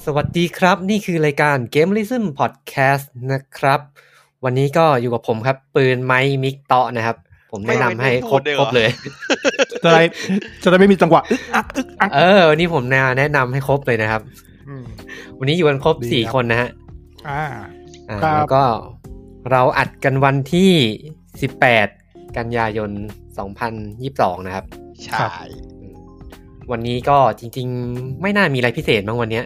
สวัสดีครับนี่คือรายการ Gamerism Podcast นะครับวันนี้ก็อยู่กับผมครับปืนไม้มิกเตาะนะครับผมแนะนำให้ครบเลยจะได้ไม่มีจังหวะอึกอักวันนี้ผมแนะนำให้ครบเลยนะครับวันนี้อยู่กันครบ4คนนะฮะแล้วก็เราอัดกันวันที่18กันยายน2022นะครับใช่วันนี้ก็จริงๆไม่น่ามีอะไรพิเศษมั้งวันเนี้ย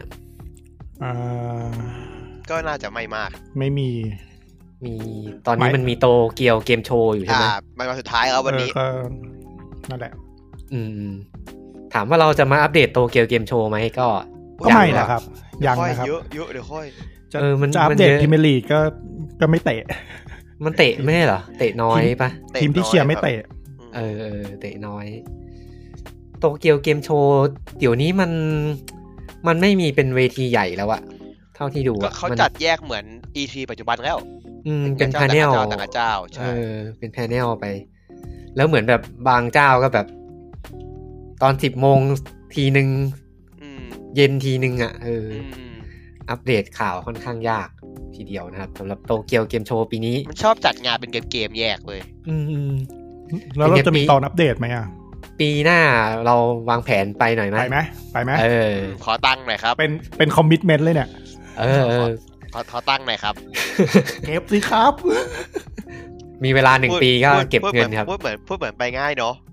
ก็น่าจะไม่มากไม่มีตอนนี้มันมีโตเกียวเกมโชว์อยู่ใช่ไหมมันวันสุดท้ายแล้ววันนี้นั่นแหละถามว่าเราจะมาอัปเดตโตเกียวเกมโชว์ไหมก็ไม่นะครับยังนะครับเยอะเดี๋ยวค่อยจะอัปเดตพรีเมียร์ลีกก็ไม่เตะมันเตะไม่ใช่เหรอเตะน้อยปะทีมที่เชียร์ไม่เตะเตะน้อยโตเกียวเกมโชว์เดี๋ยวนี้มันไม่มีเป็นเวทีใหญ่แล้วอะเท่าที่ดูอะเขาจัดแยกเหมือน E3 ปัจจุบันแล้วเป็นแพนเนลต่างเจ้าใช่เป็นแพนเนลไปแล้วเหมือนแบบบางเจ้าก็แบบตอน 10 โมงทีนึงเย็นทีนึงอะอัปเดตข่าวค่อนข้างยากทีเดียวนะครับสำหรับโตเกียวเกมโชว์ปีนี้มันชอบจัดงานเป็นเกมแยกเลยแล้วเราจะมีตอนอัปเดตไหมอ่ะปีหน้าเราวางแผนไปหน่อยไหมไปไหมขอตั้งหน่อยครับเป็นคอมมิตเมนต์เลยเนี่ยขอตั้งหน่อยครับเก็บสิครับมีเวลา1 ปีก็เก็บเงินครับพูดเหมือนไปง่ายเนาะ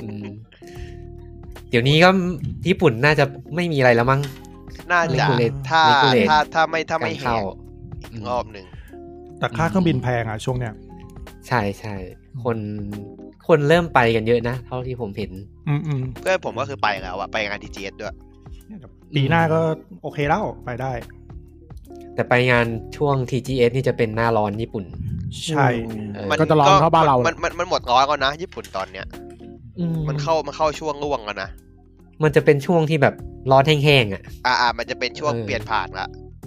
เดี๋ยวนี้ก็ญี่ปุ่นน่าจะไม่มีอะไรแล้วมั้งน่าจะถ้าไม่แหกรอบนึงแต่ค่าเครื่องบินแพงอ่ะช่วงเนี้ยใช่คนเริ่มไปกันเยอะนะเท่าที่ผมเห็นเพื่อนผมก็คือไปแล้วอะไปงาน TGS ด้วยปีหน้าก็โอเคแล้วไปได้แต่ไปงานช่วง TGS นี่จะเป็นหน้าร้อนญี่ปุ่นใช่ก็จะร้อนเท่าบ้านเรามันหมดร้อนแล้วนะญี่ปุ่นตอนเนี้ยมันเข้าช่วงร่วงแล้วนะมันจะเป็นช่วงที่แบบร้อนแห้งๆอ่ะมันจะเป็นช่วงเปลี่ยนผ่านละ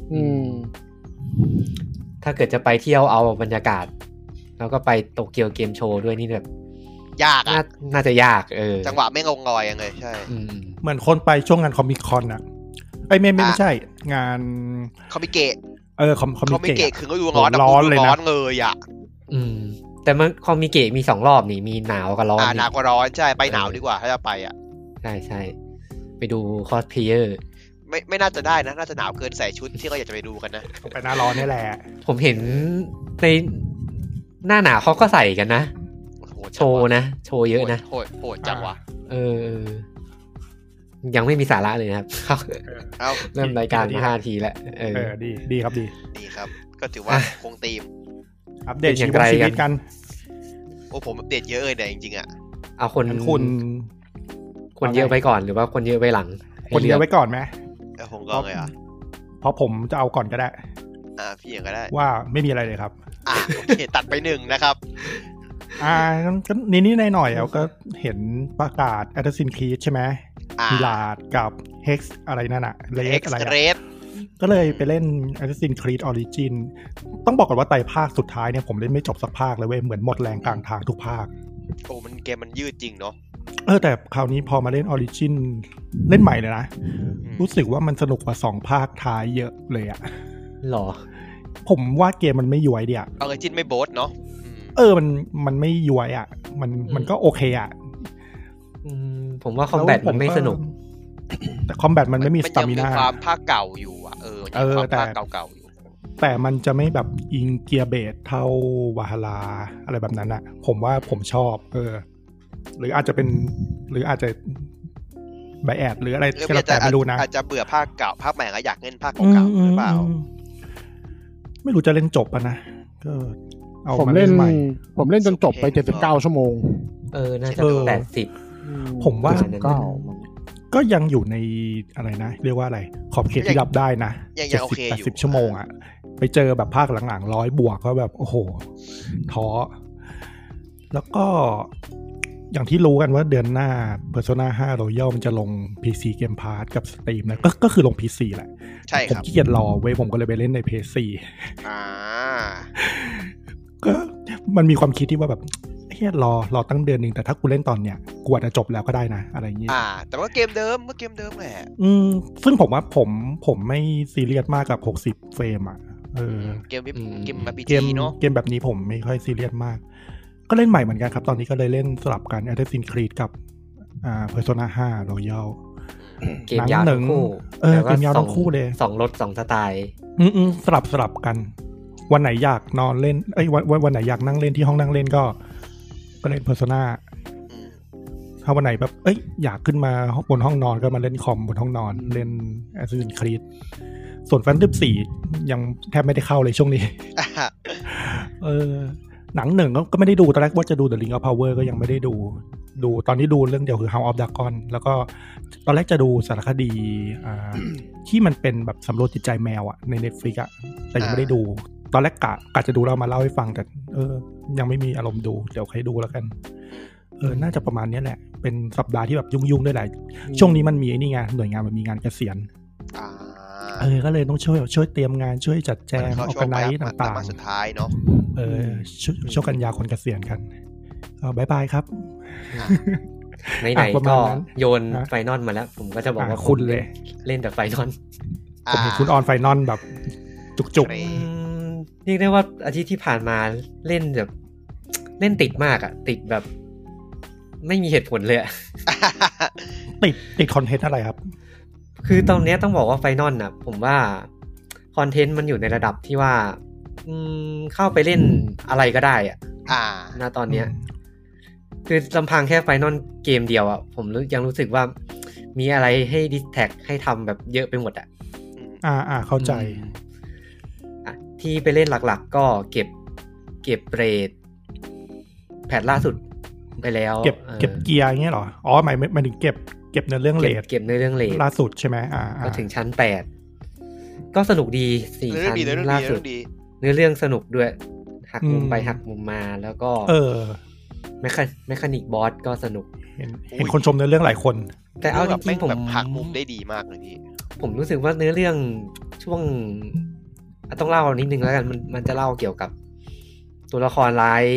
ถ้าเกิดจะไปเที่ยวเอาบรรยากาศแล้วก็ไปโตเกียวเกมโชว์ด้วยนี่แบบยากอ่ะน่าจะยากจังหวะไม่งงอยยังเลยใช่เหมือนคนไปช่วงงานคอมิคอนอ่ะไม่ใช่งานคอมิเกะคอมิเกะคือก็ดูร้อนเลยนะร้อนเลยอ่ะแต่มันคอมิเกะมี2 รอบนี่มีหนาวกับร้อนหนาวกับร้อนใช่ไปหนาวดีกว่าถ้าจะไปอ่ะใช่ไปดูคอสเพลเยอร์ไม่น่าจะได้นะน่าจะหนาวเกินใส่ชุดที่เราอยากจะไปดูกันนะไปหน้าร้อนนี่แหละผมเห็นในหน้าหนาวเขาก็ใส่กันนะโชว์นะโชว์เยอะนะโหดจังวะยังไม่มีสาระเลยนะครับเริ่มรายการมา5 ทีแล้วดีครับดีครับก็ถือว่าคงธีมอัปเดตชีวิตกันโอ้ผมอัปเดตเยอะเลยเนี่ยจริงๆอ่ะเอาคนเยอะไปก่อนหรือว่าคนเยอะไปหลังคนเยอะไว้ก่อนไหมผมก่อนเลยอ่ะเพราะผมจะเอาก่อนก็ได้พี่อย่างก็ได้ว่าไม่มีอะไรเลยครับโอเคตัดไป1นะครับก็นี่หน่อยๆก็เห็นประกาศ Assassin's Creed ใช่ไหมมิลาดกับ Hex อะไรนั่นน่ะ Red อะไรก็เลยไปเล่น Assassin's Creed Origin ต้องบอกก่อนว่าไตรภาคสุดท้ายเนี่ยผมเล่นไม่จบสักภาคเลยเว้ยเหมือนหมดแรงกลางทางทุกภาคโอ้มันเกมมันยืดจริงเนาะแต่คราวนี้พอมาเล่น Origin เล่นใหม่เลยนะรู้สึกว่ามันสนุกกว่า2 ภาคท้ายเยอะเลยอะหรอผมว่าเกมมันไม่ย้วยดิอะ Origin ไม่โบ๊ทเนาะมันไม่ย้วยอะมันก็โอเคอะผมว่าคอมแบทมันไม่สนุกแต่คอมแบทมันไม่มีสตามิน่ามันยังมีความภาคเก่าอยู่อ่ะแต่ภาคเก่าๆอยู่แต่มันจะไม่แบบอิงเกียร์เบสเท่าวาฮาราอะไรแบบนั้นอะผมว่าผมชอบหรืออาจจะไบแอดหรืออะไรก็แล้วแต่ไม่รู้นะอาจจะเบื่อภาคเก่าภาคใหม่ก็อยากเล่นภาคเก่าหรือเปล่าไม่รู้จะเล่นจบป่ะนะก็เอาผมเล่นจนจบไป79 ชั่วโมงน่าจะ80 ผมว่าก็ยังอยู่ในอะไรนะเรียกว่าอะไรขอบเขตที่รับได้นะ70-80 ชั่วโมงอ่ะไปเจอแบบภาคหลังๆ100 บวกก็แบบโอ้โหท้อแล้วก็อย่างที่รู้กันว่าเดือนหน้า Persona 5 Royal มันจะลง PC Game Pass กับ Steam นะก็คือลง PC แหละใช่ครับผมขี้เกียจรอเว้ยผมก็เลยไปเล่นใน PS4 ก็มันมีความคิดที่ว่าแบบเฮ้ยรอตั้งเดือนนึงแต่ถ้ากูเล่นตอนเนี้ยกูอาจจะจบแล้วก็ได้นะอะไรอย่างงี้แต่ว่าเกมเดิมก็เกมเดิมแหละซึ่งผมว่าผมไม่ซีเรียสมากกับ60เฟรมอ่ะเกมแบบ RPG เนาะเกมแบบนี้ผมไม่ค่อยซีเรียสมากก็เล่นใหม่เหมือนกันครับตอนนี้ก็เลยเล่นสลับกัน Assassin's Creed กับPersona 5 Royal เกมยาวทั้งคู่เกมยาวทั้งคู่เลย 2รส2สไตล์สลับกันวันไหนอยากนอนเล่นวันไหนอยากนั่งเล่นที่ห้องนั่งเล่นก็เล่น Persona ถ้าวันไหนแบบอยากขึ้นมาบนห้องนอนก็มาเล่นคอมบนห้องนอนเล่น Assassin's Creed ส่วน Phantom 4ยังแทบไม่ได้เข้าเลยช่วงนี้ หนังหนึ่งก็ไม่ได้ดูตอนแรกว่าจะดู The Ring of Power ก็ยังไม่ได้ดูตอนนี้ดูเรื่องเดียวคือ House of Dragon แล้วก็ตอนแรกจะดูสารคดีที่มันเป็นแบบสำรวจจิตใจแมวอ่ะใน Netflix อ่ะแต่ยังไม่ได้ดูตอนแรกกะจะดูแล้วมาเล่าให้ฟังแต่ยังไม่มีอารมณ์ดูเดี๋ยวใครดูแล้วกันน่าจะประมาณนี้แหละเป็นสัปดาห์ที่แบบยุ่งๆด้วยแหละช่วงนี้มันมีไอ้นี่ไงหน่วยงานมันมีงานเกษียณก็เลยต้องช่วยเตรียมงานช่วยจัดแจงออร์แกไนซ์ต่างๆสุดท้ายเนาะช่วงกันยาคนเกษียณกันบ๊ายบายครับไหนๆก็โยนไฟนอลมาแล้วผมก็จะบอกว่าคุณเลยเล่นแต่ไฟนอลผมเห็นคุณออนไฟนอลแบบจุกเรียกได้ว่าอาทิตย์ที่ผ่านมาเล่นแบบเล่นติดมากอ่ะติดแบบไม่มีเหตุผลเลยติดคอนเทนต์อะไรครับคือตอนนี้ต้องบอกว่าไฟนอลน่ะผมว่าคอนเทนต์มันอยู่ในระดับที่ว่าเข้าไปเล่นอะไรก็ได้อ่ะณตอนเนี้ยคือลำพังแค่ไฟนอลเกมเดียวอ่ะผมยังรู้สึกว่ามีอะไรให้ดิสแท็กให้ทำแบบเยอะไปหมดอ่ะเข้าใจที่ไปเล่นหลักๆก็เก็บเรทแพทล่าสุดไปแล้วเก็บเกียร์อย่างเงี้ยหรอหมายถึงเก็บในเรื่องเรทเก็บในเรื่องเรทล่าสุดใช่ไหมก็ถึงชั้น8ก็สนุกดี4ชั้นล่าสุดเนื้อเรื่องสนุกด้วยหักมุมไปหักมุมมาแล้วก็แมคานิกบอสก็สนุกเห็นคนชมเนื้อเรื่องหลายคนแต่เอาจริงๆผมหักมุมได้ดีมากเลยพี่ผมรู้สึกว่าเนื้อเรื่องช่วงต้องเล่านิดนึงแล้วกันมันจะเล่าเกี่ยวกับตัวละครร้าย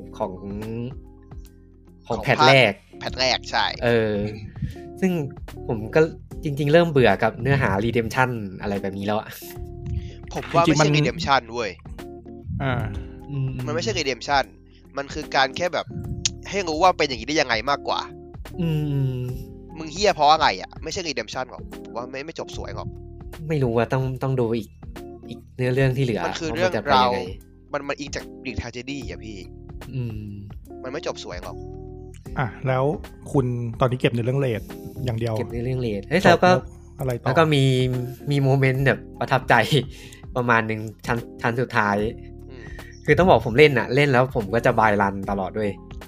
ของแพทแรกใช่ซึ่งผมก็จริงๆเริ่มเบื่อกับเนื้อหา redemption อะไรแบบนี้แล้วอ่ะผมว่าไม่ใช่ redemption เว้ยมันไม่ใช่ redemption มันคือการแค่แบบให้รู้ว่าเป็นอย่างนี้ได้ยังไงมากกว่ามึงเหี้ยเพราะอะไรอ่ะไม่ใช่ redemption หรอกว่าไม่จบสวยหรอกไม่รู้ว่าต้องดูอีกเนื้อเรื่องที่เหลือมันคือเรื่องราวมันอิงจากGreek tragedy อ่ะพี่มันไม่จบสวยหรอกแล้วคุณตอนนี้เก็บในเรื่องเรทอย่างเดียวเก็บในเรื่องเรทแล้วก็อะไรต่อแล้วก็มีโมเมนต์แบบประทับใจประมาณนึงชั้นสุดท้ายคือต้องบอกผมเล่นแล้วผมก็จะบายรันตลอดด้วย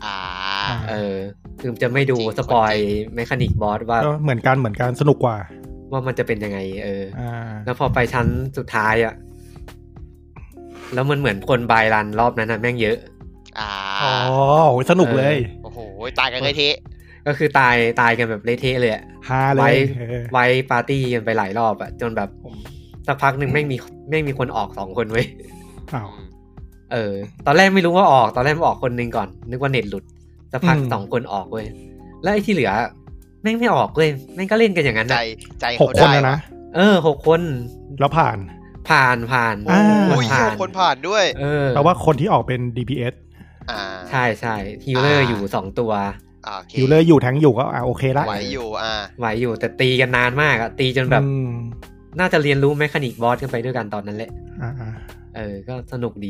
คือจะไม่ดูสปอยเมคานิกบอสว่าเหมือนกันสนุกกว่ามันจะเป็นยังไงแล้วพอไปชั้นสุดท้ายอ่ะแล้วมันเหมือนคนบายรันรอบนั้นน่ะแม่งเยอะสนุกเลยโอ้โหตายกันเละเทะก็คือตายกันแบบเละเทะเลยอ่ะไว้ปาร์ตี้กันไปหลายรอบอ่ะจนแบบสักพักหนึ่งไม่มีคนออก2คนเว้ยตอนแรกไม่รู้ว่าออกตอนแรกออกคนนึงก่อนนึกว่าเน็ตหลุดสักพัก2คนออกเว้ยแล้วไอ้ที่เหลือแม่งไม่ออกเลยแม่งก็เล่นกันอย่างนั้นใจเขาได้นะ 6 คนแล้วผ่านคนผ่านด้วยแปลว่าคนที่ออกเป็น DPS ใช่ฮีลเลอร์อยู่2ตัวฮีลเลอร์อยู่แทงอยู่ก็โอเคละไหวอยู่แต่ตีกันนานมากตีจนแบบน่าจะเรียนรู้เมคานิกบอสกันไปด้วยกันตอนนั้นแหละก็สนุกดี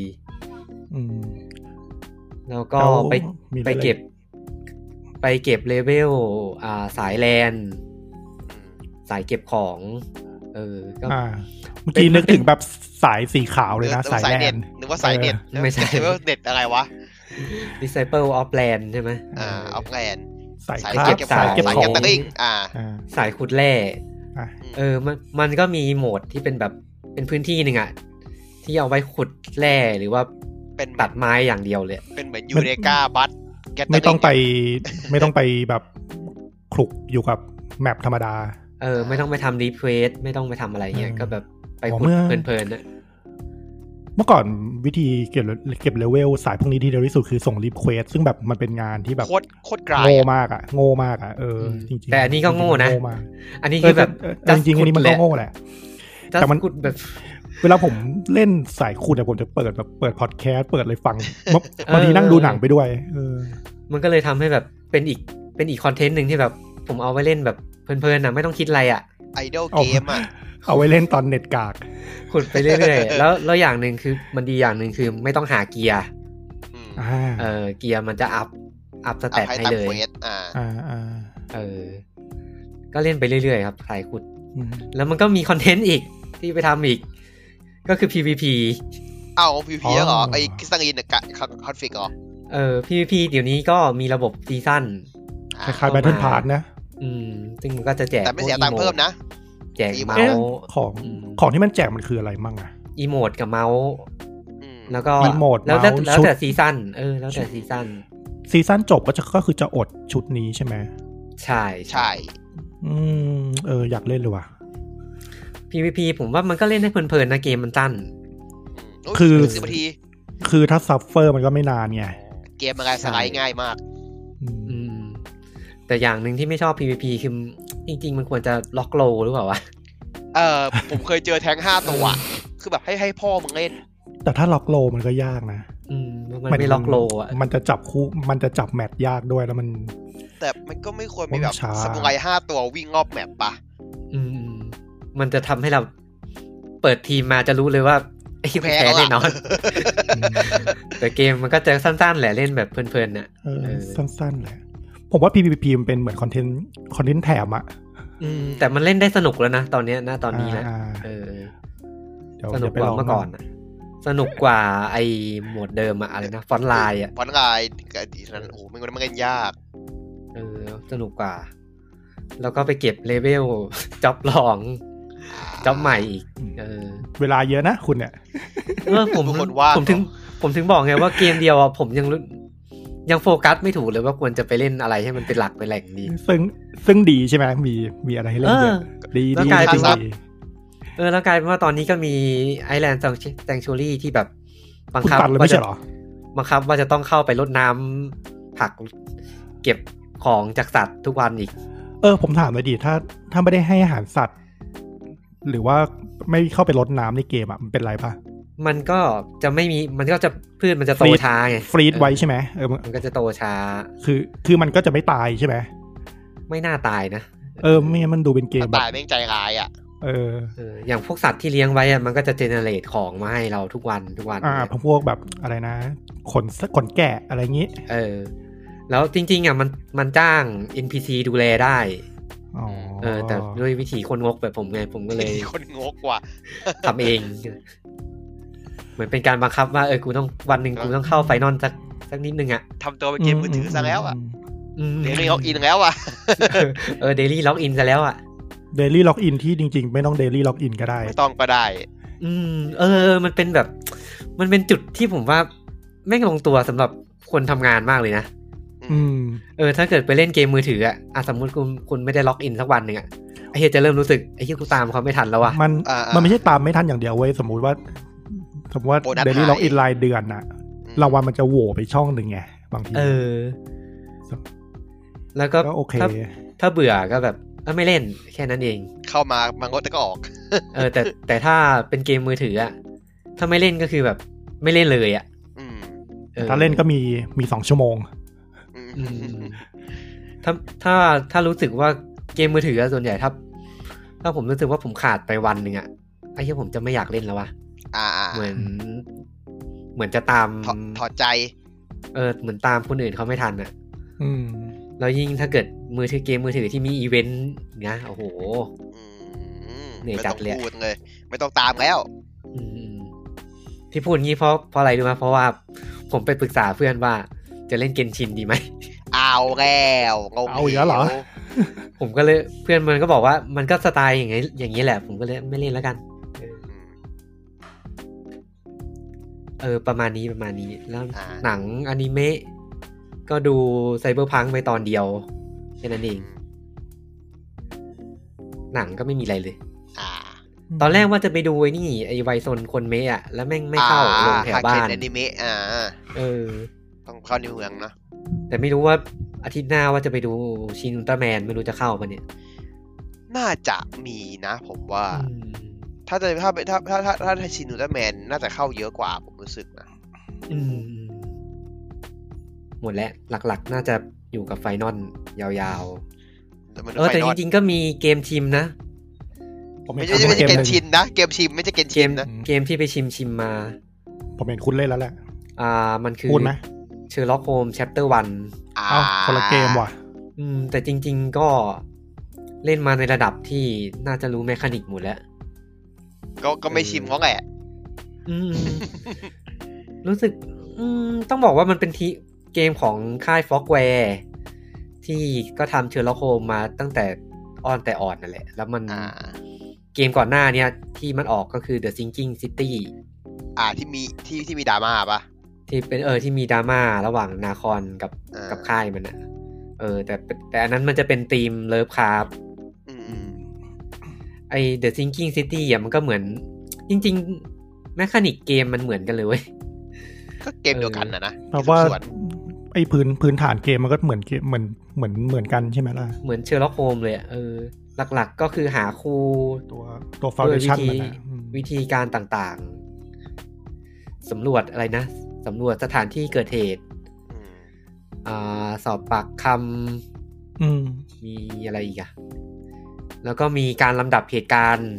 แล้วก็ไปเก็บเลเวลสายแลนสายเก็บของก็เมื่อกี้นึกถึงแบบสายสีขาวเลยนะสายแลนนึกว่าสายเน็ตไม่ใช่เน็ตอะไรวะ Disciple of Land ใช่ไหม of Land สายเก็บของสายขุดแร่มันก็มีโหมดที่เป็นแบบเป็นพื้นที่หนึ่งอ่ะที่เอาไว้ขุดแร่หรือว่าเป็นตัดไม้อย่างเดียวเลยเป็นเหมือนยูเรกาบัสไม่ต้องไปแบบคลุกอยู่กับแมปธรรมดาไม่ต้องไปทำรีเควสไม่ต้องไปทำอะไรเงี้ยก็แบบไปขุดเพลินๆนะเมื่อก่อนวิธีเก็บเลเวลสายพวกนี้ที่เร็วที่สุดคือส่งรีเควสซึ่งแบบมันเป็นงานที่แบบโคตรไกลโง่มากจริงๆแต่อันนี้ก็โง่นะอันนี้คือแบบจริงๆอันนี้มันก็โง่แหละแต่มันแบบเวลาผมเล่นสายขุดเนี่ยผมจะเปิดพอดแคสต์เปิดอะไรฟังบางทีนั่งดูหนังไปด้วยมันก็เลยทำให้แบบเป็นอีกคอนเทนต์นึงที่แบบผมเอาไว้เล่นแบบเพลินๆนะไม่ต้องคิดอะไรอ่ะไอดอลเกมอ่ะเอาไว้เล่นตอนเน็ตกากขุดไปเรื่อยๆแล้วอย่างนึงคือมันดีอย่างนึงคือไม่ต้องหาเกียร์เกียร์มันจะอัพสเตตให้เลยก็เล่นไปเรื่อยๆครับสายขุดแล้วมันก็มีคอนเทนต์อีกที่ไปทำอีกก็คือ PVP PVP เหรอไอ้คิสตังอินคอนฟิกเหรอ PVP เดี๋ยวนี้ก็มีระบบซีซั่นคล้ายๆ Battle Pass นะซึ่งมันก็จะแจกแต่ไม่เสียตังค์เพิ่มนะแจกเมาส์ของที่มันแจกมันคืออะไรมั่งอ่ะอีโมดกับเมาส์แล้วก็แล้วแต่ซีซั่นแล้วแต่ซีซั่นจบก็คือจะอดชุดนี้ใช่ไหมใช่อยากเล่นเลยว่ะ PVP ผมว่ามันก็เล่นได้เพลินๆนะเกมมันสั้นคือถ้าซัฟเฟอร์มันก็ไม่นานไงเกมมันสไลด์ง่ายมากแต่อย่างนึงที่ไม่ชอบ PVP คือจริงๆมันควรจะล็อกโลหรือเปล่าวะผมเคยเจอแท้ง5ตัวคือแบบให้พ่อมึงเล่นแต่ถ้าล็อกโลมันก็ยากนะมันไม่ล็อกโลอ่ะมันจะจับคู่มันจะจับแมตช์ยากด้วยแล้วมันแต่มันก็ไม่ควรมีแบบสมุไร5ตัววิ่งรอบแมปปะมันจะทำให้เราเปิดทีมมาจะรู้เลยว่าไอ้แพ้แน่นอนแต่เกมมันก็จะสั้นๆแหละเล่นแบบเพลินๆน่ะสั้นๆแหละผมว่า PVP มันเป็นเหมือนคอนเทนต์แถมอ่ะแต่มันเล่นได้สนุกแล้วนะตอนนี้นะตอนนี้นะสนุกกว่าเมื่อก่อนสนุกกว่าไอ้โหมดเดิมอะอะไรนะฟอนต์ไลน์ฟอนต์ไลน์กับดิฉันโอ้มันเล่นยากสนุกกว่าแล้วก็ไปเก็บเลเวลจ็อบรองจ็อบใหม่อีกเวลาเยอะนะคุณเนี่ยผมถึงบอกไงว่าเกมเดียวอ่ะผมยังโฟกัสไม่ถูกเลยว่าควรจะไปเล่นอะไรให้มันเป็นหลักเป็นแหล่งดีซึ่งดีใช่ไหมมีอะไรให้เล่นเยอะดีแล้วกลายเป็นว่าตอนนี้ก็มี Island Sanctuary ที่แบบบังคับว่าจะต้องเข้าไปรดน้ำผักเก็บของจากสัตว์ทุกวันอีกผมถามหน่อยดิถ้าไม่ได้ให้อาหารสัตว์หรือว่าไม่เข้าไปรดน้ำในเกมอ่ะมันเป็นไรปะมันก็จะไม่มีมันก็จะพืชมันจะโตช้าไงฟรีดไว้ใช่ไหมมันก็จะโตช้าคือมันก็จะไม่ตายใช่ไหมไม่น่าตายนะไม่งั้นมันดูเป็นเกมตายแม่งใจร้ายอ่ะอย่างพวกสัตว์ที่เลี้ยงไว้อ่ะมันก็จะเจเนเรตของมาให้เราทุกวันพวกแบบอะไรนะขนแกะอะไรอย่างงี้แล้วจริงๆอ่ะมันจ้าง NPC ดูแลได้แต่ด้วยวิธีคนงกแบบผมไงผมก็เลยคนงกกว่าทำเองเหมือนเป็นการบังคับว่ากูต้องวันนึงกูต้องเข้าไฟนอลสักนิดนึงอ่ะทำตัวเป็นเกมมือถือซะแล้วอ่ะเดลี่ล็อกอินแล้วอ่ะเดลี่ล็อกอินซะแล้วอ่ะเดลี่ล็อกอินที่จริงๆไม่ต้องเดลี่ล็อกอินก็ได้ไม่ต้องก็ได้มันเป็นแบบมันเป็นจุดที่ผมว่าแม่งลงตัวสำหรับคนทำงานมากเลยนะถ้าเกิดไปเล่นเกมมือถืออ่ะสมมติคุณไม่ได้ล็อกอินสักวันนึงอ่ะไอ้เหี้ยจะเริ่มรู้สึกไอ้เหี้ยกูตามเขาไม่ทันแล้ววะมันไม่ใช่ตามไม่ทันอย่างเดียวเว้ยสมมุติว่าเดลี่ล็อกอินรายเดือนน่ะรางวัลมันจะโหว่ไปช่องนึงไงบางทีแล้วก็โอเคถ้าเบื่อก็แบบไม่เล่นแค่นั้นเองเข้ามาบางก็ออกแต่ถ้าเป็นเกมมือถืออ่ะถ้าไม่เล่นก็คือแบบไม่เล่นเลยอ่ะถ้าเล่นก็มี2 ชั่วโมงถ้ารู้สึกว่าเกมมือถือส่วนใหญ่ถ้าผมรู้สึกว่าผมขาดไปวันนึงอ่ะไอ้ที่ผมจะไม่อยากเล่นแล้ววะเหมือนจะตามถอดใจเหมือนตามคนอื่นเขาไม่ทันอ่ะแล้วยิ่งถ้าเกิดเกมมือถือที่มีอีเวนต์นะโอ้โหเหนื่อยจัดเลยไม่ต้องตามแล้วที่พูดงี้เพราะอะไรรู้ไหมเพราะว่าผมไปปรึกษาเพื่อนว่าจะเล่นเกนชินดีไหมเอาแล้วเอาอีกแล้วเหรอผมก็เลยเพื่อนมันก็บอกว่ามันก็สไตล์อย่างนี้แหละผมก็เลยไม่เล่นแล้วกันประมาณนี้แล้วหนังอนิเมะก็ดูไซเบอร์พังค์ไปตอนเดียวแค่นั้นเองหนังก็ไม่มีอะไรเลยตอนแรกว่าจะไปดูไอ้นี่ไอ้ไวซนคนเมะแล้วแม่งไม่เข้าลงแถวบ้านอนิเมะต้องเข้าในเมืองนะแต่ไม่รู้ว่าอาทิตย์หน้าว่าจะไปดูชินอุลตร้าแมนไม่รู้จะเข้าป่ะเนี่ยน่าจะมีนะผมว่าถ้าชินอุลตร้าแมนน่าจะเข้าเยอะกว่าผมรู้สึกนะหมดแล้วหลักๆน่าจะอยู่กับไฟนอลยาวๆแต่จริงๆก็มีเกมชิมนะไม่ใช่เกมชินนะเกมชิมไม่ใช่เกมชิมนะเกมที่ไปชิมมาผมเห็นคุณเล่นแล้วแหละมันคือพูดไหม Sherlock Holmes Chapter 1 คนละเกมว่ะแต่จริงๆก็เล่นมาในระดับที่น่าจะรู้เมคานิกหมดแล้วก็ไม่ชิมเขาแหละรู้สึกต้องบอกว่ามันเป็นเกมของค่าย Frogware ที่ก็ทำ Sherlock Holmes มาตั้งแต่แต่อ่อนนั่นแหละแล้วมันเกมก่อนหน้าเนี้ยที่มันออกก็คือ The Sinking City ที่มีดราม่าป่ะที่เป็นที่มีดราม่าระหว่างนาคอนกับค่ายมันอ่ะแต่อันนั้นมันจะเป็นธีมเลิฟคราฟไอ้ The Sinking City อ่ะมันก็เหมือนจริงๆแมคานิกเกมมันเหมือนกันเลยเว้ยก็เกมเดียวกันนะเพราะว่าไอ้พื้นฐานเกมมันก็เหมือนกันใช่ไหมล่ะเหมือนเชอร์ล็อกโฮมเลยหลักๆก็คือหาคู่ตัวฟาวเดชั่นวิธีการต่างๆสำรวจอะไรนะสำรวจสถานที่เกิดเหตุสอบปากคำมีอะไรอีกอะแล้วก็มีการลำดับเหตุการณ์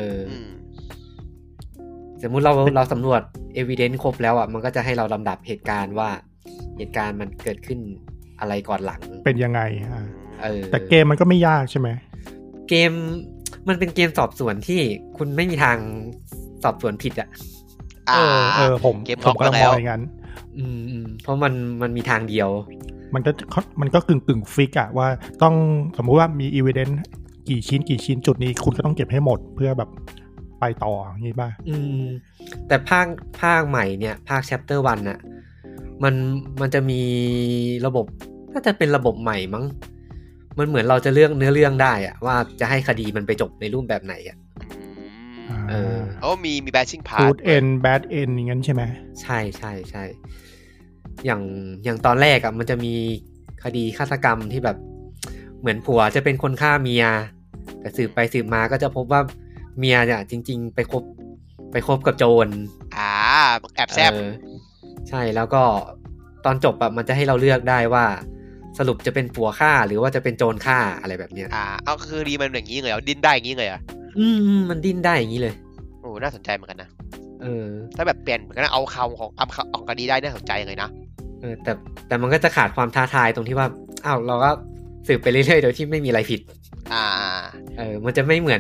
สมมุติเราสำรวจ evidence ครบแล้วอ่ะมันก็จะให้เราลำดับเหตุการณ์ว่าเหตุการณ์มันเกิดขึ้นอะไรก่อนหลังเป็นยังไงแต่เกมมันก็ไม่ยากใช่ไหมเกมมันเป็นเกมสอบสวนที่คุณไม่มีทางสอบสวนผิดอ่ะผมก็มองอย่างนั้นเพราะมันมีทางเดียวมันก็กึ่งฟิกอะว่าต้องสมมุติว่ามี evidence กี่ชิ้นจุดนี้คุณก็ต้องเก็บให้หมดเพื่อแบบไปต่ออย่างนี้ป่ะแต่ภาคใหม่เนี่ยภาค chapter 1น่ะมันจะมีระบบน่าจะเป็นระบบใหม่มั้งมันเหมือนเราจะเลือกเนื้อเรื่องได้อะว่าจะให้คดีมันไปจบในรูปแบบไหนอะมี batching path good end bad end อย่างนั้นใช่ไหมใช่อย่างตอนแรกอะมันจะมีคดีฆาตกรรมที่แบบเหมือนผัวจะเป็นคนฆ่าเมียแต่สืบไปสืบมาก็จะพบว่าเมียเนี่ยจริงๆไปคบกับโจรแอบแซบใช่แล้วก็ตอนจบอะมันจะให้เราเลือกได้ว่าสรุปจะเป็นผัวฆ่าหรือว่าจะเป็นโจรฆ่าอะไรแบบเนี้ยเอาคือดีมันอย่างนี้เลยดิ้นได้อย่างนี้เลยมันดิ้นได้อย่างนี้เลยโอ้น่าสนใจเหมือนกันนะถ้าแบบเปลี่ยนเหมือนกันเอาคำของคดีได้น่าสนใจเลยนะแต่มันก็จะขาดความท้าทายตรงที่ว่าเราก็สืบไปเรื่อยๆโดยที่ไม่มีอะไรผิดมันจะไม่เหมือน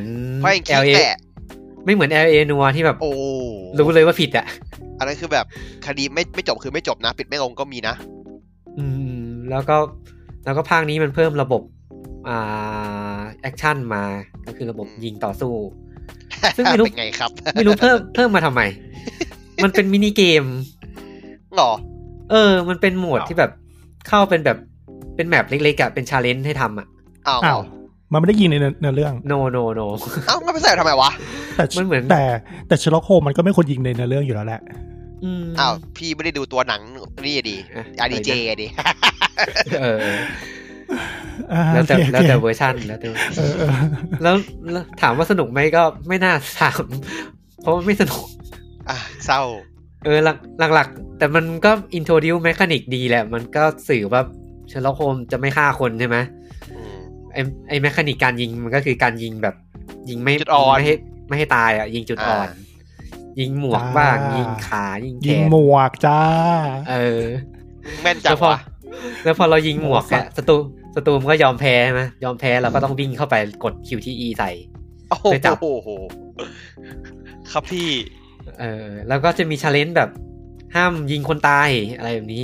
LA ไม่เหมือน LA นัวที่แบบรู้เลยว่าผิดอ่ะอันนั้นคือแบบคดีไม่จบคือไม่จบนะปิดไม่ลงก็มีนะแล้วก็ภาคนี้มันเพิ่มระบบแอคชั่นมาก็คือระบบยิงต่อสู้ซึ่งไม่รู้เป็นไงครับไม่รู้เพิ่มมาทำไมมันเป็นมินิเกมหรอมันเป็นโหมดที่แบบเข้าเป็นแบบเป็นแมปเล็กๆอ่ะเป็นชาเลนจ์ให้ทำอ่ะอ้าวมันไม่ได้ยิงในเนื้อเรื่อง no งั้นไม่ใส่ทำไมวะแต่มันเหมือนแต่เชอร์ล็อกโฮมมันก็ไม่ควรยิงในเนื้อเรื่องอยู่แล้วแหละพี่ไม่ได้ดูตัวหนังนี่ดิRDJ ดิแล้วแต่เวอร์ชันแล้วถามว่าสนุกไหมก็ไม่น่าถามเพราะไม่สนุกเศร้าหลักๆแต่มันก็อินโทรดิวเมคานิกดีแหละมันก็สื่อว่าเชอร์ล็อกโฮมจะไม่ฆ่าคนใช่ไหมไอ้เมคานิกการยิงมันก็คือการยิงแบบยิงไม่ให้ตายอ่ะยิงจุดอ่อนยิงหมวกบ้างยิงขายิงแขนยิงหมวกจ้าแม่นจังวะแล้วพอเรายิงหมวกอะศัตรูมันก็ยอมแพ้ใช่ไหมยอมแพ้เราก็ต้องวิ่งเข้าไปกด QTE ใส่เพื่อจับครับพี่แล้วก็จะมี challenge แบบห้ามยิงคนตายอะไรแบบนี้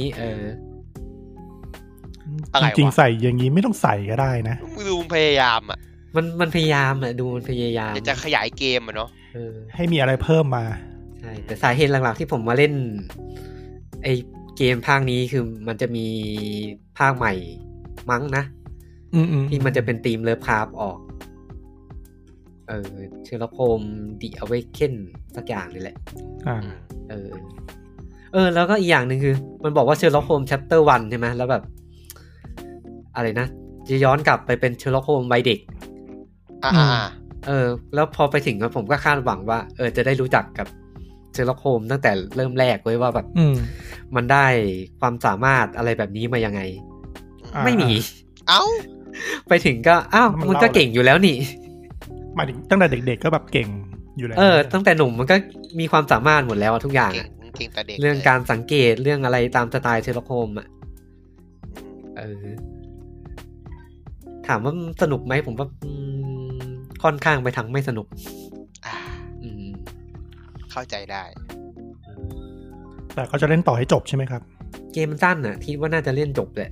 จริงๆใส่อย่างนี้ไม่ต้องใส่ก็ได้นะดูมันพยายามอ่ะมันพยายามอ่ะดูมันพยายามจะขยายเกมอ่ะเนาะให้มีอะไรเพิ่มมาใช่แต่สาเหตุหลักๆที่ผมมาเล่นไอเกมภาคนี้คือมันจะมีภาคใหม่มั้งนะที่มันจะเป็นธีมเลิฟคราฟออกเชอร์ล็อกโฮมดิอเวคเคนสักอย่างนี่แหละแล้วก็อีกอย่างนึงคือมันบอกว่าเชอร์ล็อกโฮม chapter 1ใช่ไหมแล้วแบบอะไรนะจะย้อนกลับไปเป็นเชอร์ล็อกโฮมวัยเด็กแล้วพอไปถึงผมก็คาดหวังว่าจะได้รู้จักกับเชอร์ล็อกโฮมตั้งแต่เริ่มแรกเลยว่าแบบมันได้ความสามารถอะไรแบบนี้มายังไงไม่มีไปถึงก็มันก็เก่งอยู่แล้วนี่มาถึงตั้งแต่เด็กๆก็แบบเก่งอยู่แล้วตั้งแต่หนุ่มมันก็มีความสามารถหมดแล้วทุกอย่างเรื่องการสังเกตเรื่องอะไรตามสไตล์เชอร์ล็อกโฮมถามว่าสนุกไหมผมว่าค่อนข้างไปทางไม่สนุกเข้าใจได้แต่เขาจะเล่นต่อให้จบใช่ไหมครับเกมมันสั้นคิดว่าน่าจะเล่นจบแหละ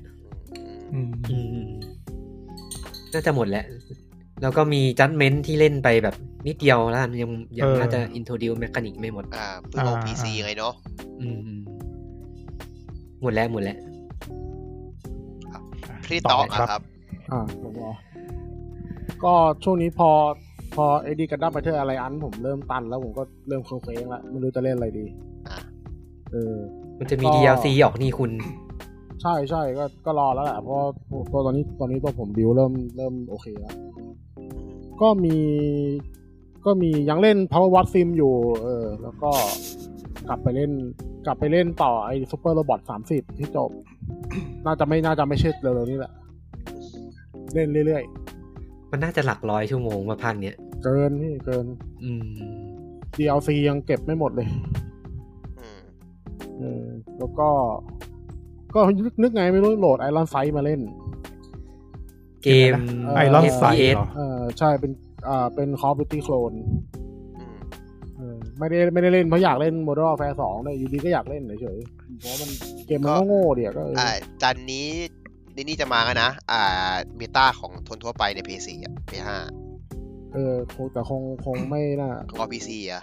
น่าจะหมดแล้วแล้วก็มีจัดเมนท์ที่เล่นไปแบบนิดเดียวแล้วยังน่าจะอินโทรดิวเมคานิกไม่หมดเพิ่งลง PC ไงเนาะหมดแล้วพี่ต่อครับผมก็ช่วงนี้พอไอ้ดีกันดั้มไปเทอร์อะไรอันผมเริ่มตันแล้วผมก็เริ่มเคว้งแล้วไม่รู้จะเล่นอะไรดีมันจะมี DLC ออกนี่คุณใช่ก็รอแล้วแหละเพราะตอนนี้ตัวผมบิวเริ่มโอเคแล้วก็มียังเล่น Power Wash Sim อยู่แล้วก็กลับไปเล่นต่อไอ้ Super Robot 30ที่จบน่าจะไม่ใช่เร็วๆนี้แหละเล่นเรื่อยๆมันน่าจะหลัก100ชั่วโมงมาพันเนี้ยเกิน DLC ยังเก็บไม่หมดเลยแล้วก็นึกไงไม่รู้โหลด Iron Sight มาเล่นเกม Iron Sight เหรอใช่เป็น Call of Duty Clone ไม่ได้เล่นเพราะอยากเล่น Modern Warfare 2เนี่ยอยู่ดีก็อยากเล่นเฉยๆเพราะมันเกมมันโง่ๆเดี๋ยวก็จันนี้นี่จะมากันนะเมตาของทนทั่วไปใน PS4 อ่ะ PS5 แต่คงไม่น่าของ PC อ่ะ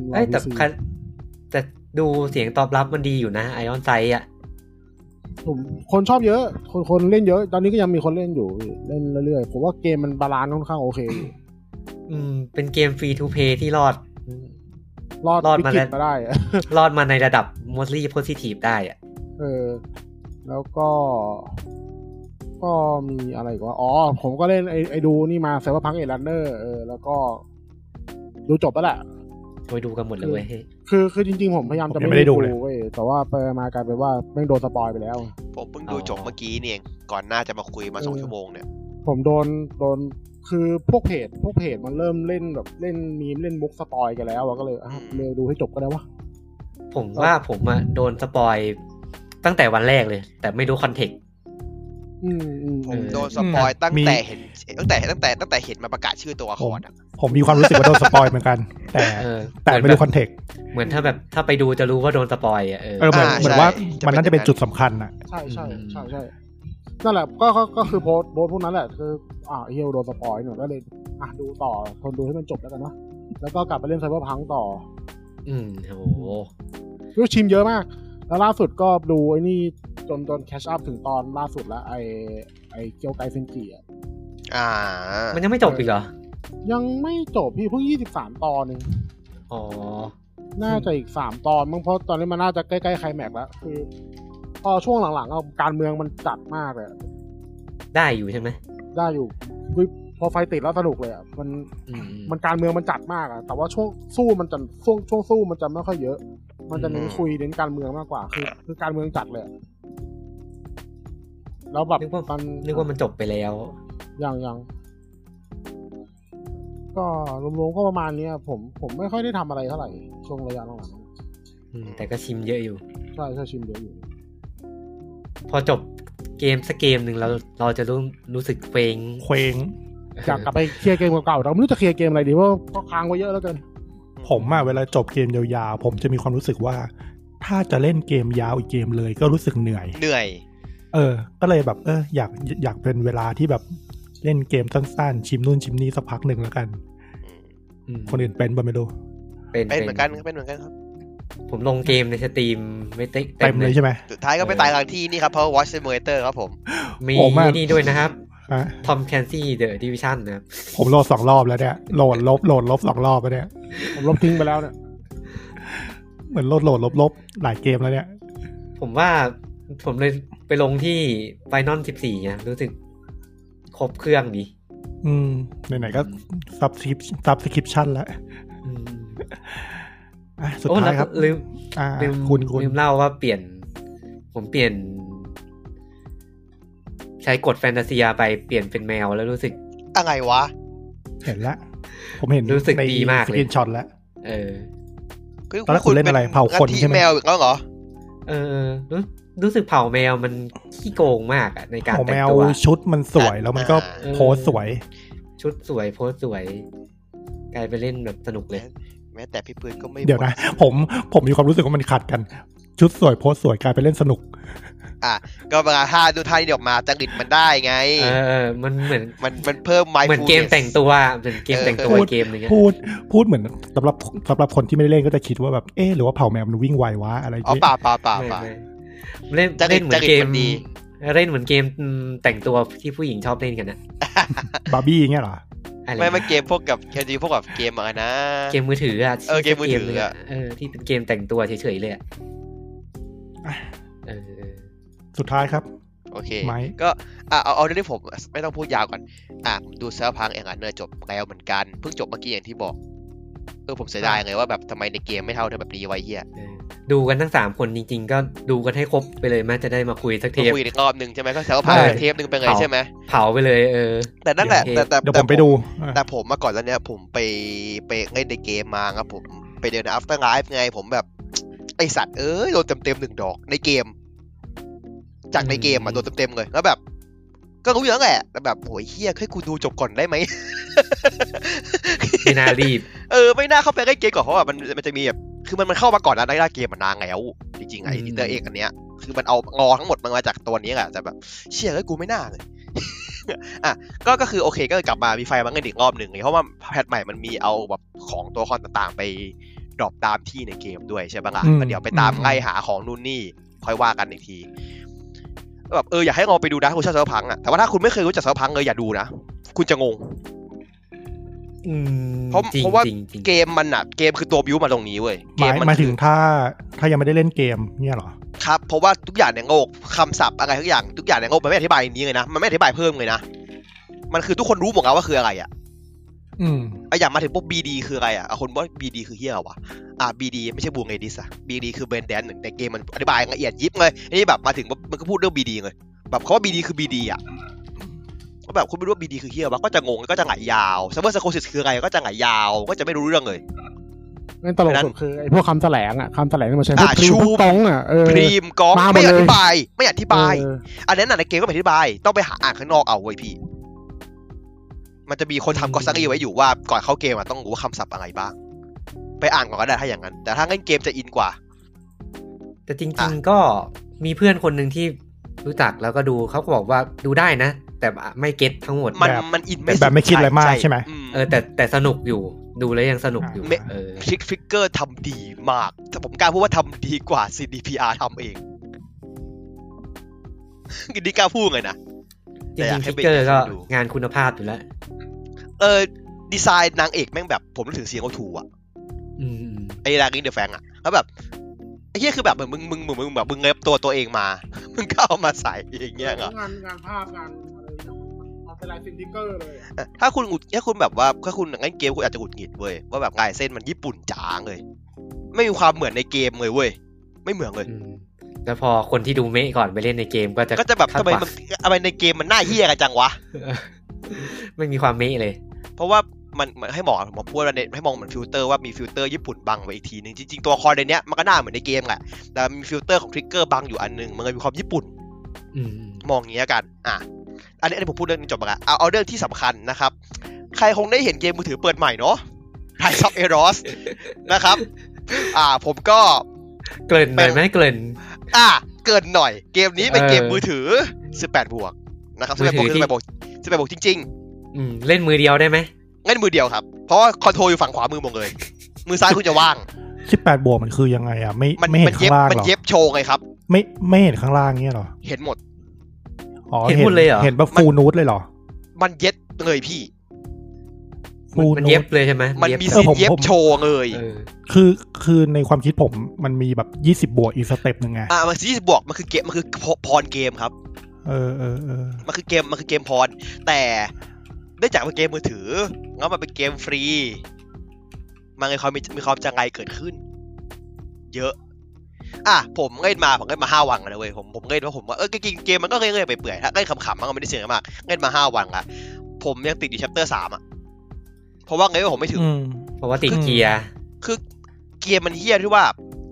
แต่ดูเสียงตอบรับมันดีอยู่นะ Iron Sight อ่ะผมคนชอบเยอะคนเล่นเยอะตอนนี้ก็ยังมีคนเล่นอยู่เล่นเรื่อยๆผมว่าเกมมันบาลานซ์ค่อนข้างโอเคอยู่เป็นเกมฟรีทูเพย์ที่รอดมาได้รอดมาในระดับ mostly positive ได้อ่ะแล้วก็มีอะไรอีกว่าผมก็เล่นไอ้ดูนี่มา Cyberpunk Edge Runner แล้วก็ดูจบแล้วแหละไปดูกันหมดเลยเว้ยคือจริงๆผมพยายามจะไม่ได้ดูเว้ยแต่ว่าไปมากลายเป็นว่าแม่งโดนสปอยไปแล้วผมเพิ่งดูจบเมื่อกี้นี่เองก่อนหน้าจะมาคุยมา2ชั่วโมงเนี่ยผมโดนคือพวกเพจมันเริ่มเล่นแบบเล่นมีมเล่นมุกสปอยกันแล้วก็เลยเร็วดูให้จบก็ได้วะผมว่าผมโดนสปอยตั้งแต่วันแรกเลยแต่ไม่รู้คอนเทกต์ผมโดนสปอยตั้งแต่เห็นมาประกาศชื่อตัวละครผมมีความรู้สึกว่าโดนสปอยเหมือนกันแต่ไม่รู้คอนเทกต์เหมือนถ้าแบบถ้าไปดูจะรู้ว่าโดนสปอยเหมือนว่ามันน่าจะเป็นจุดสำคัญอ่ะใช่นั่นแหละก็คือโพสพวกนั้นแหละคือเฮียโดนสปอยหน่อยก็เลยดูต่อทนดูให้มันจบแล้วกันเนาะแล้วก็กลับไปเล่นไซเบอร์พังต่อโหก็ชิมเยอะมากแล้วล่าสุดก็ดูไอ้นี่จนแคชอัพถึงตอนล่าสุดแล้วไอ้เกียวไกเซนจิมันยังไม่จบอีกเหรอยังไม่จบพี่เพิ่ง23ตอนนึงน่าจะอีก3ตอนมั้งเพราะตอนนี้มันน่าจะใกล้ๆไคลแม็กซ์แล้วคือพอช่วงหลังๆการเมืองมันจัดมากเลยได้อยู่ใช่ไหมได้อยู่พอไฟติดแล้วสนุกเลยมันการเมืองมันจัดมากแต่ว่าช่วงสู้มันจะช่วงสู้มันจะไม่ค่อยเยอะมันจะเน้นคุยเน้นการเมืองมากกว่าคือการเมืองจัดเลยแล้วแบบนึกว่ามันจบไปแล้วยังก็รวมๆก็ประมาณนี้ผมไม่ค่อยได้ทำอะไรเท่าไหร่ช่วงระยะหลังแต่ก็ชิมเยอะอยู่ใช่ชิมเยอะอยู่พอจบเกมสักเกมหนึ่งเราจะรู้สึกเคว้งอยากกลับไปเคลียร์เกมเก่าๆเราไม่รู้จะเคลียร์เกมอะไรดีเพราะก็ค้างไว้เยอะแล้วกันผมเวลาจบเกมยาวๆผมจะมีความรู้สึกว่าถ้าจะเล่นเกมยาวอีกเกมเลยก็รู้สึกเหนื่อยก็เลยแบบอยากเป็นเวลาที่แบบเล่นเกมสั้นๆชิมนู่นชิมนี่สักพักหนึ่งแล้วกันคนอื่นเป็นบ่ไม่รู้เป็นเหมือนกันครับผมลงเกมในสตรีมไม่เต็มเลยใช่ไหมสุดท้ายก็ไปตายทางที่นี่ครับเพราะ Watch Simulator ครับผมมีนี่ด้วยนะครับทอมแคนซี่เดอะดิวิชั่นนะครับผมโหลด2 รอบแล้วเนี่ยโหลดลบ2 รอบแล้วเนี่ยผมลบทิ้งไปแล้วเนี่ยเหมือนโหลดลบหลายเกมแล้วเนี่ยผมว่าผมเลยไปลงที่ Final 14นะรู้สึกครบเครื่องดีไหนๆก็subscription แล้วสุดท้ายครับลืมเล่าว่าผมเปลี่ยนใช้กดแฟนตาเซียไปเปลี่ยนเป็นแมวแล้วรู้สึกอะไรวะเห็นแล้วผมเห็นรู้สึกดีมากเลยสกินช็อตแล้วตอนแรกคุณเล่นอะไรเผาคนใช่ไหมแมวอีกแล้วเหรอรู้สึกเผาแมวมันขี้โกงมากอ่ะในการแต่งตัวแมวชุดมันสวยแล้วมันก็โพสสวยชุดสวยโพสสวยกลายไปเล่นแบบสนุกเลยแม้แต่พี่ปืนก็ไม่เดี๋ยวนะผมมีความรู้สึกว่ามันขัดกันชุดสวยโพสสวยกลายไปเล่นสนุกก็เวลาถ้าดูท่าที่ออกมาจังหริดมันได้ไงมันเหมือนมันเพิ่มไมค์เหมือนเกมแต่งตัวเหมือนเกมแต่งตัวเกมนึงพูดเหมือนสำหรับคนที่ไม่ได้เล่นก็จะคิดว่าแบบหรือว่าเผ่าแมวมันวิ่งไววะอะไรอย่างเงี้ยป่าเล่นเหมือนเกมเล่นเหมือนเกมแต่งตัวที่ผู้หญิงชอบเล่นกันนะบาร์บี้เงี้ยเหรอไม่เกมพวกกับแค่ดีพวกแบบเกมอะไรนะเกมมือถืออ่ะเกมมือถือที่เป็นเกมแต่งตัวเฉยๆเลยสุดท้ายครับโอเคก็เอาเรื่องที่ผมไม่ต้องพูดยาวก่อนดูเซอร์พังเนอร์จบแล้วเหมือนกันเพิ่งจบเมื่อกี้อย่างที่บอกผมเสียดายไงว่าแบบทำไมในเกมไม่เท่าเธอแบบนี้ไว้เฮียดูกันทั้ง3คนจริงๆก็ดูกันให้ครบไปเลยแม้จะได้มาคุยสักเทปคุยอีกรอบนึงใช่ไหมก็เซอร์พังเทปนึงไปเลยใช่ไหมเผาไปเลยแต่นั่นแหละแต่เดี๋ยวผมไปดูแต่ผมมาก่อนแล้วเนี้ยผมไปเล่นในเกมมาครับผมไปเดิน After Life ไงผมแบบไอสัตว์โดนเต็ม1 ดอกในเกมจากในเกมโดนเต็มเลยแล้วแบบก็รู้เยอะแหละแต่แบบโหยเฮียให้กูดูจบก่อนได้ไหมไม่น่ารีบไม่น่าเข้าไปใกล้เกมก่อนเพราะว่ามันจะมีแบบคือมันเข้ามาก่อนนะในเกมมันนานแล้วจริงๆไอ้อินเตอร์เอกอันเนี้ยคือมันเอางอทั้งหมดมาจากตัวนี้แหละแต่แบบเชี่ยให้กูไม่น่าเลยก็คือโอเคก็กลับมามีไฟมาเงินอีกรอบหนึ่งเพราะว่าแพทใหม่มันมีเอาแบบของตัวละครต่างๆไปดรอปตามที่ในเกมด้วยใช่ป่ะล่ะเดี๋ยวไปตามไล่หาของนู่นนี่ค่อยว่ากันอีกทีแบบอยากให้ลองไปดูนะคุณชอบเซอร์พังแต่ว่าถ้าคุณไม่เคยรู้จักเซอร์พังอย่าดูนะคุณจะงงเพราะว่าเกมมันเกมคือตัวบิวมาตรงนี้เว้ยเกมมันมาถึงถ้ายังไม่ได้เล่นเกมเนี่ยหรอครับเพราะว่าทุกอย่างในโลกคำศัพท์อะไรทุกอย่างในโลกมันไม่อธิบายนี้เลยนะมันไม่อธิบายเพิ่มเลยนะมันคือทุกคนรู้หมดแล้วว่าคืออะไรอย่างมาถึงปุ๊บ BD คืออะไรคนว่า BD คือเหี้ยวะBD ไม่ใช่บูงเอดิสBD คือเบนแดนในเกมมันอธิบายละเอียดยิบเลยนี่แบบมาถึงมันก็พูดเรื่อง BD เลยแบบเขาว่า BD คือ BD ก็แบบคุณไม่รู้ว่า BD คือเหี้ยวะก็จะงงก็จะหงายยาวซัมเมอร์ไซโคซิสคืออะไรก็จะหงายยาวก็จะไม่รู้เรื่องเลยนั่นตลกสุดคือไอ้พวกคำแถลงที่มันใช้พวกพรีมกองพรีมกองไม่อธิบายอันนั้นในเกมก็ไม่อธิบายต้องไปหาอ่านข้างนอกเอาไว้พี่มันจะมีคนทำกอสซี่ไว้อยู่ว่าก่อนเข้าเกมต้องรู้ว่าคำศัพท์อะไรบ้างไปอ่านก่อนก็ได้ถ้าอย่างนั้นแต่ถ้าเล่นเกมจะอินกว่าแต่จริงๆก็มีเพื่อนคนหนึ่งที่รู้จักแล้วก็ดูเขาก็บอกว่าดูได้นะแต่ไม่เก็ตทั้งหมดมันอินแบบไม่คิดอะไรมากใช่ไหมแต่สนุกอยู่ดูแล้วยังสนุกอยู่ฟิกเกอร์ทำดีมากแต่ผมกล้าพูดว่าทำดีกว่า CDPR ทำเองดีกล้าพูดเลยนะจริงๆฟิกเกอร์ก็งานคุณภาพอยู่แล้วดีไซน์นางเอกแม่งแบบผมนึกถึงเสียงเขาถูไอ้ดาร์กินเดอะแฟงแล้วแบบไอ้เหี้ยคือแบบเหมือนมึงแบบมึงเล็บตัวเองมามึงเข้ามาใส่อย่างเงี้ยงานภาพงานอะไรเอาเป็นลายฟิกเกอร์เลยถ้าคุณแบบว่าถ้าคุณเล่นเกมคุณอาจจะหงุดหงิดเว้ยว่าแบบลายเส้นมันญี่ปุ่นจ๋าเลยไม่มีความเหมือนในเกมเลยเว้ยไม่เหมือนเลยแล้วพอคนที่ดูเมะก่อนไปเล่นในเกมก็จะแบบทำไมในเกมมันน่าเหี้ยกันจังวะไม่มีความเมะเลยเพราะว่ามันให้ผมพูดว่าให้มองเหมือนฟิลเตอร์ว่ามีฟิลเตอร์ญี่ปุ่นบังไว้อีกทีนึงจริงๆตัวคอร์ในเนี้ยมันก็น่าเหมือนในเกมแหละแต่มีฟิลเตอร์ของทริกเกอร์บังอยู่อันนึงมันเลยมีความญี่ปุ่นมองอย่างนี้กันอันนี้ผมพูดเรื่องนี้จบไปแล้วเอาเรื่องที่สำคัญนะครับใครคงได้เห็นเกมมือถือเปิดใหม่เนาะ Rise of Eros นะครับผมก็เกริ่นหน่อยไหมเกริ่นเกินหน่อยเกมนี้เป็นเกมมือถือ18 บวกนะครับ18 บวกคือ18 บวกจริงๆเล่นมือเดียวได้ไหมเล่นมือเดียวครับเพราะว่าคอนโทรลอยู่ฝั่งขวามือหมดเลยมือซ้ายคุณจะว่าง 18 บวกมันคือยังไงไม่เห็นข้างล่างหรอมันเย็บโชว์ไงครับไม่เห็นข้างล่างเงี้ยหรอเห็นหมดเห็นหมดเลยเหรอเห็นแบบฟูลนูดเลยเหรอมันเย็ดเลยพี่มันเย็บเลยใช่ไหมมันมีซีนเย็บโชว์เลยคือในความคิดผมมันมีแบบ20บวกอีกสเต็ปนึงไงมัน20บวกมันคือเกมมันคือพรเกมครับมันคือเกมพรแต่ได้จากเป็นเกมมือถืองั้นมันเป็นเกมฟรีมันมีความจังไรเกิดขึ้นเยอะผมเล่นมา5วันแล้วเว้ยผมเล่นว่าผมว่าเกมมันก็เล่นไปเปื่อยถ้าเล่นขำๆมันก็ไม่ได้เสียมากเล่นมา5วันละผมยังติดอยู่แชปเตอร์3เพราะว่าไงว่าผมไม่ถึงเพราะว่าติดเกียร์คือเกียร์มันเหี้ยที่ว่า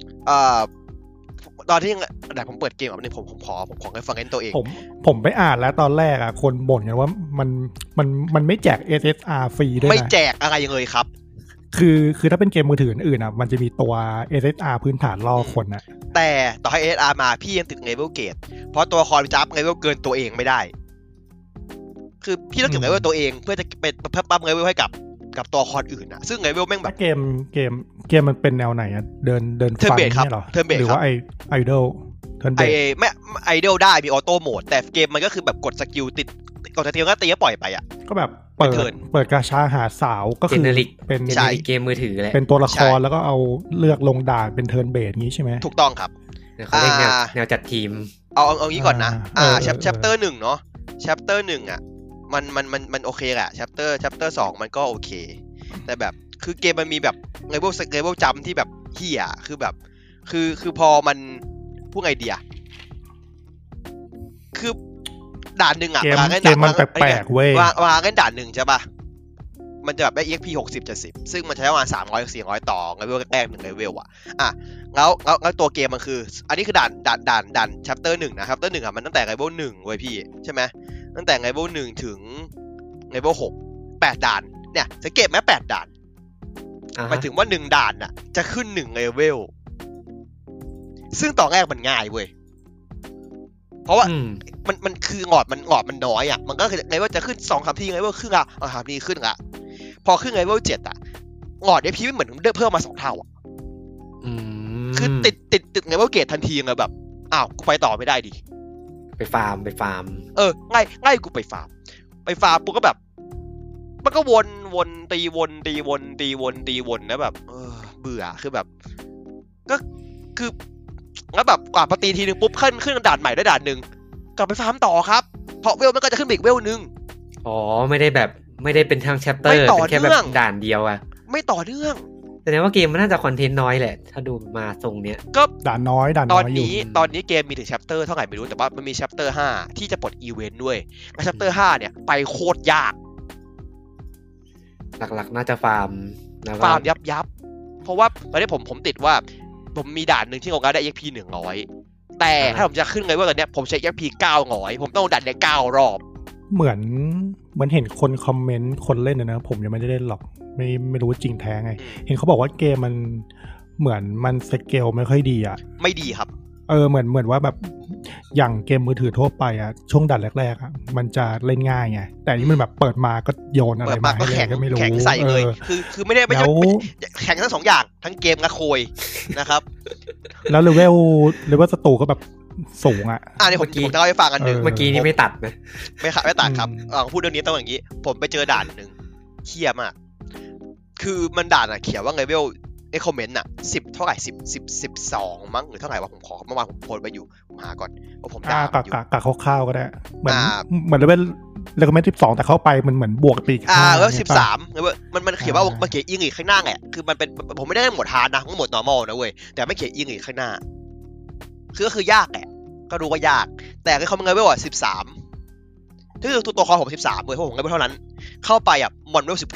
ตอนที่แต่ผมเปิดเกมผมขอให้ฟังเล่นตัวเองผมไปอ่านแล้วตอนแรกคนบ่นกันว่ามันไม่แจก SSR ฟรีด้วยนะไม่แจกอะไรเลยครับคือถ้าเป็นเกมมือถืออื่นมันจะมีตัว SSR พื้นฐานล่อคนแต่ต่อให้ SSR มาพี่ยังติด level gate เพราะตัวคอนจับ level เกินตัวเองไม่ได้คือพี่ต้องติด level ตัวเองเพื่อจะเป็นเพิ่มปั๊ม level ให้กับตัวคอนอื่นซึ่ง level แม่งแบบเกมมันเป็นแนวไหนเดินฟันนี่หรอหรือว่าไอดอลเทิร์นเบสไม่ไอดอลได้มีออโต้โหมดแต่เกมมันก็คือแบบกดสกิลติดกดสกิลก็ตีก็ปล่อยไปก็แบบเปิดกาชาหาสาวก็คือเป็นเกมมือถือแหละเป็นตัวละครแล้วก็เอาเลือกลงด่านเป็นเทิร์นเบสงี้ใช่ไหมถูกต้องครับเขาเรียกแนวจัดทีมเอางี้ก่อนนะchapter 1เนาะ chapter 1มันโอเคแหละ chapter 2มันก็โอเคแต่แบบคือเกมมันมีแบบlevel จำที่แบบเหี้ยคือแบบคือพอมันพูดไงเดียคือด่านหนึ่งเกมมันแปลกๆเว้ยวางกันด่านหนึ่งใช่ป่ะมันจะแบบได้ EXP 60-70ซึ่งมันใช้ประมาณ300-400ต่อเลเวลแรก1เลเวลแล้วตัวเกมมันคืออันนี้คือด่าน chapter 1นะ chapter 1มันตั้งแต่เลเวล1เว้ยพี่ใช่ไหมตั้งแต่เลเวล1ถึงเลเวล6 8ด่านเนี่ยสังเกตไหม8ด่านหมายถึงว่า1ด่านน่ะจะขึ้น1เลเวลซึ่งตอนแรกมันง่ายเว้ยเพราะว่ามันคือหงอดมันน้อยมันก็คือไงว่าจะขึ้น2-3 ทีไงว่าขึ้น3 ทีขึ้นพอขึ้นไงว่า7หงอดพี่ไม่เหมือนเพิ่มมา2 เท่าคือติดไงว่าเกรดทันทีเลยแบบกูไปต่อไม่ได้ดิไปฟาร์มง่ายกูไปฟาร์มปุ๊บก็แบบมันก็วนตีวนนะแบบเบื่อคือแบบก็คือแล้วแบบกว่าพอตีทีนึงปุ๊บขึ้นด่านใหม่ได้ด่านนึงกลับไปฟาร์มต่อครับเพราะเวลมันก็จะขึ้นอีกเวลนึงไม่ได้เป็นทางแชปเตอร์เป็นแค่แบบด่านเดียวไม่ต่อเนื่องแสดงว่าเกมมันน่าจะคอนเทนต์น้อยแหละถ้าดูมาทรงเนี้ยก็ด่านน้อยอยู่ตอนนี้เกมมีถึงแชปเตอร์เท่าไหร่ไม่รู้แต่ว่ามันมีแชปเตอร์5ที่จะปลดอีเวนต์ด้วยและแชปเตอร์5เนี่ยไปโคตรยากหลักๆน่าจะฟาร์มยับเพราะว่าตอนนี้ผมติดว่าผมมีด่านนึงที่โอกาสได้ EXP 100แต่ถ้าผมจะขึ้นเลยว่าตอนนี้ผมใช้ EXP 900ผมต้องดันได้9 รอบเหมือนเห็นคนคอมเมนต์คนเล่นนะผมยังไม่ได้เล่นหรอกไม่รู้จริงแท้ไงเห็นเขาบอกว่าเกมมันเหมือนมันสเกลไม่ค่อยดีไม่ดีครับเหมือนว่าแบบอย่างเกมมือถือทั่วไปช่วงดันแรกๆมันจะเล่นง่ายไงแต่นี่มันแบบเปิดมาก็โยนอะไรมาให้เล่นก็ไม่รู้แข่งใส่เลยคือไม่ได้แข่งทั้ง2อย่างทั้งเกมกับโคยนะครับแล้วเลเวลศัตรูก็แบบสูงนี่ผมจะเล่าให้ฟังกันนึงเมื่อกี้นี้ไม่ตัดนะไม่ตัดครับพูดเรื่องนี้ต้องอย่างนี้ผมไปเจอด่านนึงเหี้ยมากคือมันด่านเขียนว่าเลเวลในคอมเมนต์10เท่าไหร่12มั้งหรือเท่าไหร่วะผมขอเมื่อวานผมโพสไปอยู่ผมหาก่อนว่าผมด่าอยู่กะคร่าวๆก็ได้เหมือนเลเวลคอมเมนต์12แต่เข้าไปมันเหมือนบวกปีกแล้ว13แล้วมันเขียนว่ามันเขียนอิงอีกข้างหน้าไงคือมันเป็นผมไม่ได้หมดฮาร์ดนะทั้งหมด normal นะเว้ยแต่ไม่เขียนอิงอีกข้างหน้าก็คือยากแหละก็รู้ว่ายากแต่ในคอมเมนต์เลเวล13คือตัวคอผม13เว้ยเพราะผมเลเวลเท่านั้นเข้าไปมอนเลเวล19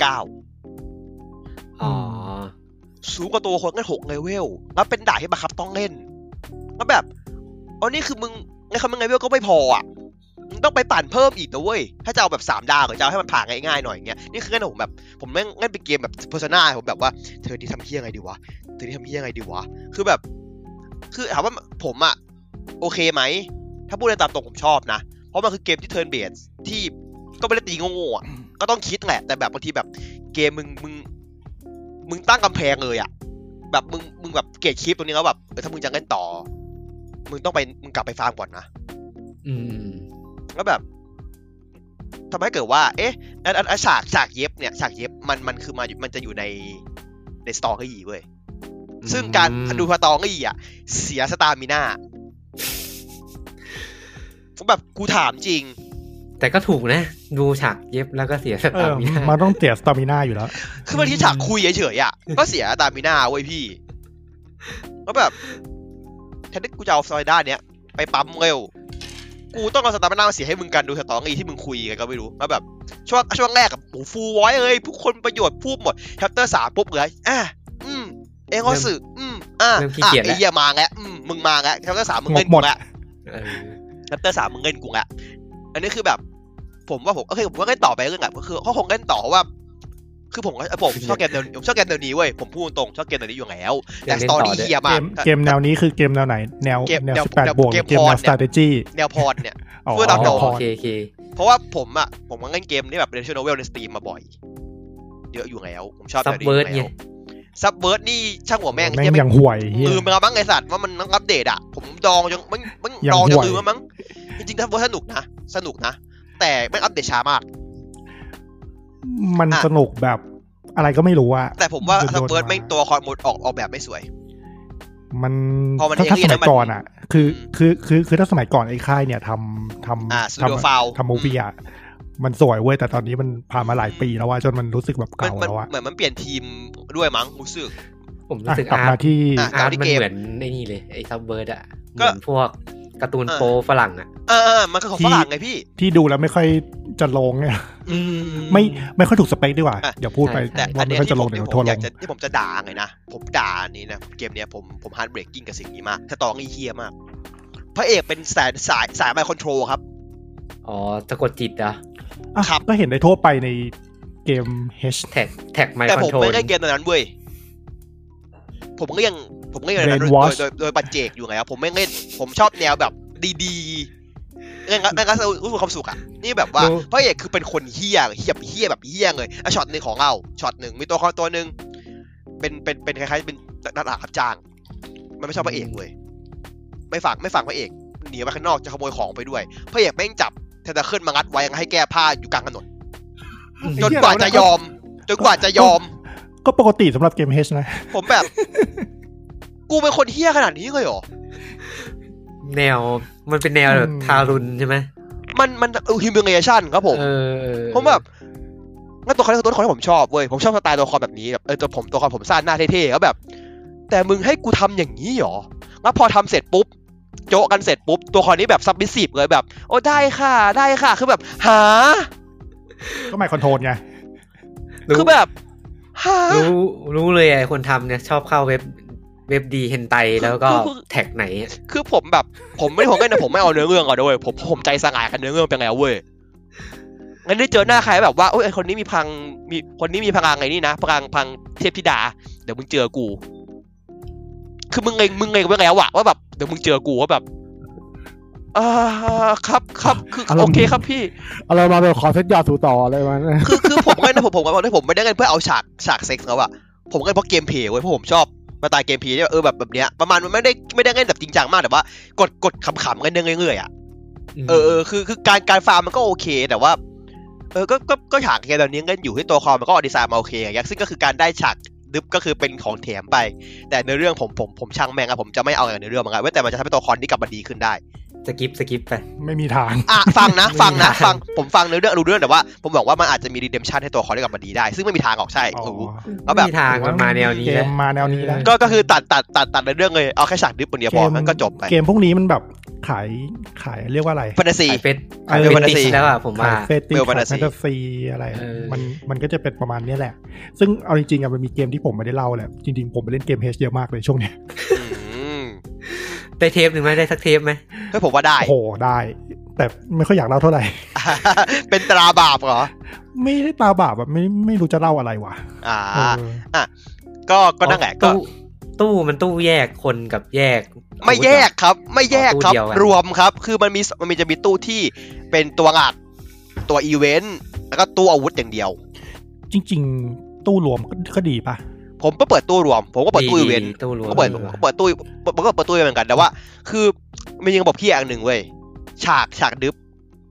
สูงกว่าตัวคนกัน6เลเวลแล้วเป็นด่านที่บังคับต้องเล่นแล้วแบบนี่คือมึงในคำมึงเลเวลก็ไม่พอมึงต้องไปปั่นเพิ่มอีกนะเว้ยถ้าจะเอาแบบ3 ดาวหรือจะเอาให้มันผ่านง่ายๆหน่อยอย่างเงี้ยนี่คือผมแบบผมเล่นเป็นเกมแบบเพอร์โซน่าผมแบบว่าเธอที่ทำเหี้ยไงดีวะคือแบบคือถามว่าผมโอเคไหมถ้าพูดในตามตรงผมชอบนะเพราะมันคือเกมที่เทิร์นเบสที่ก็ไม่ได้ตีโง่ๆก็ต้องคิดแหละแต่แบบบางทีแบบเกมมึงตั้งกำแพงเลยแบบมึงแบบเกตคลิปตรงนี้แล้วแบบถ้ามึงจะเล่นต่อมึงกลับไปฟาร์มก่อนนะแล้วแบบทำให้เกิดว่าเอ๊ะฉากเย็บเนี่ยฉากเย็บมันคือมันจะอยู่ในสตอรี่เว้ยซึ่งการดูสตอรี่อ่ะเสียสตามิน่าผมแบบกูถามจริงแต่ก็ถูกนะดูฉากเย็บแล้วก็เสียสตามิน่ามันต้องเสียสตามิน่าอยู่แล้วคือบางทีฉากคุยเฉยๆอ่ะก็เสียสตามิน่าเว้ยพี่ก็แบบแทนที่กูจะเอาซอยด้านเนี้ยไปปั๊มเร็วกูต้องเอาสตามิน่ามาเสียให้มึงกันดูสตอรี่ที่มึงคุยกันก็ไม่รู้แล้วแบบช่วงแรกกับโอ้ฟูไว้เลยทุกคนประโยชน์พูดหมดแชปเตอร์3ปุ๊บเลยเองก็สื่อไอ้เหี้ยมาแล้วมึงมาแล้วแชปเตอร์3มึงเล่นกูแล้วแชปเตอร์3มึงเล่นกูแล้วอันนี้คือแบบผมว่าโอเคผมก็เล่นต่อไปเรื่องก็คือเขาคงเล่นต่อเพราะว่าคือผมชอบเกมแนวนี้เว้ยผมพูดตรงชอบเกมแนวนี้อยู่แล้วแต่สตอรี่เหี้ยมากเกมแนวนี้คือเกมแนวไหนแนว18บวกเกมแนว strategy แนวพอร์ตเนี่ยเพื่อดาวเพราะว่าผมก็เล่นเกมที่แบบเป็นVisual Novelใน Steam มาบ่อยเยอะอยู่แล้วผมชอบแบบนี้แล้วซับเบิร์ดนี่ช่างหัวแม่งอย่างห่วยมันมั้งไอ้สัตว์ว่ามันต้องอัปเดตอ่ะผมดองจนมันดองจนมั้งจริงๆถ้าสนุกนะแต่ไม่อัปเดตช้ามากมันสนุกแบบอะไรก็ไม่รู้อะแต่ผมว่าซับเบิร์ดไม่ตัวคอนหมดออกแบบไม่สวยมันถ้าสมัยก่อนอ่ะคือถ้าสมัยก่อนไอ้ค่ายเนี่ยทำมูฟี่อะมันสวยเว้ยแต่ตอนนี้มันผ่านมาหลายปีแล้วว่าจนมันรู้สึกแบบเก่าแล้วอะเหมือนมันเปลี่ยนทีมด้วยมั้งรู้สึกผมรู้สึกอาร์ตมันเหมือนในนี่เลยไอ้ซับเบิร์ดอะเหมือนพวกการ์ตูนโปฝรั่งอ่ะมันก็ของฝรั่งไงพี่ที่ดูแล้วไม่ค่อยจะลงเนี่ยไม่ค่อยถูกสเปคดีกว่าเดี๋ยวพูดไปแต่อันนี้ที่ผมจะด่าไงนะผมด่านี้นะเกมเนี้ยผมฮาร์ดเบรกกิ้งกับสิ่งนี้มากถ้าตองเฮี้ยมากพระเอกเป็นสายไมค์คอนโทรลครับอ๋อสะกดจิตอ่ะครับก็เห็นได้ทั่วไปในเกม H แท็กไมค์คอนโทรลแต่ผมไม่ได้เกมนั้นเว้ยผมก็ยังโดยปัจเจกอยู่ไงครับผมไม่เล่นผมชอบแนวแบบดีๆงั้นก็รู้สึกความสุขอ่ะนี่แบบว่าพระเอกคือเป็นคนเฮี้ยแบบเฮี้ยเลยช็อตนึงของเราช็อตนึงมีตัวตัวนึงเป็นคล้ายๆเป็นนักล่ารับจ้างมันไม่ชอบพระเอกเลยไม่ฟังพระเอกหนีไปข้างนอกจะขโมยของไปด้วยพระเอกแม่งจับเทนเดอร์เคิลมางัดไว้ให้แก้ผ้าอยู่กลางถนนจนกว่าจะยอมก็ปกติสำหรับเกม H นะผมแบบกูเป็นคนเฮี้ยขนาดนี้เลยเหรอแนวมันเป็นแนวแบบทารุณใช่ไหมมันhumiliation ครับผมแบบงั้นตัวละครที่ผมชอบเว้ยผมชอบสไตล์ตัวละครแบบนี้แบบตัวละครผมสั้นหน้าเท่ๆแล้วแบบแต่มึงให้กูทำอย่างนี้เหรอแล้วพอทำเสร็จปุ๊บโจ๊ะกันเสร็จปุ๊บตัวละครนี้แบบ submissive เลยแบบโอ้ได้ค่ะคือแบบหาก็ไม่คอนโทรลไงคือแบบรู้เลยไอ้คนทำเนี่ยชอบเข้าเว็บดีเฮนไตแล้วก็แท็กไหนคือผมแบบผมไม่เอาเนื้อเรื่องก่อนด้วยผมใจสลายกับเนื้อเรื่องเป็นไงเว้ยงั้นได้เจอหน้าใครแบบว่าโอ้ยไอคนนี้มีคนนี้มีพลังไงนี่นะพลังเทพธิดาเดี๋ยวมึงเจอกูคือมึงไงไว้แล้วอะว่าแบบเดี๋ยวมึงเจอกูว่าแบบครับคือโอเคครับพี่อะไรมาแบบขอเซตยาสูต่ออะไรมาคือผมเล่นนะผมไม่ได้เล่นเพื่อเอาฉากเซ็กส์เขาอะผมเล่นเพราะเกมเพลย์เว้ยเพราะผมชอบมาตายเกมเพลย์เนี่ยแบบเนี้ยประมาณมันไม่ได้เล่นแบบจริงจังมากแต่ว่ากดขำๆกันเรื่อยๆอะคือการฟาร์มมันก็โอเคแต่ว่าก็ฉากเกมตอนนี้เล่นอยู่ที่ตัวคอมมันก็ดีไซน์มาโอเคอย่างเงี้ยซึ่งก็คือการได้ฉากดึบก็คือเป็นของแถมไปแต่ในเรื่องผมช่างแม่งครับผมจะไม่เอาในเรื่องมันแต่มันจะทำให้ตัวคอนที่กลับมาดีขึ้นได้สกิปไปไม่มีทางฟังผมฟังในเรื่องรู้เรื่องแต่ว่าผมบอกว่ามันอาจจะมีรีเดมชั่นให้ตัวคอนที่กลับมาดีได้ซึ่งไม่มีทางออกใช่ก็แบบมีทางมันมาแนวนี้แล้วก็คือตัดในเรื่องเลยเอาแค่ฉากดึบคนเดียวพอมันก็จบไปเกมพวกนี้มันแบบขายเรียกว่าอะไรแฟนตาซีแล้วอ่ะผมว่าเฟติชแฟนตาซีอะไรมันก็จะเป็นประมาณนี้แหละซึ่งเอาจริงๆมันมีเกมที่ผมไม่ได้เล่าแหละจริงๆผมไปเล่นเกม H เยอะมากเลยช่วงนี้ได้เทปหนึ่งไหมได้สักเทปไหมผมว่าได้โอ้โหได้แต่ไม่ค่อยอยากเล่าเท่าไหร่เป็นตราบาปเหรอไม่ได้ตราบาปแบบไม่รู้จะเล่าอะไรวะก็นั่นแหละก็ตู้มันตู้แยกคนกับแยกไม่แยกครับรวมครับคือมันจะมีตู้ที่เป็นตัวหลักตัวอีเวนต์แล้วก็ตู้อาวุธอย่างเดียวจริงๆตู้รวมก็ดีป่ะผมก็เปิดตู้รวมผมก็เปิดตู้อีเวนต์ก็เปิดตู้มันก็เปิดตู้เหมือนกันแต่ว่าคือมันยังบอกพี่อย่างหนึ่งเว้ยฉากดึบ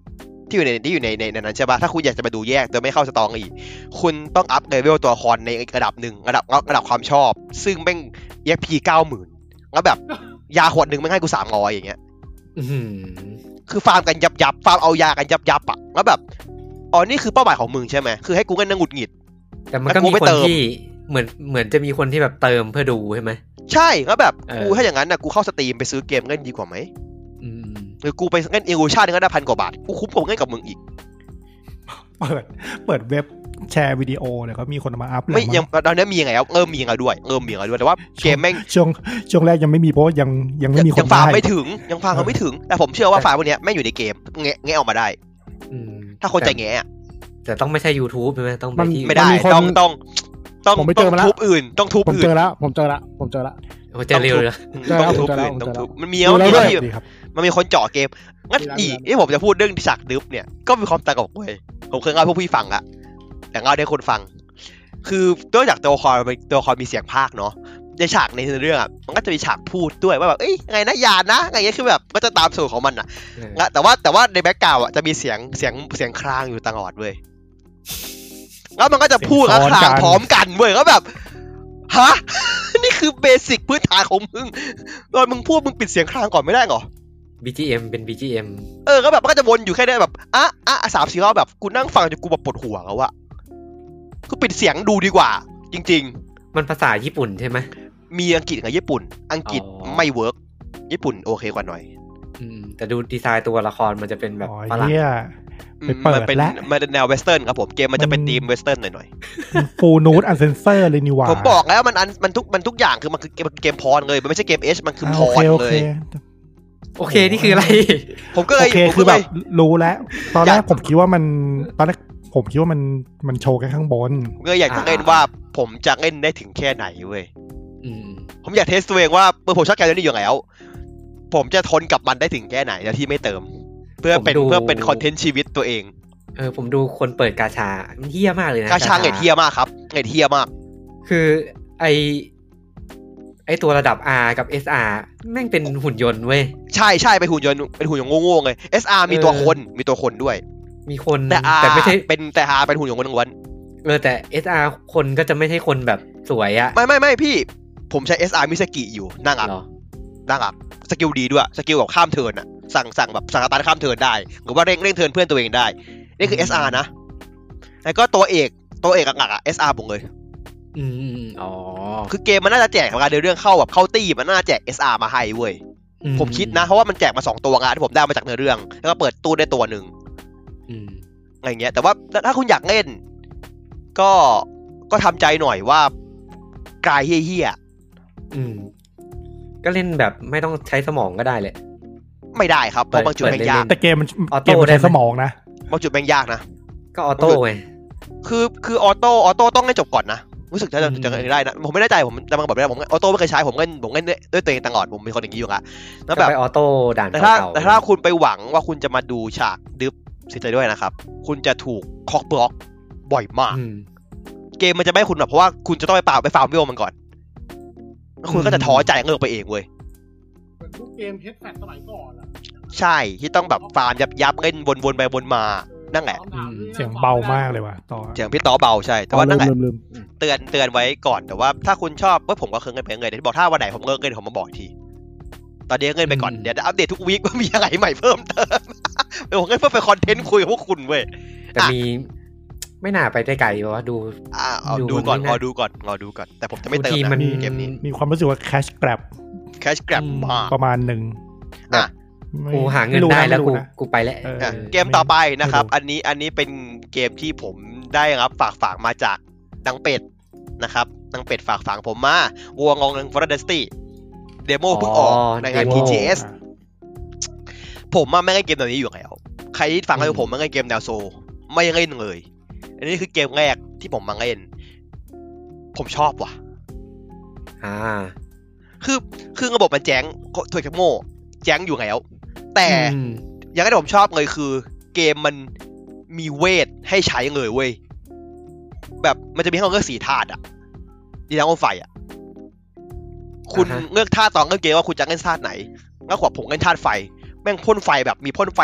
ที่อยู่ในนั้นใช่ป่ะถ้าคุณอยากจะมาดูแยกโดยไม่เข้าสตอรี่คุณต้องอัพเลเวลตัวละครในระดับหนึ่งระดับความชอบซึ่งแม่ง EXP 90,000แล้วแบบยาขวดนึงแม่งให้กู300อย่างเงี้ยคือฟาร์มกันยับฟาร์มเอายากันยับอ่ะแล้วแบบอ๋อนี่คือเป้าหมายของมึงใช่ไหมคือให้กูเงินหงุดหงิดแต่มันก็มีคนที่เหมือนจะมีคนที่แบบเติมเพื่อดูใช่ไหมใช่แล้วแบบกูถ้าอย่างนั้นนะกูเข้าสตรีมไปซื้อเกมเงินดีกว่าไหมหรือกูไปเงินอีโวชั่นนึงก็ได้1,000 กว่าบาทกูคุ้มกว่าเงินกับมึงอีกเปิดเว็บแชร์วิดีโอเนี่ยก็มีคนมาอัพเลยไม่ยังตอนนี้มียังไงครับมียังไงด้วยแต่ว่าเกมแม่งช่วงแรกยังไม่มีเพราะยังไม่มีคนฟังไม่ถึงยังฟังเขาไม่ถึงแต่ผมเชื่อว่าไฟล์พวกนี้แม่งอยู่ในเกมแงะออกมาได้ถ้าคนใจแงะแต่ต้องไม่ใช่ YouTube ใช่ไหมต้องไปที่ไม่ได้ต้องทุบอื่นต้องทุบอื่นผมเจอแล้วโอ้เจอเร็วเลยต้องทุบอื่นต้องทุบมันมีมันมีคนเจาะเกมงั้นอีที่ผมจะพูดเรื่องฉากดึบเนี่ยก็มีความตลกเว้ยผมเคยเล่าพวกพี่ฟังอะแต่เล่าให้คนฟังคือนอกจากตัวละครมีเสียงพากย์เนาะในฉากในเรื่องมันก็จะมีฉากพูดด้วยว่าแบบเอ้ยไงนะยานะไงเงี้ยคือแบบก็จะตามสูตรของมันอะแต่ว่าในแบ็คกราวด์อะจะมีเสียงครางอยู่ตลอดเว้ยแล้วมันก็จะพูดแล้วครางพร้อมกันเว้ยก็แบบฮะนี่คือเบสิกพื้นฐานของมึงตอนมึงพูดมึงปิดเสียงครางก่อนไม่ได้หรอ BGM เป็น BGM ก็แบบมันก็จะวนอยู่แค่ได้แบบ3-4 รอบแบบกูนั่งฟังจนกูแบบปวดหัวแล้วอะกูปิดเสียงดูดีกว่าจริงๆมันภาษาญี่ปุ่นใช่ไหมมีอังกฤษกับญี่ปุ่นอังกฤษไม่เวิร์กญี่ปุ่นโอเคกว่าหน่อยแต่ดูดีไซน์ตัวละครมันจะเป็นแบบฝรั่งมันเป็นแนวเวสเทิร์นครับผมเกมมันจะเป็นธีมเวสเทิร์นหน่อยๆฟูลนูดอันเซนเซอร์เลยนี่หว่าผมบอกแล้วมันทุกอย่างคือมันคือเกมพรเลยมันไม่ใช่เกม H มันคือพรเลยโอเคนี่คืออะไรผมก็เลยคือแบบรู้แล้วตอนแรกผมคิดว่ามันโชว์แค่ข้างบนก็อยากจะเล่นว่าผมจะเล่นได้ถึงแค่ไหนเว้ยผมอยากเทสตัวเองว่าผมชอบเกมนี้อยู่แล้วผมจะทนกับมันได้ถึงแค่ไหนแล้วที่ไม่เติมเพื่อเป็นคอนเทนต์ชีวิตตัวเองผมดูคนเปิดกาชาเหี้ยมากเลยนะกาชาเหี้ยมากครับเหี้ยมากคือไอตัวระดับ R กับ SR แม่งเป็นหุ่นยนต์เว้ยใช่เป็นหุ่นยนต์โง่ๆเลย SR มีตัวคนด้วยมีคนแต่ไม่ใช่แต่ R เป็นหุ่นยนต์ล้วนแต่ SR คนก็จะไม่ใช่คนแบบสวยอะไม่พี่ผมใช้ SR มิซากิอยู่นั่งอัพสกิลดีด้วยสกิลแบบข้ามเทิร์นอะสั่งแบบสั่งตันข้ามเทิร์นได้หรือว่าเร่งเทิร์นเพื่อนตัวเองได้นี่คือ SR นะแล้วก็ตัวเอกหลักๆอะ SR ผมเลยคือเกมมันน่าจะแจกงานในเรื่องเข้าตี้มันน่าจะแจก SR มาให้เว้ยผมคิดนะเพราะว่ามันแจกมา2ตัวงานที่ผมได้มาจากเนื้อเรื่องแล้วก็เปิดตู้ได้ตัวนึงอะไรเงี้ยแต่ว่าถ้าคุณอยากเล่นก็ทำใจหน่อยว่ากายเหี้ยก็เล่นแบบไม่ต้องใช้สมองก็ได้เลยไม่ได้ครับเพราะบางจุดแม่งยากแต่เกมมันใช้สมองนะบางจุดแม่งยากนะก็ออโต้ไงคือออโต้ต้องให้จบก่อนนะรู้สึกจะได้นะผมไม่ได้ใจผมแต่บางแบบไม่ได้ผมออโต้ไม่เคยใช้ผมเล่นด้วยตัวเองตลอดผมมีคนอย่างนี้อยู่ละแล้วแบบออโต้ด่านแต่ถ้าคุณไปหวังว่าคุณจะมาดูฉากดึบเสียใจด้วยนะครับคุณจะถูกคอกบล็อกบ่อยมากเกมมันจะไม่ให้คุณหรอกเพราะว่าคุณจะต้องไปฟาร์มวิวมันก่อนแล้วคุณก็จะท้อใจเลิกไปเองเว้ยเหมือนทุกเกมเฮดแฟตสมัยก่อนใช่ที่ต้องแบบฟาร์มยับเล่นวนไปวนมานั่นแหละเสียงเบามากเลยว่ะต่อเสียงพี่ต่อเบาใช่แต่ว่านั่นแหละเตือนไว้ก่อนแต่ว่าถ้าคุณชอบผมก็เคยเงินไปเงินที่บอกถ้าวันไหนผมเลิกเงินผมมาบอกทีตอนนี้เงินไปก่อนเดี๋ยวจะอัปเดตทุกวีคว่ามีอะไรใหม่เพิ่มเติมผมเงินเพื่อไปคอนเทนต์คุยกับพวกคุณเว้ยแต่มีไม่น่าไปได้ไกลเพราะว่าดูก่อนรอดูก่อนแต่ผมจะไม่เติมนะเกมนี้มีความรู้สึกว่าแคชแกร็บมากประมาณนึงกูหาเงินได้แล้วกูไปแล้วเกมต่อไปนะครับอันนี้เป็นเกมที่ผมได้รับฝากมาจากดังเป็ดนะครับดังเป็ดฝากผมมาวัวงงฟอร์เดสตี้เดโมเพิ่งออกในงาน TGS ผมไม่เล่นเกมแบบนี้อยู่แล้วใครที่ฟังให้ผมไม่เล่นเกมแนวโซไม่เล่นเลยอันนี้คือเกมแรกที่ผมมาเล่นผมชอบว่ะคือระบบมันแจ้งถอยจากโม่แจ้งอยู่แล้วแต่อย่างที่ผมชอบเลยคือเกมมันมีเวทให้ใช้เลยเว้ยแบบมันจะมีให้เราเลือก4ธาตุอ่ะดีทั้งไฟอ่ะคุณเลือกธาตุตอนเล่นเกมว่าคุณจะเล่นธาตุไหนแล้วขวบผมเล่นธาตุไฟแม่งพ่นไฟแบบมีพ่นไฟแบบ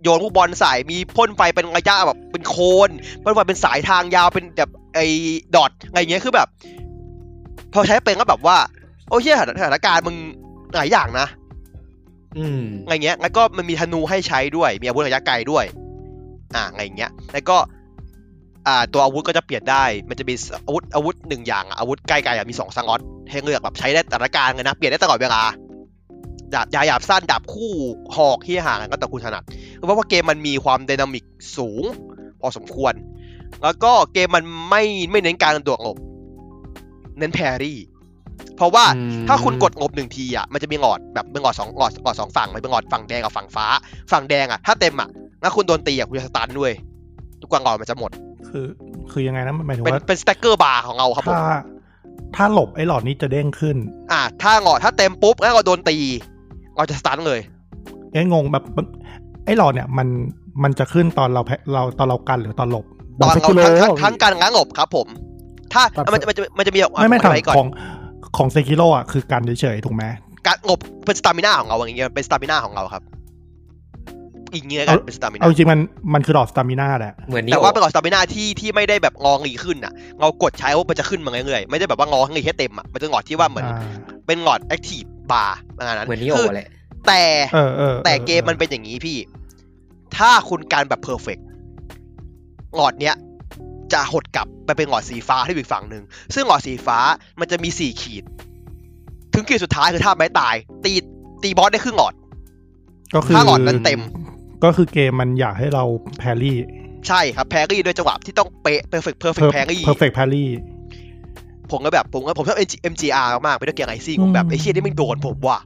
โยนลูกบอลใส่มีพ่นไฟเป็นระยะแบบเป็นโคนพ่นไฟเป็นสายทางยาวเป็นแบบไอ้ดอทอะไรเงี้ยคือแบบพอใช้เป็นก็แบบว่าโอ้เหี้ยสถานการณ์มึงหลายอย่างนะอะไรเงี้ยแล้วก็มันมีธนูให้ใช้ด้วยมีอาวุธระยะไกลด้วยอะไรเงี้ยแล้วก็ตัวอาวุธก็จะเปลี่ยนได้มันจะมีอาวุธ1อย่างอาวุธใกล้ๆมี2สล็อตให้เลือกแบบใช้ได้แต่ละการเลยนะเปลี่ยนได้ตลอดเวลาดาบหยาบสั้นดาบคู่หอกที่ห่างกันก็แต่คุณถนัดเพราะว่าเกมมันมีความไดนามิกสูงพอสมควรแล้วก็เกมมันไม่เน้นการโดดหลบเน้นแพรี่เพราะว่าถ้าคุณกดหลบ1ทีมันจะมีหลอดแบบเป็นหลอด2ฝั่งมันเป็นหลอดฝั่งแดงกับฝั่งฟ้าฝั่งแดงถ้าเต็มแล้วคุณโดนตีคุณจะสตันด้วยทุกกว่าหลอดมันจะหมดคือยังไงนะหมายถึงว่าเป็นสแต็กเกอร์บาร์ของเราครับผมถ้าหลบไอ้หลอดนี้จะเด้งขึ้นถ้าหลอดถ้าเต็มปุ๊บแล้วเราโดนตีเราจะสตันเลยงงแบบไอ้หลอดเนี่ยมันจะขึ้นตอนเรากันหรือตอนหลบตอนเราทั้งกันและหลบครับผมถ้ามันจะมีไม่ทางของเซคิโร่คือกันเฉยๆถูกไหมการหลบเป็นสตามิน่าของเราอย่างเงี้ยเป็นสตามิน่าของเราครับอีกเงี้ยกันเป็นสตามิน่าเอาจริงมันคือหลอดสตามิน่าแหละแต่ว่าเป็นหลอดสตามิน่าที่ไม่ได้แบบงองีขึ้นเรากดใช้ว่ามันจะขึ้นมาเรื่อยๆไม่ได้แบบว่างองีแค่เต็มมันจะหลอดที่ว่าเหมือนเป็นหลอดแอคทีฟบาร์ประมาณนั้นเหมือนนิโอแหละแต่เกมมันเป็นอย่างนี้พี่ถ้าคุณการแบบเพอร์เฟกต์หลอดเนี้ยจะหดกลับไปเป็นหลอดสีฟ้าที่อีกฝั่งนึงซึ่งหลอดสีฟ้ามันจะมี4ขีดถึงขีดสุดท้ายคือถ้าไม่ตายตีบอสได้ครึ่งหลอดก็คือถ้าหลอดนั้นเต็มก็คือเกมมันอยากให้เราแพรี่ใช่ครับแพรี่ด้วยจังหวะที่ต้องเป๊ะเพอร์เฟกต์แพรี่ผมก็แบบผมชอบ MGR มากๆไปด้วยเกมไอซี่ผมแบบไอ้เหี้ยนี่มันโดนผมว่ะ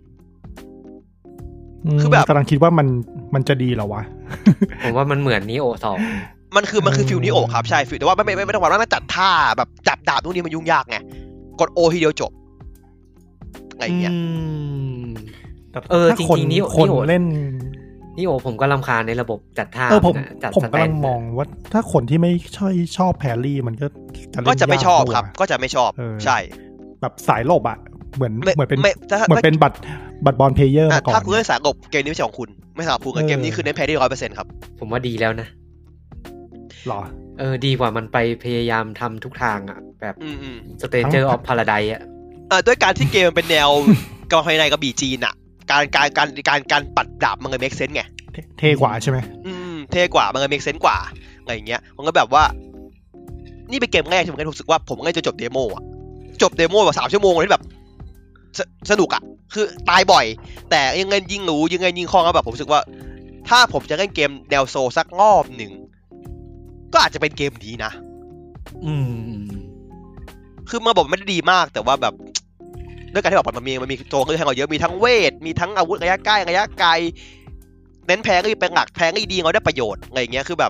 คือแบบกำลังคิดว่ามันจะดีเหรอวะผมว่ามันเหมือนนิโอ2 มันคือฟิลนิโอครับใช่ฟิลแต่ว่าไม่ต้องว่ามันจัดท่าแบบจับดาบพวกนี้มันยุ่งยากไงกดโอทีเดียวจบอะไรอย่างเงี้ยจริงๆนิโอเล่นนิโอผมก็รำคาญในระบบจัดท่าผมกำลังมองว่าถ้าคนที่ไม่ชอบแพรี่มันก็จะไม่ชอบครับก็จะไม่ชอบใช่แบบสายหลบเหมือนเป็นบัตรบอลเพลเยอร์มาก่อนถ้าคุณเล่นสายหลบเกมนี้ไม่ใช่ของคุณไม่สำหรับคุณเกมนี้คือเน้นแพรี่ 100% ครับผมว่าดีแล้วนะหรอดีกว่ามันไปพยายามทำทุกทางแบบStranger of Paradise ด้วยการที่เกมมันเป็นแนวกำลังภายในกับบีจีนการปัดดาบมันเลย make sense ไงเท่กว่าใช่ไหมเท่กว่ามันเลย make sense กว่าอะไรอย่างเงี้ยผมก็แบบว่านี่เป็นเกมแรกที่ผมรู้สึกว่าผมก็จะจบเดโมแบบ3 ชั่วโมงเลยที่แบบสนุกคือตายบ่อยแต่ยังไงยิ่งรู้ยังไงยิ่งคล่องแล้วแบบผมรู้สึกว่าถ้าผมจะเล่นเกมแนวโซสักรอบหนึ่งก็อาจจะเป็นเกมนี้นะคือมันบอกไม่ได้ดีมากแต่ว่าแบบด้วยการที่บอกมันมีตัวเลือกให้เราเยอะมีทั้งเวทมีทั้งอาวุธระยะใกล้ระยะไกลเน้นแพงก็เป็นหลักแพงก็ดีเราได้ประโยชน์อะไรอย่างเงี้ยคือแบบ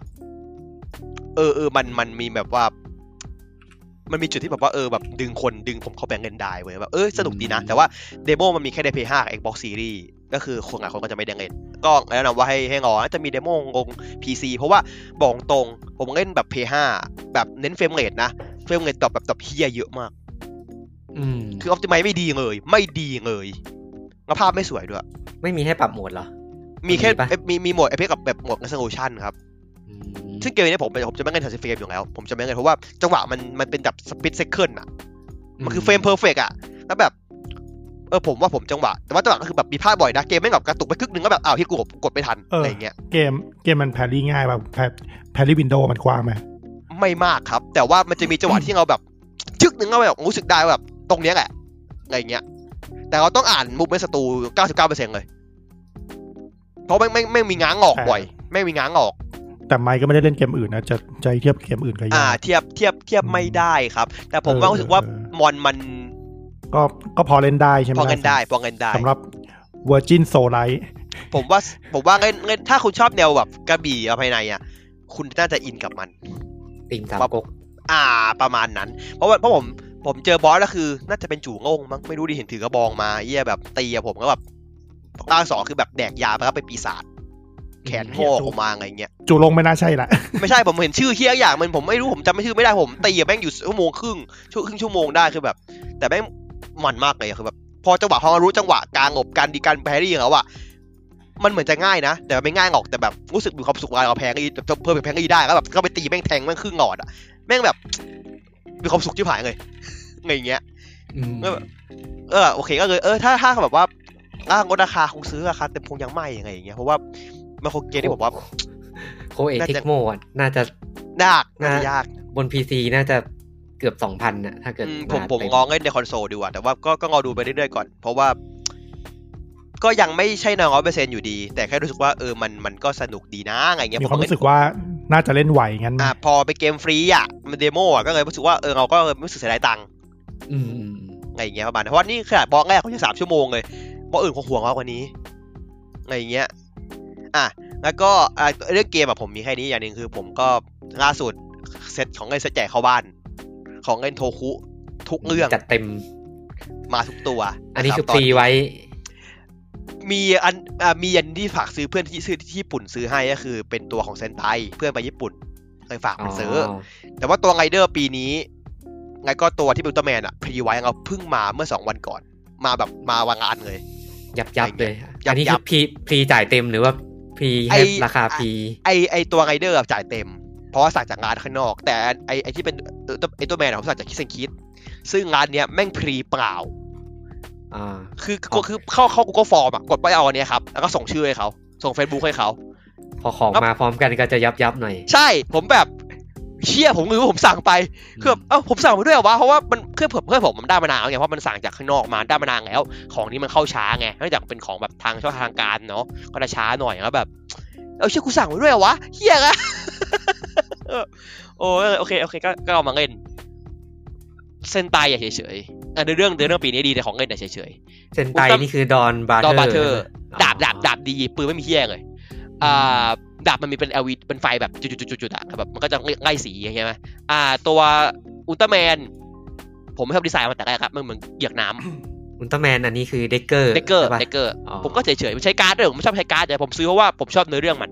มันมีแบบว่ามันมีจุดที่แบบว่าแบบดึงผมเข้าไปเล่นได้เว้ยแบบสนุกดีนะแต่ว่าเดโมมันมีแค่ใน PS5 กับ Xbox Series ก็คือคนหลายคนก็จะไม่ได้เล่นก็แนะนำว่าให้รอจะมีเดโมลง PC เพราะว่าบอกตรงผมเล่นแบบ PS5 แบบเน้นเฟรมเรทนะเฟรมเรทแบบเฮียเยอะมากคือ Optimize ไม่ดีเลยแล้วภาพไม่สวยด้วยไม่มีให้ปรับโหมดเหรอมีแค่มีโหมด FPS กับแบบโหมด Resolution ครับซึ่งเกมนี้ผมจะไม่เล่น30 เฟรมอยู่แล้วผมจะไม่เล่นเพราะว่าจังหวะมันเป็นแบบสปิดเซคันด์มันคือเฟรมเพอร์เฟกต์แล้วแบบผมว่าผมจังหวะแต่ว่าจังหวะก็คือแบบมีพลาดบ่อยนะเกมไม่แบบกระตุกไปครึ่งนึงก็แบบที่กูกดไม่ทันอะไรอย่างเงี้ยเกมมันแพรี่ง่ายแบบแพรี่วินโดว์มันกว้างไหมไม่มากครับแต่ว่ามันจะมีจังหวะที่เราแบบจึ๊กนึงเราแบบรู้สึกได้แบบตรงเนี้ยแหละอะไรอย่างเงี้ยแต่เราต้องอ่านมูฟเมนต์ศัตรู 99% เลยเพราะไม่มีง้างออกบ่อยไม่มีง้างออกแต่ไมค์ก็ไม่ได้เล่นเกมอื่นนะจะเทียบเกมอื่นกันเทียบไม่ได้ครับแต่ผมว่ารู้สึกว่ามอนมันก็พอเล่นได้ใช่ไหมพอเล่นได้สำหรับ Virgin Soulite ผมว่าเล่นถ้าคุณชอบแนวแบบกระบี่ภายในคุณน่าจะอินกับมันติ่งสามก๊กประมาณนั้นเพราะผมเจอบอสแล้วคือน่าจะเป็นจู่งงมั้งไม่รู้ดิเห็นถือกระบองมาเหี้ยแบบตีผมก็แบบร่าง2คือแบบแดกยาไปแล้วเป็นปีศาจแขนโผล่ออกมาอะไรเงี้ยจู่ลงไม่น่าใช่ละไม่ใช่ผมเห็นชื่อเหี้ยอย่างมันผมไม่รู้ผมจำไม่ชื่อไม่ได้ผมตีแม่งอยู่ชั่วโมงครึ่งชั่วโมงได้คือแบบแต่แม่งมันมากเลยคือแบบพอจังหวะพอรู้จังหวะการหลบการดีการแพรี่ของเขามันเหมือนจะง่ายนะแต่ไม่ง่ายหรอกแต่แบบรู้สึกมีความสุขเราแพงอีเพิ่มแพงอีได้ก็แบบก็ไปตีแม่งแทงแม่งครึ่งหลอดอ่ะแม่งแบบมีความสุขที่ผ่านเลยไงอย่างเงี้ยโอเคก็เลยถ้าแบบว่าลดราคาคงซื้อราคาเต็มคงยังไม่ยังไงอย่างเงี้ยเพราะว่ามันคงเกมที่ผมว่าโคเอทิกโมน่าจะยากบน PC น่าจะเกือบ 2,000 น่ะถ้าเกิดผมงองเล่นในคอนโซลดีกว่าแต่ว่าก็งอดูไปเรื่อยๆก่อนเพราะว่าก็ยังไม่ใช่100%อยู่ดีแต่แค่รู้สึกว่ามันก็สนุกดีนะอะไรเงี้ยมีความรู้สึกว่าน่าจะเล่นไหวงั้นพอไปเกมฟรีอ่ะมันเดโมอ่ะก็เลยรู้สึกว่าเราก็รู้สึกเสียดายตังค์อะไรเงี้ยประมาณเพราะว่านี่ขนาดบล็อกแรกเขาแค่3 ชั่วโมงเลยบล็อกอื่นคงห่วงมากกว่านี้อะไรเงี้ยแล้วก็เรื่องเกมผมมีแค่นี้อย่างนึงคือผมก็ล่าสุดเซตของเล่นเซตใหญ่เข้าบ้านของเล่นโทคุทุกเรื่องจัดเต็มมาทุกตัวอันนี้คือฟรีไว้มียันที่ฝากซื้อเพื่อนที่ซื้อที่ญี่ปุ่นซื้อให้ก็คือเป็นตัวของเซนไตเพื่อนไปญี่ปุ่นเลยฝากมันซื้อแต่ว่าตัวไรเดอร์ปีนี้ไงก็ตัวที่เป็นอุลตร้าแมนพรีไว้เราเพิ่งมาเมื่อ2 วันก่อนมาแบบมาวางงานเลยยับเลยอันนี้คือพรีจ่ายเต็มหรือว่าพรีให้ราคาพรีไอตัวไรเดอร์จ่ายเต็มเพราะว่าสั่งจากงานข้างนอกแต่ไอที่เป็นไอตัวแมนผมสั่งจากคิสเซนคิดซึ่งงานเนี้ยแม่งพรีเปล่าคือเข้า Google Form กดไปเอาอันนี้ครับแล้วก็ส่งชื่อให้เขาส่ง Facebook ให้เขาพอของมาพร้อมกันก็จะยับหน่อยใช่ผมแบบเชี่ยผมรู้ว่าผมสั่งไปคือแบบผมสั่งไปด้วยวะเพราะว่ามันเพื่อนผมมันได้มานานแล้วไงเพราะมันสั่งจากข้างนอกมาได้มานานแล้วของนี้มันเข้าช้าไงเนื่องจากเป็นของแบบทางช่องทางการเนาะก็จะช้าหน่อยแล้วแบบเชื่อกูสั่งไปด้วยวะเฮียอะโอเคก็เอามาเล่นเซนไตเฉยๆเรื่องปีนี้ดีแต่ของเล่นเฉยๆเซนไตนี่คือดอนบาร์เทอร์ดาบดีปืนไม่มีเหี้ยเลยดาบมันมีเป็น LV เป็นไฟแบบจุดๆอ่ะแบบมันก็จะไล่สีใช่ไหมตัวอุลตร้าแมนผมไม่ชอบดีไซน์มันแต่แรกครับมันเหมือนเหยือกน้ำอุลตร้าแมนอันนี้คือเด็กเกอร์ผมก็เฉยๆไม่ใช้การ์ดเลยผมไม่ชอบใช้การ์ดแต่ผมซื้อเพราะว่าผมชอบเนื้อเรื่องมัน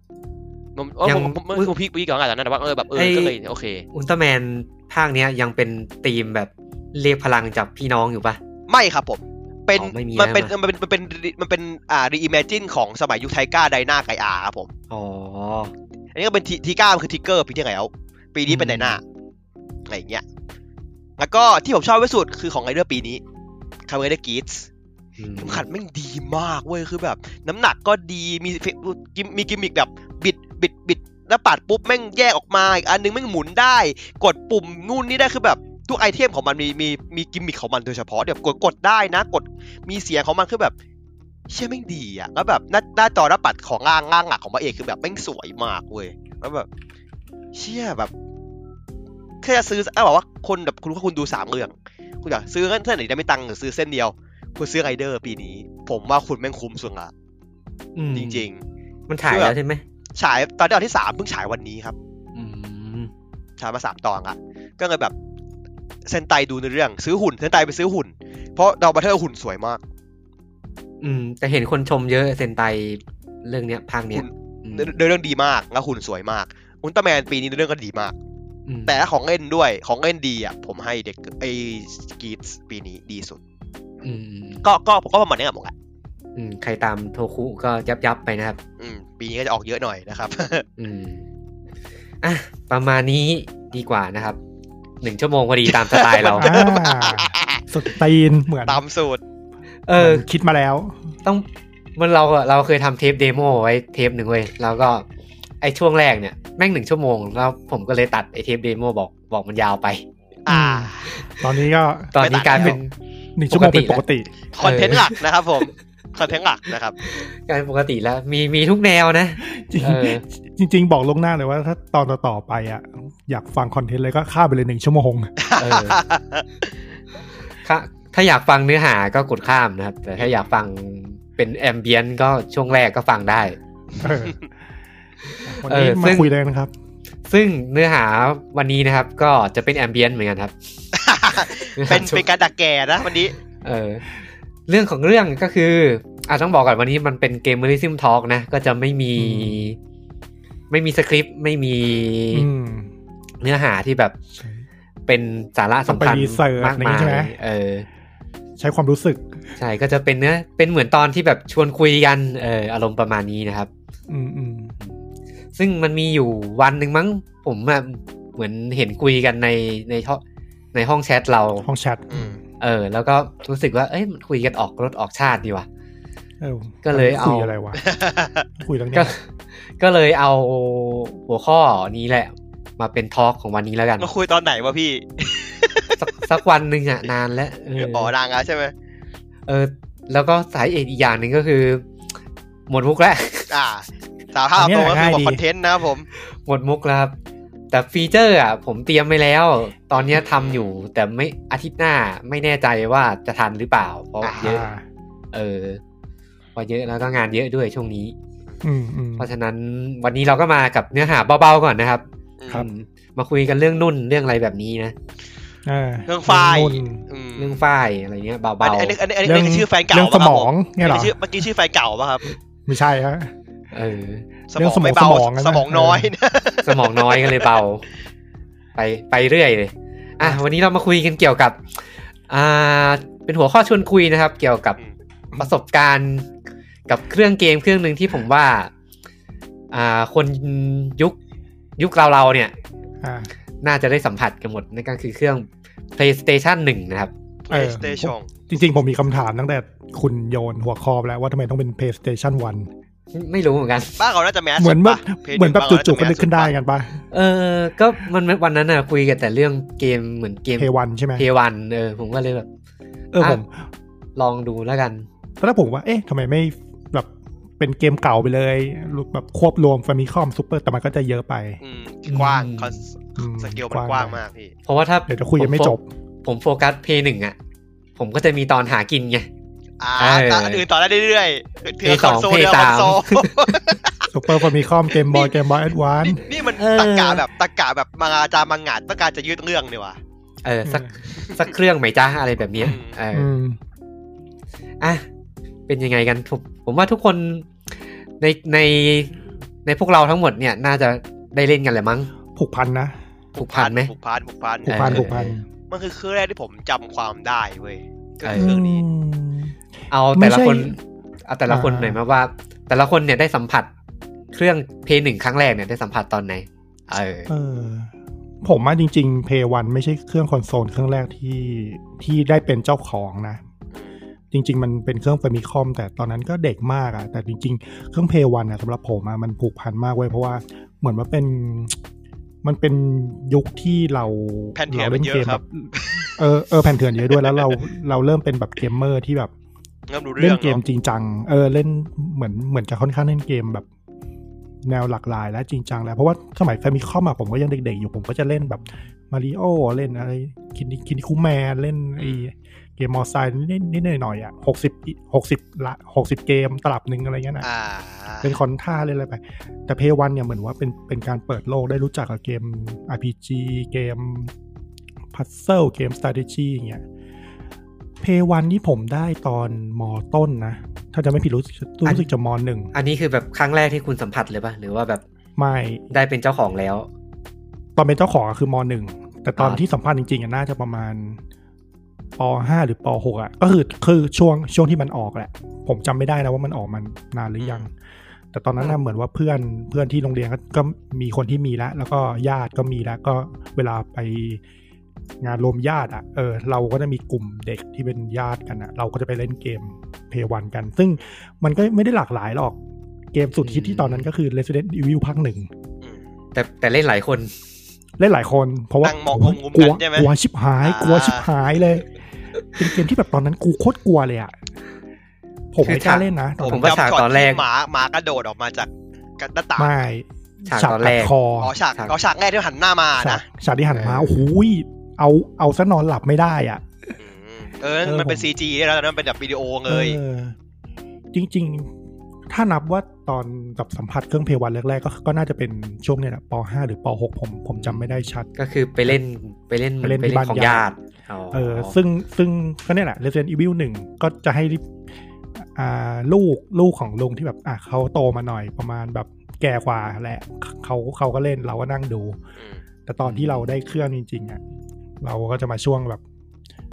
ผมพีก่อนกันนะแต่ว่าแบบก็เลยโอเคอุลตร้าแมนภาคเนี้ยยังเป็นธีมแบบเรียกพลังจากพี่น้องอยู่ปะไม่ครับผมมันเป็นรีอิเมจินของสมัยยุคไทก้าไดนาไกอาครับผมอันนี้ก็เป็นทีก้ามันคือทิกเกอร์ปีที่แล้วปีนี้เป็นไดนาอะไรอย่างเงี้ยแล้วก็ที่ผมชอบที่สุดคือของไรเดอร์ปีนี้คาเมเดอร์กีตส์ขัดแม่งดีมากเว้ยคือแบบน้ำหนักก็ดีมีกิมมิคแบบบิดแล้วปัดปุ๊บแม่งแยกออกมาอีกอันนึงแม่งหมุนได้กดปุ่มนู่นนี่ได้คือแบบทุกไอเทมของมันมีกิมมิคของมันโดยเฉพาะเดี๋ยวกดได้นะกดมีเสียงของมันคือแบบเชี่ยแม่งดีอ่ะแล้วแบบหน้าจอหน้าปัดของล่างหลักของพระเอกคือแบบแม่งสวยมากเว้ยแล้วแบบเชี่ยแบบแค่จะซื้อบอกว่าคนแบบคุณดู3 เรื่องคุณอยากซื้อเส้นไหนได้ไม่ตังค์หรือซื้อเส้นเดียวคุณซื้อไรเดอร์ปีนี้ผมว่าคุณแม่งคุ้มสุดละจริงๆมันฉายแล้วใช่ไหมฉายตอนที่3เพิ่งฉายวันนี้ครับฉายมา3 ตอนละก็เลยแบบเซนไตดูในเรื่องซื้อหุ่นเซนไตไปซื้อหุ่นเพราะดาวบัตเทอร์หุ่นสวยมากแต่เห็นคนชมเยอะเซนไตเรื่องเนี้ยภาคเนี้ยเรื่องดีมากแล้วหุ่นสวยมากอุลตร้าแมนปีนี้เรื่องก็ดีมากแต่ของเล่นด้วยของเล่นดีอ่ะผมให้เด็กไอ้กีตส์ปีนี้ดีสุดก็ผมก็ประมาณนี้หมดแหละใครตามโทคุก็ยับไปนะครับปีนี้ก็จะออกเยอะหน่อยนะครับประมาณนี้ดีกว่านะครับ1 ชั่วโมงพอดีตามสไตล์เราสุดตีนเหมือนตามสูตรคิดมาแล้วต้องมันเราเคยทำเทปเดโมไว้เทปหนึ่งเว้ยแล้วก็ไอช่วงแรกเนี่ยแม่ง1 ชั่วโมงแล้วผมก็เลยตัดไอเทปเดโมบอกมันยาวไปตอนนี้กลายเป็น 1 ชั่วโมงเป็นปกติคอนเทนต์หลักนะครับผมคอนเทนต์หลักนะครับกลายเป็นปกติแล้วมีทุกแนวนะจริงบอกลงหน้าเลยว่าถ้าตอนต่อไปอ่ะอยากฟังคอนเทนต์เลยก็ข้ามไปเลย1 ชั่วโมงถ้าอยากฟังเนื้อหาก็กดข้ามนะครับแต่ถ้าอยากฟังเป็นแอมเบียนต์ก็ช่วงแรกก็ฟังได้วันนี้มาคุยเลยนะครับซึ่งเนื้อหาวันนี้นะครับก็จะเป็นแอมเบียนต์เหมือนกันครับเป็นการดักแก่นะวันนี้เรื่องของเรื่องก็คือต้องบอกก่อนวันนี้มันเป็นเกมRealism Talkนะก็จะไม่มีสคริปต์ไม่มีเนื้อหาที่แบบเป็นสาระสำคัญมากมายใช้ความรู้สึกใช่ก็จะเป็นเป็นเหมือนตอนที่แบบชวนคุยกันอารมณ์ประมาณนี้นะครับซึ่งมันมีอยู่วันหนึ่งมั้งผมเหมือนเห็นคุยกันในห้องแชทเราห้องแชทแล้วก็รู้สึกว่ามันคุยกันออกรถออกชาติดีว่ะก็เลยเอาคุยอะไรวะคุยเรื่องนี้ก็เลยเอาหัวข้อนี้แหละมาเป็นทอล์กของวันนี้แล้วกันมาคุยตอนไหนวะพี่สักวันนึงอ่ะนานแล้วนานแล้วใช่ไหมแล้วก็สายอีกอย่างหนึ่งก็คือหมดมุกแล้วสาวภาพตรงก็คือคอนเทนต์นะผมหมดมุกแล้วครับแต่ฟีเจอร์ผมเตรียมไว้แล้วตอนนี้ทำอยู่แต่ไม่อาทิตย์หน้าไม่แน่ใจว่าจะทันหรือเปล่าเพราะเยอะพอเยอะแล้วก็งานเยอะด้วยช่วงนี้เพราะฉะนั้นวันนี้เราก็มากับเนื้อหาเบาๆก่อนนะครับมาคุยกันเรื่องนุ่นเรื่องอะไรแบบนี้นะเรื่องไฟเรื่องไฟอะไรเงี้ยเบาๆอันนี้ชื่อแฟนเก่าเรื่องสมองเนี่ยหรอเมื่อกี้ชื่อแฟนเก่าป่ะครับไม่ใช่ฮะสมองไม่เบาสมองน้อยสมองน้อยก็เลยเบาไปเรื่อยเลยวันนี้เรามาคุยกันเกี่ยวกับเป็นหัวข้อชวนคุยนะครับเกี่ยวกับประสบการณ์กับเครื่องเกมเครื่องนึงที่ผมว่าคนยุคเราเนี่ยน่าจะได้สัมผัสกันหมดนั่นก็คือเครื่อง PlayStation 1 นะครับ PlayStation จริงๆผมมีคำถามตั้งแต่คุณโยนหัวข้อแล้วว่าทำไมต้องเป็น PlayStation 1 ไม่รู้เหมือนกันบ้านเราน่าจะแมสเหมือนแบบจุกๆก็นึกขึ้นได้กันป่ะก็มันวันนั้นน่ะคุยกันแต่เรื่องเกมเหมือนเกม P1 ใช่ไหม P1 ผมก็เลยแบบผมลองดูแล้วกันตอนแรกผมว่าทำไมไม่แบบเป็นเกมเก่าไปเลยแบบควบรวม Famicom Super แต่มันก็จะเยอะไปกว้างสเกลมันกว้างมากพี่เพราะว่าถ้าเดี๋ยวจะคุยยังไม่จบผมโฟกัส P1 ผมก็จะมีตอนหากินไงอื่นต่อได้เรื่อยๆถือคอนโซล Super Famicom Game Boy Game Boy Advance นี่มันตะกะแบบมาจามังงะต้องการจะยืดเรื่องนี่วะสักเครื่องไหมจ้าอะไรแบบนี้เป็นยังไงกันผมว่าทุกคนในพวกเราทั้งหมดเนี่ยน่าจะได้เล่นกันแหละมั้งผูกพันนะผูกพันไหมผูกพันมันคือเครื่องแรกที่ผมจำความได้เว้ยก็คือเครื่องนี้เอาแต่ละคนหน่อยมาว่าแต่ละคนเนี่ยได้สัมผัสเครื่อง P1 ครั้งแรกเนี่ยได้สัมผัสตอนไหนผมว่าจริงๆ P1 ไม่ใช่เครื่องคอนโซลเครื่องแรกที่ได้เป็นเจ้าของนะจริงๆมันเป็นเครื่อง Famicom แต่ตอนนั้นก็เด็กมากแต่จริงๆเครื่อง P1 สำหรับผมมันผูกพันมากเว้ยเพราะว่าเหมือนว่ามันเป็นยุคที่เราเล่นเกมแบบแผ่นเถื่อนเยอะด้วยแล้วเราเริ่มเป็นแบบเกมเมอร์ที่แบบเล่นเกมจริงจังเล่นเหมือนจะค่อนข้างเล่นเกมแบบแนวหลากหลายและจริงจังแล้วเพราะว่าสมัย Famicom ผมก็ยังเด็กๆอยู่ผมก็จะเล่นแบบมาริโอเล่นอะไรคินิคุแมนเล่นไอเกมมอไซค์นิดๆหน่อย60เกมตลับนึงอะไรเงี้ยนะเป็นคอนท่าเล่นอะไรไปแต่ P1 เนี่ยเหมือนว่าเป็นการเปิดโลกได้รู้จักกับเกม RPG เกม Puzzle เกม Strategy อย่างเงี้ย P1 ที่ผมได้ตอนม.ต้นนะถ้าจะไม่ผิดรู้สึกจะม.1 อันนี้คือแบบครั้งแรกที่คุณสัมผัสเลยป่ะหรือว่าแบบไม่ได้เป็นเจ้าของแล้วตอนเป็นเจ้าของคือม.1 แต่ตอนที่สัมผัสจริงๆน่าจะประมาณป.5 หรือป.6 ก็คือช่วงที่มันออกแหละผมจำไม่ได้นะว่ามันออกมานานหรือยังแต่ตอนนั้นเหมือนว่าเพื่อนที่โรงเรียนก็มีคนที่มีแล้วก็ญาติก็มีแล้วก็เวลาไปงานรวมญาติเราก็จะมีกลุ่มเด็กที่เป็นญาติกันเราก็จะไปเล่นเกม P1 กันซึ่งมันก็ไม่ได้หลากหลายหรอกเกมสุดฮิตที่ตอนนั้นก็คือ Resident Evil ภาค 1 แต่เล่นหลายคนเพราะว่ากลัวชิบหายเลยเป็นเกมที่แบบตอนนั้นกูโคตรกลัวเลยผมไม่กล้าเล่นนะผมก็ฉากตอนแรกหมากระโดดออกมาจากหน้าต่างไม่ฉากแรกฉากแรกที่หันหน้ามานะฉากที่หันมาโอ้โหเอาซะนอนหลับไม่ได้มันเป็น CG แล้วมันเป็นแบบวิดีโอเลยจริงๆถ้านับว่าตอนกับสัมผัสเครื่อง P1 แรกๆก็น่าจะเป็นช่วงนี้แหละป.5 หรือป.6 ผมจำไม่ได้ชัดก็คือไปเล่นของญาติซึ่งก็เนี่ยแหละ Resident Evil 1 ก็จะให้ลูกของลุงที่แบบเขาโตมาหน่อยประมาณแบบแก่กว่าแหละเขาก็เล่นเราก็นั่งดูแต่ตอนที่เราได้เครื่องจริงๆเราก็จะมาช่วงแบบ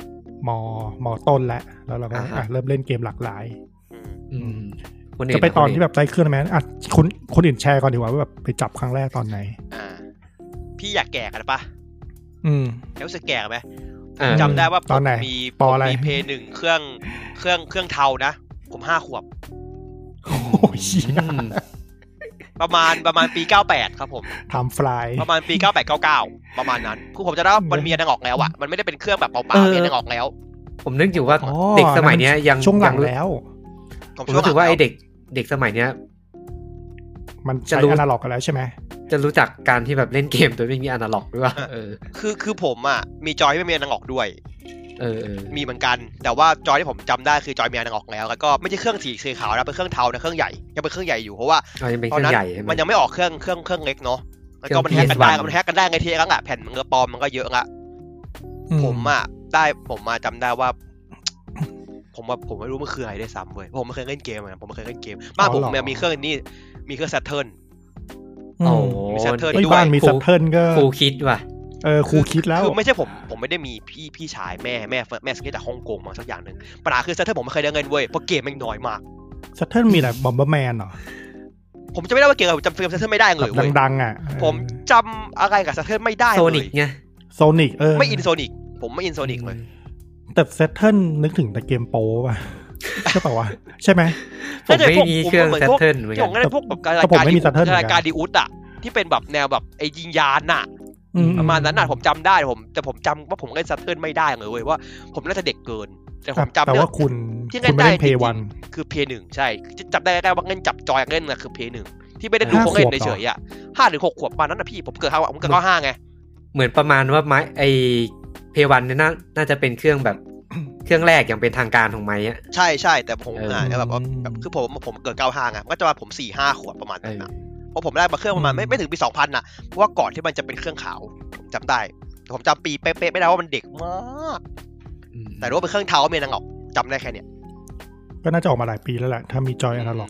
มต้นแล้วเราก็เริ่มเล่นเกมหลากหลายจะไปตอนที่แบบได้เครื่องไหมคนอื่นแชร์ก่อนดีกว่าว่าแบบไปจับครั้งแรกตอนไหนพี่อยากแก่กันปะรู้สึกแก่ไหมจำได้ว่าตอนไหนผมมีเพย์1เครื่องเทานะผม5 ขวบโอ้ยประมาณปี98ครับผมทำฟลายประมาณปี98 99ประมาณนั้นคือผมจะได้ว่ามันมีอันออกแล้วอ่ะมันไม่ได้เป็นเครื่องแบบเปล่าๆมีอันออกแล้วผมนึกอยู่ว่าเด็กสมัยนี้ยังช่วงหลังแล้วผมรู้สึกว่าไอ้เด็กสมัยนี้มันจะรู้อนาล็อกกันแล้วใช่ไหมจะรู้จักการที่แบบเล่นเกมโดยไม่มีอนาล็อกด้วยคือผมอ่ะมีจอยไม่มีอนาล็อกด้วยมีเหมือนกันแต่ว่าจอยที่ผมจำได้คือจอยมีอนาล็อกแล้วก็ไม่ใช่เครื่องสีขาวนะเป็นเครื่องเทานะเครื่องใหญ่ยังเป็นเครื่องใหญ่อยู่เพราะว่าตอนนั้นมันยังไม่ออกเครื่องเล็กเนาะแล้วก็มันแฮกกันได้ไงทีละแผ่นมันก็ปลอมมันก็เยอะละผมมาจำได้ว่าผมไม่รู้มันคืออะไรด้วยซ้ำเว้ยผมไม่เคยเล่นเกมผมไม่เคยเล่นเกมบ้านผมมีเครื่องนี้มีเครื่อง Saturn มี Saturn ด้วยบ้านมี Saturn ก็ครูคิดว่ะครูคิดแล้วคือไม่ใช่ผมไม่ได้มีพี่ชายแม่สเก็ตจากฮ่องกงมาสักอย่างนึงปัญหาคือ Saturn ผมไม่เคยได้เงินเว้ยเพราะเกมมันน้อยมาก Saturn มีอะไร Bomberman เหรอผมจะไม่ได้ว่าเกมผมจำเกม Saturn ไม่ได้เลยเว้ยดังๆอ่ะผมจำอะไรกับ Saturn ไม่ได้เลย Sonic ไง Sonic ไม่อิน Sonic ผมไม่อิน Sonic เลยแต่ Saturn นึกถึงแต่เกมโป๊ป่ะใช่ป่าววะใช่ไหมผมไม่มีเครื่อง Saturn เหมือนกันพวกแบบรายการดีอุดอ่ะที่เป็นแบบแนวแบบไอ้ยิงยานน่ะประมาณนั้นน่ะผมจำได้แต่ผมจำว่าผมเล่น Saturn ไม่ได้เลยเว้ยว่าผมน่าจะเด็กเกินแต่ผมจำแต่ว่าคุณไม่เล่น Play 1 คือ Play 1ใช่จำได้ว่าเล่นจับจอยเล่นน่ะคือ Play 1ที่ไม่ได้ดูเขาเล่นเฉยๆอ่ะ5 ถึง 6 ขวบประมาณนั้นน่ะพี่ผมเกิด5ไงเหมือนประมาณว่าไม้ไอ้ Play 1เนี่ยน่าจะเป็นเครื่องแบบเครื่องแรกอย่างเป็นทางการของไม้อ่ะใช่แต่ผมแบบคือผมเกิด95ไงก็จะมาผม 4-5 ขวบประมาณนั้นนะเพราะผมได้มาเครื่องประมาณไม่ถึงปี 2000 น่ะเพราะว่าก่อนที่มันจะเป็นเครื่องขาวผมจำได้ผมจำปีเป๊ะๆไม่ได้ว่ามันเด็กมากแต่รู้ว่าเป็นเครื่องเทาเมนางออกจำได้แค่เนี้ยก็น่าจะออกมาหลายปีแล้วแหละถ้ามีจอยอนาล็อก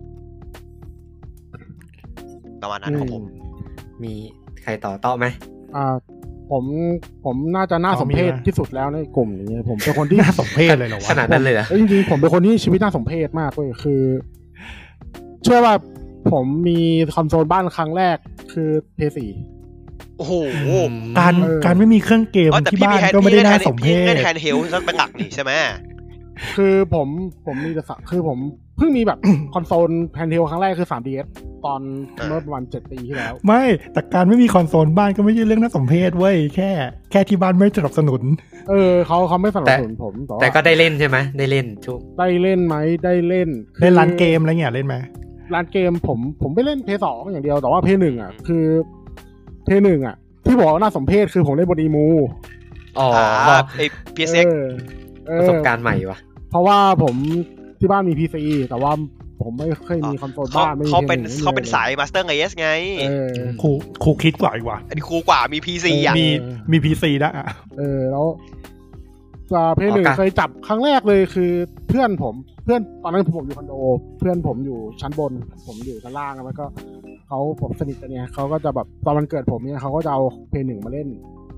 ประมาณนั้นของผมมีใครต่อไหมผมน่าจะน่าสมเพชที่สุดแล้วในกลุ่มนี้ผมเป็นคนที่น่าสมเพชเลยเหรอวะขนาดนั้นเลยเหรอจริงๆผมเป็นคนที่ชีวิตน่าสมเพชมากเลยคือเชื่อว่าผมมีคอนโซลบ้านครั้งแรกคือ PS4 โอ้โหการไม่มีเครื่องเกมที่บ้านก็ไม่ได้น่าสมเพชเล่นแฮนด์เฮลด์เป็นหลักนี่ใช่ไหมคือผมมีแต่คือผมเพิ่งมีแบบคอนโซลแฮนด์เฮลด์ครั้งแรกคือ 3DS ตอนเมื่อประมาณ7 ปีที่แล้วไม่แต่การไม่มีคอนโซลบ้านก็ไม่ใช่เรื่องน่าสมเพชเว้ยแค่ที่บ้านไม่สนับสนุนเขาไม่สนับสนุนผมแต่ก็ได้เล่นใช่ไหมได้เล่นชุบได้เล่นไหมได้เล่นร้านเกมอะไรเงี้ยเล่นไหมร้านเกมผมไม่เล่น PS2 อย่างเดียวแต่ว่า PS1 อ่ะคือ PS1 อ่ะที่บอกน่าสมเพชคือผมเล่นบนอีมูไอ้ PSX ประสบการณ์ใหม่วะเพราะว่าผมที่บ้านมี PC แต่ว่าผมไม่เคยมีคอนโซลบ้านเขาเป็นสาย Master AS ไงครูคิดกว่าอีกว่ะอันนี้ครูกว่ามี PC อ่ะมี PC นะแล้วPS1 เคยจับครั้งแรกเลยคือเพื่อนตอนนั้นผมอยู่คอนโดเพื่อนผมอยู่ชั้นบนผมอยู่ชั้นล่างแล้วก็ผมสนิทกันเนี่ยเขาก็จะแบบตอนวันเกิดผมเนี่ยเขาก็จะเอา PS1 มาเล่น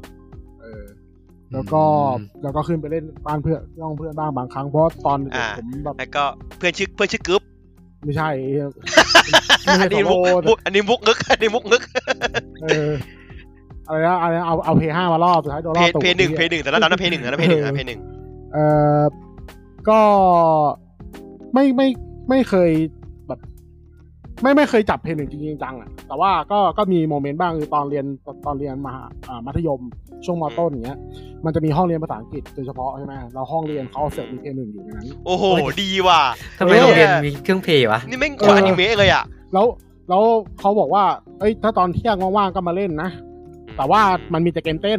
แล้วก็ขึ้นไปเล่นบ้านเพื่อนบ้างบางครั้งเพราะตอนผมแบบแล้วก็เพื่อนชื่อกึ๊บไม่ใช่อันนี้มุกงึกอะไรนะเอา P5 มาล่อสุดท้ายโดนล่อตก P1 แต่นั้นP1 นะ P1 ก็ไม่เคยแบบไม่เคยจับ P1 จริงๆจังอ่ะแต่ว่าก็มีโมเมนต์บ้างคือตอนเรียนมัธยมช่วงม.ต้นอย่างเงี้ยมันจะมีห้องเรียนภาษาอังกฤษโดยเฉพาะใช่ไหมเราห้องเรียนเขาเสิร์ฟมี P1 อยู่ในนั้นโอ้โหดีว่ะทำไมโรงเรียนมีเครื่องเพลย์วะนี่แม่งกว่าอนิเมะเลยอ่ะแล้วเขาบอกว่าเอ้ยถ้าตอนเที่ยงว่างๆก็มาเล่นนะแต่ว่ามันมีแต่เกมเต้น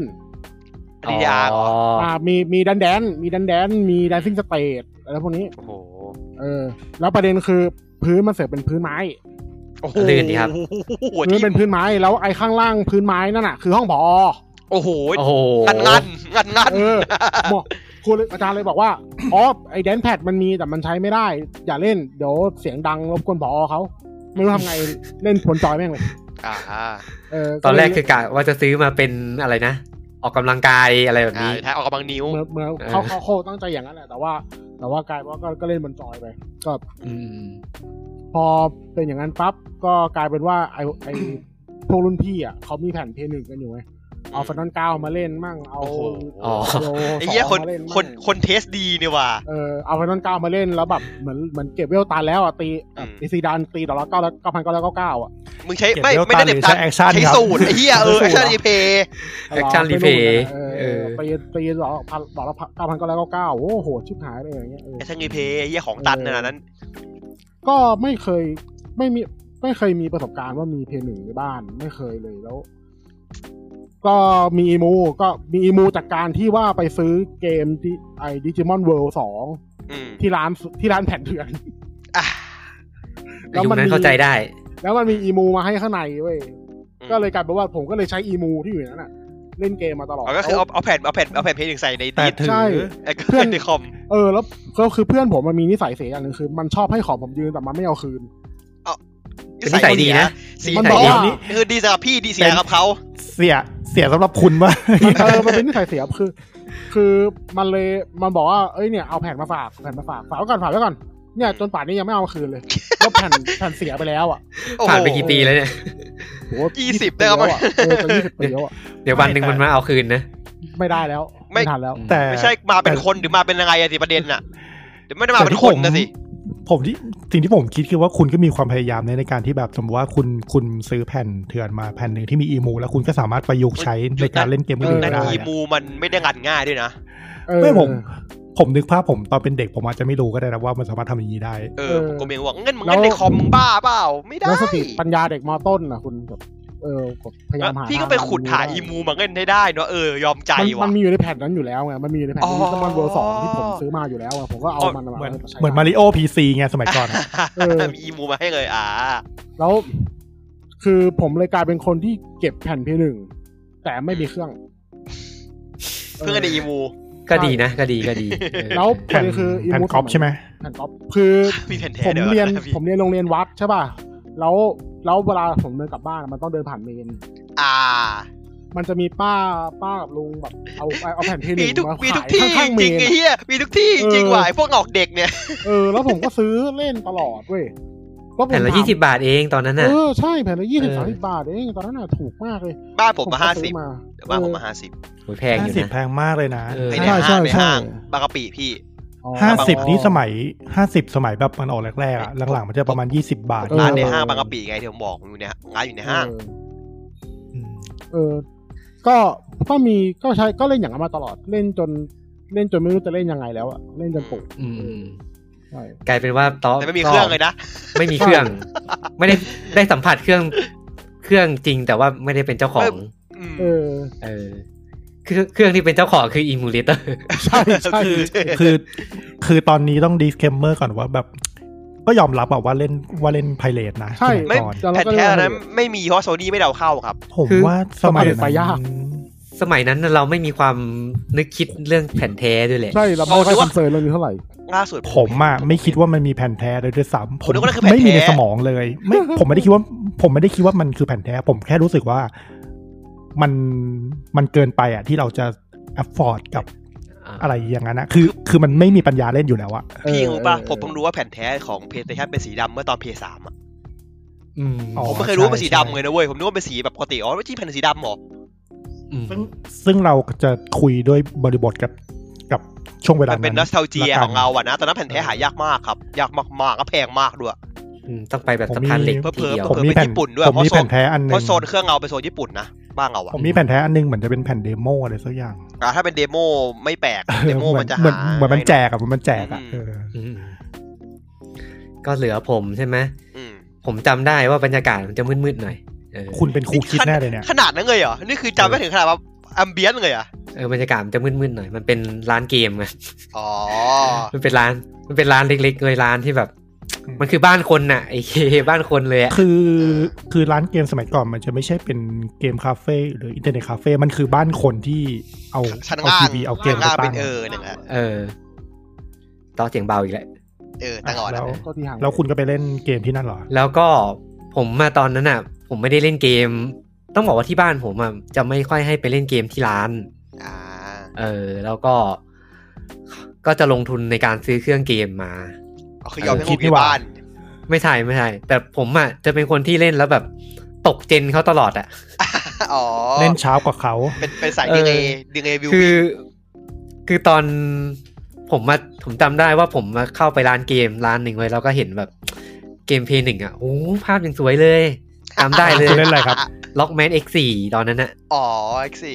มีดันแดนมี dancing stage อะไรพวกนี้โอ้โหแล้วประเด็นคือพื้นมันเสิร์ฟเป็นพื้นไม้ลื่นดีครับพื้นเป็นพื้นไม้แล้วไอ้ข้างล่างพื้นไม้นั่นน่ะคือห้องผอโอ้โหงันครูอาจารย์เลยบอกว่าไอ้แดนแพดมันมีแต่มันใช้ไม่ได้อย่าเล่นเดี๋ยวเสียงดังรบกวนผอเขาไม่รู้ทำไงเล่นผลจอยแม่งเลยตอนแรกคือกะว่าจะซื้อมาเป็นอะไรนะออกกำลังกายอะไรแบบนี้ออกกำลังนิ้วเมื่อเขาตั้งใจอย่างนั้นแหละแต่ว่ากลายว่าก็เล่นบนจอยไปก็พอเป็นอย่างนั้นปั๊บก็กลายเป็นว่าไอพวกรุ่นพี่อ่ะเขามีแผ่นเพย์1กันอยู่ไงเอาฟันนอน9มาเล่นมั่งเอาไอ้เหี้ยคนเทสดีนี่ว่ะเอาฟันนอน9มาเล่นแล้วแบบเหมือนเก็บเวลตันแล้วอ่ะตีซีดานตีดอลลาร์9,999อ่ะมึงใช้ไม่ได้เด็บตันใช้สูตรไอ้เหี้ยแอคชั่นรีเพย์ตีดอลลาร์9,999โอ้โหชิบหายเลยอย่างเงี้ยแอคชั่นรีเพย์ไอ้เหี้ยของตันขนาดนั้นก็ไม่เคยมีประสบการณ์ว่ามีเพย์1ในบ้านไม่เคยเลยแล้วก็มีอีมูจากการที่ว่าไปซื้อเกมที่ไอ้ Digimon World 2ที่ร้านแผ่นเถื่อนแล้วมันเข้าใจได้แล้วมันมีอีมูมาให้ข้างในเว้ยก็เลยกลายเป็นว่าผมก็เลยใช้อีมูที่อยู่นั้นน่ะเล่นเกมมาตลอดก็คือเอาแผ่นเพย์1ใส่ในดิสใช่เพื่อนในคอมแล้วก็คือเพื่อนผมมันมีนิสัยเสียอย่างนึงคือมันชอบให้ของผมยืนแต่มันไม่เอาคืนนิสัยดีนะมันบอกว่าคือดีสำหรับพี่ดีเสียกับเขาเสียสำหรับคุณว่ามันเป็นนิสัยเสียคือมันบอกว่าเอ้ยเนี่ยเอาแผ่นมาฝากไว้ก่อนเนี่ยจนป่านนี้ยังไม่เอามาคืนเลยก็แผ่นเสียไปแล้วอ่ะผ่านไปกี่ปีแล้วเนี่ยโอ้20ได้ครับจะ20 ปีแล้วอ่ะเดี๋ยววันนึงมันมาเอาคืนนะไม่ได้แล้วไม่ทันแล้วแต่ไม่ใช่มาเป็นคนหรือมาเป็นยังไงอะสิประเด็นน่ะเดี๋ยวไม่ได้มาเป็นคนนะสิสิ่งที่ผมคิดคือว่าคุณก็มีความพยายามในการที่แบบสมมติว่าคุณซื้อแผ่นเถื่อนมาแผ่นหนึ่งที่มีอีมูแล้วคุณก็สามารถประยุกต์ใช้ในการเล่นเกมอื่นได้อีมูมันไม่ได้งานง่ายด้วยนะไม่ผมนึกภาพผมตอนเป็นเด็กผมอาจจะไม่รู้ก็ได้นะว่ามันสามารถทำอย่างนี้ได้ผมก็เมงว่างั้นมึงเล่นในคอมมึงบ้าเปล่าไม่ได้แล้วสติปัญญาเด็กม.ต้นนะคุณแบบพยายามหาพี่ก็ไปขุดหาอีมูมาเล่นให้ได้เนาะยอมใจว่ะมันมีอยู่ในแผ่นนั้นอยู่แล้วไงมันมีอยู่ในแผ่นที่มันเวอร์2ที่ผมซื้อมาอยู่แล้วผมก็เอามันมาเหมือนมาริโอ PC ไงสมัยก่อนมีอีมูมาให้เลยแล้วคือผมเลยกลายเป็นคนที่เก็บแผ่นเพย์1แต่ไม่มีเครื่องเพื่อในอีมูก็ดีนะก็ดีแล้วแผ่นคือแผ่นก๊อปใช่ไหมแผ่นก๊อปคือผมเรียนโรงเรียนวัดใช่ป่ะแล้วเวลาผมเดินกลับบ้านมันต้องเดินผ่านเมนมันจะมีป้ากับลุงแบบเอาแผ่นเพย์1มาขายข้างๆเมนจริงไอ้เหี้ยมีทุกที่จริงว่ะไอ้พวกหลอกเด็กเนี่ยแล้วผมก็ซื้อเล่นตลอดเว้ยแผ่นละ20 บาทเองตอนนั้นน่ะใช่แผ่นละ20-30 บาทเองตอนนั้นน่ะถูกมากเลยบ้านผมมา50บ้านผมมา50 โอ้ยแพงอยู่นะ 50แพงมากเลยนะในห้างบางกะปิพี่ 50นี่สมัยแบบมันออกแรกๆอ่ะหลังๆมันจะประมาณ20 บาทร้านในห้างบางกะปิไงที่ผมบอกอยู่เนี่ยร้านอยู่ในห้างก็มีก็ใช้ก็เล่นอย่างนั้นมาตลอดเล่นจนไม่รู้จะเล่นยังไงแล้วอ่ะเล่นจนปุกกลายเป็นว่าต่อไม่มีเครื่องเลยนะไม่มีเครื่องไม่ได้สัมผัสเครื่องจริงแต่ว่าไม่ได้เป็นเจ้าของเครื่องที่เป็นเจ้าของคืออิมูเลเตอร์ใช่คือตอนนี้ต้องดิสเคมเมอร์ก่อนว่าแบบก็ยอมรับว่าเล่นไพเรตนะใช่แผ่นแท้นั้นไม่มีเพราะโซนี่ไม่เดาเข้าครับผมว่าสมัยนั้นเราไม่มีความนึกคิดเรื่องแผ่นแท้ด้วยแหละใช่เราไม่ค่อยคอนเซิร์นเรื่องนี้เท่าไหร่ล่าสุดผมไม่คิดว่ามันมีแผ่นแท้เลยด้วยซ้ำผมไม่มีในสมองเลยผมไม่ได้คิดว่ามันคือแผ่นแท้ผมแค่รู้สึกว่ามันเกินไปอ่ะที่เราจะ afford กับอะไรอย่างนั้นนะคือมันไม่มีปัญญาเล่นอยู่แล้วอะพี่รู้ป่ะผมเพิ่งรู้ว่าแผ่นแท้ของ PlayStation เป็นสีดำเมื่อตอน PS3 อ่ะผมไม่เคยรู้ว่าเป็นสีดำเลยนะเว้ยผมนึกว่าเป็นสีแบบปกติไม่ใช่แผ่นสีดำหรอซึ่งเราจะคุยด้วยบริบทกับช่วงเวลานั้นมันเป็นนอสทัลเจียของเราอะนะตอนนั้นแผ่นแท้หายากมากครับยากมากๆก็แพงมากด้วยต้องไปแบบสะพานเหล็กทีเดียวผมมีแผ่นญี่ปุ่นด้วยเพราะโซนเครื่องเราเป็นโซนญี่ปุ่นนะบ้างเอาผมมีแผ่นแท้อันนึงเหมือนจะเป็นแผ่นเดโมอะไรสักอย่างถ้าเป็นเดโมไม่แปลกเดโมมันจะหาเหมือนมันแจกอะก็เหลือผมใช่ไหมผมจำได้ว่าบรรยากาศมันจะมืดๆหน่อยคุณเป็นครูคิดแน่เลยเนี่ยขนาดนั้นเลยเหรอนี่คือจำไม่ถึงขนาดว่าแอมเบียนเลยอ่ะบรรยากาศมันจะมืดๆหน่อยมันเป็นร้านเกมไงมันเป็นร้านเล็กๆเลยร้านที่แบบมันคือบ้านคนน่ะไอ้บ้านคนเลยอ่ะคือร้านเกมสมัยก่อนมันจะไม่ใช่เป็นเกมคาเฟ่หรืออินเทอร์เน็ตคาเฟ่มันคือบ้านคนที่เอาทีวีเอาเกมมาตั้งต่อเสียงเบาอีกแล้วตลอดแล้วคุณก็ไปเล่นเกมที่นั่นเหรอแล้วก็ผมมาตอนนั้นน่ะผมไม่ได้เล่นเกมต้องบอกว่าที่บ้านผมจะไม่ค่อยให้ไปเล่นเกมที่ร้านแล้วก็จะลงทุนในการซื้อเครื่องเกมมาคือยอมให้ที่บ้านไม่ใช่แต่ผมจะเป็นคนที่เล่นแล้วแบบตกเจนเขาตลอดเล่นช้ากว่าเขาเป็นสายดึงวิวคือตอนผมจำได้ว่าผมมาเข้าไปร้านเกมร้านหนึ่งไว้แล้วก็เห็นแบบเกมเพย์1โอ้ภาพยังสวยเลยจำได้เลยเล่นอะไรครับ Lockman X4 ตอนนั้น X4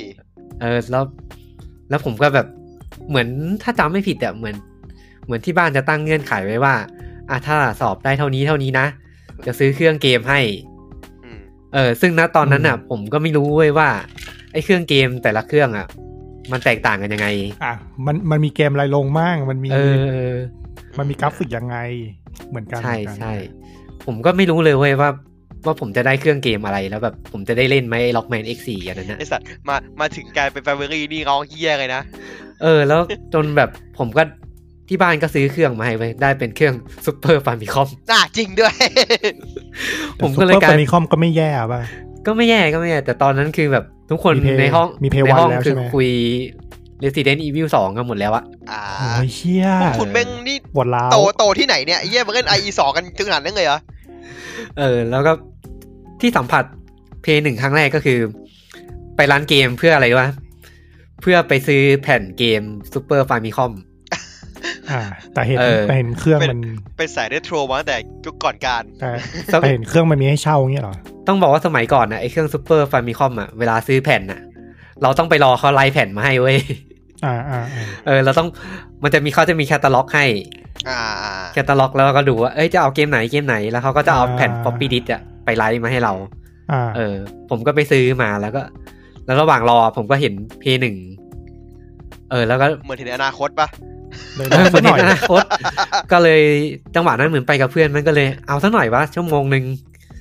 แล้วผมก็แบบเหมือนถ้าจำไม่ผิดเหมือนที่บ้านจะตั้งเงื่อนไขไว้ว่าถ้าสอบได้เท่านี้นะจะซื้อเครื่องเกมให้ซึ่งณตอนนั้นผมก็ไม่รู้เว้ยว่าไอ้เครื่องเกมแต่ละเครื่องมันแตกต่างกันยังไงมันมีเกมอะไรลงมั่งมันมีกราฟิกยังไงเหมือนกันใช่ผมก็ไม่รู้เลยเว้ยว่าผมจะได้เครื่องเกมอะไรแล้วแบบผมจะได้เล่นไหม Lockman X4 อันนั้นไอ้สัตว์มาถึงกลายเป็น Family นี่ร้องเหี้ยเลยนะแล้วจนแบบผมก็ที่บ้านก็ซื้อเครื่องมาให้ไว้ได้เป็นเครื่อง Super Famicom จริงด้วยผมก็เลยกลาย Super Famicom ก็ไม่แย่ป่ะก็ไม่แย่แต่ตอนนั้นคือแบบทุกคนในห้องคือคุย Resident Evil 2 กันหมดแล้วโอ้ยเชี่ยคุณแม่งนี่โตที่ไหนเนี่ยไอ้เหี้ยมาเล่น IE2 กันถึงขนาดนั้นเลยเหรอแล้วก็ที่สัมผัส Play 1 ครั้งแรกก็คือไปร้านเกมเพื่ออะไรวะเพื่อไปซื้อแผ่นเกม Super Famicom แต่เห็นเครื่องมันเป็นสายเรโทรมาแต่ยุคก่อนการแต่เห็นเครื่องมันมีให้เช่าอย่างเงี้ยหรอต้องบอกว่าสมัยก่อนไอ้เครื่อง Super Famicom เวลาซื้อแผ่นเราต้องไปรอเขาไล่แผ่นมาให้เว้ยเราต้องเขาจะมีแคตตาล็อกให้แคตตาล็อกแล้วก็ดูว่าจะเอาเกมไหนแล้วเขาก็จะเอาแผ่น floppy disk ไปไล่มาให้เราผมก็ไปซื้อมาแล้วระหว่างรอผมก็เห็น Play 1แล้วก็เหมือนเห็นอนาคตปะเหมือนเห็นอนาคตก็เลยจังหวะนั้นเหมือนไปกับเพื่อนมันก็เลยเอาสักหน่อยวะชั่วโมงนึง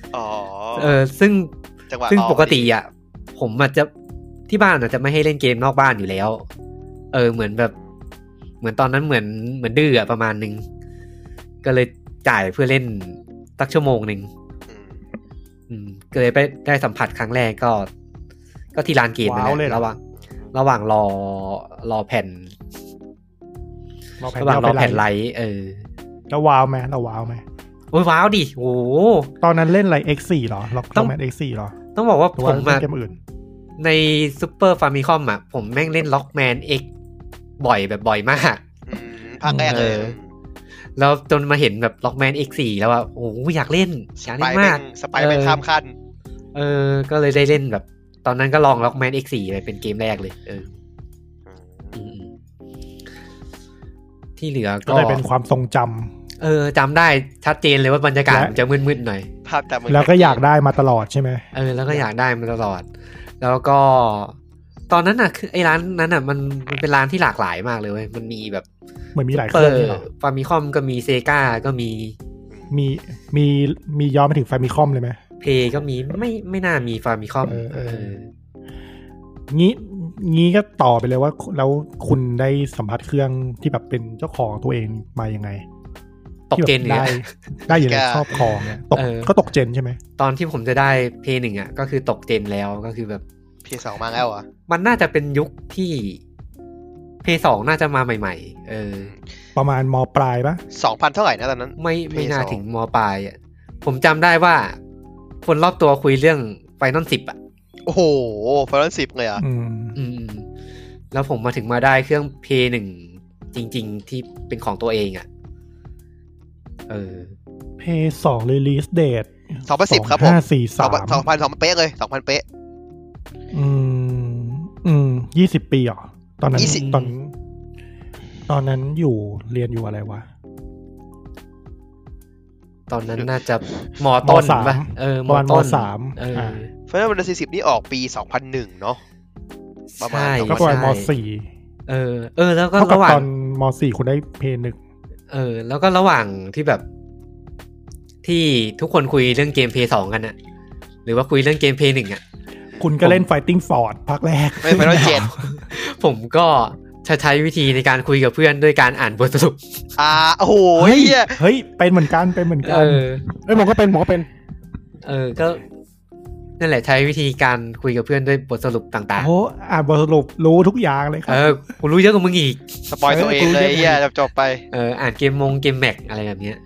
ซึ่งปกติผมจะที่บ้านจะไม่ให้เล่นเกมนอกบ้านอยู่แล้วเหมือนตอนนั้นเหมือนดื้อประมาณนึงก็เลยจ่ายเพื่อเล่นสักชั่วโมงนึงก็เลยไปได้สัมผัสครั้งแรกก็ที่ร้านเกมนั่นแหละระหว่างรอแผ่นระหว่างรอแผ่นไลท์แล้วว้าวไหมโอ้ยว้าวดิโอ้ตอนนั้นเล่นอะไร X4 เหรอ Lockman X4 เหรอต้องบอกว่าผมเกมอื่นใน Super Famicom ผมแม่งเล่น Lockman X บ่อยมากภาคแรกเลยแล้วจนมาเห็นแบบ Lockman X4 แล้วโอ้อยากเล่นมากสไปเป็นข้ามขั้นก็เลยได้เล่นแบบตอนนั้นก็ลอง Lockman X4 เลยเป็นเกมแรกเลยที่เหลือก็ได้เป็นความทรงจำจำได้ชัดเจนเลยว่าบรรยากาศมันจะมืดๆหน่อยภาพจำแล้วก็อยากได้มาตลอดใช่ไหมแล้วก็อยากได้มาตลอดแล้วก็ตอนนั้นคือไอ้ร้านนั้นมันเป็นร้านที่หลากหลายมากเลยเว้ยมันมีแบบเหมือนมีหลายเครื่องฟามิคอมก็มีเซกาก็มีย้อนไปถึงฟามิคอมเลยไหมเพย์ก็มีไม่น่ามีฟามิคอมงี้ก็ต่อไปเลยว่าแล้วคุณได้สัมผัสเครื่องที่แบบเป็นเจ้าของตัวเองมายังไงตกเจนได้อยู่ในครอบครองเนี่ยก็ตกเจนใช่ไหมตอนที่ผมจะได้เพย์1ก็คือตกเจนแล้วก็คือแบบเพย์2มาแล้วมันน่าจะเป็นยุคที่เพย์2น่าจะมาใหม่ๆประมาณม.ปลายปะ 2,000 เท่าไหร่นะตอนนั้นไม่น่าถึงม.ปลายผมจำได้ว่าคนรอบตัวคุยเรื่อง Final 10 โอ้โห Final 10เลยแล้วผมมาถึงมาได้เครื่องเพย์1จริงๆที่เป็นของตัวเองเพย์2 release date 2010ครับผม2000เป๊ะเลย2000เป๊ะ 20 ปีเหรอตอนนั้นตอนนั้นเรียนอยู่อะไรวะตอนนั้นน่าจะม.ต้นป่ะม.3 Final Fantasy 10นี่ออกปี2001เนาะประมาณก็ประมาณม.4 แล้วก็ระหว่างตอนม.4 คุณได้เพย์ 1แล้วก็ระหว่างที่แบบที่ทุกคนคุยเรื่องเกมเพย์2กันหรือว่าคุยเรื่องเกมเพย์1 คุณก็เล่น Fighting Force ภาคแรกไม่ Final ผมก็ใช้วิธีในการคุยกับเพื่อนด้วยการอ่านบทสรุปโอ้โหเฮ้ยเป็นเหมือนกันผมก็เป็นก็นั่นแหละใช้วิธีการคุยกับเพื่อนด้วยบทสรุปต่างๆโอ้อ่านบทสรุปรู้ทุกอย่างเลยครับกูรู้เยอะกว่ามึงอีกสปอยตัวเองเลยอย่าจบไปอ่านเกมแม็กอะไรแบบเนี้ย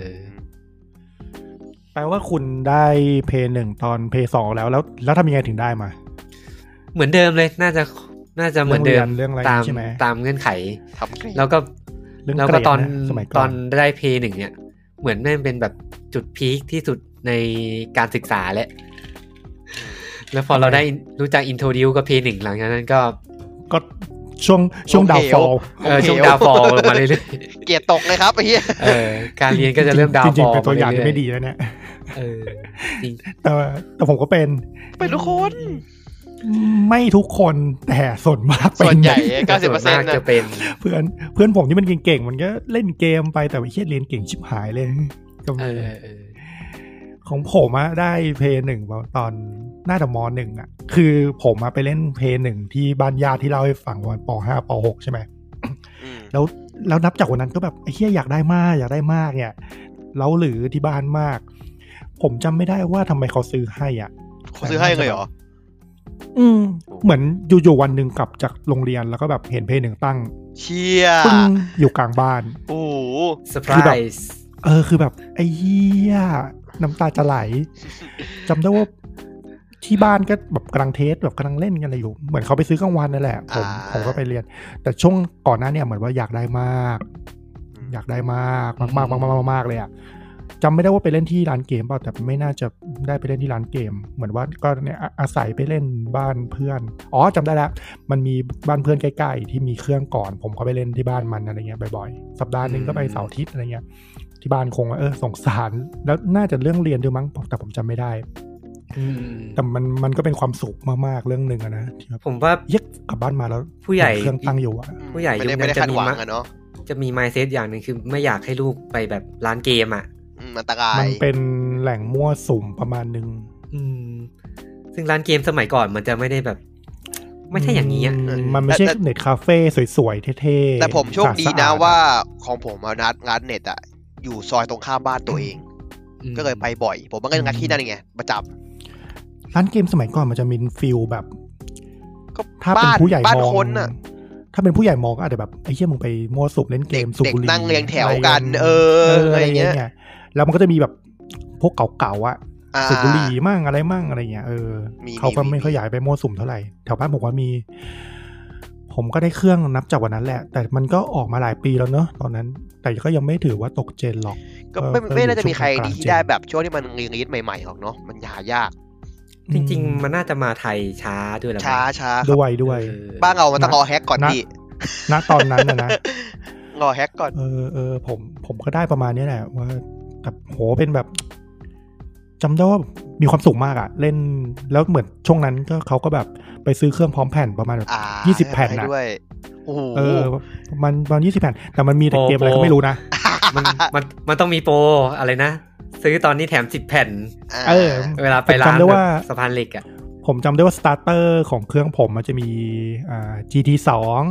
แปลว่าคุณได้เพย์1ตอนเพย์2แล้วทำยังไงถึงได้มาเหมือนเดิมเลยน่าจะเหมือนเดิมตามเงื่อนไขแล้วก็ตอนได้เพย์1เนี่ยเหมือนนั่นเป็นแบบจุดพีคที่สุดในการศึกษาแล้วพอเราได้รู้จักอินโทรดิวกับเพย์1หลังจากนั้นก็ช่วงดาวฟอลช่วงดาวฟอลลงมาเรื่อยๆเกียรติตกเลยครับไอ้เหี้ยการเรียนก็จะเริ่มดาวฟอลจริงๆเป็นตัวอย่างที่ไม่ดีแล้วเนี่ยจริงแต่ผมก็เป็นทุกคนไม่ทุกคนแต่ส่วนมากส่วนใหญ่ 90% จะเป็นเพื่อนผมที่มันเก่งๆมันก็เล่นเกมไปแต่ว่าเหี้ยเรียนเก่งชิบหายเลยก็มีของผมอะได้เพย์1ตอนน่าจะม.1อะคือผมไปเล่นเพย์1ที่บ้านญาติที่เล่าให้ฟังวันป.5 ป.6 ใช่ไหมแล้วนับจากวันนั้นก็แบบไอ้เหี้ยอยากได้มากเนี่ยแล้วหรือที่บ้านมากผมจำไม่ได้ว่าทำไมเขาซื้อให้อ่ะเขาซื้อให้เลยเหรอเหมือนอยู่ๆวันหนึ่งกลับจากโรงเรียนแล้วก็แบบเห็นเพย์1ตั้งเชี่ยอยู่กลางบ้านโอ้เซอร์ไพรส์คือแบบไอ้เหี้ยน้ำตาจะไหลจำได้ว่าที่บ้านก็แบบกำลังเทสแบบกำลังเล่นกันอะไรอยู่เหมือนเขาไปซื้อกลางวันนั่นแหละผมก็ไปเรียนแต่ช่วงก่อนหน้าเนี่ยเหมือนว่าอยากได้มากเลยอ่ะจำไม่ได้ว่าไปเล่นที่ร้านเกมเปล่าแต่ไม่น่าจะได้ไปเล่นที่ร้านเกมเหมือนว่าก็เนี่ยอาศัยไปเล่นบ้านเพื่อนจำได้แล้วมันมีบ้านเพื่อนใกล้ๆที่มีเครื่องก่อนผมก็ไปเล่นที่บ้านมันอะไรเงี้ยบ่อยๆสัปดาห์นึงก็ไปเสาร์อาทิตย์อะไรเงี้ยที่บ้านคงสงสารแล้วน่าจะเรื่องเรียนด้วยมั้งแต่ผมจำไม่ได้แต่มันก็เป็นความสุขมากๆเรื่องนึงนะผมว่ากลับบ้านมาแล้วผู้ใหญ่เครื่องตั้งอยู่ผู้ใหญ่ยุคนั้นจะมี mindset อย่างนึงคือไม่อยากให้ลูกไปแบบร้านเกมอ่ะมันตรายมันเป็นแหล่งมั่วสุมประมาณนึงซึ่งร้านเกมสมัยก่อนมันจะไม่ได้แบบไม่ใช่อย่างนี้มันไม่ใช่เน็ตคาเฟ่สวยๆเท่ๆแต่ผมโชคดีนะว่าของผมร้านเน็ตอ่ะอยู่ซอยตรงข้ามบ้านตัวเองก็เลยไปบ่อยผมก็งัดที่นั่นไงประจำร้านเกมสมัยก่อนมันจะมีฟีลแบบถ้าเป็นผู้ใหญ่มองถ้าเป็นผู้ใหญ่มองก็อาจจะแบบไอ้เหี้ยมึงไปมั่วสุมเล่นเกมสูบบุหรี่นั่งเรียงแถวกันอะไรเงี้ยแล้วมันก็จะมีแบบพวกเก่าๆอ่ะสูบบุหรี่มั่งอะไรเงี้ยเขาก็ไม่ค่อยอยากไปมั่วสุมเท่าไหร่แถวบ้านบอกว่าผมก็ได้เครื่องนับจากวันนั้นแหละแต่มันก็ออกมาหลายปีแล้วเนอะตอนนั้นแต่ก็ยังไม่ถือว่าตกเจนหรอกก็ไม่น่าจะมีใครที่ได้แบบช่วงที่มันรีลิสใหม่ๆหรอกเนาะมันหายากจริงๆมันน่าจะมาไทยช้าด้วยแล้วช้าด้วยบ้านเรามันต้องรอแฮกก่อนพี่ณตอนนั้นนะรอแฮกก่อนผมก็ได้ประมาณนี้แหละว่าแบบโหเป็นแบบจำได้ว่ามีความสุขมากอะเล่นแล้วเหมือนช่วงนั้นก็เขาก็แบบไปซื้อเครื่องพร้อมแผ่นประมาณแบบ20 แผ่นนะมัน20 แผ่นแต่มันมีแต่เกมอะไรก็ไม่รู้นะมันต้องมีโปรอะไรนะซื้อตอนนี้แถม10 แผ่นเวลาไปร้านสะพานเหล็กอ่ะผมจำได้ว่าสตาร์เตอร์ของเครื่องผมมันจะมีGT2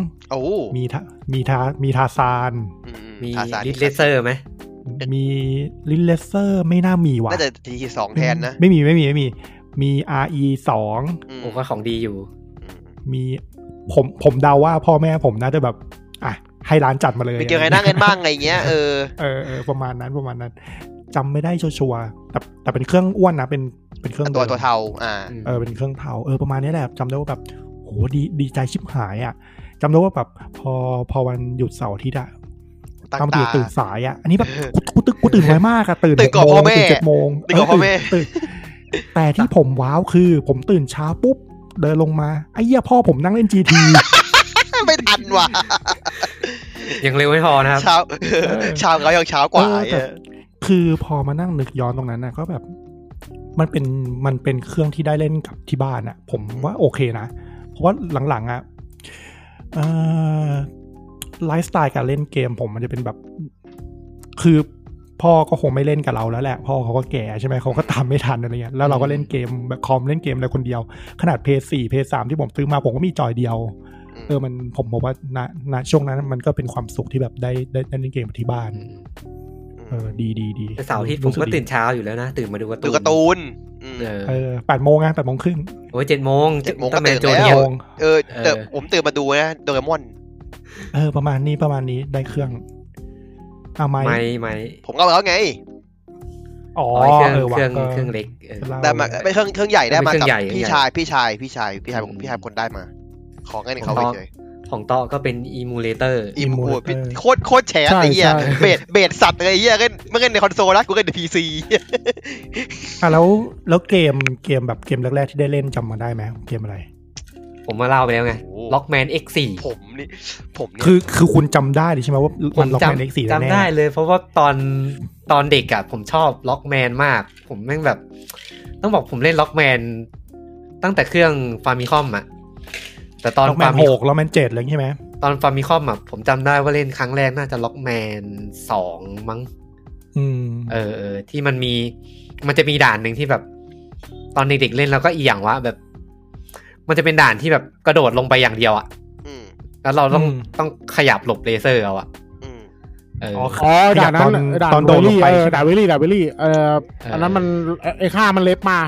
มีทาซานมีลิทเลเซอร์ไหมมีลิทเลเซอร์ไม่น่ามีว่ะน่าจะ GT2 แทนนะไม่มี RE2 โอ้ก็ของดีอยู่มีผมเดาว่าพ่อแม่ผมน่าจะแบบให้ร้านจัดมาเลยมีเกี่ยวกับนั่งกันบ้างไงเงี้ยประมาณนั้นจำไม่ได้ชัวร์แต่เป็นเครื่องอ้วนนะเป็นเครื่องตัวเทาเป็นเครื่องเทาประมาณนี้แหละจำได้ว่าแบบโหดีใจชิบหายอ่ะจำได้ว่าแบบพอวันหยุดเสาร์อาทิตย์อะตามปกติตื่นสายอ่ะอันนี้แบบกูตื่นไวมากอะตื่นก่อนพ่อแม่ 7 โมงตื่นก่อนพ่อแม่แต่ที่ผมว้าวคือผมตื่นเช้าปุ๊บเดินลงมาไอ้เหี้ยพ่อผมนั่งเล่น GT ไม่ทันว่ะยังเร็วไม่พอนะครับเช้าเขายังเช้ากว่าคือพอมานั่งนึกย้อนตรงนั้นนะก็แบบมันเป็นเครื่องที่ได้เล่นกับที่บ้านอ่ะผมว่าโอเคนะเพราะว่าหลังๆอ่ะไลฟ์สไตล์การเล่นเกมผมมันจะเป็นแบบคือพ่อก็คงไม่เล่นกับเราแล้วแหละพ่อเขาก็แก่ใช่ไหมเขาก็ตามไม่ทันอะไรเงี้ยแล้วเราก็เล่นเกมแบบคอมเล่นเกมอะไรคนเดียวขนาด PS4 PS3 ที่ผมซื้อมาผมก็มีจอยเดียวมันผมบอกว่าณช่วงนั้นมันก็เป็นความสุขที่แบบได้เล่นเกมที่บ้านดีแต่เสาร์อาทิตย์ผมก็ตื่นเช้าอยู่แล้วนะตื่นมาดูการ์ตูน 8 โมง8 โมงครึ่งโอ้ย7 โมงก็ตื่นแล้วแต่ผมตื่นมาดูนะโดเรมอนประมาณนี้ได้เครื่องไม่ผมก็แล้วไงเครื่องเล็กได้มาไม่เครื่องใหญ่ได้มากับพี่ชายคนได้มาของกันเขาเฉยของต่อก็เป็นอีมูเลเตอร์โคตรแฉไอ้เหี้ยเบสสัตว์ไอ้เหี้ยไม่เล่นในคอนโซลนะกูเล่นใน PC แล้วเกมแบบเกมแรกๆที่ได้เล่นจำมาได้ไหมเกมอะไรผมมาเล่าไปแล้วไง Lockman X4 ผมนี่คือคุณจำได้ใช่ไหมว่ามัน Lockman X4 จำได้เลยเพราะว่าตอนเด็กอ่ะผมชอบ Lockman มากผมแม่งแบบต้องบอกผมเล่น Lockman ตั้งแต่เครื่อง Famicom อ่ะแต่ตอน Lockman 6 Lockman 7อะไรใช่ไหมตอน Famicom อ่ะผมจำได้ว่าเล่นครั้งแรกน่าจะ Lockman 2มั้งที่มันจะมีด่านนึงที่แบบตอนเด็กๆเล่นแล้วก็อีหยังวะแบบมันจะเป็นด่านที่แบบกระโดดลงไปอย่างเดียวอ่ะแล้วเราต้องขยับหลบเลเซอร์เอาอ่ะด่านนั้นตอนโดนลงไปด่านเวลี่อันนั้นมันไอ้ค่ามันเล็บมา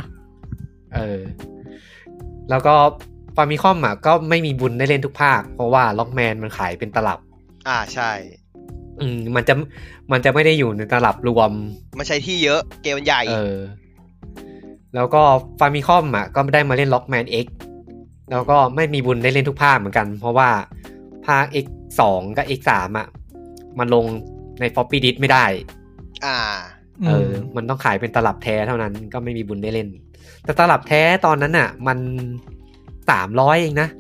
แล้วก็ฟามิคอมอ่ะก็ไม่มีบุญได้เล่นทุกภาคเพราะว่าล็อกแมนมันขายเป็นตลับใช่มันจะไม่ได้อยู่ในตลับรวมมันใช้ที่เยอะเกมมันใหญ่แล้วก็ฟามิคอมอ่ะก็ได้มาเล่นล็อกแมน X แล้วก็ไม่มีบุญได้เล่นทุกภาคเหมือนกันเพราะว่าภาค X2 กับ X3 อ่ะมันลงใน floppy disk ไม่ได้มันต้องขายเป็นตลับแท้เท่านั้นก็ไม่มีบุญได้เล่นแต่ตลับแท้ตอนนั้นน่ะมัน300เองนะ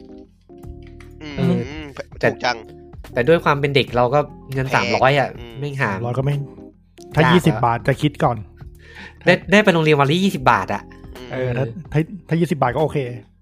ถูกจังแต่ด้วยความเป็นเด็กเราก็เงิน300อ่ะไม่หา 300ก็ไม่ถ้า20 บาทจะคิดก่อนได้ไปโรงเรียนวันละ20 บาทอ่ะถ้า20 บาทก็โอเค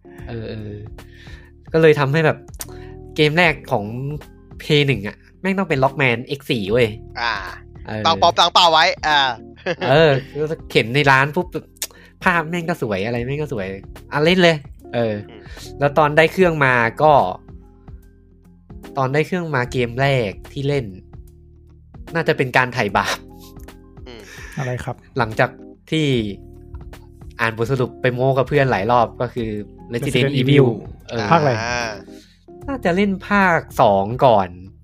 ก็เลยทำให้แบบเกมแรกของ P1 อ่ะแม่งต้องเป็น Lockman X4 เว้ยตั้งป๊อปตั้งเป้าไว้เข็นในร้านปุ๊บภาพแม่งก็สวยอะไรแม่งก็สวยเล่นเลยแล้วตอนได้เครื่องมาก็ตอนได้เครื่องมาเกมแรกที่เล่นน่าจะเป็นการไถ่บาปอะไรครับหลังจากที่อ่านบทสรุปไปโม้กับเพื่อนหลายรอบก็คือ Resident Evil ภาคอะไรน่าจะเล่นภาค2ก่อน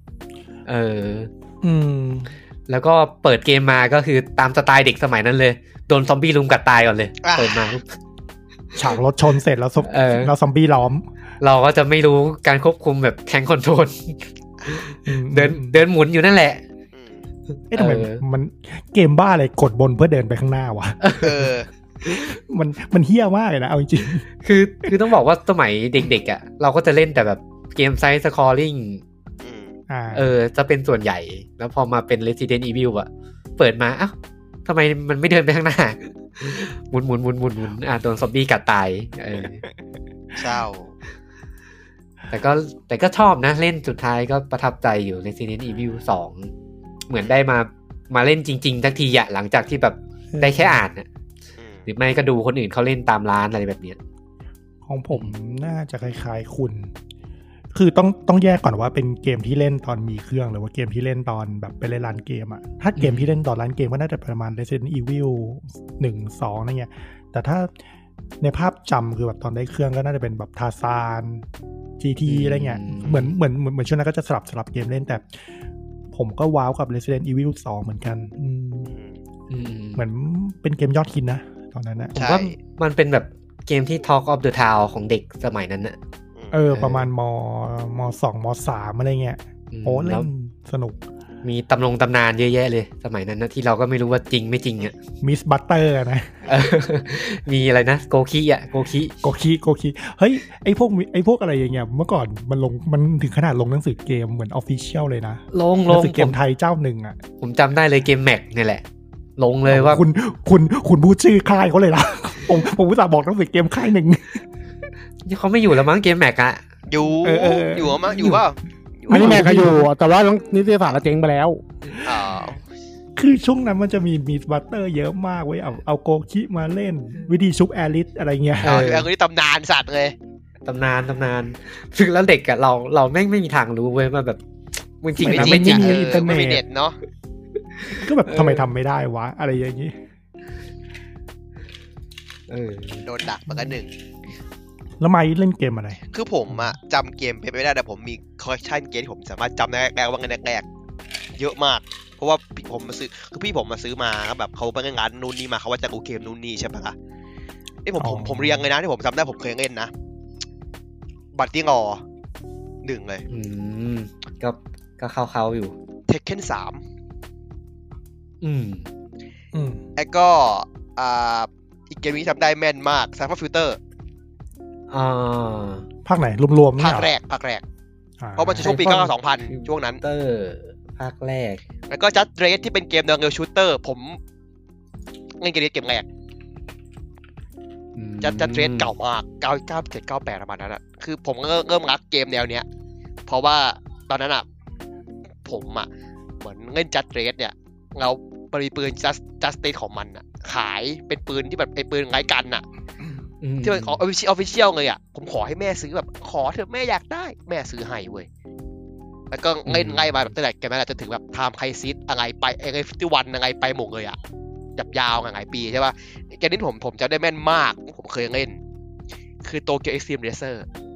แล้วก็เปิดเกมมาก็คือตามสไตล์เด็กสมัยนั้นเลยโดนซอมบี้ลุมกัดตายก่อนเลยเปิดมาฉากรถชนเสร็จแล้วซอมบี้ล้อมเราก็จะไม่รู้การควบคุมแบบแทงคอนโทรลเดินหมุนอยู่นั่นแหละทำไมมันเกมบ้าอะไรกดบนเพื่อเดินไปข้างหน้าวะมันเหี้ยมากเลยนะเอาจริงคือต้องบอกว่าสมัยเด็กๆอ่ะเราก็จะเล่นแต่แบบเกมไซส์สคอร์ลิ่งจะเป็นส่วนใหญ่แล้วพอมาเป็น Resident Evil อ่ะเปิดมาทำไมมันไม่เดินไปข้างหน้าหมุนโดนซอมบี้กัดตายเศร้าแต่ก็ชอบนะเล่นสุดท้ายก็ประทับใจอยู่ Resident Evil 2เหมือนได้มาเล่นจริงๆทักทีหลังจากที่แบบได้แค่อ่านนะหรือไม่ก็ดูคนอื่นเขาเล่นตามร้านอะไรแบบนี้ของผมน่าจะคล้ายๆคุณคือต้องแยกก่อนว่าเป็นเกมที่เล่นตอนมีเครื่องหรือว่าเกมที่เล่นตอนแบบไปเล่นร้านเกมอ่ะถ้าเกมที่เล่นตอนร้านเกมก็น่าจะประมาณ Resident Evil 1 2อะไรเงี้ยแต่ถ้าในภาพจำคือแบบตอนได้เครื่องก็น่าจะเป็นแบบทาซาน GT อะไรเงี้ยเหมือนช่วงนั้นก็จะสลับเกมเล่นแต่ผมก็ว้าวกับ Resident Evil 2เหมือนกันเหมือนเป็นเกมยอดฮิตนะตอนนั้นนะผมว่ามันเป็นแบบเกมที่ Talk of the Town ของเด็กสมัยนั้นนะประมาณม2ม3อะไรเงี้ยโอ้เล่นสนุกมีตำนานเยอะแยะเลยสมัยนั้นนะที่เราก็ไม่รู้ว่าจริงไม่จริงอ่ะมิสบัตเตอร์นะมีอะไรนะโกคิเฮ้ยไอพวกอะไรอย่างเงี้ยเมื่อก่อนมันถึงขนาดลงหนังสือเกมเหมือนออฟฟิเชียลเลยนะลงหนังสือเกมไทยเจ้าหนึ่งอ่ะผมจำได้เลยเกมแม็กนี่แหละลงเลยว่าคุณพูดชื่อค่ายเขาเลยล่ะผมอุตส่าห์บอกหนังสือเกมค่ายหนึ่งเขาไม่อยู่แล้วมั้งเกมแม็กอะอยู่มั้งอยู่เปล่าอันนี้แม็กก็อยู่แต่ว่านิตยสารเจ๊งไปแล้วคือช่วงนั้นมันจะมีบัตเตอร์เยอะมากเว้ยเอาโกคิมาเล่นวิธีชุบแอริสอะไรเงี้ยอันนี้ตำนานสัตว์เลยตำนานซึ่งแล้วเด็กอะเราไม่มีทางรู้เว้ยว่าแบบมันจริงไม่จริงไม่มีเน็ตเนาะก็แบบทำไมทำไม่ได้วะอะไรอย่างงี้โดนดักมากันหนึ่งแล้วไม่เล่นเกมอะไรคือผมอะจำเกมไม่ได้แต่ผมมีคอลเลคชันเกมที่ผมสามารถจำได้แรกๆว่าแรกเยอะมากเพราะว่าผมมาซื้อคือพี่ผมมาซื้อมาแบบเขาไปงานนู่นนี่มาเขาว่าจะดูเกมนู่นนี่ใช่ปะล่ะนี่ผมเรียงเลยนะที่ผมจำได้ผมเคยเล่นนะบัตตี้งอ1เลยก็เข้าอยู่ Tekken 3แล้วก็อีกเกมนี้จำได้แม่นมาก Cypher Filter ภาคไหนรวมๆภาคแรกเพราะมันจะช่วงปี2000ช่วงนั้นภาคแรกแล้วก็ Just Race ที่เป็นเกมแนวเร็วชูตเตอร์ผมเล่นเกมแรกJust Race เก่ามาก97 98ประมาณนั้นอ่ะคือผมเริ่มรักเกมแนวเนี้ยเพราะว่าตอนนั้นอ่ะผมอ่ะเหมือนเล่น Just Race เนี่ยเรามีปืน Just Race ของมันอ่ะขายเป็นปืนที่แบบไอ้ปืนไร้กันอ่ะที่เป็นของ official เลยอ่ะผมขอให้แม่ซื้อแบบขอเถอะแม่อยากได้แม่ซื้อให้เว้ยแล้วก็เล่นไล่มาแบบตั้งแต่เกมนั้นจนถึงแบบ Time Crisis อะไรไป51อะไรไปหมดเลยอ่ะยาวหลายปีใช่ป่ะเกมนี้ผมจะได้แม่นมากผมเคยเล่นคือ Tokyo Extreme Racer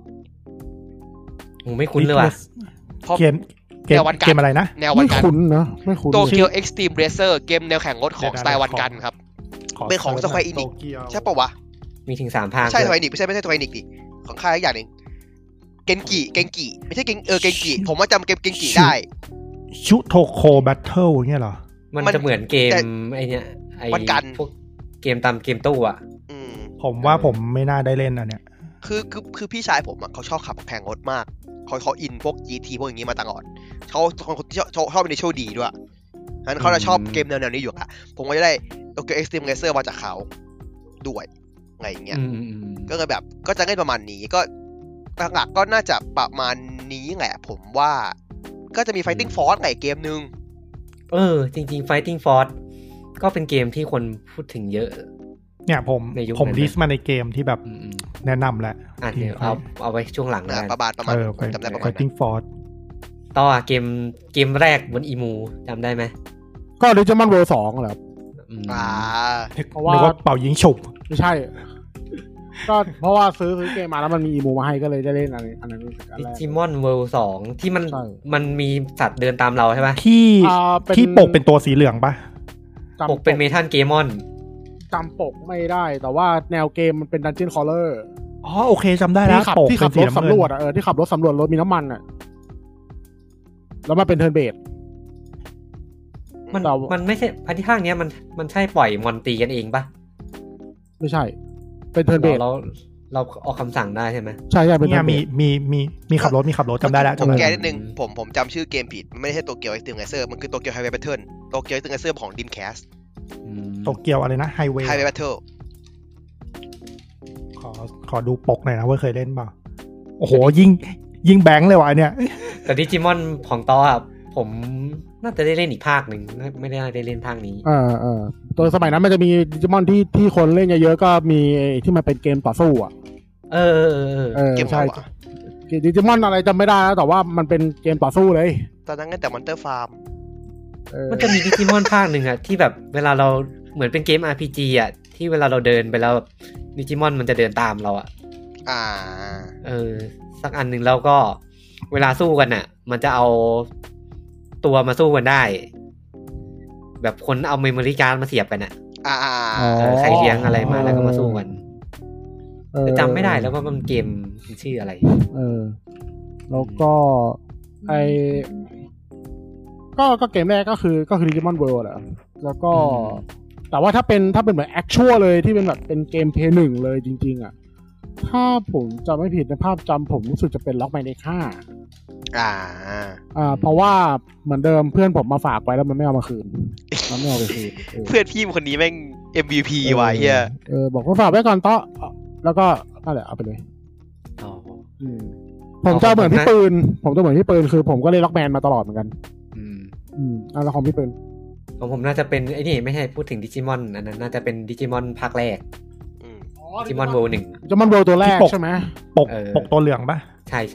ไม่คุ้นเลยว่ะเกมอะไรนะแนววันกันไม่คุ้นนะไม่คุ้น Tokyo Extreme Racer เกมแนวแข่งรถของสไตล์วันกันครับเป็นของ Square Enix ใช่ป่ะวะมีถึง3ภาคใช่ Square Enix ไม่ใช่ Square Enix ดิของค่ายอย่างนึงเกนกิไม่ใช่เกนกิผมว่าจำเกมเกนกิได้ชุโทโคแบทเทิลเงี้ยเหรอมันจะเหมือนเกมไอเนี้ยไอพวกเกมตามเกมตู้อ่ะผมว่าผมไม่น่าได้เล่นอันเนี้ยคือพี่ชายผมอ่ะเขาชอบขับแข่งรถมากเขาอินพวก GT พวกอย่างงี้มาตลอดเขาชอบเป็นโชว์ดีด้วยงั้นเขาจะชอบเกมแนวนี้อยู่อ่ะผมก็จะได้ Tokyo Extreme Racer มาจากเขาด้วยไงอย่างเงี้ยก็เลยแบบก็จะเล่นประมาณนี้ก็หลักๆก็น่าจะประมาณนี้แหละผมว่าก็จะมี Fighting Force ไหนเกมนึงจริงๆ Fighting Force ก็เป็นเกมที่คนพูดถึงเยอะเนี่ยผมลิสต์มาในเกมที่แบบแนะนำแหละเดี๋ยวเอาไว้ช่วงหลังนะประมาณจำได้ประมาณ Fighting Force ต่อเกมแรกบนอีมูจำได้ไหมก็ Digimon World 2แหละเพราะว่าเป่ายิงฉุบไม่ใช่ก็เพราะว่าซื้อเกมมาแล้วมันมีอีมูมาให้ก็เลยได้เล่นอันนั้น Digimon World 2ที่มันมีสัตว์เดินตามเราใช่ป่ะที่ปกเป็นตัวสีเหลืองป่ะปกเป็นเมทัลเกมอนจำปกไม่ได้แต่ว่าแนวเกมมันเป็น Dungeon Crawler โอเคจำได้แล้วที่ขับรถสำรวจที่ขับรถสำรวจรถมีน้ำมันแล้วมันเป็นเทิร์นเบสมันไม่ใช่พันที่ภาคเนี้ยมันใช่ปล่อยมอนตีกันเองป่ะไม่ใช่เป็นเทิร์นเบสเราออกคำสั่งได้ใช่ไหมใช่เป็นมีขับรถจำได้แล้วผมแก้นิดนึงผมจำชื่อเกมผิดมันไม่ใช่Tokyo Extreme Racerมันคือ Tokyo Highway Battle Tokyo Extreme Racer ของ Dreamcast โตเกียวอะไรนะไฮเวย์แบทเทิลขอดูปกหน่อยนะว่าเคยเล่นเปล่าโอ้โหยิงแบงค์เลยวะเนี่ยแต่ดิจิมอนของต่ออ่ะผมน่าจะได้เล่นอีกภาคหนึ่งไม่ได้เล่นภาคนี้ตัวสมัยนั้นมันจะมีดิจิมอนที่คนเล่นเยอะๆก็มีที่มันเป็นเกมต่อสู้อ่ะเกมใช่ดิจิมอนอะไรจำไม่ได้แล้วแต่ว่ามันเป็นเกมต่อสู้เลยตอนนั้นแต่มอนเตอร์ฟาร์มมันจะมีดิจิมอนภาคหนึ่งอะที่แบบเวลาเราเหมือนเป็นเกม RPG อะที่เวลาเราเดินไปแล้วดิจิมอนมันจะเดินตามเราอะสักอันหนึ่งแล้วก็เวลาสู้กันอะมันจะเอาตัวมาสู้กันได้แบบคนเอาเมมโมรี่การ์ดมาเสียบกันอะใครเลี้ยงอะไรมาแล้วก็มาสู้กันแต่จำไม่ได้แล้วว่ามันเกมชื่ออะไรแล้วก็ก็เกมแรกก็คือ Digimon World แหละแล้วก็แต่ว่าถ้าเป็นเหมือน actual เลยที่เป็นแบบเป็นเกมเพย์1เลยจริงๆอ่ะถ้าผมจำไม่ผิดในภาพจำผมรู้สึกจะเป็น Lock Mania เพราะว่าเหมือนเดิมเพื่อนผมมาฝากไว้แล้วมันไม่เอามาคืนมันไม่เอาไปคืนเพื่อนพี่คนนี้แม่ง MVP ว่ะเหี้ยบอกว่าฝากไว้ก่อนต่อแล้วก็นั่นแหละเอาไปเลยผมจะเหมือนพี่ปืนคือผมก็เล่น Lock Man มาตลอดเหมือนกันแล้วของพี่ปืนของผมน่าจะเป็นไอ้นี่ไม่ใช่พูดถึงดิจิมอนอันนั้นน่าจะเป็นดิจิมอนภาคแรกดิจิมอนเวิลด์1 ดิจิมอนเวิลด์ตัวแรกใช่ไหมปกตัวเหลืองป่ะใช่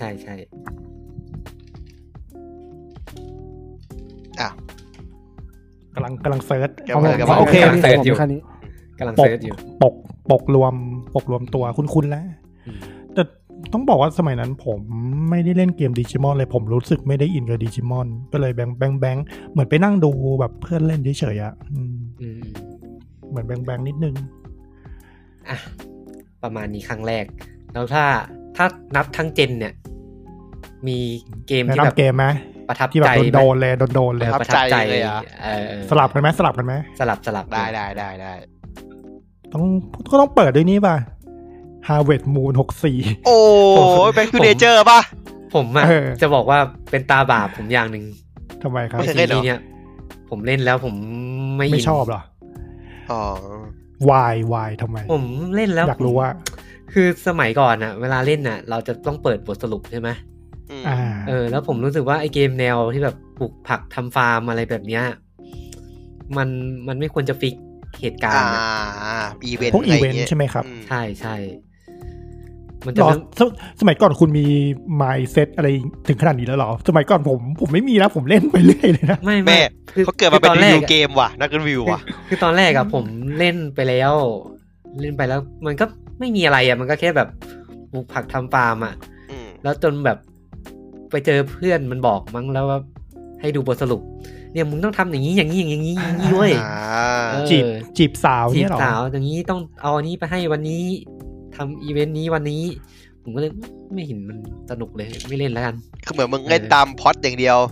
กำลังเซิร์ชโอเคกำลังเซิร์ชอยู่ปปกรวมตัวคุ้นๆแล้วแต่ต้องบอกว่าสมัยนั้นผมไม่ได้เล่นเกมดิจิมอนเลยผมรู้สึกไม่ได้อินกับดิจิมอนก็เลยแบงเหมือนไปนั่งดูแบบเพื่อนเล่นเฉยๆอ่ะเหมือนแบงนิดนึงอ่ะประมาณนี้ครั้งแรกแล้วถ้านับทั้งเจนเนี่ยมีเกมที่แบบเกมไหมประทับใจแบบโดนเลยประทับใจเลยสลับกันไหมสลับได้ต้องเปิดด้วยนี้ป่ะ Harvest Moon 64 โอ้ยBack to Nature ป่ะผมอ่ะจะบอกว่าเป็นตาบาปผมอย่างนึงทำไมครับซีรีส์เนี่ยผมเล่นแล้วผมไม่ชอบหรออ๋อวายทำไมผมเล่นแล้วอยากรู้ว่าคือสมัยก่อนอ่ะเวลาเล่นน่ะเราจะต้องเปิดบทสรุปใช่ไหมแล้วผมรู้สึกว่าไอ้เกมแนวที่แบบปลูกผักทำฟาร์มอะไรแบบเนี้ยมันไม่ควรจะฟิกเหตุการณ์พวกอีเวนต์ใช่ไหมครับใช่มันจะสมัยก่อนคุณมี mindset อะไรถึงขนาดนี้แล้วหรอสมัยก่อนผมไม่มีนะผมเล่นไปเรื่อยเลยนะแม่เขาเกิดมาเป็นรีวิวเกมว่ะนักรีวิวว่ะคือตอนแรกอะผมเล่นไปแล้วมันก็ไม่มีอะไรอะมันก็แค่แบบปลูกผักทำฟาร์มอะแล้วจนแบบไปเจอเพื่อนมันบอกมั้งแล้วว่าให้ดูบทสรุปเนี่ยมึงต้องทำอย่างนี้ด้วยจีบสาวเนี่ยหรอจีบสาวอย่างนี้ต้องเอาอันนี้ไปให้วันนี้ทำอีเวนต์นี้วันนี้ผมก็เลยไม่เห็นมันสนุกเลยไม่เล่นแล้วกันคือเหมือนมึงเล่นตามพล็อตอย่างเดียว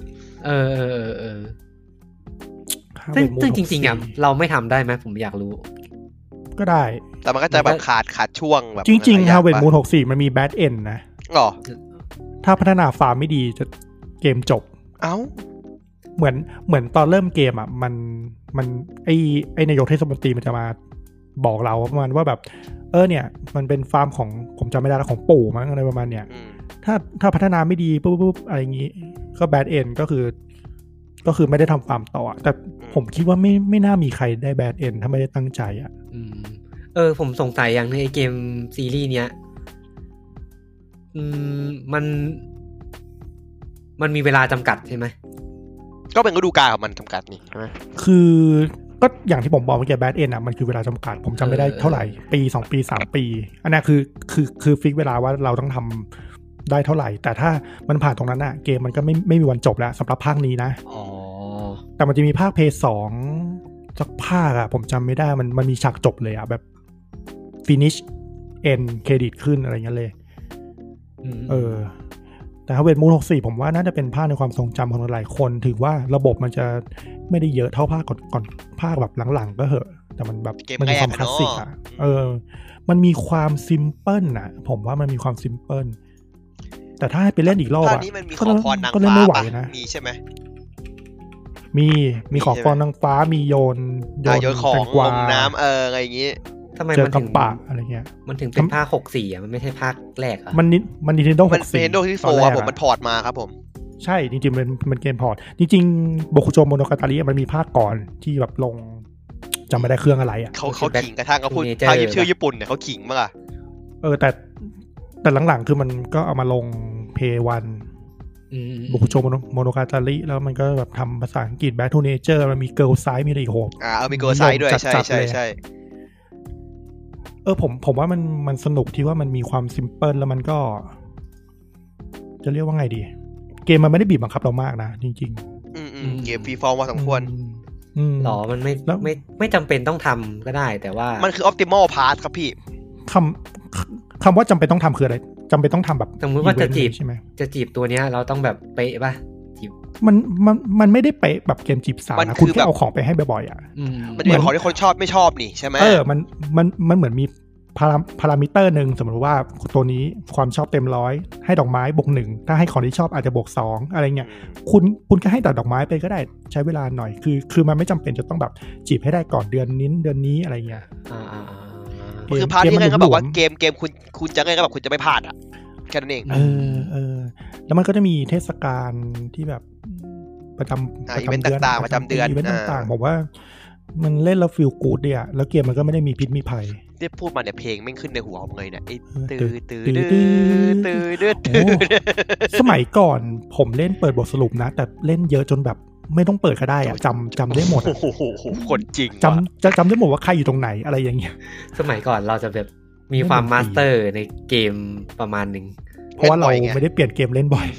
ซึ่งจริงๆอ่ะเราไม่ทำได้ไหมผมอยากรู้ก็ได้แต่มันก็จะแบบขาดช่วงแบบจริงๆ Harvest Moon 64มันมี Bad End นะหรอถ้าพัฒนาฟาร์มไม่ดีจะเกมจบเอ้าเหมือนตอนเริ่มเกมอ่ะมันไอ้นายกเทศมนตรีมันจะมาบอกเราประมาณว่าแบบเนี่ยมันเป็นฟาร์มของผมจำไม่ได้แล้วของปู่มั้งอะไรประมาณเนี้ยถ้าพัฒนาไม่ดีปุ๊บอะไรอย่างงี้ก็แบดเอนก็คือไม่ได้ทำฟาร์มต่อแต่ผมคิดว่าไม่น่ามีใครได้แบดเอนถ้าไม่ได้ตั้งใจอ่ะผมสงสัยอย่างนึงไอ้เกมซีรีส์เนี้ยมันมีเวลาจำกัดใช่ไหมก็เป็นฤดูกาลของมันจำกัดนี่ใช่ไหมคือก็อย่างที่ผมบอกเมื่อกี้แบดเอ็นอ่ะมันคือเวลาจำกัดผมจำไม่ได้เท่าไหร่ปี2ปี3ปีอันนี้คือฟิกเวลาว่าเราต้องทำได้เท่าไหร่แต่ถ้ามันผ่านตรงนั้นอ่ะเกมมันก็ไม่มีวันจบแล้วสำหรับภาคนี้นะแต่มันจะมีภาคเพย์2สักภาคอ่ะผมจำไม่ได้มันมีฉากจบเลยอ่ะแบบ finish end credit ขึ้นอะไรเงี้ยเลยแต่Harvest Moon 64ผมว่าน่าจะเป็นภาคในความทรงจำของหลายคนถือว่าระบบมันจะไม่ได้เยอะเท่าภาคก่อนภาคแบบหลังๆก็เหอะแต่มันแบบมันมีความคลาสสิกอ่ะมันมีความซิมเพิลน่ะผมว่ามันมีความซิมเพิลแต่ถ้าให้ไปเล่นอีกรอบอ่ะก็เล่นไม่ไหวนะมีใช่ไหมมีของพรนางฟ้ามีโยนของลงน้ำอะไรอย่างงี้ทำไมมันถึงปะอะไรเงี้ยมันถึงเป็นภาค64อ่ะมันไม่ใช่ภาคแรกอ่ะมัน Nintendo 64 มัน Nintendo ที่4ผมมันพอร์ตมาครับผมใช่จริงๆมันเกมพอร์ตจริงๆโบคุโจโมโนกาตาริมันมีภาคก่อนที่แบบลงจำไม่ได้เครื่องอะไรอ่ะเขาขิงกระทั่งเขาพูดภาคชื่อญี่ปุ่นเนี่ยเขาขิงมากแต่หลังๆคือมันก็เอามาลง Play 1โบคุโจโมโนกาตาริแล้วมันก็แบบทำภาษาอังกฤษ Back to Nature มันมี Girl Side มีอะไรอีกโหมี Girl Side ด้วยใช่ผมว่ามันสนุกที่ว่ามันมีความซิมเพิลแล้วมันก็จะเรียกว่าไงดีเกมมันไม่ได้บีบบังคับเรามากนะจริงๆเกมฟรีฟอร์มพอสมควรหรอมันไม่จำเป็นต้องทำก็ได้แต่ว่ามันคือ optimal path ครับพี่คำว่าจำเป็นต้องทำคืออะไรจำเป็นต้องทำแบบสมมติว่าจะจีบใช่ไหมจะจีบตัวเนี้ยเราต้องแบบเป๊ะป่ะจีบมันไม่ได้เป๊ะแบบเกมจีบสาวนะคุณแค่เอาของไปให้บ่อยๆอ่ะมันเหมือนของที่คนชอบไม่ชอบนี่ใช่ไหมมันเหมือนมีพารามิเตอร์หนึ่งสมมติว่าตัวนี้ความชอบเต็ม100ให้ดอกไม้บวก1ถ้าให้ของที่ชอบอาจจะบวก2อะไรเงี้ยคุณก็ให้แต่ดอกไม้ไปก็ได้ใช้เวลาหน่อยคือมันไม่จำเป็นจะต้องแบบจีบให้ได้ก่อนเดือนนี้อะไรเงี้ยคือพาร์ทที่ไงก็บอกว่าเกมคุณจะไงก็แบบคุณจะไม่พลาดอ่ะแค่นั้นเองแล้วมันก็จะมีเทศกาลที่แบบประจำเดือนประจำเดือนอีเวนต์ต่างๆผมว่ามันเล่นแล้วฟีลกู๊ดดิอ่ะแล้วเกมมันก็ไม่ได้มีพิษมีภัยที่พูดมาเนี่ยเพลงไม่ขึ้นในหัวผมเลยเนี่ยไอ้สมัยก่อนผมเล่นเปิดบทสรุปนะแต่เล่นเยอะจนแบบไม่ต้องเปิดก็ได้อะจำได้หมดโอ้โหคนจริงจำได้หมดว่าใครอยู่ตรงไหนอะไรอย่างเงี้ยสมัยก่อนเราจะแบบมีความมาสเตอร์ในเกมประมาณนึงเพราะว่าเราไม่ได้เปลี่ยนเกมเล่นบ่อย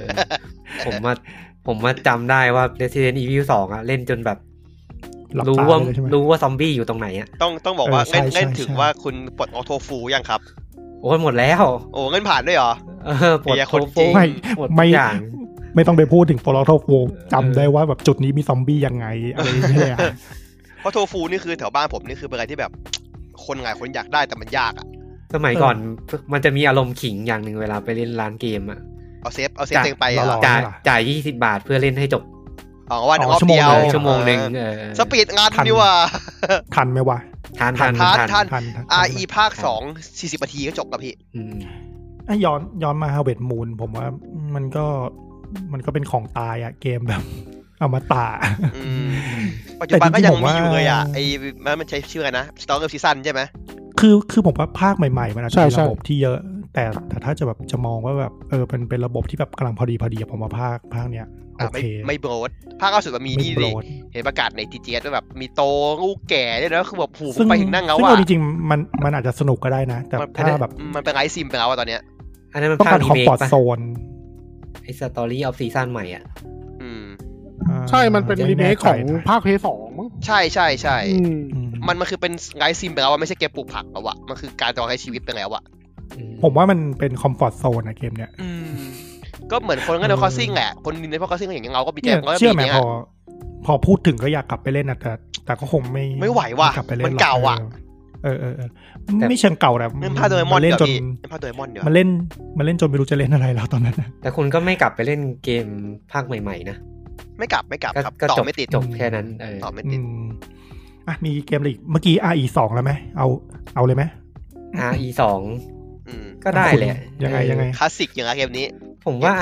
ผมมาจำได้ว่า Resident Evil 2อ่ะเล่นจนแบบรู้ว่าซอมบี้อยู่ตรงไหนอ่ะต้องบอกว่าเล่นถึงว่าคุณปลดออโต้ฟูลยังครับโอ้หมดแล้วโอ้เงินผ่านด้วยเหรอปลดคนฟูไม่ต้องไปพูดถึงปลดออโต้ฟูลจำได้ว่าแบบจุดนี้มีซอมบี้ยังไงอะไรอย่างเงี้ยเพราะโทฟูนี่คือแถวบ้านผมนี่คือเป็นอะไรที่แบบคนหลายคนอยากได้แต่มันยากอ่ะสมัยก่อนมันจะมีอารมณ์ขิงอย่างนึงเวลาไปเล่นร้านเกมอ่ะเอาเซฟเองไปจ่าย20 บาทเพื่อเล่นให้จบว่า1 รอบเดียวชั่วโมงนึงสปีดงานดีว่าทันไหมวะทัน RE ภาค2 40 นาทีก็จบแล้วพี่ย้อนมา Harvest Moon ผมว่ามันก็เป็นของตายอะเกมแบบอมตะปัจจุบันก็ยังมีอยู่เลยอ่ะไอ้มันใช้ชื่ออะไรนะ Stalker Season ใช่ไหมคือผมว่าภาคใหม่ๆมันอาจจะมีระบบที่เยอะแต่ถ้าจะแบบจะมองว่าแบบเป็นระบบที่แบบกำลังพอดีผมว่าภาคเนี้ยโอเคไม่โบรดภาคล่าสุดมันมีนี่ดิเห็นประกาศใน TGS ว่าแบบมีโตลูกแก่ด้วยนะคือแบบผูไปถึงนั่งเงาซึ่งจริงๆมันอาจจะสนุกก็ได้นะแต่ถ้าแบบมันเป็นไอซิมไปแล้วตอนเนี้ยอันนั้นมันต้องการคอมฟอร์ตโซนไอ้ Story of Season ใหม่อ่ะใช่มันเป็นรีเมคของภาค PS2 มั้งใช่มันคือเป็นไอซิมไปแล้วไม่ใช่เกมปลูกผักแล้วอะมันคือการต่อให้ชีวิตไปแล้วอะผมว่ามันเป็นคอมฟอร์ตโซนนะเกมเนี้ยก็เหมือนคนก็ในคอสซิ่งแหละคนในคอสซิ่งอย่างเราก็มีแจกเชื่อไหมพอพูดถึงก็อยากกลับไปเล่นนะแต่ก็คงไม่ไหวว่ะมันเก่าอ่ะไม่เชิงเก่าแต่มันพาโดเรมอนเล่นจนมันเล่นจนไม่รู้จะเล่นอะไรแล้วตอนนั้นแต่คุณก็ไม่กลับไปเล่นเกมภาคใหม่ๆนะไม่กลับครับต่อไม่ติดจบแค่นั้นต่อไม่ติดมีเกมอะไรอีกเมื่อกี้ RE2 แล้วไหมเอาเลยไหม RE2 ก็ได้แหละยังไงคลาสสิกอย่างเกมนี้ผมว่า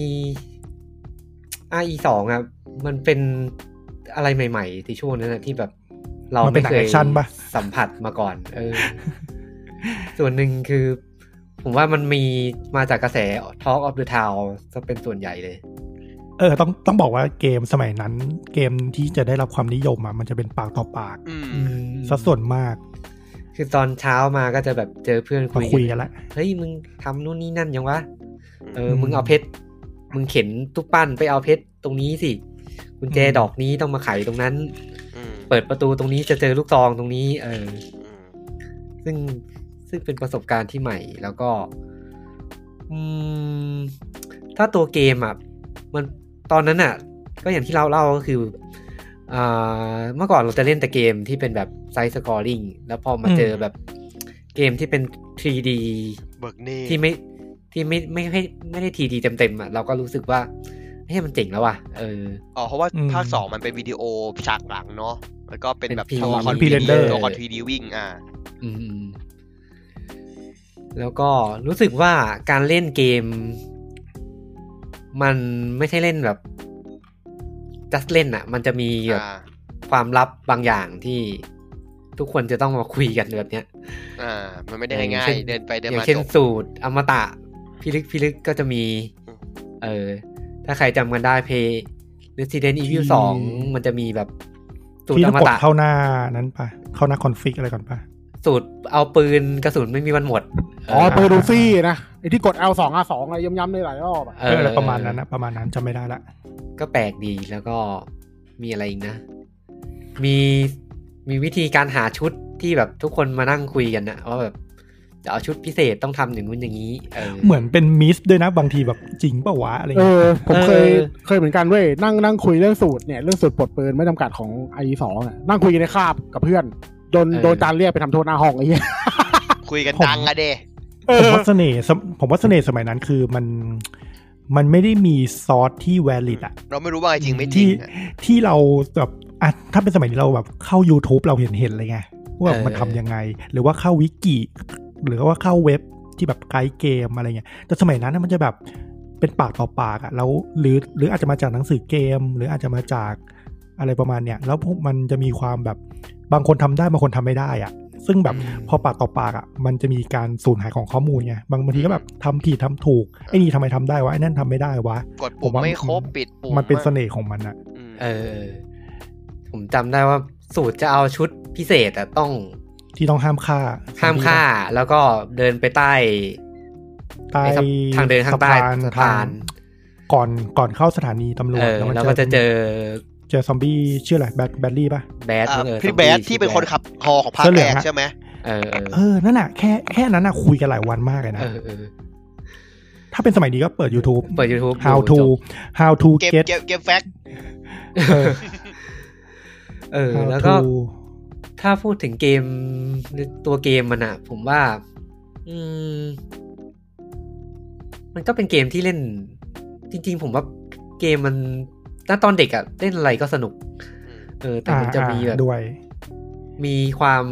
RE2 อ่ะมันเป็นอะไรใหม่ๆที่ช่วงนั้นนะที่แบบเราไม่เคยสัมผัสมาก่อนส่วนหนึ่งคือผมว่ามันมีมาจากกระแส Talk of the Town จะเป็นส่วนใหญ่เลยต้องบอกว่าเกมสมัยนั้นเกมที่จะได้รับความนิยมมันจะเป็นปากต่อปากซะส่วนมากคือตอนเช้ามาก็จะแบบเจอเพื่อนคุยกันละเฮ้ยมึงทำนู่นนี่นั่นยังวะมึงเอาเพชรมึงเข็นตุ๊กปั้นไปเอาเพชรตรงนี้สิกุญแจดอกนี้ต้องมาไขตรงนั้นเปิดประตูตรงนี้จะเจอลูกซองตรงนี้ซึ่งเป็นประสบการณ์ที่ใหม่แล้วก็ถ้าตัวเกมอ่ะมันตอนนั้นอ่ะก็อย่างที่เล่าก็คือเมื่อก่อนเราจะเล่นแต่เกมที่เป็นแบบไซส์สกอร์ลิงแล้วพอมาเจอแบบเกมที่เป็น 3D ที่ไม่ได้ 3D เต็มๆอ่ะเราก็รู้สึกว่าเฮ้ยมันเจ๋งแล้วว่ะเพราะว่าภาค2มันเป็นวิดีโอฉากหลังเนาะแล้วก็เป็นแบบตัวคอนพีเรนเดอร์ตัวคอน 3D วิ่งแล้วก็รู้สึกว่าการเล่นเกมมันไม่ใช่เล่นแบบ just เล่นอ่ะมันจะมีแบบความลับบางอย่างที่ทุกคนจะต้องมาคุยกันแบบเนี้ยมันไม่ได้ง่ายๆเดินไปเดินมาอย่างเช่นสูตรอมตะพิลึกก็จะมีถ้าใครจำกันได้เพย์ Resident Evil 2มันจะมีแบบสูตรอมตะเข้าหน้านั้นป่ะเข้าหน้าคอนฟิกอะไรก่อนป่ะสูตรเอาปืนกระสุนไม่มีวันหมดปืนลูฟี่นะไอ้ที่กด L2 R2 อะไรย้ำๆได้หลายรอบประมาณนั้นนะประมาณนั้นจำไม่ได้ละก็แปลกดีแล้วก็มีอะไรอีกนะมีวิธีการหาชุดที่แบบทุกคนมานั่งคุยกันนะว่าแบบจะเอาชุดพิเศษต้องทำอย่างนู้นอย่างนี้เหมือนเป็นมิสด้วยนะบางทีแบบจริงป่าววะอะไรเงี้ยผมเคยเหมือนกันเว้ยนั่งคุยเรื่องสูตรเนี่ยเรื่องสูตรปลดปืนไม่จำกัดของ IE2 นั่งคุยกันในคาบกับเพื่อนโดนจานเรียกไปทำโทษหน้าห้องไอ้เหี้ยคุยกันดังอะเด้ผมว่าเสน่ห์สมัยนั้นคือมันไม่ได้มีซอสที่ valid อ่ะเราไม่รู้ว่าจริงไม่จริงที่เราแบบถ้าเป็นสมัยนี้เราแบบเข้า YouTube เราเห็นเลยไงว่ามันทำยังไงหรือว่าเข้าวิกิหรือว่าเข้าเว็บที่แบบไกด์เกมอะไรเงี้ยแต่สมัยนั้นมันจะแบบเป็นปากต่อปากอ่ะแล้วหรืออาจจะมาจากหนังสือเกมหรืออาจจะมาจากอะไรประมาณเนี้ยแล้วพวกมันจะมีความแบบบางคนทำได้บางคนทำไม่ได้อ่ะซึ่งแบบพอปากต่อปากอ่ะมันจะมีการสูญหายของข้อมูลไงบางทีก็แบบทำผิดทำถูกไอ้นี่ทำไมทำได้วะไอ้นั่นทำไม่ได้วะกดปุ่มไม่ครบปิดปุ่มมันเป็นเสน่ห์ของมันอ่ะผมจำได้ว่าสูตรจะเอาชุดพิเศษอะต้องห้ามฆ่าแล้วก็เดินไปใต้ทางเดินข้างใต้สะพานก่อนเข้าสถานีตำรวจแล้วก็จะเจอซอมบี้ชื่ออะไรแบดลี่ป่ะพี่แบดที่เป็นคนขับฮอของภาคแรกใช่ไหมนั่นน่ะแค่นั้นน่ะคุยกันหลายวันมากเลยนะถ้าเป็นสมัยนี้ก็เปิด YouTube how to get fact แล้วก็ถ้าพูดถึงเกมตัวเกมมันอะผมว่ามันก็เป็นเกมที่เล่นจริงๆผมว่าเกมมันตอนเด็กอะเล่นอะไรก็สนุกแต่มันจะมีแบบด้วยมีความ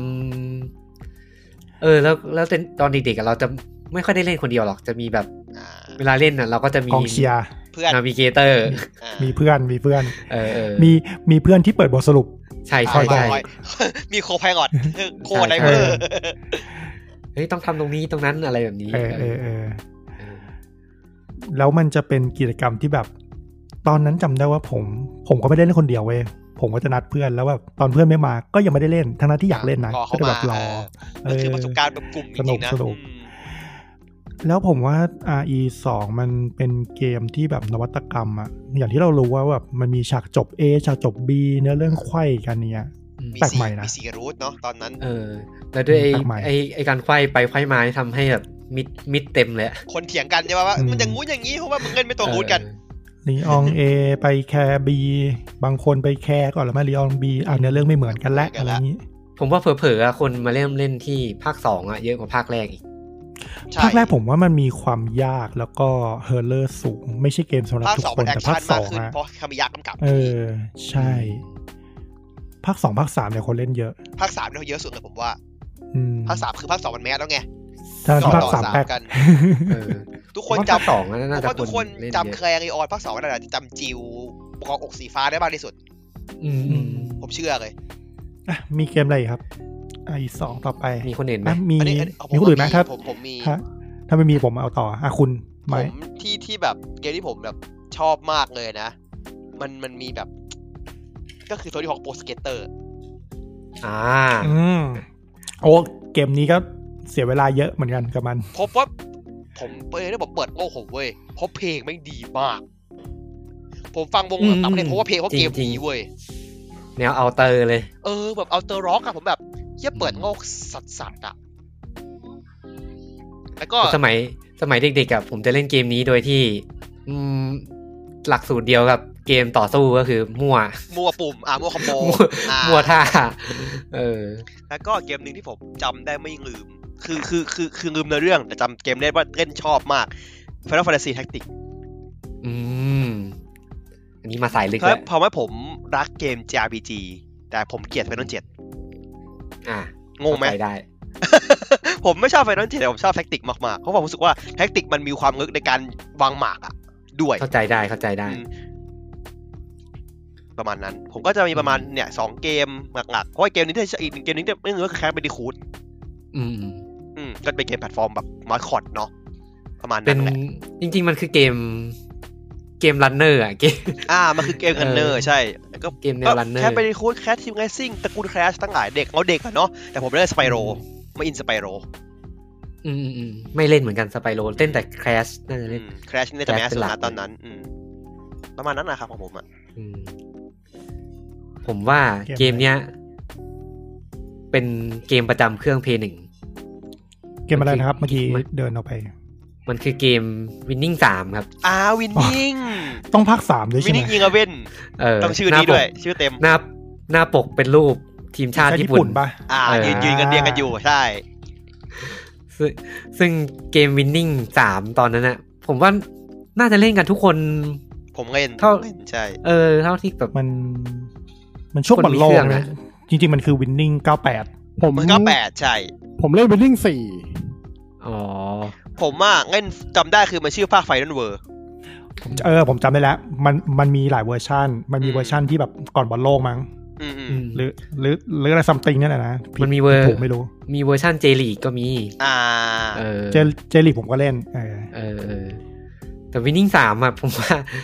แล้วตอนเด็กๆเราจะไม่ค่อยได้เล่นคนเดียวหรอกจะมีแบบเวลาเล่นน่ะเราก็จะมีกองเชียร์เพื่อนนาวิเกเตอร์มีเพื่อนมีเพื่อนที่เปิดบทสรุปใช่มีโคไพลอตโคไดเวอร์เฮ้ยต้องทำตรงนี้ตรงนั้นอะไรแบบนี้แล้วมันจะเป็นกิจกรรมที่แบบตอนนั้นจำได้ว่าผมก็ไม่ได้เล่นคนเดียวเว้ยผมก็จะนัดเพื่อนแล้วแบบตอนเพื่อนไม่มาก็ยังไม่ได้เล่นทั้งนั้นที่อยากเล่นนะก็จะแบบรอคือประสบการณ์แบบกลุ่มจริงๆนะแล้วผมว่า RE2 มันเป็นเกมที่แบบนวัตกรรมอะอย่างที่เรารู้ว่าแบบมันมีฉากจบ A ฉากจบ B เนื้อเรื่องไขว้กันเนี่ยแปลกใหม่นะมี4รูทเนาะตอนนั้นแล้วด้วยไอ้การไขว้ไปไขว้มาทำให้แบบมิดเต็มเลยคนเถียงกันใช่ป่ะว่ามันอย่างงู้นอย่างงี้เพราะว่ามึงเล่นไม่ตรงรูทกันลีออง A ไปแคร์ B บางคนไปแคร์ก่อนแล้วมาลีออง B เนื้อเรื่องไม่เหมือนกันแล้วอะไรอย่างนี้ผมว่าเผลอๆคนมาเล่นที่ภาค2เยอะกว่าภาคแรกอีกภาคแรกผมว่ามันมีความยากแล้วก็เฮอร์เลอร์สูงไม่ใช่เกมสำหรับทุกคนแต่ภาค2 อ่ะเพราะคามิยะกำกับใช่ภาค2ภาค3เนี่ยคนเล่นเยอะภาค3เนี่ยเยอะสุดเลยผมว่าภาค3คือภาค2มันแมสแล้วไงภาค3แปลกกันทุกคนจำ2น่าจะทุกคนจำแคลริออนภาค2นั่นแหละจำจิวกองอกสีฟ้าได้มากที่สุดผมเชื่อเลยมีเกมอะไรครับ2ต่อไปมีคนอื่นไหมมีคนอื่นไหมถ้าผมมีถ้าไม่มีผมเอาต่อคุณไหมที่แบบเกมที่ผมแบบชอบมากเลยนะมันมีแบบก็คือ Tony Hawk Pro Skater โอ้เกมนี้ก็เสียเวลาเยอะเหมือนกันกับมันเพราะว่าผมได้บอกเปิดโลกผมเว้ยเพราะเพลงแม่งดีมากผมฟังวงต่างประเทศเพราะว่าเพลงเขาเกมดีเว้ยแนวเอาเตอร์เลยแบบเอาเตอร์ร็อกอะผมแบบเปิดโลกสัตว์อะแล้วก็สมัยเด็กๆอะผมจะเล่นเกมนี้โดยที่หลักสูตรเดียวกับเกมต่อสู้ก็คือมั่วปุ่มมั่วคอมโบมั่วท่าแล้วก็เกมนึงที่ผมจำได้ไม่ลืมคือลืมในเรื่องแต่จำเกมเล่นชอบมาก Final Fantasy Tactics อันนี้มาสายลึกแล้วเพราะว่าผมรักเกม JRPG แต่ผมเกลียด Final 7งงไหมได้ผมไม่ชอบ Final 7แต่ผมชอบ Tactics มากๆเพราะผมรู้สึกว่า Tactics มันมีความลึกในการวางหมากอะด้วยเข้าใจได้ประมาณนั้นผมก็จะมีประมาณเนี่ย2เกมหลักๆเพราะว่าเกมนี้ที่อีกเกมนี้ไม่รู้ก็แค่เป็นดีคูดก็เป็นเกมแพลตฟอร์มแบบมาคอดเนาะประมาณนั้นแหละจริงๆมันคือเกมรันเนอร์อ่ะเกมมันคือเกมรันเนอร์ใช่ก็เกมแนวรันเนอร์แค่เป็นดีคูดแคสทีมไงซิ่งตระกูลแคสตั้งหลายเด็กเอาเด็กอะเนาะแต่ผมเล่นสไปโรไม่อินสไปโรไม่เล่นเหมือนกันสไปโรเล่นแต่แคสน่าจะเล่นแคสนี่จะแมสสุดตอนนั้นประมาณนั้นนะครับของผมอ่ะผมว่าเกมเนี้ยเป็นเกมประจำเครื่อง Play 1 เกมอะไรนะครับเมื่อกี้เดินออกไปมันคือเกม Winning 3ครับ Winning ต้องภาค3ด้วยใช่ไหม Winning ยิงเว่นต้องชื่อนี้ด้วยชื่อเต็มหน้าปกเป็นรูปทีมชาติญี่ปุ่นป่ะยืนกันเรียงกันอยู่ใช่ซึ่งเกม Winning 3ตอนนั้นน่ะผมว่าน่าจะเล่นกันทุกคนผมเล่นใช่เท่าที่แบบมันช่วงบอลโลกนะจริงๆมันคือ Winning 98 ผม98ใช่ผมเล่น Winning 4 ผมเล่นจำได้คือมันชื่อภาค Final World ผมจำได้แล้วมันมีหลายเวอร์ชันมันมีเวอร์ชันที่แบบก่อนบอลโลกมั้งหรืออะไรซัมติงนั่นแหละนะมันมีผมไม่รู้มีเวอร์ชันเจลีกก็มีเจลีกผมก็เล่นแต่ Winning 3ผมว่า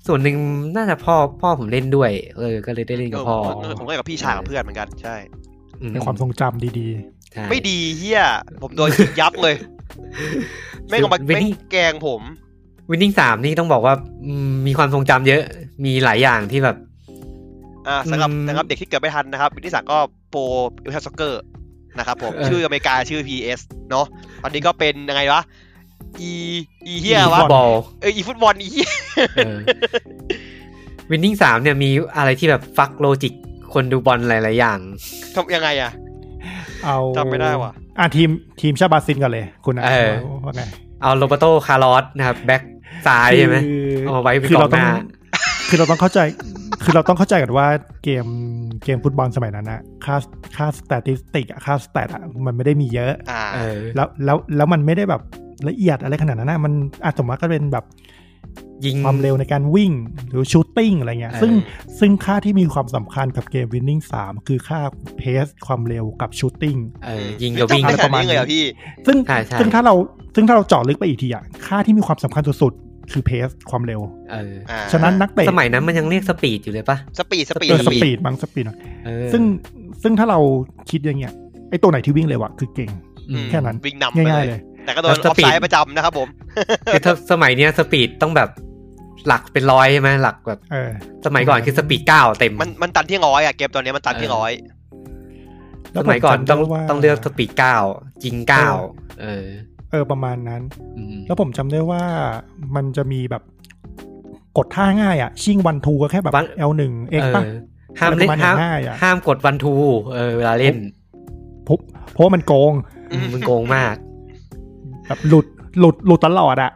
ส่วนหนึ่งน่าจะพ่อผมเล่นด้วยก็เลยได้เล่นกับพ่อผมก็เล่นกับพี่ชายกับเพื่อนเหมือนกันใช่เป็นความทรงจำดีๆไม่ดีเฮียผมโดนยับเลยไม่ก็มาไม่แกงผม Winning 3นี่ต้องบอกว่ามีความทรงจำเยอะมีหลายอย่างที่แบบสำหรับเด็กที่เกิดไม่ทันนะครับWinning 3ก็โปรอิลทัสซ็อกเกอร์นะครับผมชื่ออเมริกาชื่อ PS เนาะตอนนี้ก็เป็นยังไงวะอีเฮียวะอีฟุตบอลอีเฮีย Winning 3เนี่ยมีอะไรที่แบบฟักโลจิกคนดูบอลหลายๆอย่างทำยังไงอ่ะเอาจำไม่ได้ว่ะทีมชาติบราซิลกันเลยคุณว่าไงเอาโรเบโตคาร์ลอสนะครับแบ็คซ้ายใช่ไหมเอาไว้เป็นกองหน้าคือเราต้องเข้าใจกันว่าเกมฟุตบอลสมัยนั้นนะค่าสแตติสติกค่าสแตทมันไม่ได้มีเยอะแล้วมันไม่ได้แบบละเอียดอะไรขนาดนั้นนะมันอาจจะก็เป็นแบบยิงความเร็วในการวิ่งหรือชูตติ้งอะไรเงี้ยซึ่งค่าที่มีความสำคัญกับเกม Winning 3คือค่าเพสความเร็วกับชูตติ้งยิงกับวิ่งประมาณนี้พี่ซึ่งถ้าเราเจาะลึกไปอีกทีอ่ะค่าที่มีความสำคัญสุดๆคือเพสความเร็วฉะนั้นนักเตะสมัยนั้นมันยังเรียกสปีดอยู่เลยปะสปีดมั้งสปีดซึ่งถ้าเราคิดอย่างเงี้ยไอ้ตัวไหนที่วิ่งเร็วอ่ะคือเก่งแค่นั้นวิ่งนำง่ายๆเลยแต่ก็โดนออฟไซด์ประจำนะครับผมคือถ้าสมัยเนี้ยสปีดต้องแบบหลักเป็น100ใช่ไหมหลักแบบสมัยก่อนคือสปีด9เต็มมันตันที่100อ่ะเกมตอนนี้มันตันที่100 สมัยก่อนต้องเลือกสปีด9ยิง9 ประมาณนั้นแล้วผมจำได้ว่ามันจะมีแบบกดท่าง่ายอ่ะชิง1 2ก็แค่แบบ L1 เองป่ะห้ามเล่นห้ามกด1 2เวลาเล่นเพราะมันโกงมากแบบหลุดตลอดอ่ะ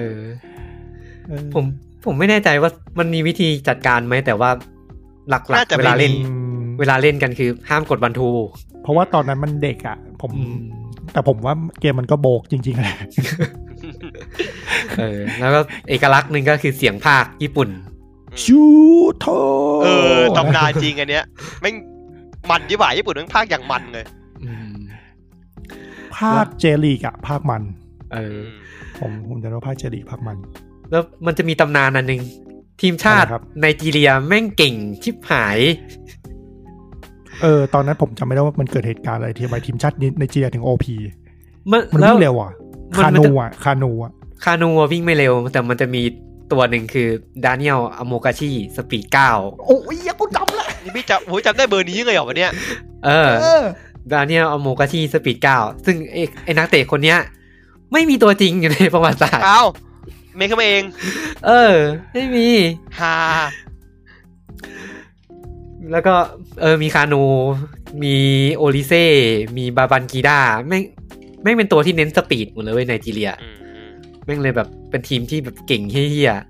ผมไม่แน่ใจว่ามันมีวิธีจัดการไหมแต่ว่าหลักๆเวลาเล่นกันคือห้ามกด1 2 เพราะว่าตอนนั้นมันเด็กอ่ะแต่ผมว่าเกมมันก็โบกจริงๆแหละแล้วก็เอกลักษณ์นึงก็คือเสียงพากย์ญี่ปุ่นชูโทตำนานจริงอันเนี้ยแม่งมันยิ่งกว่าญี่ปุ่นแม่งพากย์อย่างมันเลยภาคเจลีกอะภาคมันผมจะรู้ภาคเจลีกภาคมันแล้วมันจะมีตำนานอันนึงทีมชาติไนจีเรียแม่งเก่งชิบหายตอนนั้นผมจำไม่ได้ว่ามันเกิดเหตุการณ์อะไรที่ทำไมทีมชาติไนจีเรียถึง OP มันวิ่งเร็วอ่ะคานูวิ่งไม่เร็วแต่มันจะมีตัวหนึ่งคือดานิเอลอโมกาชิสปีด9 โอ้ยกูจำละนี่พี่จำได้เบอร์นี้เลยเหรอวะเนี่ยดานิเอลอโมกาชิสปีด9ซึ่งไอ้นักเตะคนเนี้ยไม่มีตัวจริงอยู่ในประวัติศาสตร์เมคขึ้นมาเองไม่มีแล้วก็มีคานูมีโอลิเซ่มีบาบันกีดาแม่งเป็นตัวที่เน้นสปีดหมดเลยเว้ยไนจีเรียแม่งเลยแบบเป็นทีมที่แบบเก่งเฮี้ย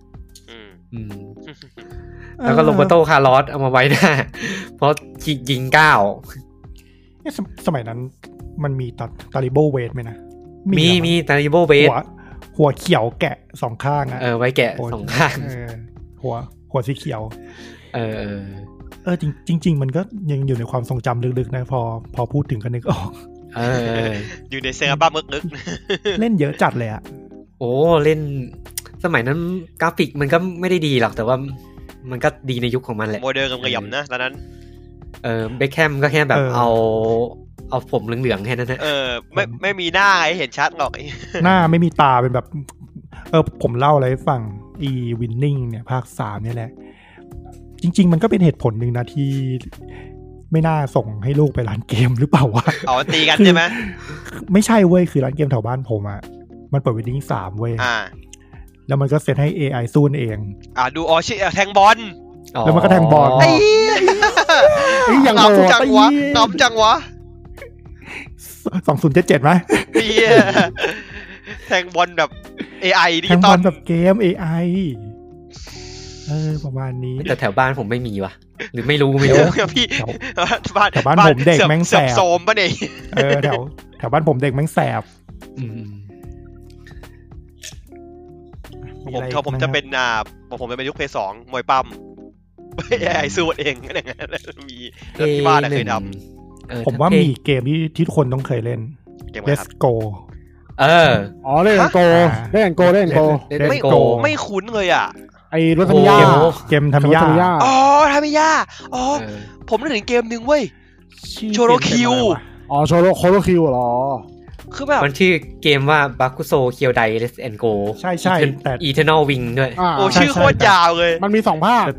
แล้วก็โรเบโตคาร์ลอสเอามาไว้หน้าเพราะยิง9 สมัยนั้นมันมีตาลิโบเวทไหมนะมีตาลิโบเวทหัวเขียวแกะ2ข้างอ่ะไว้แกะ2ข้างหัวสีเขียวจริงมันก็ยังอยู่ในความทรงจำลึกๆนะพอพูดถึงก็นึกออกอยู่ในเซอร์บ้ามึกเล่นเยอะจัดเลยอ่ะโอ้เล่นสมัยนั้นกราฟิกมันก็ไม่ได้ดีหรอกแต่ว่ามันก็ดีในยุคของมันแหละโมเดลกับกระยำนะตอนนั้นเบคแฮมก็แค่แบบเอาผมเหลืองๆแค่นั้นนะไม่มีหน้าให้เห็นชัดหรอกหน้าไม่มีตาเป็นแบบผมเล่าอะไรให้ฟังWinning เนี่ยภาค3นี่แหละจริงๆมันก็เป็นเหตุผลหนึ่งนะที่ไม่น่าส่งให้ลูกไปร้านเกมหรือเปล่าวะตีกันใช่ไหมไม่ใช่เว้ยคือร้านเกมแถวบ้านผมอ่ะมันเปิด Winning 3เว้ยแล้วมันก็เซตให้ AI สู้เองดูชิแทงบอลแล้วมันก็แทงบอลอย่างโหดจังวะน้ำจังวะ 2077มั้ยแทงบอลแบบ AI ดิจิตอลแทงบอลแบบเกม AIประมาณนี้แต่แถวบ้านผมไม่มีว่ะหรือไม่รู้พี่แถวบ้านผมเด็กแม่งแสบโซมป่ะเนี่ยแถวบ้านผมเด็กแม่งแสบผมจะเป็นผมจะเป็นยุคเพย์2มวยปั้มไอ้สู้เองอะไรเงี้ยมีที่บ้านเคยทำผมว่ามีเกมที่ทุกคนต้องเคยเล่น Let's Go เล่นโกไม่คุ้นเลยอ่ะไอ้รถทามิยาเกมทามิยาอ๋อทามิยาอ๋อผมนึกถึงเกมนึงเว้ยโชโรคิวอ๋อโชโรคิวเหรอคือแบบมันชื่อเกมว่าบาคุโซเคียวไดเลสแอนโกใช่ๆแต่ Eternal Wing ด้วยโอ้ชื่อโคตรยาวเลยมันมี2ภาค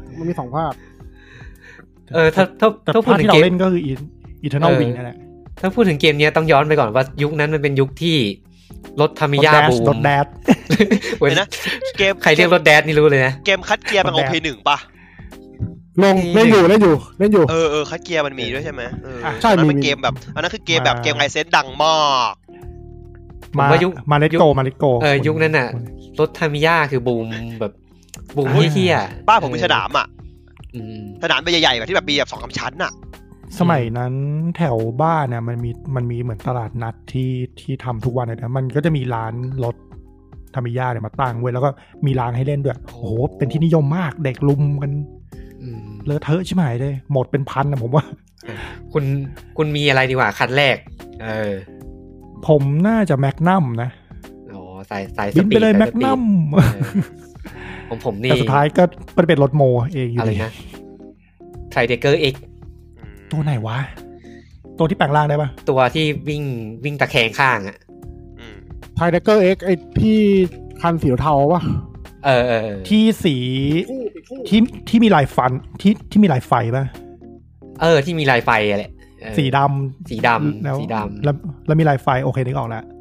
ถ้าพูดถึงเกมที่เราเล่นก็คือ Eternal Wing นั่นแหละถ้าพูดถึงเกมนี้ต้องย้อนไปก่อนว่ายุคนั้นมันเป็นยุคที่รถทามิยาบูมรถแดดเว้ยนะเกมใครเรียกรถแดดนี่รู้เลยนะเกมคัดเกียร์มัน OP1 ป่ะเล่นอยู่คัดเกียร์มันมีด้วยใช่ไหมใช่มันเกมแบบอันนั้นคือเกมแบบเกมไฮเซนดังมากมาเลโกยุคนั้นน่ะรถทามิยาคือบูมแบบบูมเหี้ยบ้านผมมีสนามอ่ะสนามใหญ่ๆแบบที่แบบมีแบบ2-3ชั้นน่ะสมัยนั้นแถวบ้านเนี่ยมันมีเหมือนตลาดนัดที่ทำทุกวันเลยนะมันก็จะมีร้านรถทามิยาเนี่ยมาตั้งไว้แล้วก็มีร้านให้เล่นด้วยโอ้โหเป็นที่นิยมมากเด็กลุมกันเลอะเทอะใช่ไหมเลยหมดเป็นพันนะผมว่าคุณมีอะไรดีกว่าคันแรกผมน่าจะแมกนัมนะอ๋อสายบินไปเลยแมกนัมผมนี่แต่สุดท้ายก็เป็นรถโมเองอยู่อะไรนะไทรเดเกอร์เอ็กตัวไหนวะตัวที่แปลงร่างได้ปะตัวที่วิ่งตะแคงข้างอ่ะไทรเดเกอร์เอ็กไอที่คันสีเทาปะที่สีที่มีลายฟันที่มีลายไฟป่ะที่มีลายไฟแหละสีดำแล้วมีลายไฟโอเคนึกออกแล้ว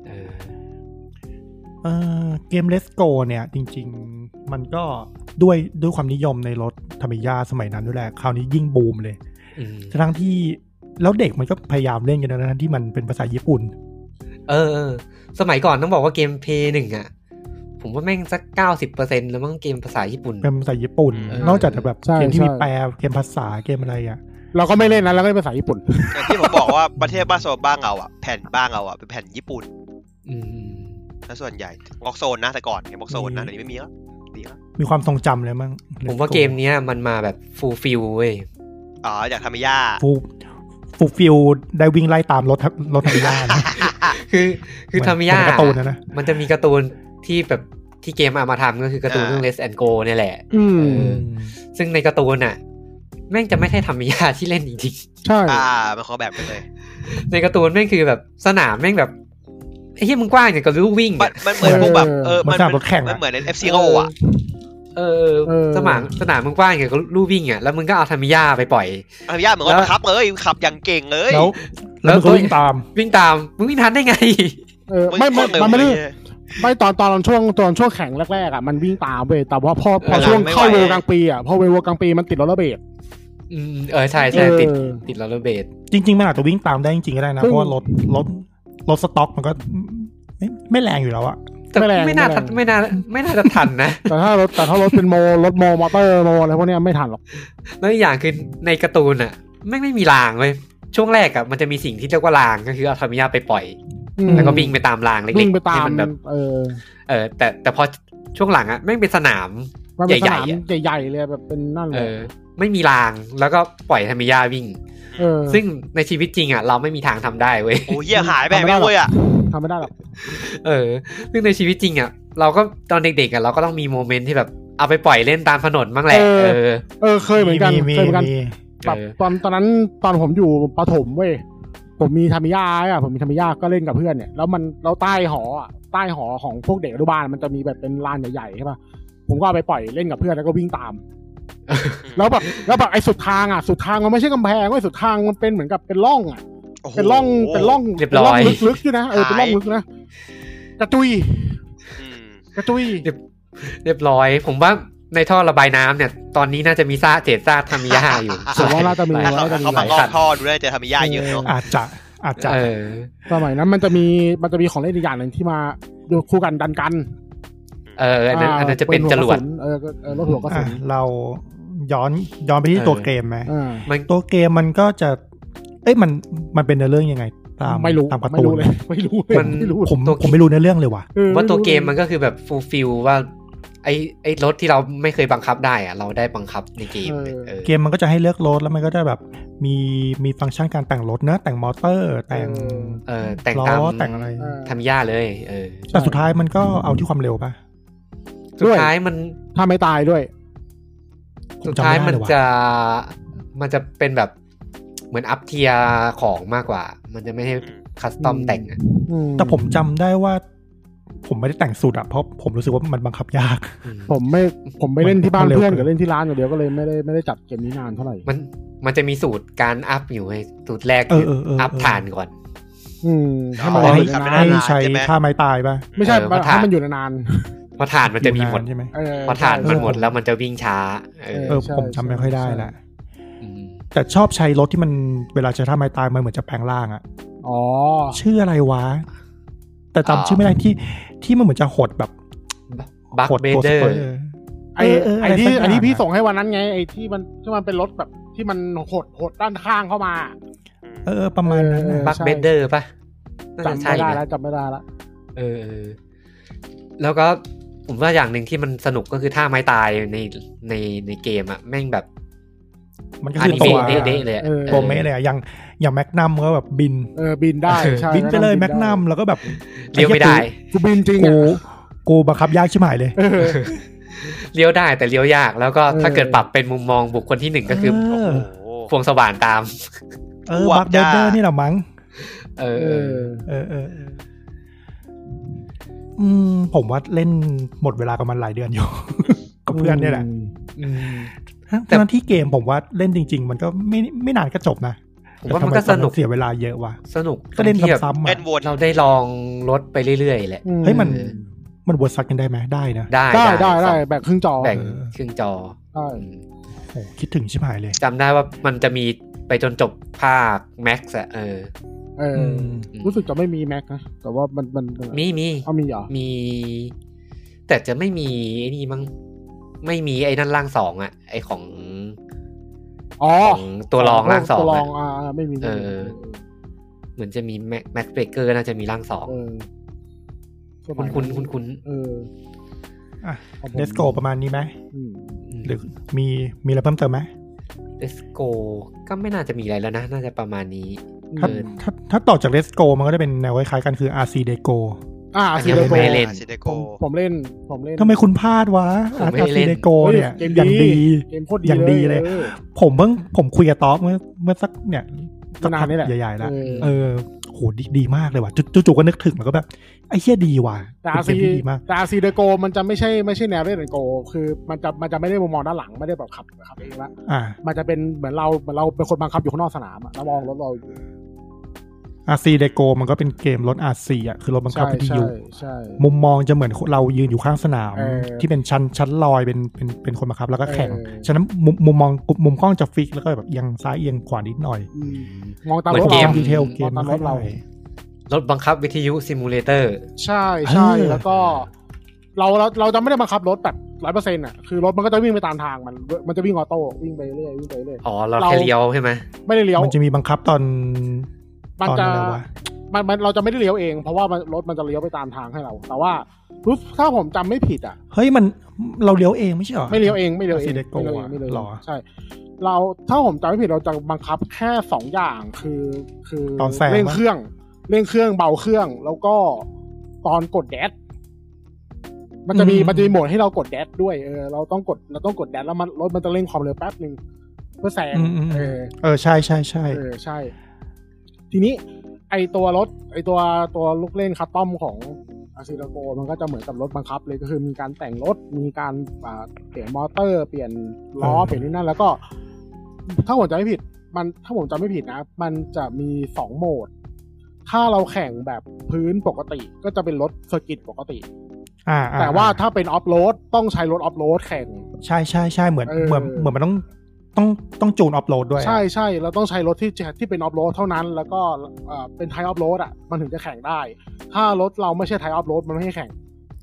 เกม Let's Go เนี่ยจริงๆมันก็ด้วยความนิยมในรถทามิยาสมัยนั้นด้วยแหละคราวนี้ยิ่งบูมเลยทั้งที่แล้วเด็กมันก็พยายามเล่นกันนะที่มันเป็นภาษาญี่ปุ่นสมัยก่อนต้องบอกว่าเกมเพย์1อ่ะผมว่าแม่งสัก 90% แล้วมั้งเกมภาษาญี่ปุ่นเป็นภาษาญี่ปุ่นนอกจากแบบเกมที่มีแปลเกมภาษาเกมอะไรอ่ะเราก็ไม่เล่นนะเราก็เล่นภาษาญี่ปุ่นที่ผมบอกว่าประเทศบ้านโซนบ้างเอาอ่ะแผ่นบ้างเอาอ่ะเป็นแผ่นญี่ปุ่นแล้วส่วนใหญ่บ็อกโซนนะแต่ก่อนเกมบ็อกโซนนะเดี๋ยวนี้ไม่มีแล้วมีความทรงจำเลยมั้งผมว่าเกมนี้มันมาแบบฟูลฟิลเว้ยอยากทามิยาฟูลฟิลได้วิ่งไล่ตามรถทามิยาคือทามิยามันจะมีการ์ตูนที่แบบที่เกมเอามาทำก็คือการ์ตูนเรื่อง Let's and Go เนี่ยแหละซึ่งในการ์ตูนน่ะแม่งจะไม่ใช่ทามิยาที่เล่นจริงๆใช่มันขอแบบไปเลยในการ์ตูนแม่งคือแบบสนามแม่งแบบไอ้เหี้ยมึงกว้างอย่างกับลูกวิ่งมันเหมือนพวกแบบมันรถแข่งมันเหมือน F-Zero อ่ะสนามมึงกว้างอย่างกับลู่วิ่งอ่ะแล้วมึงก็เอาทามิยาไปปล่อยทามิยาเหมือนว่าขับเลยขับอย่างเก่งเลยแล้วมึงก็วิ่งตามมึงวิ่งทันได้ไงมันไม่ได้ไม่ตอนช่วงแข่งแรกๆอ่ะมันวิ่งตามเว้ยแต่ว่าพอช่วงเข้าเวลกลางปีอ่ะพอเวลกลางปีมันติดโรลเลอร์เบดใช่ติดโรลเลอร์เบดจริงๆมันอาจจะวิ่งตามได้จริงๆก็ได้นะเพราะว่ารถสต็อกมันก็ไม่แรงอยู่แล้วอะไม่น่าจะทันนะแต่ถ้ารถเป็นรถมอเตอร์อะไรพวกนี้ไม่ทันหรอกแล้วอย่างคือในการ์ตูนอ่ะไม่มีรางเลยช่วงแรกอ่ะมันจะมีสิ่งที่เรียกว่ารางก็คือเอาทามิยาไปปล่อยแล้วก็วิ่งไปตามรางเล็กๆให้มันแบบแต่พอช่วงหลังอ่ะแม่งเป็นสนามใหญ่ๆใหญ่ๆเลยแบบเป็นนั่นเลยไม่มีรางแล้วก็ปล่อยทามิยาวิ่งซึ่งในชีวิตจริงอ่ะเราไม่มีทางทำได้เว้ยโอ้ยเหี้ยหายไปไม่เว้ยอ่ะทำไม่ได้หรอกซึ่งในชีวิตจริงอ่ะเราก็ตอนเด็กๆอ่ะเราก็ต้องมีโมเมนต์ที่แบบเอาไปปล่อยเล่นตามถนนบ้างแหละเคยเหมือนกันแบบตอนนั้นตอนผมอยู่ประถมเว้ยผมมีทามิยาก็เล่นกับเพื่อนเนี่ยแล้วเราใต้หอของพวกเด็กอนุบาลมันจะมีแบบเป็นลานใหญ่ๆใช่ป่ะผมก็เอาไปปล่อยเล่นกับเพื่อนแล้วก็วิ่งตามแล้วแบบไอ้สุดทางมันไม่ใช่กำแพงสุดทางมันเป็นเหมือนกับเป็นร่องอ่ะเป็นร่องลึกๆอยู่นะเป็นร่องลึกนะกระจุยเรียบร้อยผมว่าในท่อระบายน้ำเนี่ยตอนนี้น่าจะมีเศษซากทามิยาอยู่แต่ว่าน่าจะมีเขามางอกท่อดูได้จะทามิยาเยอะเนาะอาจจะสมัยนั้นมันจะมีของเล่นอีกอย่างนึงที่มาดูคู่กันดันกันอันนั้นจะเป็นจรวดรถหัวกระสุนเราย้อนไปที่ตัวเกมไหมตัวเกมมันก็จะมันเป็นเรื่องยังไงไม่รู้ตามการ์ตูนเลยไม่รู้ผมไม่รู้ในเรื่องเลยว่ะว่าตัวเกมมันก็คือแบบฟูลฟิลว่าไอ้รถที่เราไม่เคยบังคับได้อะเราได้บังคับในเกมเกมมันก็จะให้เลือกรถแล้วมันก็จะแบบมีฟังก์ชันการแต่งรถนะแต่งมอเตอร์แต่งล้อแต่งอะไรทำยากเลยแต่สุดท้ายมันก็เอาที่ความเร็วป่ะสุดท้ายมันถ้าไม่ตายด้วยสุดท้ายมันจะเป็นแบบเหมือนอัพเทียร์ของมากกว่ามันจะไม่ให้คัสตอมแต่งอ่ะแต่ผมจำได้ว่าผมไม่ได้แต่งสูตรอ่ะเพราะผมรู้สึกว่ามันบังคับยากผมไม่เล่นที่บ้านเพื่อนกับเล่นที่ร้านอย่างเดียวก็เลยไม่ได้จัดเกมนี้นานเท่าไหร่มันจะมีสูตรการอัพอยู่ให้สูตรแรกคืออัพฐานก่อนให้มันให้ใช้ท่าไม้ตายป่ะไม่ใช่ให้มันอยู่นานพอฐานมันจะมีหมดใช่ไหมพอฐานมันหมดแล้วมันจะวิ่งช้าผมจำไม่ค่อยได้ละแต่ชอบใช้รถที่มันเวลาใช้ท่าไม้ตายมันเหมือนจะแปลงร่างอ่ะชื่ออะไรวะแต่จำชื่อไม่ได้ที่มันเหมือนจะหดแบบบัคเบเดอร์ไอ้ที่พี่ส่งให้วันนั้นไงไอ้ที่มันเป็นรถแบบที่มันหดด้านข้างเข้ามาประมาณนั้นบัคเบเดอร์ป่ะจำไม่ได้แล้วแล้วก็ผมว่าอย่างหนึ่งที่มันสนุกก็คือท่าไม้ตายในเกมอะแม่งแบบมันก็คือตัวเด๊ะเลยตัวเมะเลยอย่างแมกนัมก็แบบบินได้ใช่บินไปเลยแมกนัมแล้วก็แบบเลี้ยวไม่ได้กูบินจริงกูบังคับยากชิบหายเลยเลี้ยวได้แต่เลี้ยวยากแล้วก็ถ้าเกิดปรับเป็นมุมมองบุคคลที่1ก็คือพวงสว่านตามบัคเดอร์นี่แหละมั้งผมว่าเล่นหมดเวลากับมันหลายเดือนอยู่กับเพื่อนเนี่ยแหละแต่ที่เกมผมว่าเล่นจริงๆมันก็ไม่นานก็จบนะผมว่ามันก็สนุกเสียเวลาเยอะว่ะสนุกก็เล่นซ้ำๆเราได้ลองรถไปเรื่อยๆแหละเฮ้ยมันบวชซักกันได้ไหมได้นะได้แบ่งครึ่งจอแบ่งครึ่งจอใช่โอ้คิดถึงชิบหายเลยจำได้ว่ามันจะมีไปจนจบภาคแม็กซ์อะรู้สึกจะไม่มีแม็กนะแต่ว่ามันมีมีเหรอมีแต่จะไม่มีไอ้นี่มั้งไม่มีไอ้นั่นร่าง2อ่ะไอ้ของตัวรองร่าง2 ตัวรองไม่มีเหมือนจะมีแม็กเบรกเกอร์น่าจะมีร่าง2คุณเลสโกประมาณนี้ไหมหรือมีอะไรเพิ่มเติมไหมเลสโกก็ไม่น่าจะมีอะไรแล้วนะน่าจะประมาณนี้ถ้าต่อจากเลสโกมันก็จะเป็นแนวคล้ายๆกันคือ RC Deco RC Deco ผมเล่นทำไมคุณพลาดวะ RC Deco เนี่ยอย่างดีเลยผมคุยกับต๊อบเมื่อสักเนี่ยนานนี่แหละใหญ่ๆแล้วโหดีมากเลยว่ะจู่ๆก็นึกถึงแล้วก็แบบไอ้เหี้ยดีว่ะแต่ RC Deco มันจะไม่ใช่แนวเล่นโกคือมันจะไม่ได้มุมมองด้านหลังไม่ได้แบบขับเองละมันจะเป็นเหมือนเราเป็นคนบังคับอยู่ข้างนอกสนามแล้วมองรถเรา RC Deco มันก็เป็นเกมรถ RC อ่ะคือรถบังคับวิทยุมุมมองจะเหมือนเรายืนอยู่ข้างสนามที่เป็นชั้นลอยเป็นคนบังคับแล้วก็แข่งฉะนั้นมุมมองมุมกล้องจะฟิกแล้วก็แบบเอียงซ้ายเอียงขวานิดหน่อยมองตามรถดีเทลเกมรถเรารถบังคับวิทยุซิมูเลเตอร์ใช่แล้วก็เราจะไม่ได้บังคับรถแบบ 100% อ่ะคือรถมันก็จะวิ่งไปตามทางมันจะวิ่งออโต้วิ่งไปเรื่อยอ๋อเราแค่เลี้ยวใช่ไหมไม่ได้เลี้ยวมันจะมีบังคับตอนเราจะไม่ได้เลี้ยวเองเพราะว่ารถมันจะเลี้ยวไปตามทางให้เราแต่ว่าถ้าผมจำไม่ผิดอ่ะเฮ้ยเราเลี้ยวเองไม่ใช่หรอไม่เลี้ยวเองไม่เลยหรอใช่เราถ้าผมจำไม่ผิดเราจะบังคับแค่2อย่างคือเร่งเครื่องเบาเครื่องแล้วก็ตอนกดแดชมันจะมีโหมดให้เรากดแดชด้วยเราต้องกดแดชแล้วรถมันจะเร่งความเร็วแป๊บนึงเพื่อแซงใช่ใช่ทีนี้ไอตัวรถไอตัวลูกเล่นคัสตอมของRC Decoมันก็จะเหมือนกับรถบังคับเลยก็คือมีการแต่งรถมีการเปลี่ยนมอเตอร์เปลี่ยนล้อเปลี่ยนนี่นั่นแล้วก็ถ้าผมจำไม่ผิดนะมันจะมี2โหมดถ้าเราแข่งแบบพื้นปกติก็จะเป็นรถเซอร์กิตปกติแต่ว่าถ้าเป็นออฟโรดต้องใช้รถออฟโรดแข่งใช่เหมือนมันต้องจูนออฟโรดด้วยใช่เราต้องใช้รถที่เป็นออฟโรดเท่านั้นแล้วก็เป็นไทป์ออฟโรดอ่ะมันถึงจะแข่งได้ถ้ารถเราไม่ใช่ไทป์ออฟโรดมันไม่ให้แข่ง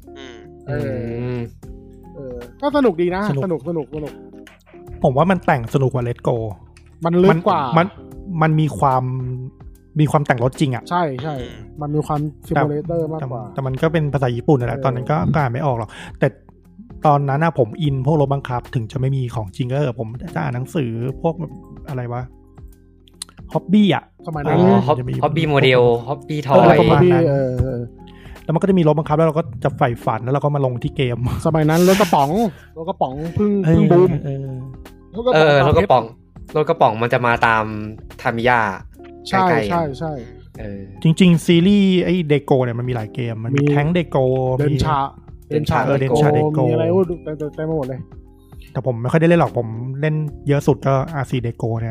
ก็สนุกดีนะสนุกผมว่ามันแต่งสนุกกว่าเลทโกมันลึกกว่ามันมีความแต่งรถจริงอ่ะใช่มันมีความซิมูเลเตอร์มากกว่าแต่มันก็เป็นภาษาญี่ปุ่นนั่นแหละตอนนั้นก็อ่านไม่ออกหรอกแต่ตอนนั้นผมอินพวกรถบังคับถึงจะไม่มีของจริงก็ผมจะอ่านหนังสือพวกอะไรวะฮ็อบบี้อ่ะสมัยนั้นฮ็อบบี้โมเดลฮ็อบบี้ทอยแล้วมันก็จะมีรถบังคับแล้วเราก็จะใฝ่ฝันแล้วเราก็มาลงที่เกมสมัยนั้นรถกระป๋องเพิ่งบูมรถกระป๋องมันจะมาตามทามิยะใช่ใช่ใช่จริงๆซีรีส์ไอ้เดโกเนี่ยมันมีหลายเกมมันมีแท้งเดโกเดนชาเดนโกมีอะไรเต็มหมดเลยแต่ผมไม่ค่อยได้เล่นหรอกผมเล่นเยอะสุดก็ RC เดโกเนี่ย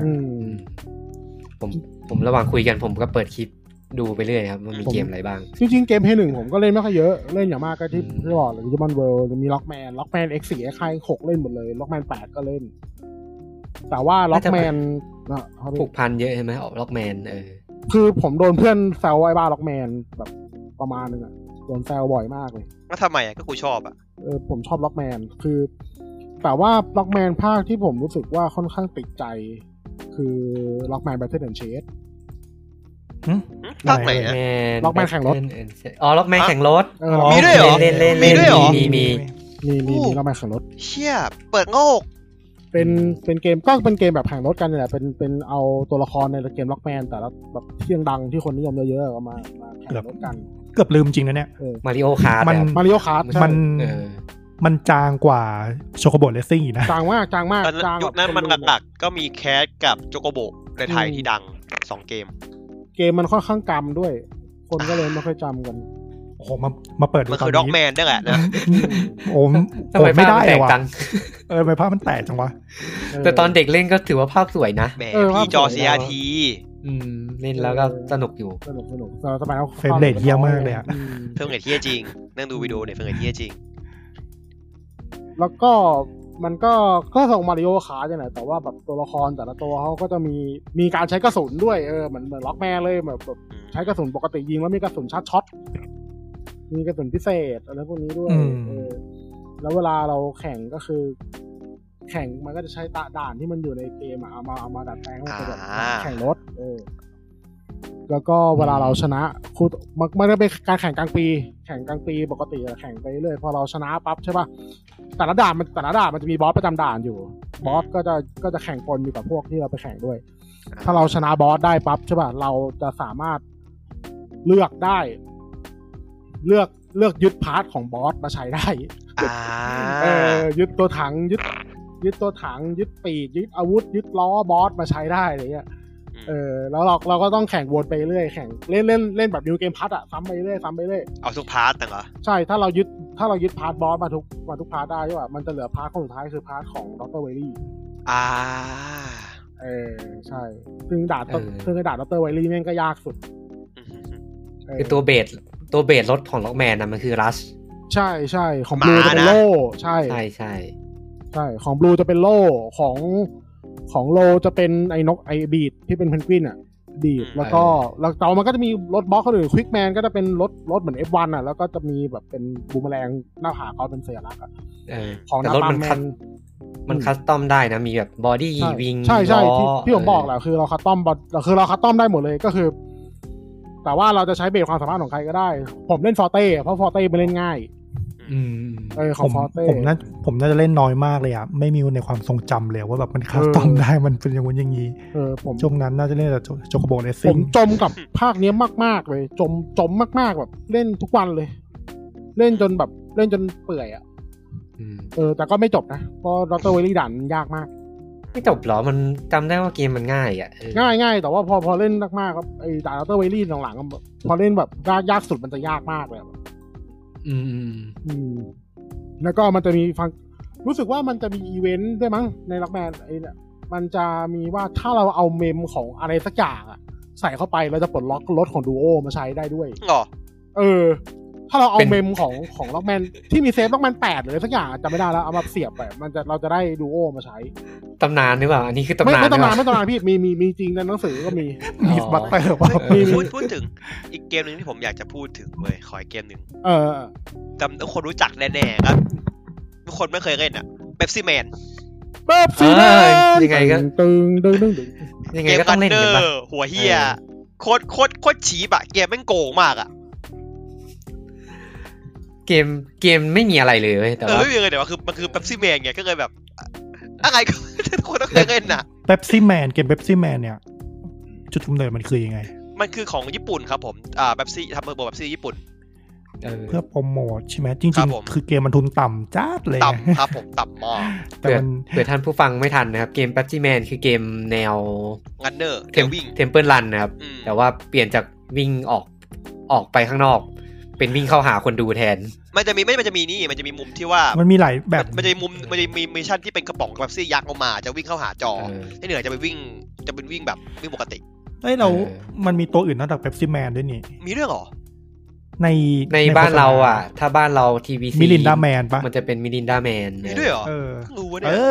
ผมระหว่างคุยกันผมก็เปิดคลิปดูไปเรื่อยครับมันมีเกมอะไรบ้างจริงๆเกมเพย์1ผมก็เล่นไม่ค่อยเยอะเล่นอย่างมากก็ที่บอกเลยดิจิมอนเวิลด์มีล็อกแมน X4 X5 6เล่นหมดเลยล็อกแมน8ก็เล่นแต่ว่าล็อกแมนผูกพันเยอะใช่ไหมออกล็อกแมนคือผมโดนเพื่อนแซวไอ้บ้าล็อกแมนแบบประมาณนึงอ่ะโดนแซวบ่อยมากเลยว่าทำไมอ่ะก็กูชอบอ่ะผมชอบล็อกแมนคือแต่ว่าล็อกแมนภาคที่ผมรู้สึกว่าค่อนข้างติดใจคือล็อกแมน Battle and Chase ภาคไหนอ่ะล็อกแมนแข่งรถล็อกแมนแข่งรถมีด้วยเหรอมีด้วยเหรอมีล็อกแมนแข่งรถเชี่ยเปิดโงกเป็นเกมก็เป็นเกมแบบแข่งรถกันนี่แหละเป็นเอาตัวละครในเกมล็อกแมนแต่ละแบบที่ดังที่คนนิยมเยอะๆมาแข่งรถกันเกือบลืมจริงนะเนี่ยมาริโอคาร์ทมันจางกว่าโชโกโบเลสซิ่งอีกนะจางมากยุคนั้นมันหลักๆก็มีแคสกับโจโกโบในไทยที่ดัง2เกมมันค่อนข้างกำด้วยคนก็เลยไม่ค่อยจำกันโอ้โหมาเปิดมันคือด็อกแมนได้แหละนะโอ้ไม่ได้ว่ะไม่ภาพมันแตกจังวะแต่ตอนเด็กเล่นก็ถือว่าภาพสวยนะพี่จอ CRT เล่นแล้วก็สนุกอยู่สนุกสมัยเฟรมเรทเหี้ยมากเลยอะเฟรมเรทเหี้ยจริงนั่งดูวิดีโอเนี่ยเฟรมเรทเหี้ยจริงแล้วก็มันก็ส่งมาริโอคาร์ทเนี่ยแต่ว่าแบบตัวละครแต่ละตัวเขาก็จะมีการใช้กระสุนด้วยเหมือนล็อกแมนเลยแบบใช้กระสุนปกติยิงแล้วมีกระสุนช็อตมีกระสุนพิเศษอะไรพวกนี้ด้วยแล้วเวลาเราแข่งก็คือแข่งมันก็จะใช้ด่านที่มันอยู่ในเกมเอามาดัดแปลงให้มันเป็นแบบแข่งรถแล้วก็เวลาเราชนะคู่มันจะเป็นการแข่งกลางปีปกติแข่งไปเรื่อยพอเราชนะปั๊บใช่ป่ะแต่ละด่านมันจะมีบอสประจำด่านอยู่บอสก็จะแข่งปนอยู่กับพวกที่เราไปแข่งด้วยถ้าเราชนะบอสได้ปั๊บใช่ป่ะเราจะสามารถเลือกได้เลือกยึดพาร์ทของบอสมาใช้ได้ยึดตัวถังยึดตัวถังยึดปีกยึดอาวุธยึดล้อบอสมาใช้ได้อะไรเงี้ยแล้วเราก็ต้องแข่งวนไปเรื่อยแข่งเล่นแบบนิวเกมพาร์ทอะซ้ำไปเรื่อยเอาทุกพาร์ทแต่เหรอใช่ถ้าเรายึดพาร์ทบอสมาทุกพาร์ทได้ใช่ป่ะมันจะเหลือพาร์ทสุดท้ายคือพาร์ทของดร.เวลลี่ใช่ซึ่งด่านดร.เวลลี่แม่งก็ยากสุดคือตัวเบสรถของล็อกแมนนะมันคือรัชใช่ของบลูจะเป็นโล่ใช่ของบลูจะเป็นโล่ของโลจะเป็นไอ้นกไอ้บีดที่เป็นเพนกวินอ่ะบีดแล้วต่อมันก็จะมีรถบล็อกคนอื่นควิกแมนก็จะเป็นรถเหมือน F1 อ่ะแล้วก็จะมีแบบเป็นบูมแมลงหน้าผากเขาเป็นสัญลักษณ์ของรถมันคัสตอมได้นะมีแบบบอดี้วิงใช่ที่ผมบอกแหละคือเราคัสตอมได้หมดเลยก็คือแต่ว่าเราจะใช้เบสความสามารถของใครก็ได้ผมเล่นฟอร์เต้เพราะฟอร์เต้มันเล่นง่ายของฟอร์เต้ผมน่าจะเล่นน้อยมากเลยอ่ะไม่มีในความทรงจำเลยว่าแบบมันคัสตอมได้มันเป็นอย่างนี้ผมช่วงนั้นน่าจะเล่นแต่โจโกโบเลสซิ่งผมจมกับภาคนี้มากๆเลยจมมากๆแบบเล่นทุกวันเลยเล่นจนเปื่อยอ่ะแต่ก็ไม่จบนะเพราะดร.เวลลี่ดันยากมากไม่จบหรอมันจำได้ว่าเกมมันง่ายอ่ะง่ายแต่ว่าพอเล่นมากๆครับไอ้ดร.เวลลี่หลังๆพอเล่นแบบยากสุดมันจะยากมากเลยแล้วก็มันจะมีรู้สึกว่ามันจะมีอีเวนต์ด้วยมั้งในล็อกแมนไอ้เนี่ยมันจะมีว่าถ้าเราเอาเมมของอะไรสักอย่างอ่ะใส่เข้าไปเราจะปลดล็อกรถของดูโอมาใช้ได้ด้วยถ้าเราเอาเมมของล็อกแมนที่มีเซฟล็อกแมน8หรือสักอย่างจำไม่ได้แล้วเอามาเสียบไปเราจะได้ดูโอมาใช้ตำนานหรือเปล่าอันนี้คือตำนานไม่ตำนานพี่มีจริงในหนังสือก็มีบัตเตอร์ว่าพูดถึงอีกเกมนึงที่ผมอยากจะพูดถึงเว้ยขออีกเกมนึงจำทุกคนรู้จักแน่ๆครับทุกคนไม่เคยเล่นอ่ะเป๊ปซี่แมนยังไงก็ตึงยังไงก็ต้องเล่นกันป่ะหัวเหี้ยโคตรฉีบอ่ะเกมแม่งโกงมากอ่ะเกมไม่มีอะไรเลยแต่ว่าไม่มีเลยแต่ว่าคือมันคือเป๊ปซี่แมนไงก็เลยแบบอะไรก็คนต้องเคยเล่นน่ะเป๊ปซี่แมนเกมเป๊ปซี่แมนเนี่ยจุดกำเนิดมันคือยังไงมันคือของญี่ปุ่นครับผมเป๊ปซี่ทำเบอร์เป๊ปซี่ญี่ปุ่นเพื่อโปรโมทใช่ไหมจริงๆคือเกมมันทุนต่ำจ้าเลยต่ำครับผมต่ำมากแต่เผื่อท่านผู้ฟังไม่ทันนะครับเกม Pepsi Man คือเกมแนว Gunner วิ่ง Temple Run นะครับแต่ว่าเปลี่ยนจากวิ่งออกไปข้างนอกเป็นวิ่งเข้าหาคนดูแทนมันจะมีนี่มันจะมีมุมที่ว่ามันมีหลายแบบมันจะมีมุมมันจะมีมิชชั่นที่เป็นกระป๋องแบบซี่ยักษ์ออกมาจะวิ่งเข้าหาจอที่เหนือจะเป็นวิ่งแบบวิ่งปกติมันมีตัวอื่นนอกจาก Pepsi Man ด้วยนี่มีเรื่องหรอในบ้านเราอ่ะถ้าบ้านเรา TVC มิลินดาแมนปะมันจะเป็นมิลินดาแมนมีด้วยเหรอรู้วะเนี่ย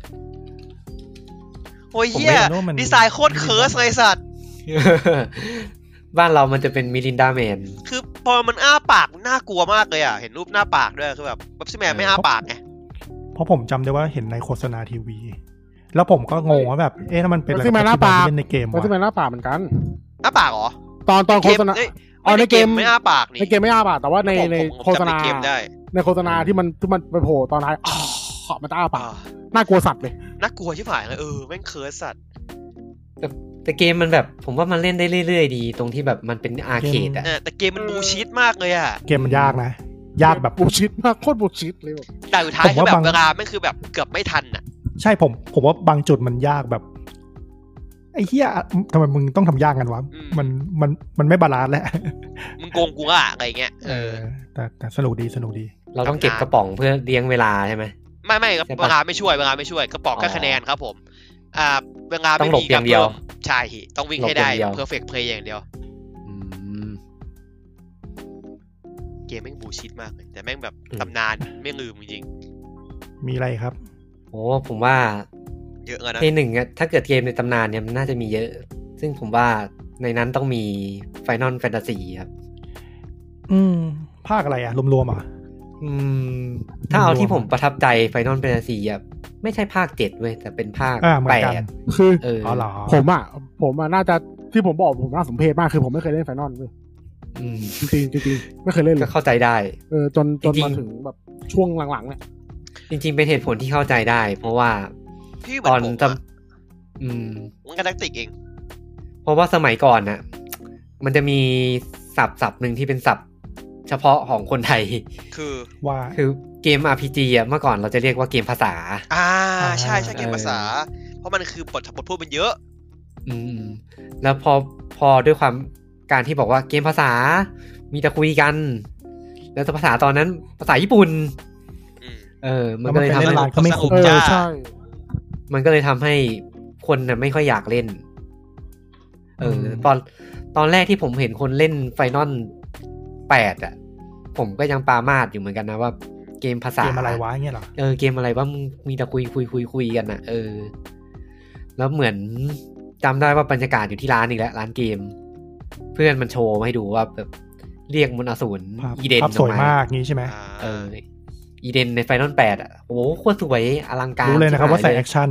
โอ้ยเหี้ยดีไซน์โคตรเคิร์สเลยสัตว์บ้านเรามันจะเป็นมิลินดาแมนคือพอมันอ้าปากน่ากลัวมากเลยอ่ะเห็นรูปหน้าปากด้วยคือแบบPepsi Manไม่อ้าปากไงเพราะผมจำได้ว่าเห็นในโฆษณาทีวีแล้วผมก็งงว่าแบบถ้ามันเป็นอะไรที่มันหน้าปากในเกมที่มันหน้าปากเหมือนกันหน้าปากเหรอตอนโฆษณาในเกมไม่อ้าปากนี่ในเกมไม่อ้าปากแต่ว่าในโฆษณาในโฆษณาที่มันไปโผล่ตอนท้ายมันอ้าปากน่ากลัวสัตว์เลยน่ากลัวชิบหายเลยแม่งเคิร์สสัตว์แต่เกมมันแบบผมว่ามันเล่นได้เรื่อยๆดีตรงที่แบบมันเป็นอาร์เคดอ่ะแต่เกมมันบูชิตมากเลยอ่ะเกมมันยากนะยากแบบบูชิตมากโคตรบูชิตเลยแต่สุดท้ายคือแบบเวลาแม่งคือแบบเกือบไม่ทันอ่ะใช่ผมว่าบางจุดมันยากแบบไอ้เหี้ยทำไมมึงต้องทำยากกันวะมันไม่บาลานซ์แหละมึงโกงกูอ่ะอะไรเงี้ยแต่สนุกดีเราต้องเก็บกระป๋องเพื่อเลี้ยงเวลาใช่ไหมไม่ครับเวลาไม่ช่วยกระป๋องแค่คะแนนครับผมเวลาไม่มีอย่างเดียวใช่ต้องวิ่งให้ได้ perfect play อย่างเดียวเกมแม่งบูชิตมากเลยแต่แม่งแบบตำนานไม่ลืมจริงมีอะไรครับโอ้ผมว่าเยอะนะในหนึ่งอ่ะถ้าเกิดเกมในตำนานเนี่ยมันน่าจะมีเยอะซึ่งผมว่าในนั้นต้องมี Final Fantasy ครับภาคอะไรอ่ะรวมๆอ่ะถ้าเอาที่ผมประทับใจ Final Fantasy อ่ะไม่ใช่ภาค7เว้ยแต่เป็นภาค8 คือผมน่าจะที่ผมบอกผมน่าสมเพชมากคือผมไม่เคยเล่น Final เว้ยจริงไม่เคยเล่นเลยก็เข้าใจได้จนมาถึงแบบช่วงหลังๆเนี่ยจริงๆเป็นเหตุผลที่เข้าใจได้เพราะว่าตอนมันกระดักติกเองเพราะว่าสมัยก่อนน่ะมันจะมีศัพท์หนึ่งที่เป็นศัพท์เฉพาะของคนไทยคือเกม RPG อ่ะเมื่อก่อนเราจะเรียกว่าเกมภาษาใช่เกมภาษาเพราะมันคือบทพูดมันเยอะแล้วพอด้วยความการที่บอกว่าเกมภาษามีแต่คุยกันแล้วภาษาตอนนั้นภาษาญี่ปุ่นมันก็เลยทำให้ก็ไม่คุ้มใช่มันก็เลยทำให้คนน่ะไม่ค่อยอยากเล่นตอนแรกที่ผมเห็นคนเล่น Final 8อ่ะผมก็ยังปามาดอยู่เหมือนกันนะว่าเกมภาษาเกมอะไรวะเงี้ยหรอเกมอะไรว่ามีแต่คุยกันน่ะแล้วเหมือนจำได้ว่าบรรยากาศอยู่ที่ร้านอีกแล้วร้านเกมเพื่อนมันโชว์ให้ดูว่าแบบเรียกมนต์อสูรอีเดนสวยมากงี้ใช่ไหมอีเดนใน Final 8อ่ะโอ้โหโคตรสวยอลังการรู้เลยนะครับว่าใส่แอคชั่น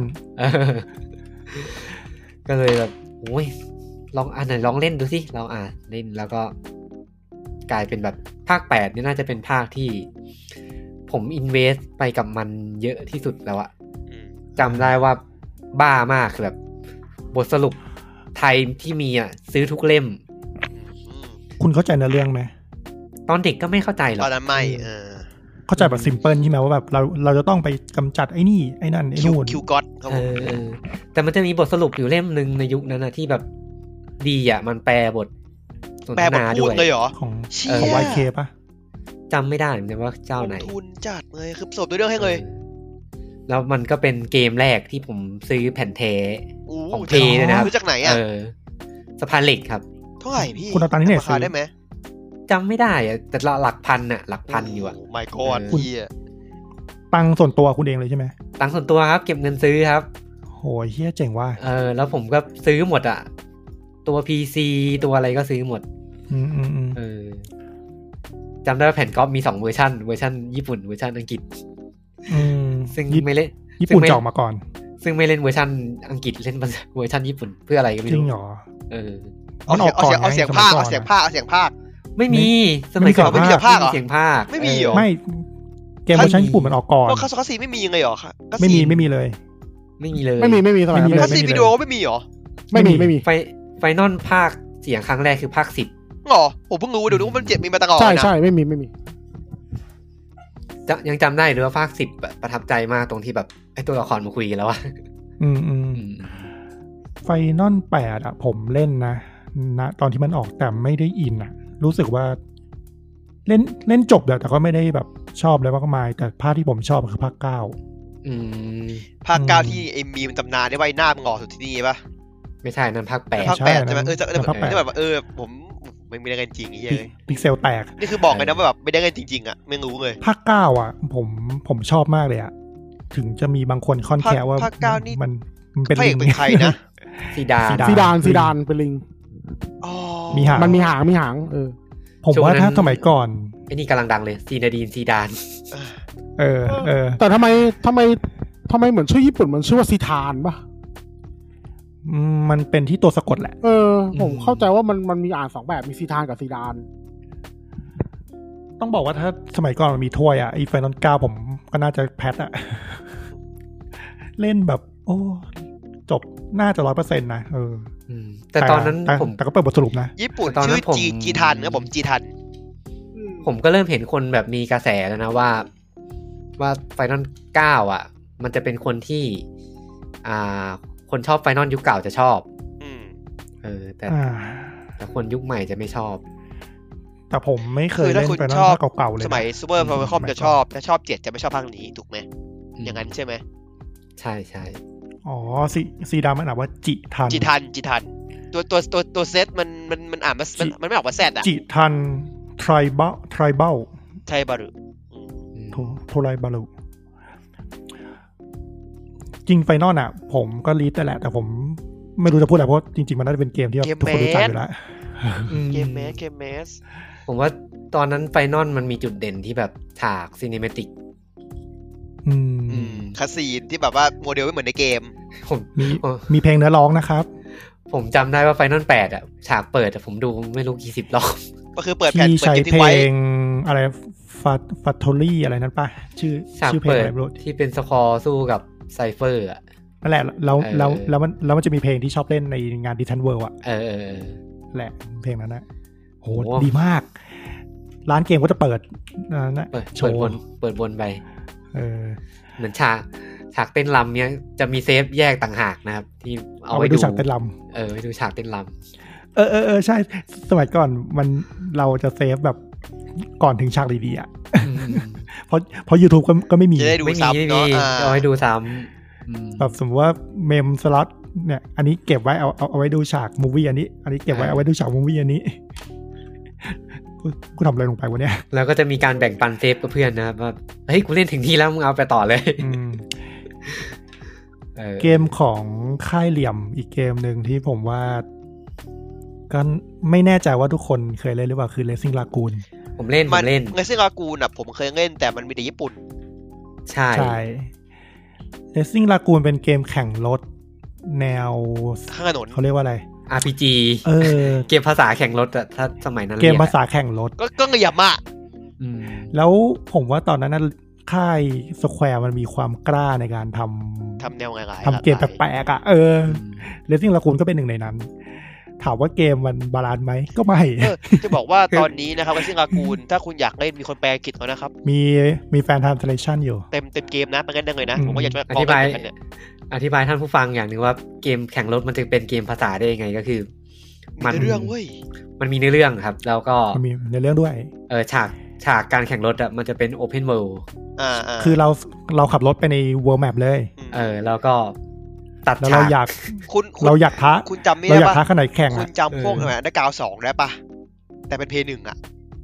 ก็เลยแบบโอ้ยลองเล่นดูสิเราเล่นแล้วก็กลายเป็นแบบภาค8นี่น่าจะเป็นภาคที่ผมอินเวสไปกับมันเยอะที่สุดแล้วอะจำได้ว่าบ้ามากคือแบบบทสรุปไทยที่มีอ่ะซื้อทุกเล่มคุณเข้าใจในเรื่องไหมตอนเด็กก็ไม่เข้าใจหรอกตอนนั้นไม่เข้าใจแบบซิมเพิลใช่ไหมว่าแบบเราจะต้องไปกำจัดไอ้นี่ไอ้นั่นไอ้นู่นคิวก็อดแต่มันจะมีบทสรุปอยู่เล่มนึงในยุคนั้นนะที่แบบดีอ่ะมันแปลบทสนทนาด้วยเลยเหรอของ YK ป่ะจำไม่ได้เหมือนกันว่าเจ้าไหนทุนจัดเลยคือสรุปด้วยเรื่องให้เลยแล้วมันก็เป็นเกมแรกที่ผมซื้อแผ่นเทของเทเลยนะรู้จากไหนอ่ะสะพานเหล็กครับเท่าไหร่พี่คุณเอาตังค์ที่ไหนซื้อได้ไหมจำไม่ได้อะแต่หลักพันอะหลักพันอยู่อะไม่ก่อนพี่ตังค์ส่วนตัวคุณเองเลยใช่ไหมตังค์ส่วนตัวครับเก็บเงินซื้อครับโหเฮียเจ๋งว่ะแล้วผมก็ซื้อหมดอะตัว PC ตัวอะไรก็ซื้อหมดจำได้ว่าแผ่นก๊อปมี2เวอร์ชันญี่ปุ่นเวอร์ชันอังกฤษซึ่งไม่เล่นญี่ปุ่นจ่อมาก่อนซึ่งไม่เล่นเวอร์ชันอังกฤษเล่นเวอร์ชันญี่ปุ่นเพื่ออะไรก็ไม่รู้จริงเหรอมันออกก่อนเอาเสียงภาคไม่มีสมัยก่อนไม่มีเสียงภาคไม่มีหรอไม่เกมเวอร์ชันญี่ปุ่นมันออกก่อนก็คัสซีไม่มียังไงหรอคะไม่มีเลยไม่มีเลยไม่มีสมัยคัสซีวิดีโอไม่มีหรอไม่มีไฟนอลภาคเสียงครั้งแรกคือภาคอ๋อผมเพิ่งรู้เดี๋ยวรู้ว่ามัน7มีมาตลอดนะใช่ไม่มียังจำได้หรือว่าภาค10ประทับใจมากตรงที่แบบไอ้ตัวละครมาคุยกันแล้วว่าไฟนอล8อะผมเล่นนะตอนที่มันออกแต่ไม่ได้อินอะรู้สึกว่าเล่นจบแต่ก็ไม่ได้แบบชอบเลยมากมายแต่ภาคที่ผมชอบคือภาค9 ภาค9ที่ไอ้มีมันตำนานได้ไว้หน้ามันงอสุดที่นี่ป่ะไม่ใช่นั่นภาค8 ใช่ไหมที่แบบผมไม่ได้กันจริงไอ้เหี้ยพิกเซลแตกนี่คือบอกเลยนะว่าแบบไม่ได้กันจริงๆอ่ะไม่รู้เลยภาค9อ่ะผมชอบมากเลยอ่ะถึงจะมีบางคนค่อนแค่ว่าภาค9นี่มันเป็นลิงเป็นใครนะซีดานเป็นลิงมีหางมันมีหางผมว่าถ้าสมัยก่อนไอ้นี่กำลังดังเลยซีนาดีนซีดานแต่ทำไมเหมือนชื่อญี่ปุ่นมันชื่อว่าซีทานป่ะมันเป็นที่ตัวสะกดแหละผมเข้าใจว่ามันมีอ่าน2แบบมีซีทานกับซีดานต้องบอกว่าถ้าสมัยก่อนมันมีถ้วยอ่ะไอ้ไฟนอล9ผมก็น่าจะแพทอ่ะเล่นแบบโอ้จบน่าจะ 100% นะแต่ตอนนั้นแต่ก็เปิดบทสรุปนะญี่ปุ่นชื่อจีทันนะผมจีทันผมก็เริ่มเห็นคนแบบมีกระแสแล้วนะว่าไฟนอล9อ่ะมันจะเป็นคนที่คนชอบไฟนอลยุคเก่าจะชอบแต่คนยุคใหม่จะไม่ชอบแต่ผมไม่เคยเล่นไฟนอลเก่าๆเลยสมัยซูเปอร์พาวเวอร์คอมจะชอบถ้าชอบ7จะไม่ชอบภาคนี้ถูกไหมอย่างนั้นใช่ไหมใช่ใช่อ๋อซีดามันอ่านว่าจิทันตัวเซตมันอ่านมันไม่ออกว่าแซดอ่ะจิทันไทรเบิลไทรบารุโทไรบารุจริงไฟนอลอ่ะผมก็รีดแต่แหละแต่ผมไม่รู้จะพูดอะไรเพราะจริงๆมันน่าจะเป็นเกมที่ทุกคนรู้จักอยู่แล้วเกมแมสผมว่าตอนนั้นไฟนอลมันมีจุดเด่นที่แบบฉากซีนิเมติกคาซีนที่แบบว่าโมเดลไม่เหมือนในเกมมีเพลงเนื้อร้องนะครับผมจำได้ว่าไฟนอล8อ่ะฉากเปิดแต่ผมดูไม่รู้กี่10รอบก็คือเปิดแผ่นที่ใช้เพลงอะไรฟัตโทลี่อะไรนั้นป่ะชื่อเพลงอะไรที่เป็นสคอร์สู้กับไซเฟอร์อ่ะนั่นแหละแล้วมันจะมีเพลงที่ชอบเล่นในงานดิทันเวิลด์อ่ะแหละเพลงนั้นนะโหดีมากร้านเกมก็จะเปิดนะโชว์เปิดบนไปเหมือนฉากเต้นรำเนี้ยจะมีเซฟแยกต่างหากนะครับที่เอาไว้ดูฉากเต้นรำไปดูฉากเต้นรำใช่สมัยก่อนเราจะเซฟแบบก่อนถึงฉากดีๆอ่ะเพราะ YouTube ก็ไม่มีเอาไว้ดูซ้ำแบบสมมติว่าเมมสล็อตเนี่ยอันนี้เก็บไว้เอาไว้ดูฉากมูวี่อันนี้เก็บไว้เอาไว้ดูฉากมูวี่อันนี้กูทำอะไรลงไปวะเนี่ยแล้วก็จะมีการแบ่งปันเซฟกับเพื่อนนะครับว่าเฮ้ยกูเล่นถึงที่แล้วมึงเอาไปต่อเลยเกมของค่ายเหลี่ยมอีกเกมหนึ่งที่ผมว่าก็ไม่แน่ใจว่าทุกคนเคยเล่นหรือเปล่าคือ Racing Lagoon ผมเล่น Racing Lagoon อ่ะผมเคยเล่นแต่มันมีแต่ญี่ปุ่นใช่ Racing Lagoon เป็นเกมแข่งรถแนวข้างถนนเขาเรียกว่าอะไร RPG เกมภาษาแข่งรถอะถ้าสมัยนั้นเกมภาษาแข่งรถก็เงียบมากแล้วผมว่าตอนนั้นค่ายสแควร์มันมีความกล้าในการทำแนวไงทำเกมแปลกๆอ่ะRacing Lagoon ก็เป็นหนึ่งในนั้นถามว่าเกมมันบาลานซ์ไหมก็ไม่จะบอกว่าตอนนี้นะครับ Racing Lagoon ถ้าคุณอยากเล่นมีคนแปลอังกฤษแล้วนะครับมีแฟนทรานสเลชั่นอยู่เต็มเกมนะไปกันได้เลยนะผมก็อยากจะอธิบายท่านผู้ฟังอย่างนึงว่าเกมแข่งรถมันจะเป็นเกมภาษาได้ยังไงก็คือมันเรื่องเว้ยมันมีในเรื่องครับแล้วก็มีในเรื่องด้วยฉากการแข่งรถอ่ะมันจะเป็น Open World คือเราขับรถไปใน World Map เลยแล้วก็ตัดฉากเราอยากท้าคุณจำไม่ได้เราอยากท้าขนาดแข่งคุณจำพวกอะไรได้กาว2ได้ปะแต่เป็นเพย์1อ่ะ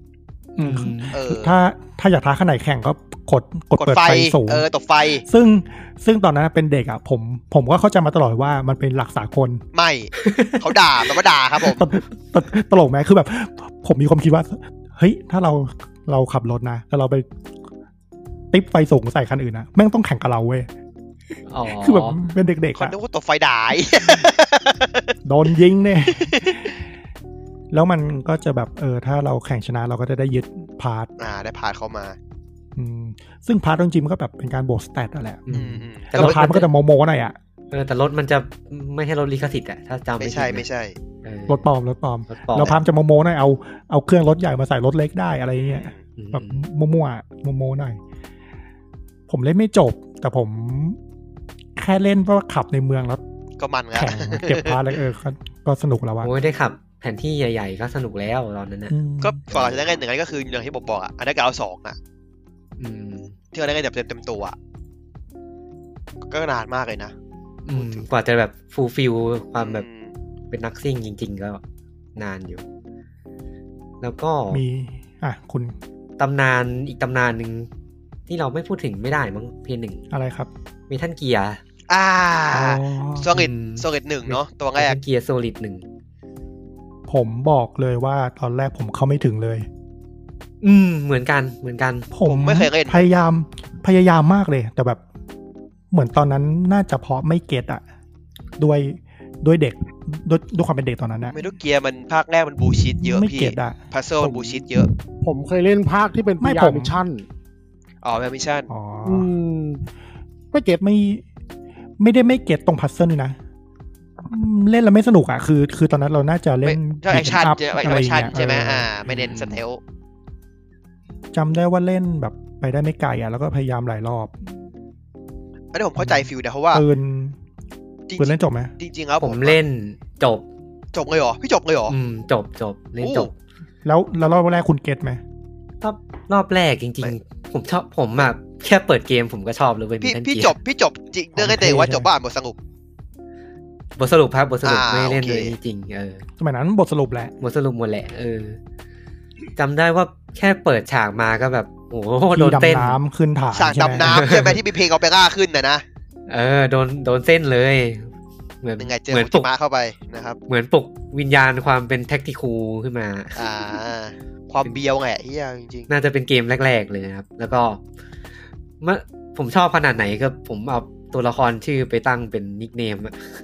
ถ้าอยากท้าขนาดแข่งก็กดเปิดไฟสูงตบไฟซึ่งตอนนั้นเป็นเด็กอ่ะผมก็เข้าใจมาตลอดว่ามันเป็นหลักสากลไม่เขาด่าแต่ว่าด่าครับผมตลกไหมคือแบบผมมีความคิดว่าเฮ้ยถ้าเราขับรถนะแล้วเราไปติ๊บไฟสูงใส่คันอื่นนะแม่งต้องแข่งกับเราเว้ยคือแบบเป็นเด็กๆอะคนนึกว่าตบไฟด่าโดนยิงเนี่ยแล้วมันก็จะแบบถ้าเราแข่งชนะเราก็จะได้ยึดพาร์ทได้พาร์ทเข้ามาซึ่งพาร์ทจริงๆมันก็แบบเป็นการบวกสแตทนั่นแหละแต่พาร์ทมันก็จะโมหน่อยอ่ะแต่รถมันจะไม่ใช่รถลิขสิทธิ์อ่ะถ้าจำไม่ใช่รถปลอมเราพามจะโมหน่อยเอาเครื่องรถใหญ่มาใส่รถเล็กได้อะไรเงี้ยแบบมั่วหน่อยผมเล่นไม่จบแต่ผมแค่เล่นเพราะขับในเมืองแล้วก็มันแข่งเก็บพาร์ทเลยก็สนุกแล้วว่าโอ้ยได้ขับแผนที่ใหญ่ๆก็สนุกแล้วตอนนั้นนะก็ก่อนจะได้เล่นอย่างนั้นก็คืออย่างที่บอกอ่ะอันดับ2อ่ะที่เราได้เล่นแบบเต็มตัวก็นานมากเลยนะกว่าจะแบบฟูลฟิลความแบบเป็นนักซิ่งจริงๆก็นานอยู่แล้วก็มีคุณตำนานอีกตำนานหนึ่งที่เราไม่พูดถึงไม่ได้มั้งเพย์1 อะไรครับเมทัลเกียร์โซลิด1เนาะตัวแรกเกียร์โซลิด1 ผมบอกเลยว่าตอนแรกผมเข้าไม่ถึงเลยเหมือนกันผมไม่เคยเล่นพยายามมากเลยแต่แบบเหมือนตอนนั้นน่าจะเพราะไม่เก็ตอะด้วยเด็กด้วยความเป็นเด็กตอนนั้นนะไม่รู้เกียร์มันภาคแรกมันบูชิตเยอะพี่พัซเซิลมันบูชิตเยอะผมเคยเล่นภาคที่เป็นปีอาร์มิชั่นมิชชั่นไม่เก็ตไม่ได้ไม่เก็ตตรงพัซเซิลนี่นะเล่นแล้วไม่สนุกอ่ะคือตอนนั้นเราน่าจะเล่นแอคชั่นใช่ไหมไม่เน้นสเตลจำได้ว่าเล่นแบบไปได้ไม่ไกลอ่ะแล้วก็พยายามหลายรอบอันนี้ผมเข้าใจฟิลนะเพราะว่าปืนเล่นจบไหมจริงๆแล้วผมเล่นจบเลยเหรอพี่จบเลยเหรอจบเล่นจบแล้วรอบแรกคุณเก็ตไหมรอบแรกจริงๆผมแบบแค่เปิดเกมผมก็ชอบเลยเว้ยพี่จบจริงเรื่องได้ว่าจบบ้านบทสรุปครับบทสรุปไม่เล่นเลยจริงสมัยนั้นบทสรุปแหละบทสรุปหมดแหละจำได้ว่าแค่เปิดฉากมาก็แบบโอ้โดนเต้นน้ำขึ้นฐานฉากดำน้ำใช่ไหมที่มีเพลงออเปร่าขึ้นนะโดนเส้นเลยเหมือนปลุกมาเข้าไปนะครับเหมือนปลุกวิญญาณความเป็นแท็กติคูขึ้นมาความเบียวไงเฮียจริงๆน่าจะเป็นเกมแรกๆเลยนะครับแล้วก็ผมชอบขนาดไหนก็ผมเอาตัวละครชื่อไปตั้งเป็นนิคเนม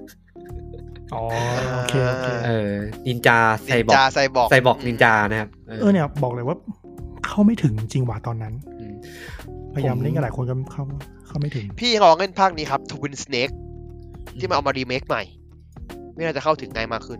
โอเคนินจาไซบอร์กนินจานะครับเนี่ยบอกเลยว่าเข้าไม่ถึงจริงว่ะตอนนั้นพยายามเล่นกันหลายคนก็เข้าไม่ถึงพี่ลองเล่นภาคนี้ครับ Twin Snake ที่มาเอามารีเมคใหม่ไม่น่าจะเข้าถึงง่ายมากขึ้น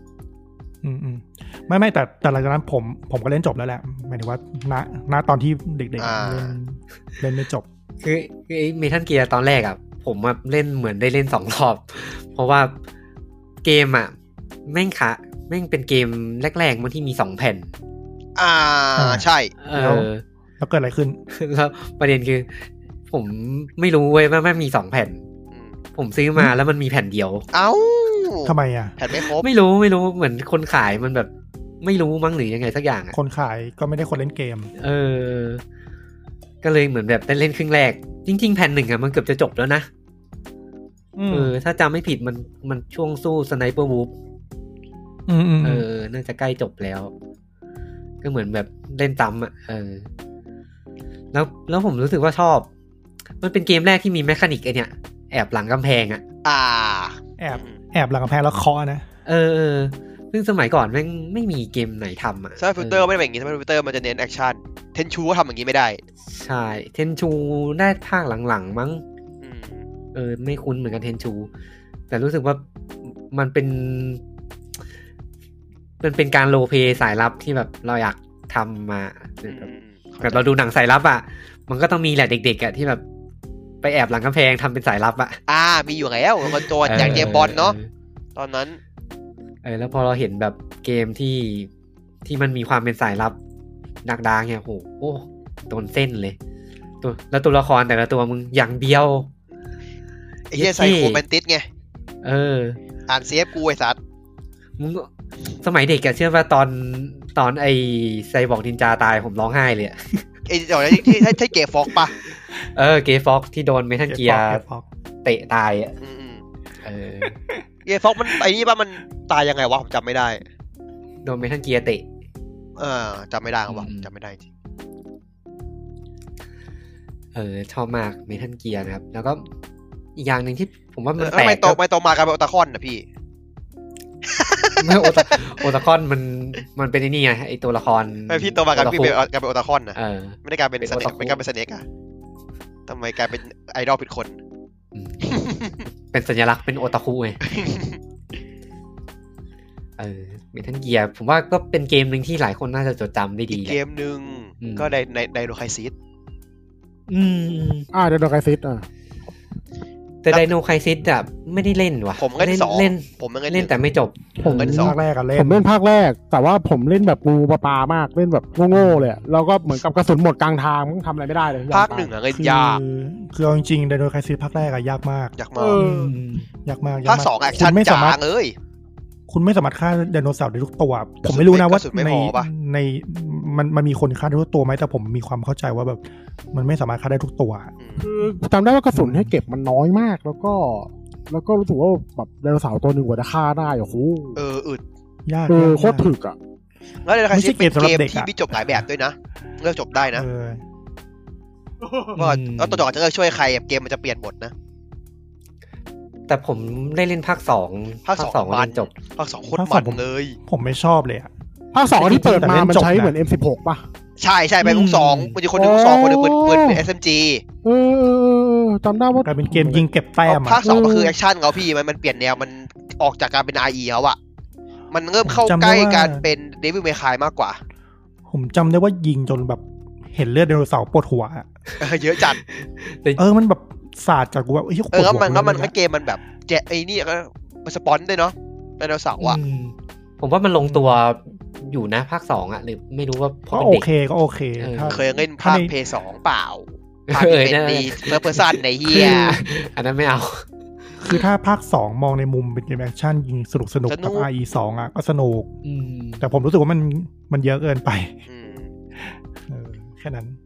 ไม่แต่หลังจากนั้นผมก็เล่นจบแล้วแหละหมายถึงว่าณตอนที่เด็กๆเล่นไม่จบคือไอ้เมทัลเกียร์ตอนแรกอ่ะผมเล่นเหมือนได้เล่น2รอบเพราะว่าเกมอ่ะแม่งเป็นเกมแรกๆมันที่มี2แผ่นใช่แล้วเกิดอะไรขึ้นแล้วประเด็นคือผมไม่รู้เว้ยว่ามันมี2แผ่นผมซื้อมาแล้วมันมีแผ่นเดียวทำไมอ่ะแผ่นไม่ครบไม่รู้เหมือนคนขายมันแบบไม่รู้มั้งหรือยังไงสักอย่างคนขายก็ไม่ได้คนเล่นเกมก็เลยเหมือนแบบได้เล่นครึ่งแรกจริงๆแผ่น1อ่ะมันเกือบจะจบแล้วนะถ้าจำไม่ผิดมันช่วงสู้สไนเปอร์วูฟน่าจะใกล้จบแล้วก็เหมือนแบบเล่นซ้ำอ่ะแล้วผมรู้สึกว่าชอบมันเป็นเกมแรกที่มีแมคานิกไอเนี่ยแอบหลังกำแพงอ่ะแอบหลังกำแพงแล้วเคาะนะซึ่งสมัยก่อนไม่มีเกมไหนทำอ่ะใช่ฟิลเตอร์ไม่ได้แบบอย่างงี้ใช่ไหมฟิลเตอร์มันจะเน้นแอคชั่นเทนชูก็ทำอย่างงี้ไม่ได้ใช่เทนชูได้ภาคหลังๆมั้งไม่คุ้นเหมือนกันเทนชูแต่รู้สึกว่ามันเป็นการโรลเพลย์สายลับที่แบบเราอยากทำมาแบบเราดูหนังสายลับอ่ะมันก็ต้องมีแหละเด็กๆอ่ะที่แบบไปแอบหลังกำแพงทำเป็นสายลับอ่ะมีอยู่แล้วคนโจรอย่างเจมส์บอนด์เนาะตอนนั้นแล้วพอเราเห็นแบบเกมที่มันมีความเป็นสายลับดักๆเนี่ยโอ้โดนเส้นเลยแล้วตัวละครแต่ละตัวมึงอย่างเดียวไอ้เหี้ยไซโคแมนติสไงอ่านเซฟกูไอ้สัตว์มึงสมัยเด็กอะเชื่อว่าตอนไอ้ไซบอร์กนินจาตายผมร้องไห้เลยไอ้เดี๋ยวที่ใช่เกฟ็อกป่ะเกฟ็อกที่โดนเมทัลเกียร์เตะตายอ่ะเกฟ็อกมันไอ้นี่ป่ะมันตายยังไงวะผมจำไม่ได้โดนเมทัลเกียร์เตะจำไม่ได้ว่ะจำไม่ได้จริงชอบมากเมทัลเกียร์นะครับแล้วก็อีกอย่างนึงที่ผมว่ามันแปลกไม่โตมากันเป็นโอตาคอนนะพี่ไม่โอตาคอนมันเป็นไอ้นี่ไงไอ้ตัวละครไม่พี่โตมากันพี่เป็นโอตาคอนนะไม่ได้กลายเป็นสเน็กไม่กลายเป็นสเน็กอะทำไมกลายเป็นไอดอลผิดคนแเป็นสัญลักษณ์เป็นโอตาคุไงมีทั้งเกียร์ผมว่าก็เป็นเกมหนึ่งที่หลายคนน่าจะจดจำได้ดีเกมหนึ่งก็ในโดไคซิสไดโนไคซิสแต่ไดโนไคซิสอ่ะไม่ได้เล่นว่ะผมเล่นผมเล่นแต่ไม่จบผมเล่นภาคแรกผมเล่นภาคแรกแต่ว่าผมเล่นแบบงูปลามากเล่นแบบโง่ๆเลยแล้วก็เหมือนกับกระสุนหมดกลางทางมึงทำอะไรไม่ได้เลยภาคหนึ่งเล่นยากคือจริงๆไดโนไคซิสภาคแรกยากมากภาค2แอคชั่นจ๋าคุณไม่สามารถฆ่าไดโนเสาร์ได้ทุกตัวผมไม่รู้นะว่าในมันมีคนฆ่าได้ทุกตัวไหมแต่ผมมีความเข้าใจว่าแบบมันไม่สามารถฆ่าได้ทุกตัวคือจำได้ว่ากระสุนให้เก็บมันน้อยมากแล้วก็รู้สึกว่าแบบไดโนเสาร์ตัวนึงกว่าจะฆ่าได้โอ้โหอึดยากโคตรถึกอ่ะแล้วไดโนไคซิสเป็นเกมที่มีจบหลายแบบด้วยนะเลือกจบได้นะก็ตัวต่อจะเลือกช่วยใครเกมมันจะเปลี่ยนบทนะแต่ผมได้เล่นภาค2มันจบภาค2โคตรมันเลยผมไม่ชอบเลยอ่ะภาค2ที่เปิดมามันใช้เหมือน M16 ป่ะใช่ไปลูก2มันจะคนนึงลูก2คนนึงปืน SMG จำได้ว่ากลายเป็นเกมยิงเก็บแต้มภาค2มันคือแอคชั่นเขาพี่มันเปลี่ยนแนวมันออกจากการเป็น RE แล้วอ่ะมันเริ่มเข้าใกล้การเป็น Devil May Cry มากกว่าผมจำได้ว่ายิงจนแบบเห็นเลือดไดโนเสาร์ปวดหัวเยอะจัดมันแบบสาดจากกูว่าแล้วมันเกมมันแบบไอ้นี่ก็มันสปอนด้วยเนาะไดโนเสาร์อ่ะผมว่ามันลงตัวอยู่นะภาค2อ่ะหรือไม่รู้ว่าพอเป็นเด็กก็โอเคเคยเล่นภาคเพย์2เปล่าภาคเป็นดีเฟิร์สเพอร์ซันในเฮียอันนั้นไม่เอาคือถ้าภาค2มองในมุมเป็นเกมแอคชั่นยิงสนุกกับ RE 2อ่ะก็สนุกแต่ผมรู้สึกว่ามันเยอะเกินไปแค่นั้น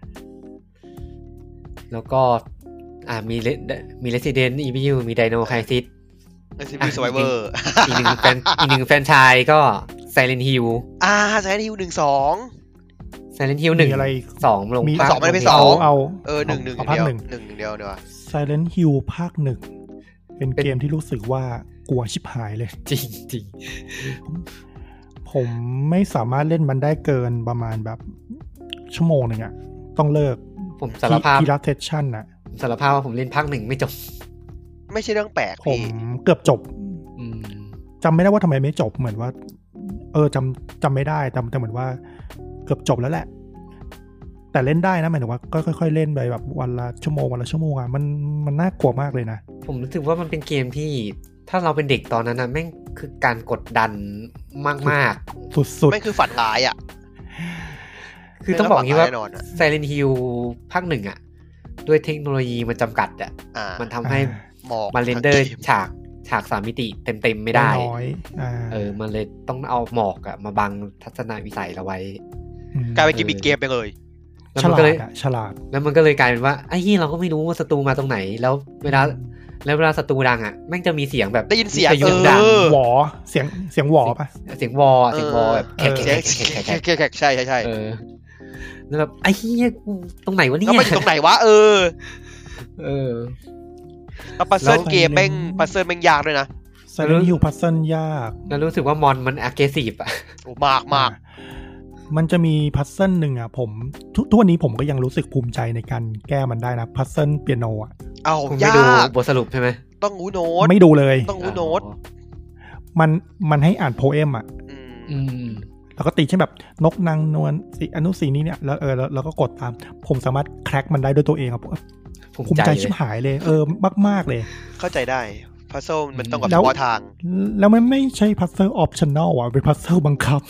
แล้วก็มี Resident Evil มี Dino Crisis Resident Survivor อีกหนึ่งแฟรนไชส์ก็ Silent Hill Silent Hill 1-2 Silent Hill 1อะไร2ลงภาค2ไม่ได้เป็น2 เอา 1ภาค1เดียวดีกว่า Silent Hill ภาค1เป็นเกมที่รู้สึกว่ากลัวชิบหายเลยจริงผมไม่สามารถเล่นมันได้เกินประมาณแบบชั่วโมงนึงอ่ะต้องเลิกผมสารภาพที่รักเทสชั่นน่ะสารภาพว่าผมเล่นภาค1ไม่จบไม่ใช่เรื่องแปลกผมเกือบจบจำไม่ได้ว่าทำไมไม่จบเหมือนว่าจำไม่ได้แต่เหมือนว่าเกือบจบแล้วแหละแต่เล่นได้นะหมายถึงว่าก็ค่อยๆเล่นไปแบบวันละชั่วโมงอ่ะมันน่ากลัวมากเลยนะผมรู้สึกว่ามันเป็นเกมที่ถ้าเราเป็นเด็กตอนนั้นนะแม่งคือการกดดันมากๆสุดๆไม่คือฝันร้ายอ่ะคือต้องบอกงี้ว่า Silent Hill ภาค1อ่ะด้วยเทคโนโลยีมันจำกัดอ่ะมันทำให้มันเรนเดอร์ฉาก3มิติเต็มไม่ได้มันเลยต้องเอาหมอกอ่ะมาบังทัศนวิสัยเราไว้กลายเป็นกิมมิคเกมไปเลยฉลาดแล้วมันก็เลยกลายเป็นว่าไอ้ที่เราก็ไม่รู้ว่าศัตรูมาตรงไหนแล้วเวลาศัตรูดังอ่ะแม่งจะมีเสียงแบบได้ยินเสียงหวอเสียงหวอป่ะเสียงวอแบบแขกใช่แล้วแบบไอ้ที่ตรงไหนวะเนี่ยแล้วมันตรงไหนวะแล้วพัซเซิลเกมแม่งยากด้วยนะ Silent Hill พัซเซิลยากแล้วรู้สึกว่ามอนมัน aggressive อ่ะโอ้มากมันจะมีพัซเซิลหนึ่งอ่ะผมทุกวันนี้ผมก็ยังรู้สึกภูมิใจในการแก้มันได้นะพัซเซิลเปียโนอ่ะยากไม่ดูบทสรุปใช่ไหมต้องรู้โน้ตไม่ดูเลยต้องรู้โน้ตมันให้อ่านโพเอมอ่ะแล้วก็ตีเช่นแบบนกนางนวลสีอนุสีนี้เนี่ยแล้วก็กดตามผมสามารถแคร็กมันได้ด้วยตัวเองครับภูมิใจชิบหายเลยมากๆเลยเข้าใจได้พัซเซิลมันต้องกับเฉพาะทางแล้วมันไม่ใช่พัซเซิลออปชั่นแนลอ่ะเป็นพัซเซิลบังคับ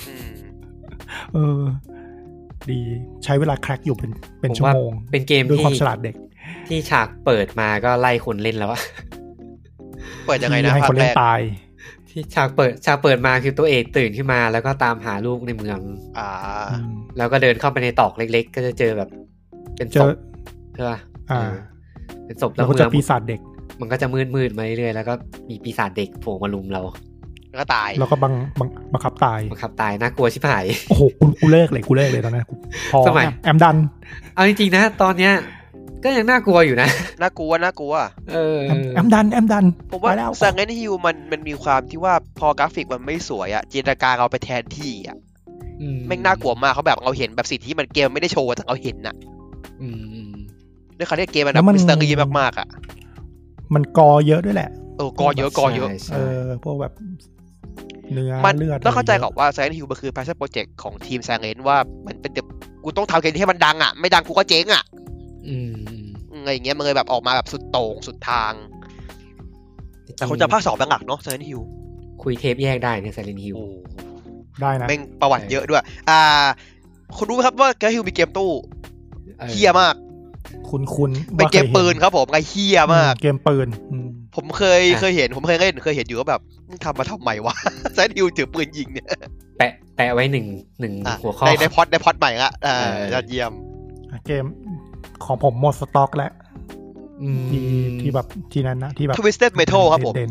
ดีใช้เวลาแคร็กอยู่เป็นชั่วโมงเป็นเกมด้วยความฉลาดเด็กที่ฉากเปิดมาก็ไล่คนเล่นแล้วอะเปิดยังไงนะให้คนเล่นตายที่ฉากเปิดมาคือตัวเอกตื่นขึ้นมาแล้วก็ตามหาลูกในเมืองแล้วก็เดินเข้าไปในตอกเล็กๆก็จะเจอแบบเป็นศพใช่ป่ะเป็นศพแล้วก็จะปีศาจเด็กมันก็จะมืดมาเรื่อยๆแล้วก็มีปีศาจเด็กโผล่มาลุมเราแล้วก็ตายแล้วก็บังคับตายน่ากลัวชิบหายโอ้โหกูเลิกเลยตอนนั้นสมัยแอมดันเอาจริงๆนะตอนเนี้ยก็ยังน่ากลัวอยู่นะน่ากลัวแอมดันผมว่าSilent Hillมันมีความที่ว่าพอกราฟิกมันไม่สวยอะจินตนาการเราไปแทนที่อะแม่งน่ากลัวมากเขาแบบเราเห็นแบบสิ่งที่มันเกมไม่ได้โชว์แต่เราเห็นน่ะด้วยคำที่เกมมันมิสเตอรี่มากๆอะมันกอเยอะด้วยแหละกอเยอะพวกแบบเนื้อเลือดต้องเข้าใจก่อนว่า Silent Hill มันคือ passion project ของทีม Silent ว่ามันเป็นกูต้องทำเกมที่ให้มันดังอ่ะไม่ดังกูก็เจ๊งอ่ะอะไรอย่างเงี้ยมันเลยแบบออกมาแบบสุดโต่งสุดทางแต่คนจะภาค2เป็นหลักเนาะ Silent Hill คุยเทปแยกได้เนี่ย Silent Hill ได้นะเป็นประวัติเยอะด้วยคุณรู้ไหมครับว่า Silent Hill มีเกมตู้เหี้ยมากคุณเป็นเกมปืนครับผมไอ้เหี้ยมากเกมปืนผมเคยเห็นผมเคยเล่นอยู่ก็แบบมึงทำมาทำไมวะ Silent Hill ถือปืนยิงเนี่ยแปะไว้หนึ่งหัวข้อในพอดใหม่ละยอดเยี่ยมเกมของผมหมดสต็อกแล้วที่แบบที่นั้นนะที่แบบ Twisted Metal ครับผม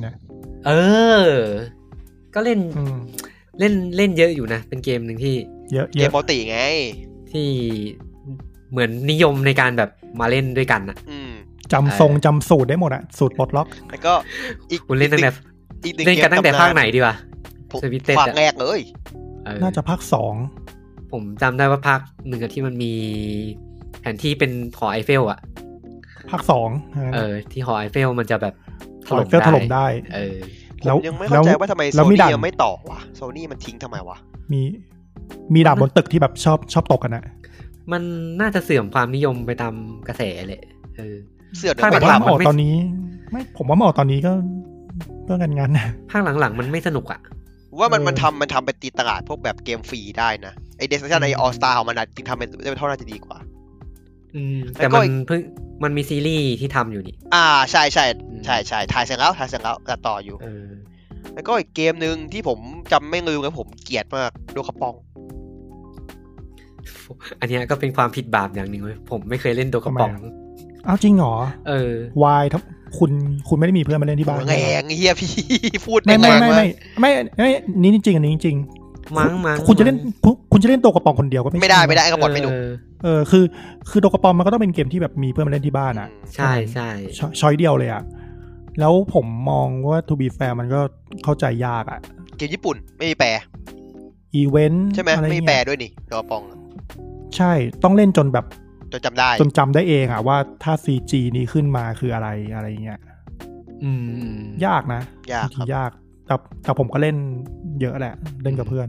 ก็เล่นเล่นเยอะอยู่นะเป็นเกมหนึ่งที่เยอะเกมมัลติไงที่เหมือนนิยมในการแบบมาเล่นด้วยกันนะจำสูตรได้หมดอะสูตรปลดล็อกแล้วก็คุณเล่นตั้งแต่เล่นกันตั้งแต่ภาคไหนดีวะภาคแรกเลยน่าจะภาค 2ผมจำได้ว่าภาค1ที่มันมีแผนที่เป็นหอไอเฟลอะภาค2 ที่หอไอเฟลมันจะแบบถล่มได้แล้วยังไม่เข้าใจว่าทำไมโซนี่ยังไม่ต่อวะโซนี่มันทิ้งทำไมวะมีดาบบนตึกที่แบบชอบตกกันนะมันน่าจะเสื่อมความนิยมไปตามกระแสแหละเสื่อมภาคหลังออกตอนนี้ไม่ผมว่ามาออกตอนนี้ก็งานนะภาคหลังๆมันไม่สนุกอ่ะว่ามันทำไปตีตลาดพวกแบบเกมฟรีได้นะไอเดสเซชันไอออสตาของมันจริงทำเป็นเท่าน่าจะดีกว่าแต่มันมีซีรีส์ที่ทำอยู่นี่ใช่ถ่ายเสร็จแล้วตัดต่ออยู่แล้วก็อีกเกมนึงที่ผมจำไม่ลืมแล้วผมเกลียดมากโดคาปองอันนี้ก็เป็นความผิดบาปอย่างหนึ่งเลยผมไม่เคยเล่นโดคาปองเอาจริงเหรอวายทับคุณไม่ได้มีเพื่อนมาเล่นที่บ้านแรงเฮียพี่พูดไม่นี่จริงอันนี้จริงมั้งคุณจะเล่นโดคาปองคนเดียวก็ไม่ได้กระปองไม่หนุกคือโดคาปองมันก็ต้องเป็นเกมที่แบบมีเพื่อนมาเล่นที่บ้านอ่ะใช่ช้อยเดียวเลยอ่ะแล้วผมมองว่า to be fair มันก็เข้าใจยากอ่ะเกมญี่ปุ่นไม่มีแปลอีเวนต์ใช่ไหมไม่มีแปลด้วยนี่โดคาปองใช่ต้องเล่นจนแบบจนจำได้เองอะว่าถ้า CG นี้ขึ้นมาคืออะไรเงี้ยยากนะยากแต่ผมก็เล่นเยอะแหละเล่นกับเพื่อน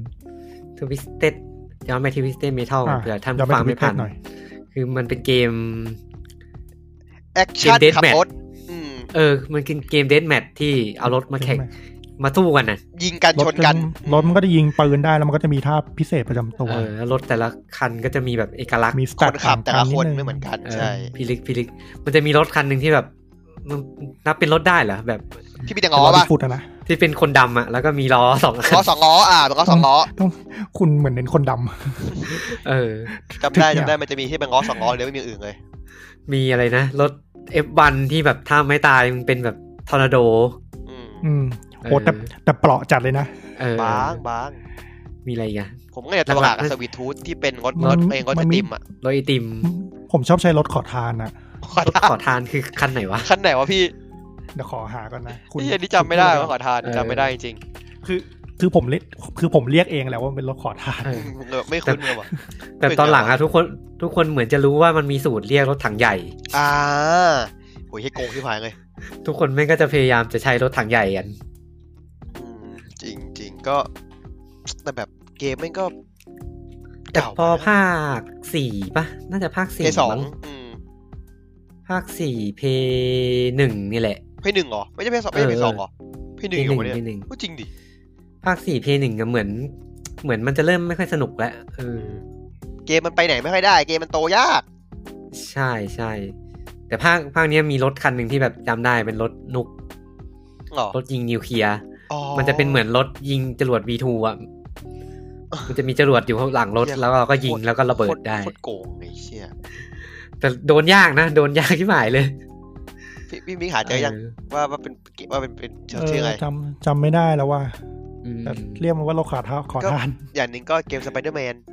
Twisted ย้อนไป Twisted Metal เผื่อท่านฟังไม่ทันคือมันเป็นเกมแอคชั่นขับรถมันเป็นเกมเดธแมทที่เอารถมาแข่งมาสู้กันน่ะยิงกันชนกันรถมันก็จะยิงปืนได้แล้วมันก็จะมีท่าพิเศษประจำตัวรถแต่ละคันก็จะมีแบบเอกลักษณ์มีสแตทขับแต่ละคนไม่เหมือนกันใช่พิลิกมันจะมีรถคันนึงที่แบบนับเป็นรถได้เหรอแบบที่มีแต่ล้อป่ะที่เป็นคนดำอ่ะแล้วก็มีล้อ2 ล้อ2ล้อแล้วก็2ล้อต้องคุณเหมือนเน้นคนดำจำได้มันจะมีที่เป็นล้อ2ล้อแล้วไม่มีอื่นเลยมีอะไรนะรถ F1 ที่แบบถ้าไม่ตายมันเป็นแบบทอร์นาโดโหแต่เปราะจัดเลยนะบางมีอะไรกันผมก็อยากตลาดกับสวีททูธที่เป็นรถไอติมอ่ะรถไอติมผมชอบใช้รถขอทานอ่ะขอทานคือคันไหนวะพี่เดี๋ยวขอหาก่อนนะคุณนี่จำไม่ได้ว่าขอทานจำไม่ได้จริงคือผมเรียกเองแหละว่าเป็นรถขอทานไม่คุ้นเลยว่ะแต่ตอนหลังอะทุกคนเหมือนจะรู้ว่ามันมีสูตรเรียกรถถังใหญ่โหยให้โกงที่พายเลยทุกคนแม่งก็จะพยายามจะใช้รถถังใหญ่กันจริงก็แต่แบบเกมแม่งก็แต่พอภาค4ป่ะน่าจะภาค4มั้งภาค4เพย์1นี่แหละเพย์1เหรอไม่ใช่เพย์2ไม่ใช่เพย์2เหรอเพย์1อยู่วะเนี่ยก็จริงดิภาค4เพย์1ก็เหมือนมันจะเริ่มไม่ค่อยสนุกแล้วเกมมันไปไหนไม่ค่อยได้เกมมันโตยากใช่แต่ภาคนี้มีรถคันนึงที่แบบจำได้เป็นรถนุกรถยิงนิวเคลียร์มันจะเป็นเหมือนรถยิงจรวด V2 อ่ะมันจะมีจรวดอยู่ข้างหลังรถแล้วเราก็ยิงแล้วก็ระเบิดได้โคตรโกงไอ้เชี่ยแต่โดนยากที่หมายเลยพี่มิกหาเจอยังว่าเป็นชื่ออะไรจำไม่ได้แล้วว่าแต่เรียกมันว่าเราขอทานอย่างนึงก็เกมสไปเดอร์แมน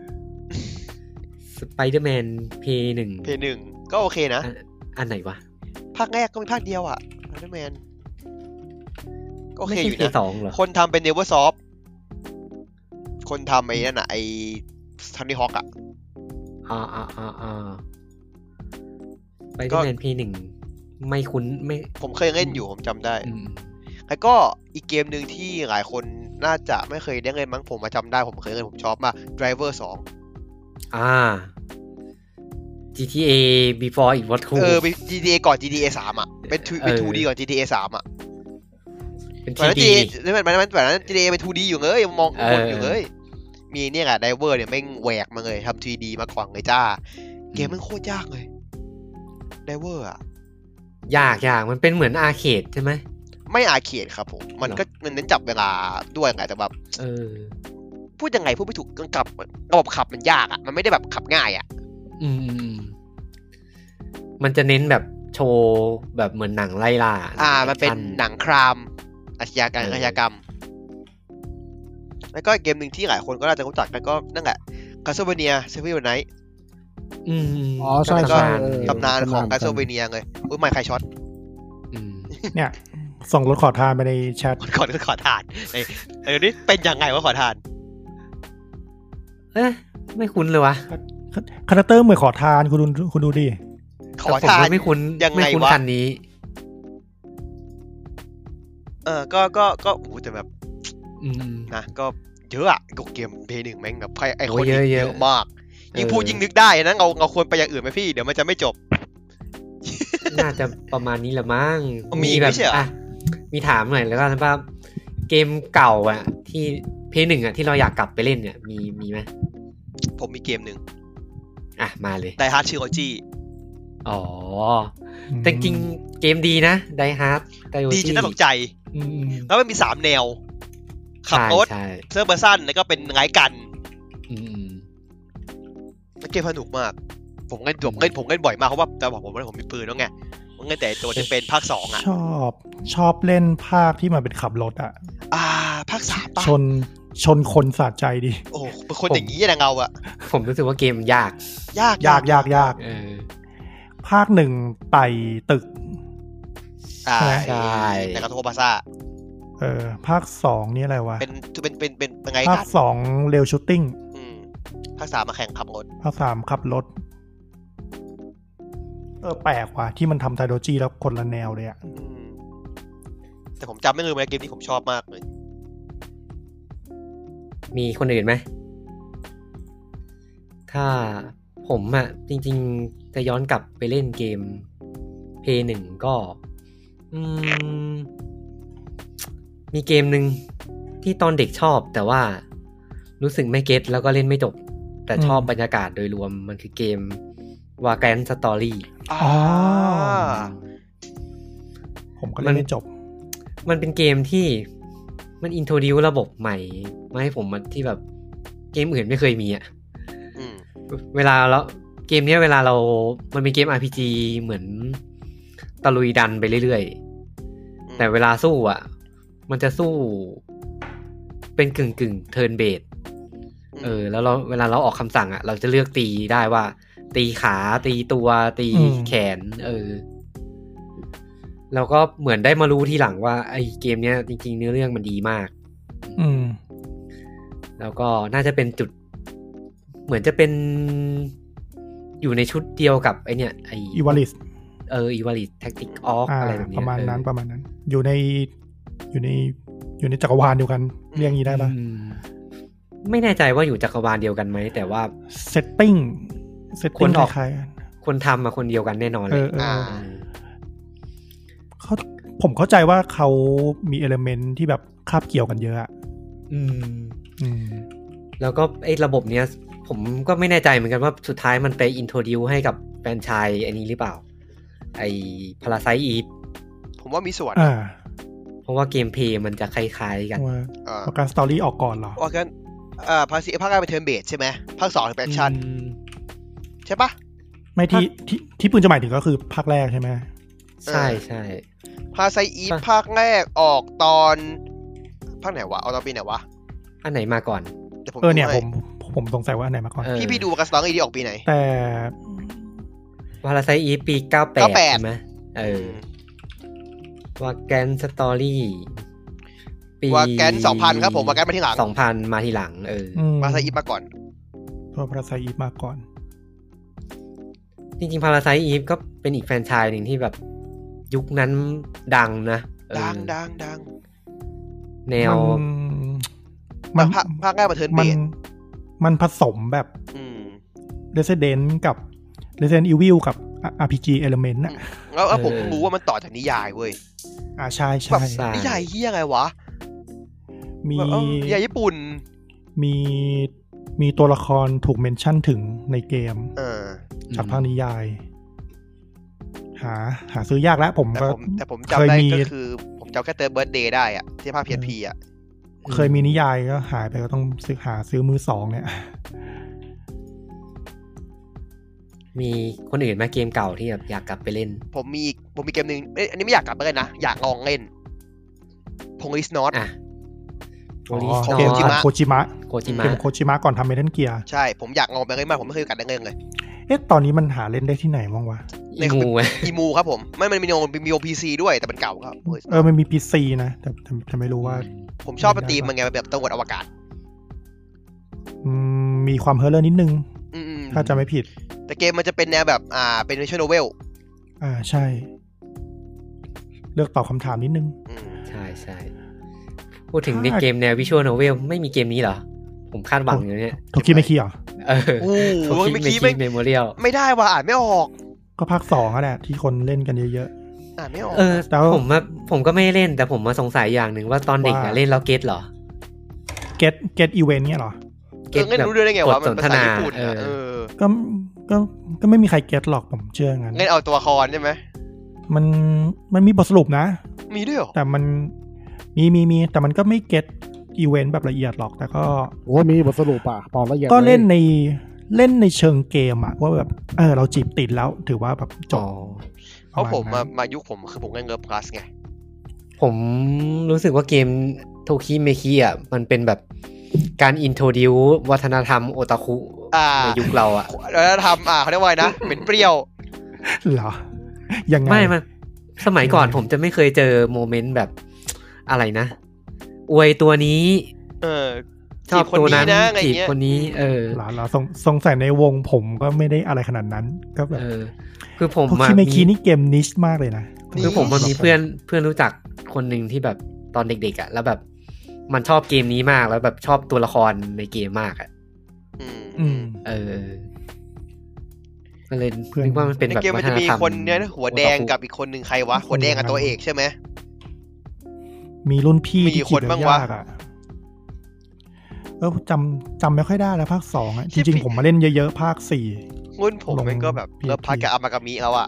เพย์ 1ก็โอเคนะอันไหนวะภาคแรกก็มีภาคเดียวอ่ะสไปเดอร์แมนก็โอเคอยู่นะคนทำเป็น Neversoft คนทำไอ้นั่นน่ะไอ้ทันนี่ฮอกอ่ะไปเดอร์แมนเพย์1 ไม่คุ้นไม่ผมเคยเล่นอยู่ผมจำได้แล้วก็อีกเกมนึงที่หลายคนน่าจะไม่เคยได้เล่นมั้งผมมาจำได้ผมเคยเล่นผมชอบมาก Driver 2 GTA Before It Was Cool GTA ก่อน GTA 3 อ่ะเป็น 2D ก่อน GTA 3 อ่ะเป็น 3D มัน GTA เป็น 2D อยู่เลยมองคนอยู่เลยมีเนี่ยแหละ Driver เนี่ยแม่งแหวกมาเลยทำ 3D มาก่อนเลยจ้าเกมมันโคตรยากเลย Driver อ่ะยากมันเป็นเหมือนอาร์เคดใช่ไหมไม่อาร์เคดครับผมมันเน้นจับเวลาด้วยไงแต่แบบพูดยังไงพูดไม่ถูกกับระบบขับมันยากอ่ะมันไม่ได้แบบขับง่ายอ่ะมันจะเน้นแบบโชว์แบบเหมือนหนังไล่ล่ามันเป็นหนังครามอาชญากรรมแล้วก็เกมหนึ่งที่หลายคนก็น่าจะรู้จักกันก็นั่นแหละ Castlevania Symphony of the Night ใช่ตำนานของ Castlevania เลยอุ้ยไม่ใครช็อตเนี่ยส่งรถขอทานไปในแชทขอทานนี่เป็นยังไงวะขอทานไม่คุ้นเลยวะคาแรคเตอร์เหมือนขอทานคุณดูดิขอทานไม่คุ้นยังไงวะคันนี้ก็โอ้แต่แบบนะก็เยอะอะเกมเพย์1แม่งแบบไอคอนเยอะมากยิ่งพูดยิ่งนึกได้นะเราควรไปอย่างอื่นไหมพี่เดี๋ยวมันจะไม่จบน่าจะประมาณนี้แหละมั้งมีแบบมีถามหน่อยแล้วกันว่าเกมเก่าอ่ะที่เพย์1อ่ะที่เราอยากกลับไปเล่นเนี่ยมีไหมผมมีเกมหนึ่งมาเลย Die Hard Trilogy แต่จริงเกมดีนะ Die Hard ดีจนน่าตกใจแล้วมันมี3แนวขับรถเซิร์ฟเวอร์ซันแล้วก็เป็นไงกันเกมสนุกมากผมเล่นบ่อยมากเพราะว่าแต่บอกผมว่าผมมีปืนแล้วไงผมเล่นแต่ตัวจะเป็นภาค2อ่ะชอบเล่นภาคที่มันเป็นขับรถอ่ะภาค3ป่ะชนคนสะใจดิโอ้เป็นคนอย่างนี้นะเงาอ่ะผมรู้สึกว่าเกมยากภาค1ไต่ตึกใช่ในกระโทบาซ่าภาค2นี่อะไรวะเป็นไงภาค2เรลชูตติ้งภาค3มาแข่งขับรถภาค3ขับรถแปลกว่ะที่มันทำไทโดจีแล้วคนละแนวเลยอ่ะแต่ผมจำไม่ลืมเลยเกมนี้ผมชอบมากเลยมีคนอื่นไหมถ้าผมอ่ะจริงๆจะย้อนกลับไปเล่นเกม Play 1ก็มีเกมนึงที่ตอนเด็กชอบแต่ว่ารู้สึกไม่เก็ตแล้วก็เล่นไม่จบแต่ชอบบรรยากาศโดยรวมมันคือเกม Vagrant Story ผมก็เล่นไม่จบมันเป็นเกมที่มันอินโทรดิวระบบใหม่มาให้ผมที่แบบเกมอื่นไม่เคยมีอ่ะเวลาแล้วเกมนี้เวลามันเป็นเกม RPG เหมือนตะลุยดันไปเรื่อยๆแต่เวลาสู้อ่ะมันจะสู้เป็นกึ่งเทิร์นเบสแล้วเวลาเราออกคำสั่งอ่ะเราจะเลือกตีได้ว่าตีขาตีตัวตีแขนเราก็เหมือนได้มารู้ทีหลังว่าไอ้เกมเนี้ยจริงๆเนื้อเรื่องมันดีมากแล้วก็น่าจะเป็นจุดเหมือนจะเป็นอยู่ในชุดเดียวกับไอเนี่ยไออีวาลิสอีวาลิสแท็กติกออฟอะไรแบบนี้ประมาณนั้นอยู่ในจักรวาลเดียวกันเรียกงี้ได้ป่ะไม่แน่ใจว่าอยู่จักรวาลเดียวกันไหมแต่ว่าเซตติ้งคนออกคนทำมาคนเดียวกันแน่นอนเลยผมเข้าใจว่าเขามีเอลิเมนต์ที่แบบคาบเกี่ยวกันเยอะแล้วก็ไอ้ระบบเนี้ยผมก็ไม่แน่ใจเหมือนกันว่าสุดท้ายมันไปอินโทรดิวให้กับแฟรนไชส์อันนี้หรือเปล่าไอ้ Parasite Eve ผมว่ามีส่วนเพราะว่าเกมเพลย์มันจะคล้ายๆกันว่าการสตอรี่ออกก่อนเหรอว่ากันภาคแรกเป็นเทิร์นเบสใช่ไหมภาค2เป็นแอคชั่นใช่ปะไม่ที่ปืนจะหมายถึงก็คือภาคแรกใช่ไหมใช่ใช่ Parasite Eve ภาคแรกออกตอนภาคไหนวะเอาตอนปีไหนวะอันไหนมาก่อนเนี่ยผมสงสัยว่าอันไหนมาก่อนพี่ดูกับสตอรี่ที่ออกปีไหนแต่ Parasite Eve ปี98ใช่ไหมVagrant Story ปีVagrant 2000ครับผมVagrantมาทีหลัง 2000มาทีหลัง Parasite Eveมาก่อน Parasite Eveมาก่อนจริงๆ Parasite Eve ก็เป็นอีกแฟรนไชส์นึงที่แบบยุคนั้นดังนะดังแนวภาคแรกมาเทิร์นเบสมันผสมแบบResident กับ Resident Evil กับ RPG element น่ะแล้วผมรู้ว่ามันต่อจากนิยายเว้ยใช่ๆนิยายเหี้ยไงวะมีนิยายญี่ปุ่นมีตัวละครถูกเมนชั่นถึงในเกมจากภาคนิยายหาซื้อยากแล้วแต่ผมจำได้ก็คือผมจำแค่เติร์นเบิร์ธเดย์ได้อะที่ภาค PSP อ่ะเคยมีนิยายก็หายไปก็ต้องซื้อมือสองเนี่ยมีคนอื่นมาเกมเก่าที่แบบอยากกลับไปเล่นผมมีเกมนึงอันนี้ไม่อยากกลับไปเลยนะอยากลองเล่นPolice Note ของโคจิมะก่อนทำเมทัลเกียร์ใช่ผมอยากลองไปเล่นมากผมไม่เคยกัดได้เล่นเลยตอนนี้มันหาเล่นได้ที่ไหนบ้างวะอีมูครับผมมันมีPC ด้วยแต่มันเก่าครับมันมี PC นะแต่ไม่รู้ว่าผมชอบมันตีมันไงแบบตำรวจอวกาศมีความเฮอร์เรอร์นิดนึงถ้าจะไม่ผิดแต่เกมมันจะเป็นแนวแบบเป็นวิชวลโนเวลใช่เลือกตอบคำถามนิดนึงใช่พูดถึงในเกมแนววิชวลโนเวลไม่มีเกมนี้เหรอผมคาดหวังอยู่เนี่ยโทคิเมคิเหรอโทคิเมคิเมโมเรียลไม่ได้ว่ะอ่านไม่ออกก็ภาค2อ่ะแหละที่คนเล่นกันเยอะๆอ่านไม่ออกแต่ผมก็ไม่เล่นแต่ผมมาสงสัยอย่างหนึ่งว่าตอนเด็กอ่ะเล่นแล้วเก็ตเหรอเก็ตอีเวนต์เนี่ยเหรอเก็ตรู้ได้ไงว่ามันภาษาญี่ปุ่นก็ไม่มีใครเก็ตหรอกผมเชื่องั้นเล่นเอาตัวละครใช่ไหมมันมีบทสรุปนะมีด้วยเหรอแต่มันมีแต่มันก็ไม่เก็ตอีเวนต์แบบละเอียดหรอกแต่ก็มีบทสรุปปอนละเอียดก็เล่นในเชิงเกมอะว่าแบบเราจีบติดแล้วถือว่าแบบจบเพราะผมมายุคผมคือผมเล่นเลิฟพลัสไงผมรู้สึกว่าเกมโทคิเมคิอ่ะมันเป็นแบบการอินโทรดิววัฒนธรรมโอตาคุในยุคเราอ่ะวัฒนธรรมเขาเรียกว่านะเป็นเปรี้ยวเหรอยังไงไม่มันสมัยก่อนผมจะไม่เคยเจอโมเมนต์แบบอะไรนะอวยตัวนี้ชอบตัวนั้นจีบคนนี้เราสงสัยในวงผมก็ไม่ได้อะไรขนาดนั้นก็แบบคือผมคิเมคินี่เกมนิชมากเลยนะคือผมมันมีเพื่อนรู้จักคนนึงที่แบบตอนเด็กๆอ่ะแล้วแบบมันชอบเกมนี้มากแล้วแบบชอบตัวละครในเกมมากอ่ะก็เลยนึกว่ามันเป็นแบบเกมมันจะมีคนเนี้ยหัวแดงกับอีกคนนึงใครวะหัวแดงกับตัวเอกใช่ไหมมีรุ่นพี่ที่จีบยากอ่ะจำไม่ค่อยได้แล้วภาค2อ่ะจริงๆผมมาเล่นเยอะๆภาค4 รุ่นผมมันก็แบบเลิฟพักกับอามากามิแล้วอ่ะ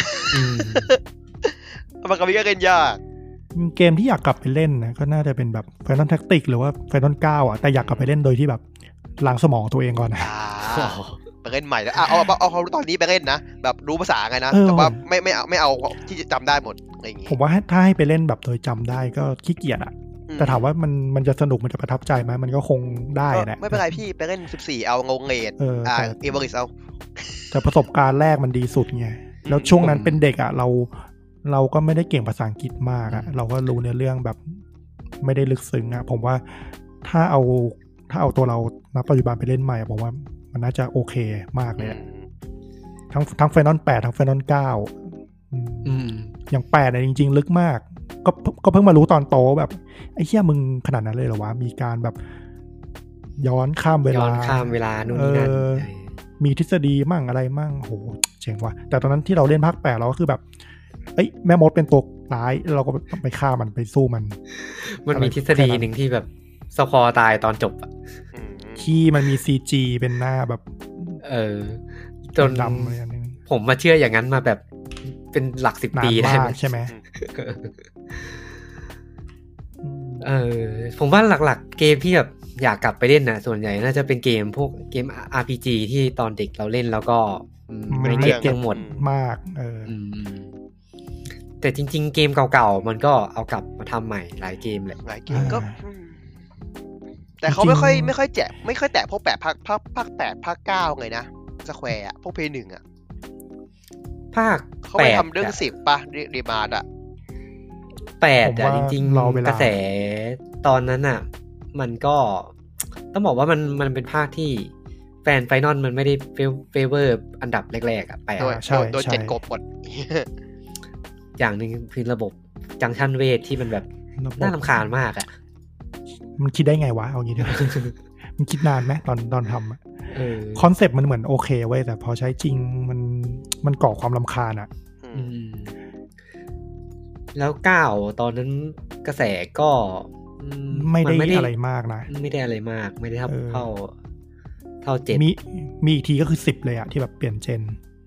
อามากามิก็เล่นยากเกมที่อยากกลับไปเล่นนะก็น่าจะเป็นแบบ Final Tactics หรือว่า Final 9อ่ะแต่อยากกลับไปเล่นโดยที่แบบล้างสมองตัวเองก่อนนะไปเล่นใหม่แล้วเอาตอนนี้ไปเล่นนะแบบรู้ภาษาไงนะแต่ว่าไม่เอาที่จำได้หมดอะไรอย่างงี้ผมว่าถ้าให้ไปเล่นแบบโดยจำได้ก็ขี้เกียจอ่ะแต่ถามว่ามันจะสนุกมันจะประทับใจไหมมันก็คงได้แหละไม่เป็นไรพี่ไปเล่น14เอางงเงดเอเวอริสเอาแต่ประสบการณ์แรกมันดีสุดไงแล้วช่วงนั้นเป็นเด็กอ่ะเราก็ไม่ได้เก่งภาษาอังกฤษมากอ่ะเราก็รู้ในเรื่องแบบไม่ได้ลึกซึ้งอ่ะผมว่าถ้าเอาตัวเราณปัจจุบันไปเล่นใหม่ผมว่ามันน่าจะโอเคมากเลยทั้งFinal 8ทั้งFinal 9อย่าง8เนี่ยจริงๆลึกมากก็เพิ่งมารู้ตอนโตแบบไอ้เหี้ยมึงขนาดนั้นเลยเหรอวะมีการแบบย้อนข้ามเวลานู่นนี่นั่นมีทฤษฎีมั่งอะไรมั่งโหเจ๋งว่ะแต่ตอนนั้นที่เราเล่นภาค8เราก็คือแบบแม่มดเป็นตัวร้ายเราก็ไปฆ่ามันไปสู้มันมีทฤษฎีหนึ่งที่แบบสคอตายตอนจบอ่ะที่มันมี CG เป็นหน้าแบบจนดำอะไรอย่างนึงผมมาเชื่ออย่างนั้นมาแบบเป็นหลัก10 ปีได้ใช่ไหมผมว่าหลักๆเกมที่แบบอยากกลับไปเล่นนะส่วนใหญ่น่าจะเป็นเกมพวกเกม RPG ที่ตอนเด็กเราเล่นแล้วก็ไม่เก็บทั้งหมดมากแต่จริงๆเกมเก่าๆมันก็เอากลับมาทำใหม่หลายเกมเลยหลายเกมก็แต่เขาไม่ค่อยแจกไม่ค่อยแตะพวก8ภาค8ภาค9ไงนะสแควร์อ่ะพวก Play 1อ่ะภาคเขาไปทำเรื่อง10ป่ะรีมาร์ดอ่ะ 8อ่ะจริงๆกระแสตอนนั้นอ่ะมันก็ต้องบอกว่ามันเป็นภาคที่แฟนไฟนอลมันไม่ได้เฟเวอร์อันดับแรกๆอ่ะ8 ใช่โดน7กบหมดอย่างนึงคือระบบจังชันเวทที่มันแบบน่ารำคาญมากอ่ะมันคิดได้ไงวะเอางี้ดิมันคิดนานไหมตอนทำอ่ะคอนเซ็ปต์มันเหมือนโอเคเว้ยแต่พอใช้จริงมันก่อความรำคาญอ่ะแล้ว9ตอนนั้นกระแสก็ไม่ได้อะไรมากนะไม่ได้อะไรมากไม่ได้เท่า7 มีอีกทีก็คือ10เลยอะที่แบบเปลี่ยนเจน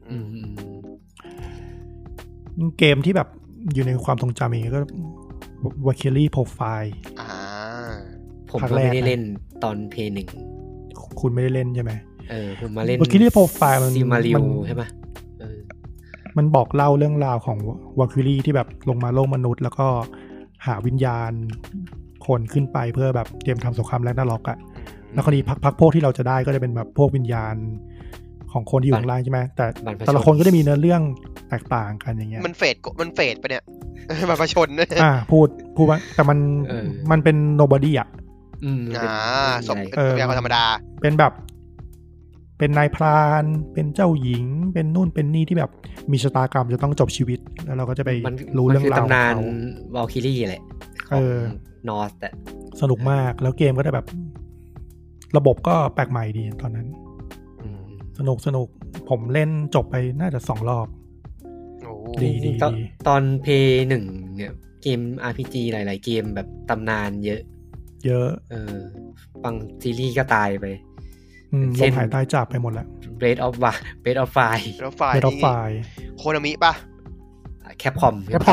เกมที่แบบอยู่ในความทรงจำเองก็ Valkyrie Profile ผมไม่ได้เล่นตอนเพย์1 คุณไม่ได้เล่นใช่ไหมผมมาเล่น Valkyrie Profile มันใช่ไหมมันบอกเล่าเรื่องราวของ Valkyrie ที่แบบลงมาโลกมนุษย์แล้วก็หาวิญญาณคนขึ้นไปเพื่อแบบเตรียมทำสงครามแรกนาร็อกอะแล้วคราวนี้พักพวกที่เราจะได้ก็จะเป็นแบบพวกวิญญาณของคนที่อยู่ข้างล่างใช่ไหมแต่ละคนก็จะมีเนื้อเรื่องแตกต่างกันอย่างเงี้ยมันเฟดไปเนี่ยบรรพชนพูดว่าแต่มันเป็น nobody อ่ะสมอย่างธรรมดาเป็นแบบเป็นนายพรานเป็นเจ้าหญิงเป็นนู่นเป็นนี่ที่แบบมีชะตากรรมจะต้องจบชีวิตแล้วเราก็จะไปรู้เรื่องราวตำนานวอลคิรี่แหละนอร์สแต่สนุกมากแล้วเกมก็ได้แบบระบบก็แปลกใหม่ดีตอนนั้นสนุกผมเล่นจบไปน่าจะ2 รอบดีตอนเพย์1เนี่ยเกม RPG หลายๆเกมแบบตำนานเยอะบางซีรีส์ก็ตายไปเช่นหายตายจากไปหมดแล้ว Breath of Fire โคนามิป่ะ Capcom Breath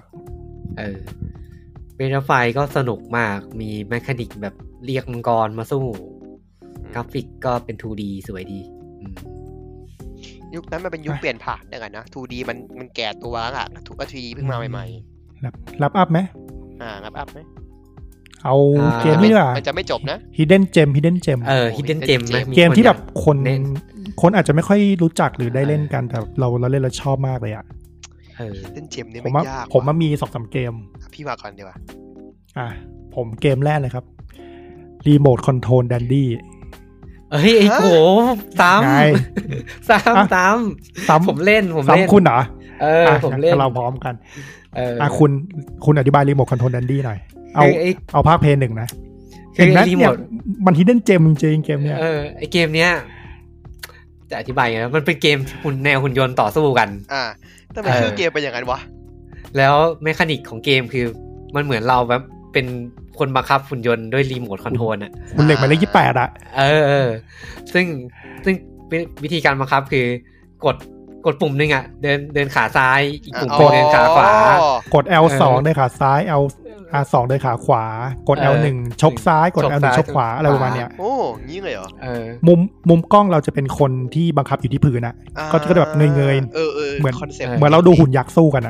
of Fire ก็สนุกมากมีแมคานิกแบบเรียกมังกรมาสู้กราฟิกก็เป็น 2D สวยดียุคนั้นมันเป็นยุคเปลี่ยนผ่านได้กันนะ 2D มันแก่ตัวอ่ะทุก 3D เพิ่งมาใหม่ๆรับอัพไหมรับอัพไหมเอาเกมนี้ว่ะมันจะไม่จบนะ Hidden Gem Hidden Gem เกมที่แบบคนอาจจะไม่ค่อยรู้จักหรือได้เล่นกันแต่เราเล่นแล้วชอบมากเลยอ่ะ Hidden Gem นี่ไม่ยากผมมี 2-3 เกมพี่มาก่อนดีกว่าผมเกมแรกเลยครับ Remote Control Dandy ไอ้โหซ้ำผมเล่นคุณเหรอผมเล่นเราพร้อมกันคุณอธิบาย Remote Control Dandy หน่อยเอาภาคเพย์1นะเห็นไหมเนี่ยมัน Hidden Gem จริงๆเกมเนี้ยไอเกมเนี้ยจะอธิบายไงนะมันเป็นเกมแนวหุ่นยนต์ต่อสู้กันทำไมชื่อเกมเป็นอย่างนั้นวะแล้วเมคานิกของเกมคือมันเหมือนเราแบบเป็นคนบังคับหุ่นยนต์ด้วยรีโมทคอนโทรลคุณเหล็กหมายเลข28 ซึ่งวิธีการบังคับคือกดปุ่มนึงเดินขาซ้ายอีกปุ่มเดินขาขวากด L2 เดินขาซ้าย R2 เดินขาขวากด L1 ชกซ้ายกด L1 ชกขวาอะไรประมาณเนี้ยงี้เลยเหรอมุมกล้องเราจะเป็นคนที่บังคับอยู่ที่พื้นนะก็จะแบบเงยเหมือนเราดูหุ่นยักษ์สู้กัน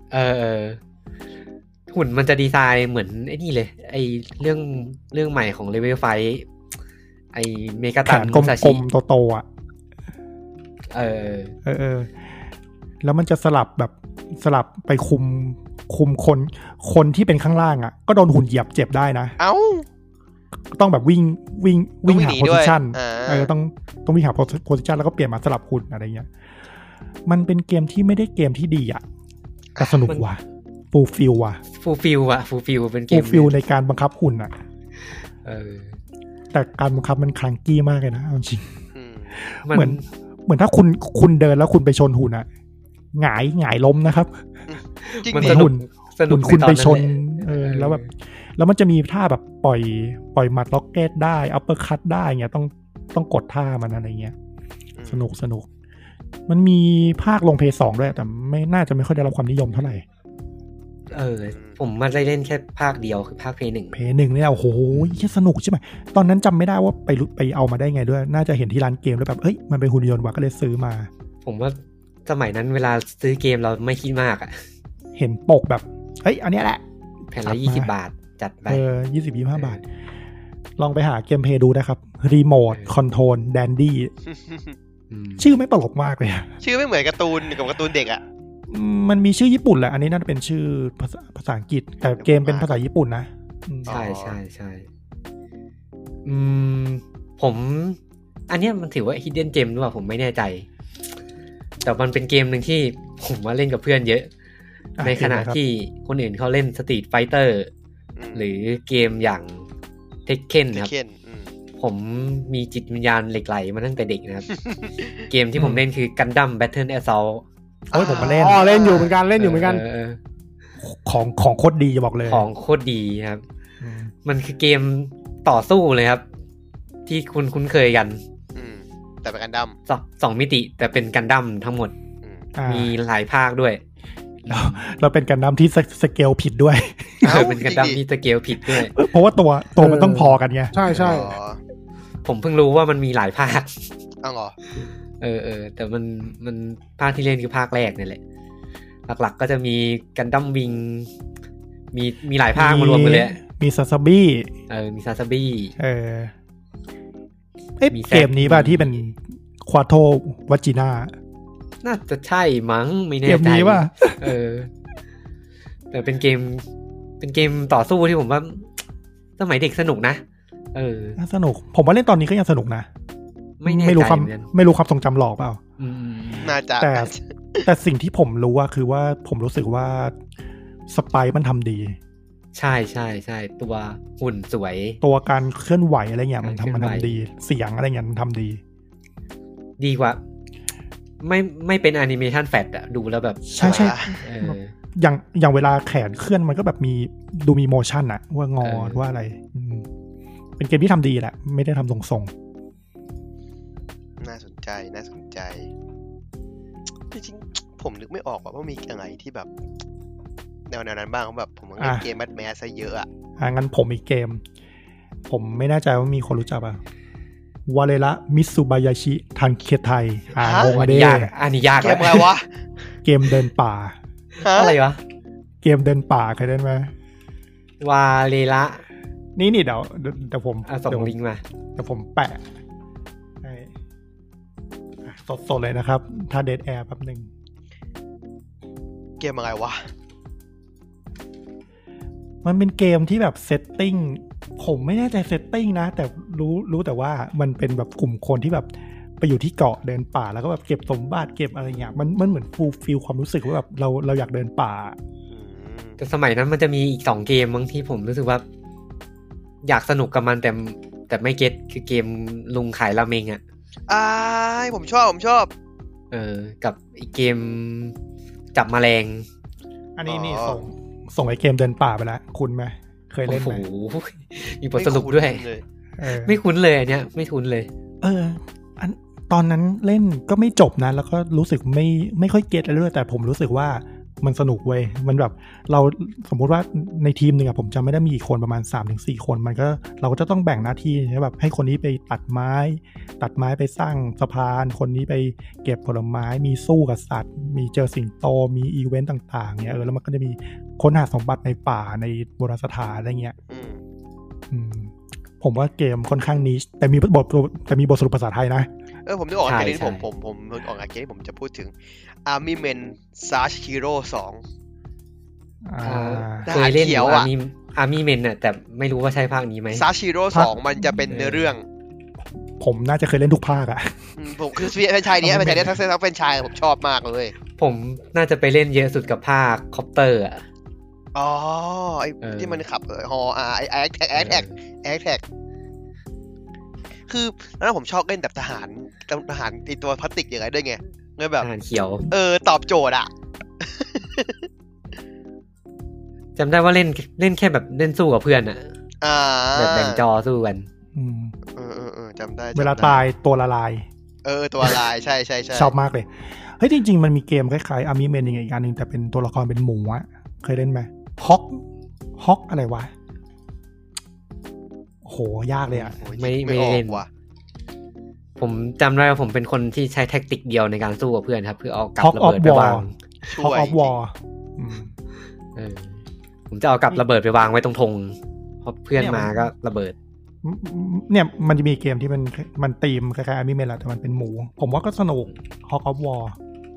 หุ่นมันจะดีไซน์เหมือนไอ้นี่เลยไอ้เรื่องใหม่ของเลเวลไฟไอ้เมกาตันกลมๆโตๆแล้วมันจะสลับไปคุมคนที่เป็นข้างล่างก็โดนหุ่นเหยียบเจ็บได้นะต้องแบบวิ่งหาโพสิชันต้องวิ่งหาโพสิชันแล้วก็เปลี่ยนมาสลับหุ่นอะไรเงี้ยมันเป็นเกมที่ไม่ได้เกมที่ดีแต่สนุกว่ะฟูลฟิลเป็นเกมฟูลฟิลในการบังคับหุ่นแต่การบังคับมันคลังกี้มากเลยนะเอาจริงเหมือนถ้าคุณเดินแล้วคุณไปชนหุ่นหงายล้มนะครับมันหุ่นคุณไปชนแล้วมันจะมีท่าแบบปล่อยหมัดล็อกเก็ตได้อัปเปอร์คัตได้เงี้ยต้องกดท่ามันอะไรเงี้ยสนุกมันมีภาคลงเพย์2ด้วยแต่ไม่ค่อยได้รับความนิยมเท่าไหร่ผมมาได้เล่นแค่ภาคเดียวคือภาคเพย์1 เนี่ยโอ้โหแค่สนุกใช่ไหมตอนนั้นจำไม่ได้ว่าไปเอามาได้ไงด้วยน่าจะเห็นที่ร้านเกมแล้วแบบมันเป็นหุ่นยนต์ว่ะก็เลยซื้อมาผมว่าสมัยนั้นเวลาซื้อเกมเราไม่คิดมากเห็นปกแบบอันนี้แหละแผ่นละ20 บาทจัดไป 20-25 บาทลองไปหาเกมเพย์ดูนะครับ Remote Control Dandy ชื่อไม่ตลกมากเลยชื่อไม่เหมือนการ์ตูนกับการ์ตูนเด็กมันมีชื่อญี่ปุ่นแหละอันนี้น่าจะเป็นชื่อภาษาอังกฤษแต่เกมเป็นภาษาญี่ปุ่นนะใช่ผมอันนี้มันถือว่า Hidden Gem หรือเปล่าผมไม่แน่ใจแต่มันเป็นเกมนึงที่ผมมาเล่นกับเพื่อนเยอะในขณะที่คนอื่นเขาเล่น Street Fighter หรือเกมอย่าง Tekken ครับผมมีจิตวิญญาณเหล็กไหลมาตั้งแต่เด็กนะครับ เกมที่ผมเล่นคือ Gundam Battle Assault โอ้ยผมมาเล่นเล่นอยู่เหมือนกันของโคตรดีจะบอกเลยของโคตรดีครับมันคือเกมต่อสู้เลยครับที่คุณคุ้นเคยกันแต่เป็นกันดั้ม 2มิติแต่เป็นกันดั้มทั้งหมดมีหลายภาคด้วยเราเป็นกันดั้มที่สเกลผิดด้วยเป็นกันดั้มที่สเกลผิดด้วยเพราะว่าตัวมันต้องพอกันไงใช่ผมเพิ่งรู้ว่ามันมีหลายภาคอ้าวเหรอแต่มันภาคที่เล่นคือภาคแรกนี่แหละหลักๆก็จะมีกันดั้มวิงมีหลายภาคมารวมกันเลยมีซาซาบี้มีซาซาบี้เกมนี้ป่ะที่เป็นควาโตวัจิน่าน่าจะใช่มั้งไม่แน่ใจเกมนี้ป่ะแต่เป็นเกมต่อสู้ที่ผมว่าสมัยเด็กสนุกนะสนุกผมว่าเล่นตอนนี้ก็ยังสนุกนะไม่รู้ความทรงจำหลอกเปล่าน่าจะแต่สิ่งที่ผมรู้ว่าคือว่าผมรู้สึกว่าสไปร์มันทำดีใช่ตัวหุ่นสวยตัวการเคลื่อนไหวอะไรเงี้ยมันทำดีเสียงอะไรเงี้ยมันทำดีกว่าไม่เป็นแอนิเมชันแฟลชอะดูแล้วแบบใช่อย่างเวลาแขนเคลื่อนมันก็แบบดูมีโมชั่นอะว่างอว่าอะไรเป็นเกมที่ทำดีแหละไม่ได้ทำทรงน่าสนใจจริงๆผมนึกไม่ออกว่ามีอะไรที่แบบแนวนั้นบ้างแบบผมเล่นเกมแมสซะเยอะอ่ะงั้นผมอีกเกมผมไม่แน่ใจว่ามีคนรู้จักป่ะวาเรระมิตซูบายาชิทันเคไทงงดิอันนี้ยากเกมอะไรวะเกมเดินป่าอะไรวะเกมเดินป่าเคยเล่นไหมวาเรระนี่เดี๋ยวผมส่งลิงก์มาเดี๋ยวผมแปะสดเลยนะครับถ้าเดดแอร์แป๊บนึงเกมอะไรวะมันเป็นเกมที่แบบเซตติ้งผมไม่แน่ใจเซตติ้งนะแต่รู้แต่ว่ามันเป็นแบบกลุ่มคนที่แบบไปอยู่ที่เกาะเดินป่าแล้วก็แบบเก็บสมบัติเก็บอะไรเงี้ยมันเหมือนฟูลฟิลความรู้สึกว่าแบบเราอยากเดินป่าแต่สมัยนั้นมันจะมีอีก2เกมบางที่ผมรู้สึกว่าอยากสนุกกับมันแต่ไม่เก็ตคือเกมลุงขายราเมงอ่ะผมชอบกับอีกเกมจับแมลงอันนี้นี่ส่งไอเกมเดินป่าไปแล้วคุณไหมเคยเล่นไหมมีบทสรุปด้วยไม่คุ้นเลยอันเนี้ยไม่คุ้นเลยตอนนั้นเล่นก็ไม่จบนะแล้วก็รู้สึกไม่ค่อยเก็ตอะไรด้วยแต่ผมรู้สึกว่ามันสนุกเว้ยมันแบบเราสมมุติว่าในทีมนึงอะผมจำไม่ได้มีกี่คนประมาณ 3-4 คนมันก็เราก็จะต้องแบ่งหน้าที่แบบให้คนนี้ไปตัดไม้ไปสร้างสะพานคนนี้ไปเก็บผลไม้มีสู้กับสัตว์มีเจอสิงโตมีอีเวนต์ต่างๆเนี่ยแล้วมันก็จะมีค้นหาสมบัติในป่าในโบราณสถานอะไรเงี้ยผมว่าเกมค่อนข้างนิชแต่มีบทสรุปภาษาไทยนะผมนึกออกเกมนี้ผมออกเกมนี้ผมจะพูดถึงArmy Men Search Hero 2 เคยเล่นอยู่Army Men น่ะแต่ไม่รู้ว่าใช่ภาคนี้ไหม Search Hero 2มันจะเป็นเนื้อเรื่องผมน่าจะเคยเล่นทุกภาคอ่ะผมคือเป็นชายนี้เป็นชายนี้ทั้งเป็นชายผมชอบมากเลยผมน่าจะไปเล่นเยอะสุดกับภาคคอปเตอร์อ่ะไอ้ที่มันขับฮอไอ้แท็กคือแล้วผมชอบเล่นแบบทหารในตัวพลาสติกอย่างไรด้วยไงเงี้ยแบบทหารเขียวตอบโจทย์อ่ะจำได้ว่าเล่นแค่แบบเล่นสู้กับเพื่อนอ่ะแบบแบ่งจอสู้กันจำได้เวลาตายตัวละลายตัวละลายใช่ชอบมากเลยเฮ้ยจริงๆมันมีเกมคล้ายๆอาร์มี่เมนอีกอันนึงแต่เป็นตัวละครเป็นหมูอะเคยเล่นไหมฮอกอะไรวะโหยากเลยอ่ะไม่เล่นว่ะผมจำได้ว่าผมเป็นคนที่ใช้แท็กติกเดียวในการสู้กับเพื่อนครับเพื่อเอากับระเบิดไปวางฮอกออฟวอร์ผมจะเอากับระเบิดไปวางไว้ตรงธงพอเพื่อนมาก็ระเบิดเนี่ยมันจะมีเกมที่มันธีมคล้ายๆอาร์มี่เมนแหละแต่มันเป็นหมูผมว่าก็สนุกฮอกออฟวอร์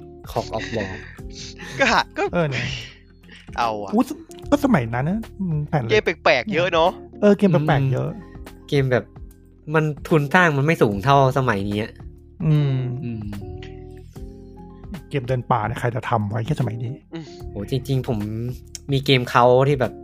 ก็เนี่ยเอาอ่ะก็สมัยนั้นนะเกมแปลกๆเยอะเนาะเกมแปลกๆเยอะเกมแบบมันทุนสร้างมันไม่สูงเท่าสมัยนี้เกมเดินป่าเนี่ยใครจะทำไว้แค่สมัยนี้โหจริงๆผมมีเกมเขาที่แบบ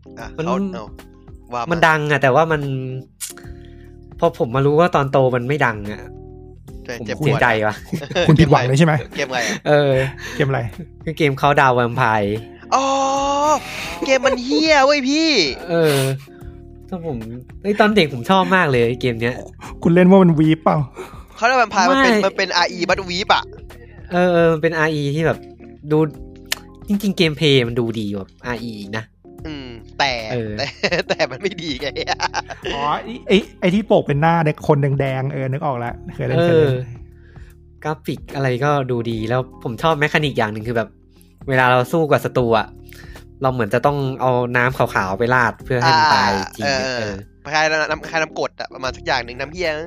มันดังอะแต่ว่ามันพอผมมารู้ว่าตอนโตมันไม่ดังอะผมเสียใจว่ะคุณผิดหวังเลยใช่ไหมเกมอะไรเกมอะไรคือเกมเขาดาวแวมไพร์อ๋อเกมมันเฮี้ยเว้ยพี่ถ้าผมตอนเด็กผมชอบมากเลยเกมเนี้ยคุณเล่นว่ามันวีปเปล่าเขาดาวแวมไพร์มันเป็น RE บัตวีปอ่ะมันเป็น RE ที่แบบดูจริงๆเกมเพลย์มันดูดีกว่า RE นะแต่มันไม่ดีไงอ๋อไอที่โปกเป็นหน้าเด็กคนแดงๆนึกออกแล้วเคยเล่นกราฟิกอะไรก็ดูดีแล้วผมชอบแมคานิกอย่างหนึ่งคือแบบเวลาเราสู้กับศัตรูอะเราเหมือนจะต้องเอาน้ำขาวๆไปราดเพื่อให้มันตายจริงคล้ายน้ำกรดอะประมาณสักอย่างหนึ่งน้ำเหี้ย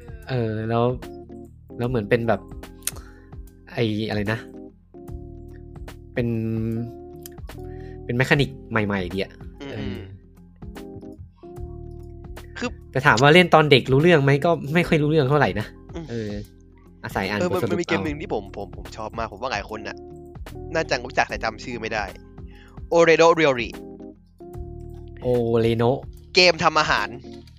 แล้วเหมือนเป็นแบบไออะไรนะเป็นแมคานิกใหม่ๆดีอะคือแต่ถามว่าเล่นตอนเด็กรู้เรื่องไหมก็ไม่ค่อยรู้เรื่องเท่าไหร่นะอาศัยอ่านบทสรุปมันมีเกมนึงที่ผมชอบมากผมว่าหลายคนน่ะน่าจะรู้จักแต่จำชื่อไม่ได้โอเรโดเรียริโอเรโนเกมทำอาหาร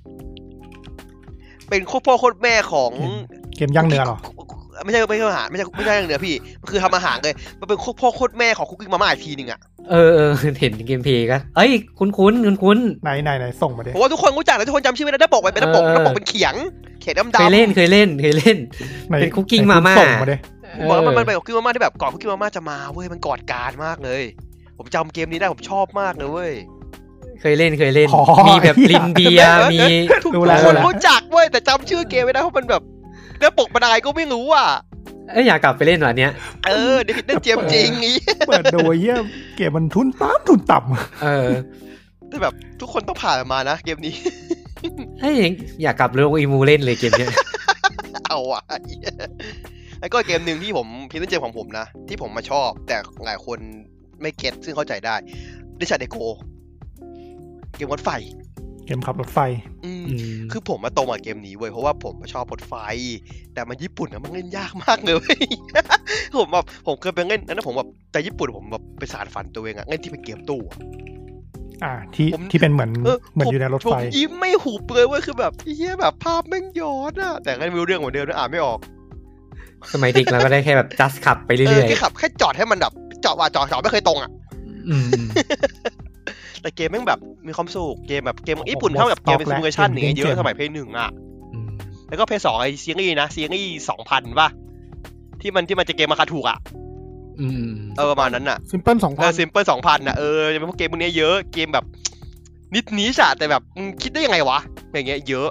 เป็นโคตรพ่อโคตรแม่ของเกมย่างเนื้อหรอไม่ใช่อาหารไม่ใช่ย่างเนื้อพี่มันคือทำอาหารเลยมันเป็นโคตรพ่อโคตรแม่ของคุกกิ้งมาม่าอีกทีนึงอ่ะเห็นเกมเพลย์ก็คุ้นไหนส่งมาดิผมว่าทุกคนรู้จักแล้วทุกคนจำชื่อไม่ได้ได้ปกเป็นปกเป็นเขียงดำเคยเล่นเป็นคุกกิ้งมาม่าส่งมาดิบอกว่ามันเป็นคุกกิ้งมาม่าที่แบบก่อนคุกกิ้งมาม่าจะมาเว้ยมันกอดการมากเลยผมจำเกมนี้ได้ผมชอบมากเลยเว้ยเคยเล่นมีแบบลินเบียมีทุกคนรู้จักเว้ยแต่จำชื่อเกมไม่ได้เพราะมันแบบแล้วปกเป็นอะไรก็ไม่รู้อ่ะอยากกลับไปเล่นวันเนี้ยเด็กเจมจริงนี่เปิดโดยเกมมันทุนต่ำแต่แบบทุกคนต้องผ่านมานะเกมนี้อยากกลับเรื่องอีมูเล่นเลยเกมเนี้ยเอาอ่ะแล้วก็เกมนึงที่ผมพิมพ์เจมของผมนะที่ผมมาชอบแต่หลายคนไม่เก็ตซึ่งเข้าใจได้ดิชาเดโกเกมรถไฟเกมขับรถไฟคือผมมาโตมาเกมนี้เว้ยเพราะว่าผมชอบรถไฟแต่มันญี่ปุ่นมันเล่นยากมากเลยผมเคยไปเล่นนั้นผมแบบแต่ญี่ปุ่นผมแบบไปสานฝันตัวเองอะเล่นที่เป็นเกมตู้ที่เป็นเหมือนอยู่ในรถไฟผมยิ้มไม่หุบเลยเว้ยคือแบบเฮียแบบภาพแม่งย้อนอะแต่ก็ไม่รู้เรื่องเหมือนเดิมนะอ่านไม่ออกสมัยเด็กเราก็ได้แค่แบบ just ขับไปเรื่อยๆแค่ขับแค่จอดให้มันแบบจอดไม่เคยตรงอะแต่เกมแม่งแบบมีความสุขเกมแบบเกมญี่ปุ่นเท่ากับเกมเป็นซิมูเลชั่นอย่างเงี้ยเยอะสมัยเพย์1อ่ะแล้วก็เพย์2ไอซีรีส์นะซีรีส์ 2,000 ป่ะที่มันจะเกมราคาถูกอ่ะประมาณนั้นน่ะ Simple 2,000 Simple 2,000 น่ะจะเป็นพวกเกมพวกนี้เยอะเกมแบบนิดๆแต่แบบมึงคิดได้ยังไงวะอย่างเงี้ยเยอะ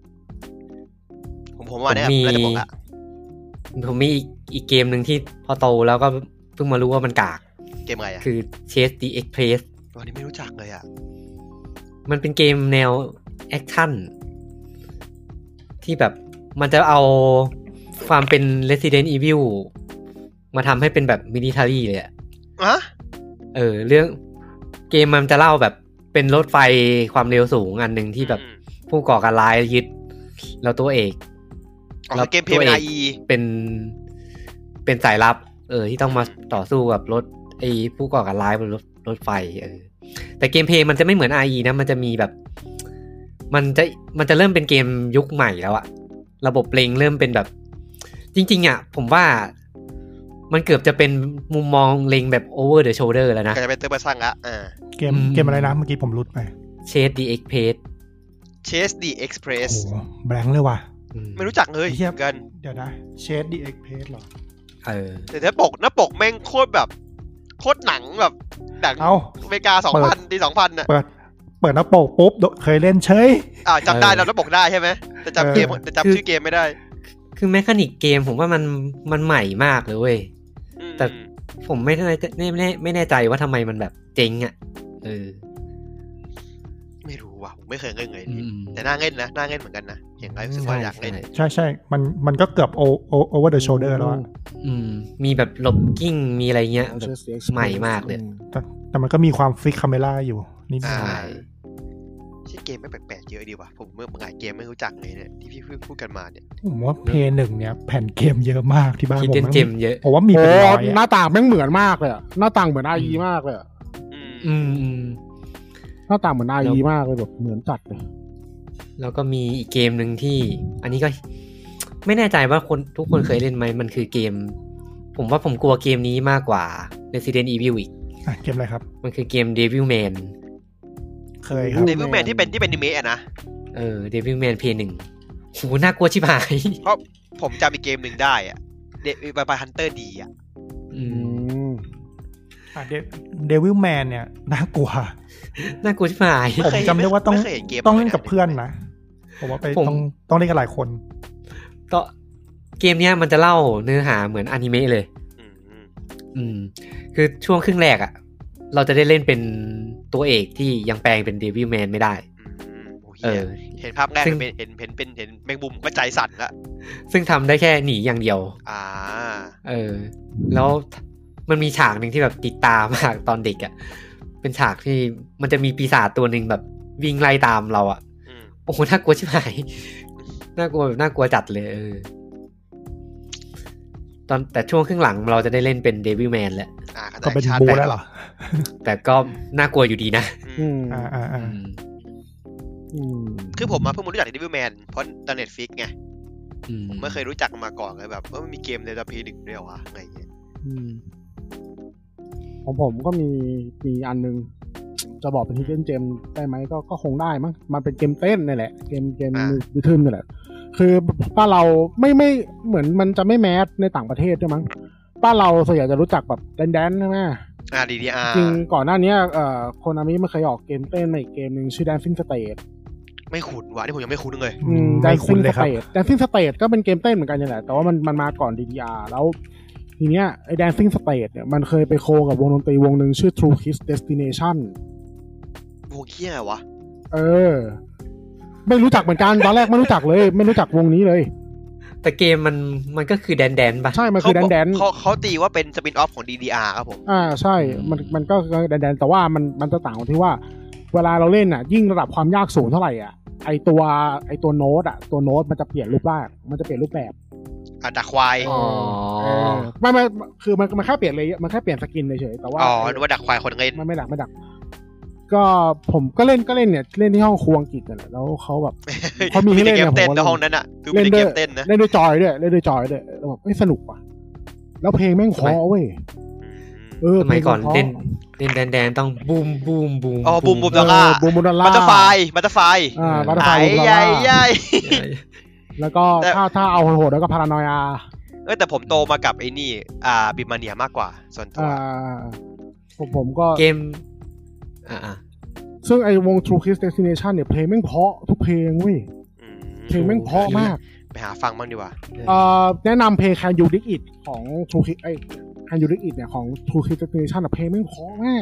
ผมว่าเนี่ยน่าจะบอกอ่ะผมมีอีกเกมนึงที่พอโตแล้วก็เพิ่งมารู้ว่ามันกากเกมอะไรอ่ะคือ Chase the Express วันนี้ไม่รู้จักเลยอ่ะมันเป็นเกมแนวแอคชั่นที่แบบมันจะเอาความเป็น Resident Evil มาทำให้เป็นแบบ military เลยอ่ะเรื่องเกมมันจะเล่าแบบเป็นรถไฟความเร็วสูงอันนึงที่แบบผู้ก่อการร้ายยึดแล้วตัวเอกแล้วเกมเพลย์เป็นสายลับที่ต้องมาต่อสู้กับรถไอ้ผู้ก่อการร้ายบนรถไฟแต่เกมเพลย์มันจะไม่เหมือน RE นะมันจะมีแบบมันจะเริ่มเป็นเกมยุคใหม่แล้วอะระบบเล็งเริ่มเป็นแบบจริงๆอะผมว่ามันเกือบจะเป็นมุมมองเล็งแบบ over the shoulder แล้วนะก็จะเป็นตัวสร้างละเกมอะไรนะเมื่อกี้ผมรุดไป Chase the Express โอ้แบงค์เลยว่ะไม่รู้จักเลยกันเดี๋ยวนะ Chase the Express หรอแต่ถ้าหน้าปกแม่งโคตรแบบโคตรหนังแบบหนังอเมริกา 2,000 ปี 2,000 น่ะเปิดหน้าปกปุ๊บเคยเล่นเฉยจำได้แล้วหน้าปกได้ใช่ไหมแต่จำชื่อเกมไม่ได้คือแมคานิกเกมผมว่ามันใหม่มากเลยเว้ยแต่ผมไม่แน่ใจว่าทำไมมันแบบเจ๊งอ่ะไม่รู้ว่ะผมไม่เคยเล่นเลยแต่น่าเล่นนะน่าเล่นเหมือนกันนะเห็นไหมรู้สึกว่าอยากเล่นใช่มันก็เกือบ over the shoulder แล้วมีแบบหลบกิ้งมีอะไรเงี้ยแบบใหม่มากเลยแต่มันก็มีความฟิกคาเมล่าอยู่นิดหน่อยที่เกมไม่แปลกๆเยอะดีว่ะผมเมื่อหลายเกมไม่รู้จักเลยเนี่ยที่พี่พูดกันมาเนี่ยผมว่าเพย์1เนี่ยแผ่นเกมเยอะมากที่บ้านผมเกมเยอะผมว่ามีเป็นร้อยหน้าต่างแม่งเหมือนมากเลยหน้าต่างเหมือนIEมากเลยหน้าต่างเหมือนIEมากเลยแบบเหมือนจัดเลยแล้วก็มีอีกเกมนึงที่อันนี้ก็ไม่แน่ใจว่าทุกคนเคยเล่นไหมมันคือเกมผมว่าผมกลัวเกมนี้มากกว่า Resident Evil อีกเกมอะไรครับมันคือเกม Devilman เคยครับ Devilman ที่เป็นอนิเมะนะ Devilman Play 1โหน่ากลัวชิบหายเพราะผมจำอีกเกมหนึ่งได้อ่ะVampire Hunter D อ่ะ Devilman เนี่ยน่ากลัวชิบหายผมจำได้ว่าต้องเล่นกับเพื่อนนะผมว่าไปต้องเล่นกับหลายคนก็เกมเนี้ยมันจะเล่าเนื้อหาเหมือนอนิเมะเลยคือช่วงครึ่งแรกอ่ะเราจะได้เล่นเป็นตัวเอกที่ยังแปลงเป็น Devilman ไม่ได้เห็นภาพแรกเห็นแมงมุมก็ใจสั่นละซึ่งทำได้แค่หนีอย่างเดียวแล้วมันมีฉากหนึ่งที่แบบติดตามากตอนเด็กอ่ะเป็นฉากที่มันจะมีปีศาจตัวหนึ่งแบบวิ่งไล่ตามเราอ่ะโอ้โหน่ากลัวชิบหายน่ากลัวจัดเลยแต่ช่วงครึ่งหลังเราจะได้เล่นเป็น Devilman แหละก็เป็นบูแล้วเหรอแต่ก็น่ากลัวอยู่ดีนะคือผมมาเพิ่งรู้จัก Devilman เพราะตอน Netflix ไงผมไม่เคยรู้จักมาก่อนเลยแบบมันมีเกมในตะพีดึกด้วยเหรอวะอะไรอย่างเงี้ยของผมก็มีอันนึงจะบอกเป็นที่เล่นเกมได้ไหมก็คงได้มั้งมันเป็นเกมเต้นนี่แหละเกมดิทึมนี่แหละคือป้าเราไม่เหมือนมันจะไม่แมสในต่างประเทศด้วยมั้งป้าเราส่วนใหญ่จะรู้จักแบบแดนใช่ไหม DDR จริงก่อนหน้านี้โคนามิมันเคยออกเกมเต้นในอีกเกมนึงชื่อ Dancing Stage ไม่คุ้นว่ะที่ผมยังไม่คุ้นเลย Dancing Stage Dancing Stage ก็เป็นเกมเต้นเหมือนกันนี่แหละแต่ว่ามันมาก่อน DDR แล้วทีเนี้ยไอ้ Dancing Stage เนี่ยมันเคยไปโคกับวงดนตรีวงนึงชื่อ True Kiss Destination วงเหี้ยวะไม่รู้จักเหมือนกันตอนแรกไม่รู้จักเลยไม่รู้จักวงนี้เลยแต่เกมมันก็คือแดนป่ะใช่มันคือแดนเขาตีว่าเป็นสปินออฟของ DDR ครับผมใช่มันก็แดนแต่ว่ามันจะต่างกันที่ว่าเวลาเราเล่นอ่ะยิ่งระดับความยากสูงเท่าไหร่อ่ะไอตัวโน้ตตัวโน้ตมันจะเปลี่ยนรูปร่างมันจะเปลี่ยนรูปแบบดักควายไม่คือมันแค่เปลี่ยนเลยมันแค่เปลี่ยนสกินเฉยๆแต่ว่านึกว่าดักควายคนเล่นไม่ดักก็ผมก็เล่นเนี่ยเล่นที่ห้องครัวอังกฤษนั่นแหละแล้วเขาแบบเขามีให้เล่นเนี่ยผมในห้องนั้นอ่ะคือมีเกมเต้นนะเล่นด้วยจอยด้วยแล้วแบบสนุกว่ะแล้วเพลงแม่งเพราะเว้ยสมัยก่อนเล่นแดนต้องบูมบูมดอลลาร์บัตเตอร์ไฟบัตเตอร์ไฟใหญ่แล้วก็ถ้าเอาโหดแล้วก็พารานอยอาแต่ผมโตมากับไอ้นี่บิมาเนียมากกว่าส่วนตัวผมก็เกมซึ่งไอ้วง True Kiss Destination เนี่ยเพลงแม่งเพราะทุกเพลงเว้ยเพลงแม่งเพราะมากไปหาฟังบ้างดีกว่าแนะนำเพลง Can You Dig It ของ True Kiss Can You Dig It เนี่ยของ True Kiss Destination เพลงแม่งเพราะมาก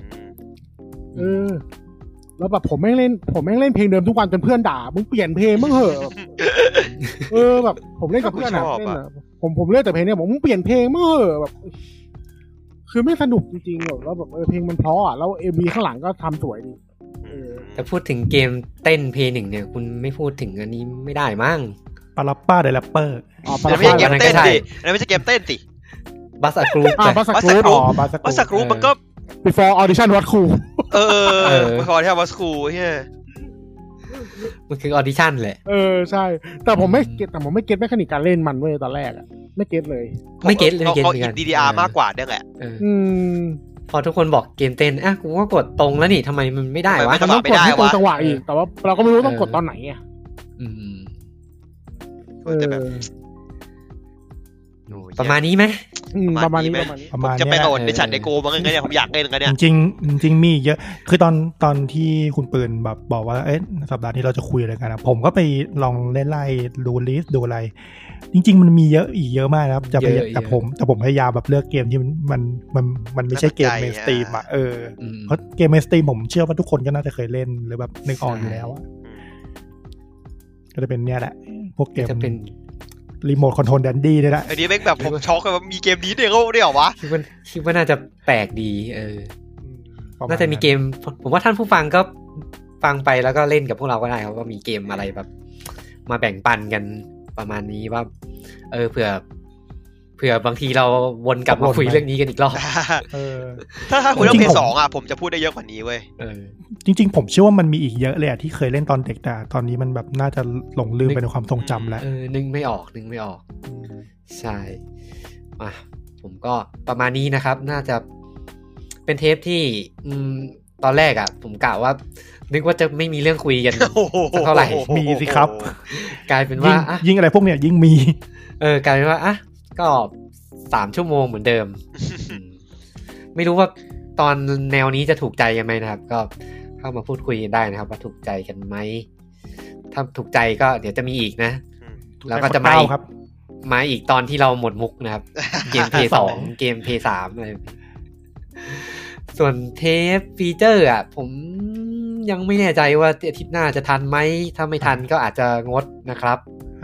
แล้วแบบผมแม่งเล่นเพลงเดิมทุกวันจนเพื่อนด่ามึงเปลี่ยนเพลงมึงเหอะแบบผมเล่นกับเพื่อนอ่ะผมเล่นแต่เพลงเนี่ยผมมึงเปลี่ยนเพลงมึงเหอะแบบคือไม่สนุกจริงๆหรอกแล้วแบบเพลงมันเพราะอ่ะแล้ว MV ข้างหลังก็ทำสวยดีแต่พูดถึงเกมเต้นเพลงหนึ่งเนี่ยคุณไม่พูดถึงอันนี้ไม่ได้มั้งปาลัปป้าเดลัปเปอร์ไม่ใช่เกมเต้นสิไม่ใช่เกมเต้นสิบัสกรูปบัสกรูปมันก็ before audition what cool before audition what cool เฮ้ยมันคือออดิชั่นแหละใช่แต่ผมไม่เก็ตแมคานิกการเล่นมันเว้ยตอนแรกอ่ะไม่เก็ตเลยเขาอิน DDR มากกว่าเนี่ยแหละพอทุกคนบอกเกมเต้นกูก็กดตรงแล้วนี่ทำไมมันไม่ได้วะมันต้องกดให้ตรงจังหวะอีกแต่ว่าเราก็ไม่รู้ต้องกดตอนไหนอ่ะแต่แบบประมาณนี้ไหมประมาณนี้ผมจะไปโหลดในฉันในโกมั้งเนี่ยผมอยากเล่นกันเนี่ยจริงมีเยอะคือตอนที่คุณปืนแบบบอกว่าสัปดาห์นี้เราจะคุยอะไรกันนะผมก็ไปลองเล่นไล่ดูลิสต์ดูอะไรจริงๆมันมีเยอะมากนะครับแต่ผมพยายามแบบเลือกเกมที่มันไม่ใช่เกมเมนสตรีมอ่ะเพราะเกมเมนสตรีมผมเชื่อว่าทุกคนก็น่าจะเคยเล่นหรือแบบนึกออกอยู่แล้วอ่ะก็จะเป็นเนี่ยแหละพวกเกมเป็นรีโมทคอนโทรลแดนดี้เนี่ยแหละอันนี้แม่งแบบผมช็อกเลยว่ามีเกมนี้เนี่ยเขาได้เหรอวะคิดว่าน่าจะแปลกดีน่าจะมีเกมผมว่าท่านผู้ฟังก็ฟังไปแล้วก็เล่นกับพวกเราก็ได้ครับว่ามีเกมอะไรแบบมาแบ่งปันกันประมาณนี้ว่าเผื่อบางทีเราวนกลับมาคุยเรื่องนี้กันอีกรอบถ้าคุยเรื่องเพย์2อ่ะผมจะพูดได้เยอะกว่านี้เว้ยจริงๆผมเชื่อว่ามันมีอีกเยอะเลยที่เคยเล่นตอนเด็กแต่ตอนนี้มันแบบน่าจะหลงลืมไปในความทรงจำแล้วนึกไม่ออกใช่ผมก็ประมาณนี้นะครับน่าจะเป็นเทปที่ตอนแรกอ่ะผมกะว่านึกว่าจะไม่มีเรื่องคุยกันเท่าไหร่มีสิครับกลายเป็นว่ายิ่งอะไรพวกเนี้ยยิ่งมีกลายเป็นว่าก็3 ชั่วโมงเหมือนเดิมไม่รู้ว่าตอนแนวนี้จะถูกใจกันไหมนะครับก็เข้ามาพูดคุยกันได้นะครับว่าถูกใจกันไหมถ้าถูกใจก็เดี๋ยวจะมีอีกนะแล้วก็จะมาอีกตอนที่เราหมดมุกนะครับเกม Play 2เกม Play 3อะไรส่วนเทปฟีเจอร์อ่ะผมยังไม่แน่ใจว่าอาทิตย์หน้าจะทันไหมถ้าไม่ทันก็อาจจะงดนะครับ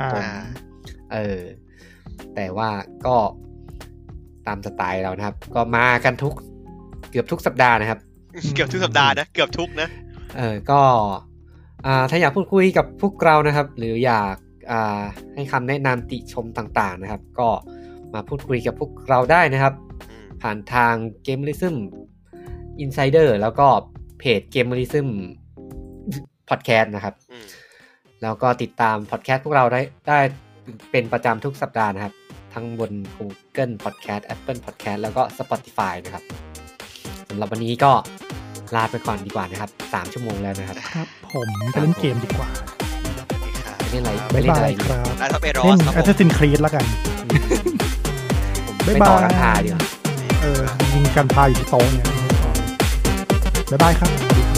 แต่ว่าก็ตามสไตล์เรานะครับก็มากันเกือบทุกสัปดาห์นะครับเกือบทุกสัปดาห์นะเกือบทุกนะก็ถ้าอยากพูดคุยกับพวกเรานะครับหรืออยากให้คำแนะนำติชมต่างๆนะครับก็มาพูดคุยกับพวกเราได้นะครับผ่านทาง Gamerism Insider แล้วก็เพจ Gamerism Podcast นะครับแล้วก็ติดตามพอดแคสต์พวกเราได้เป็นประจำทุกสัปดาห์นะครับทั้งบน Google Podcast Apple Podcast แล้วก็ Spotify นะครับสำหรับวันนี้ก็ลาไปก่อนดีกว่านะครับ3 ชั่วโมงแล้วนะครับครับผมไปเล่นเกมดีกว่าเล่นอะไรบ๊ายบายครับเล่น Assassin's Creed แล้วกันบ๊ายบายกันพาดีกว่ายิงกันพาอยู่ที่โต๊ะเนี่ยบ๊ายบายครับ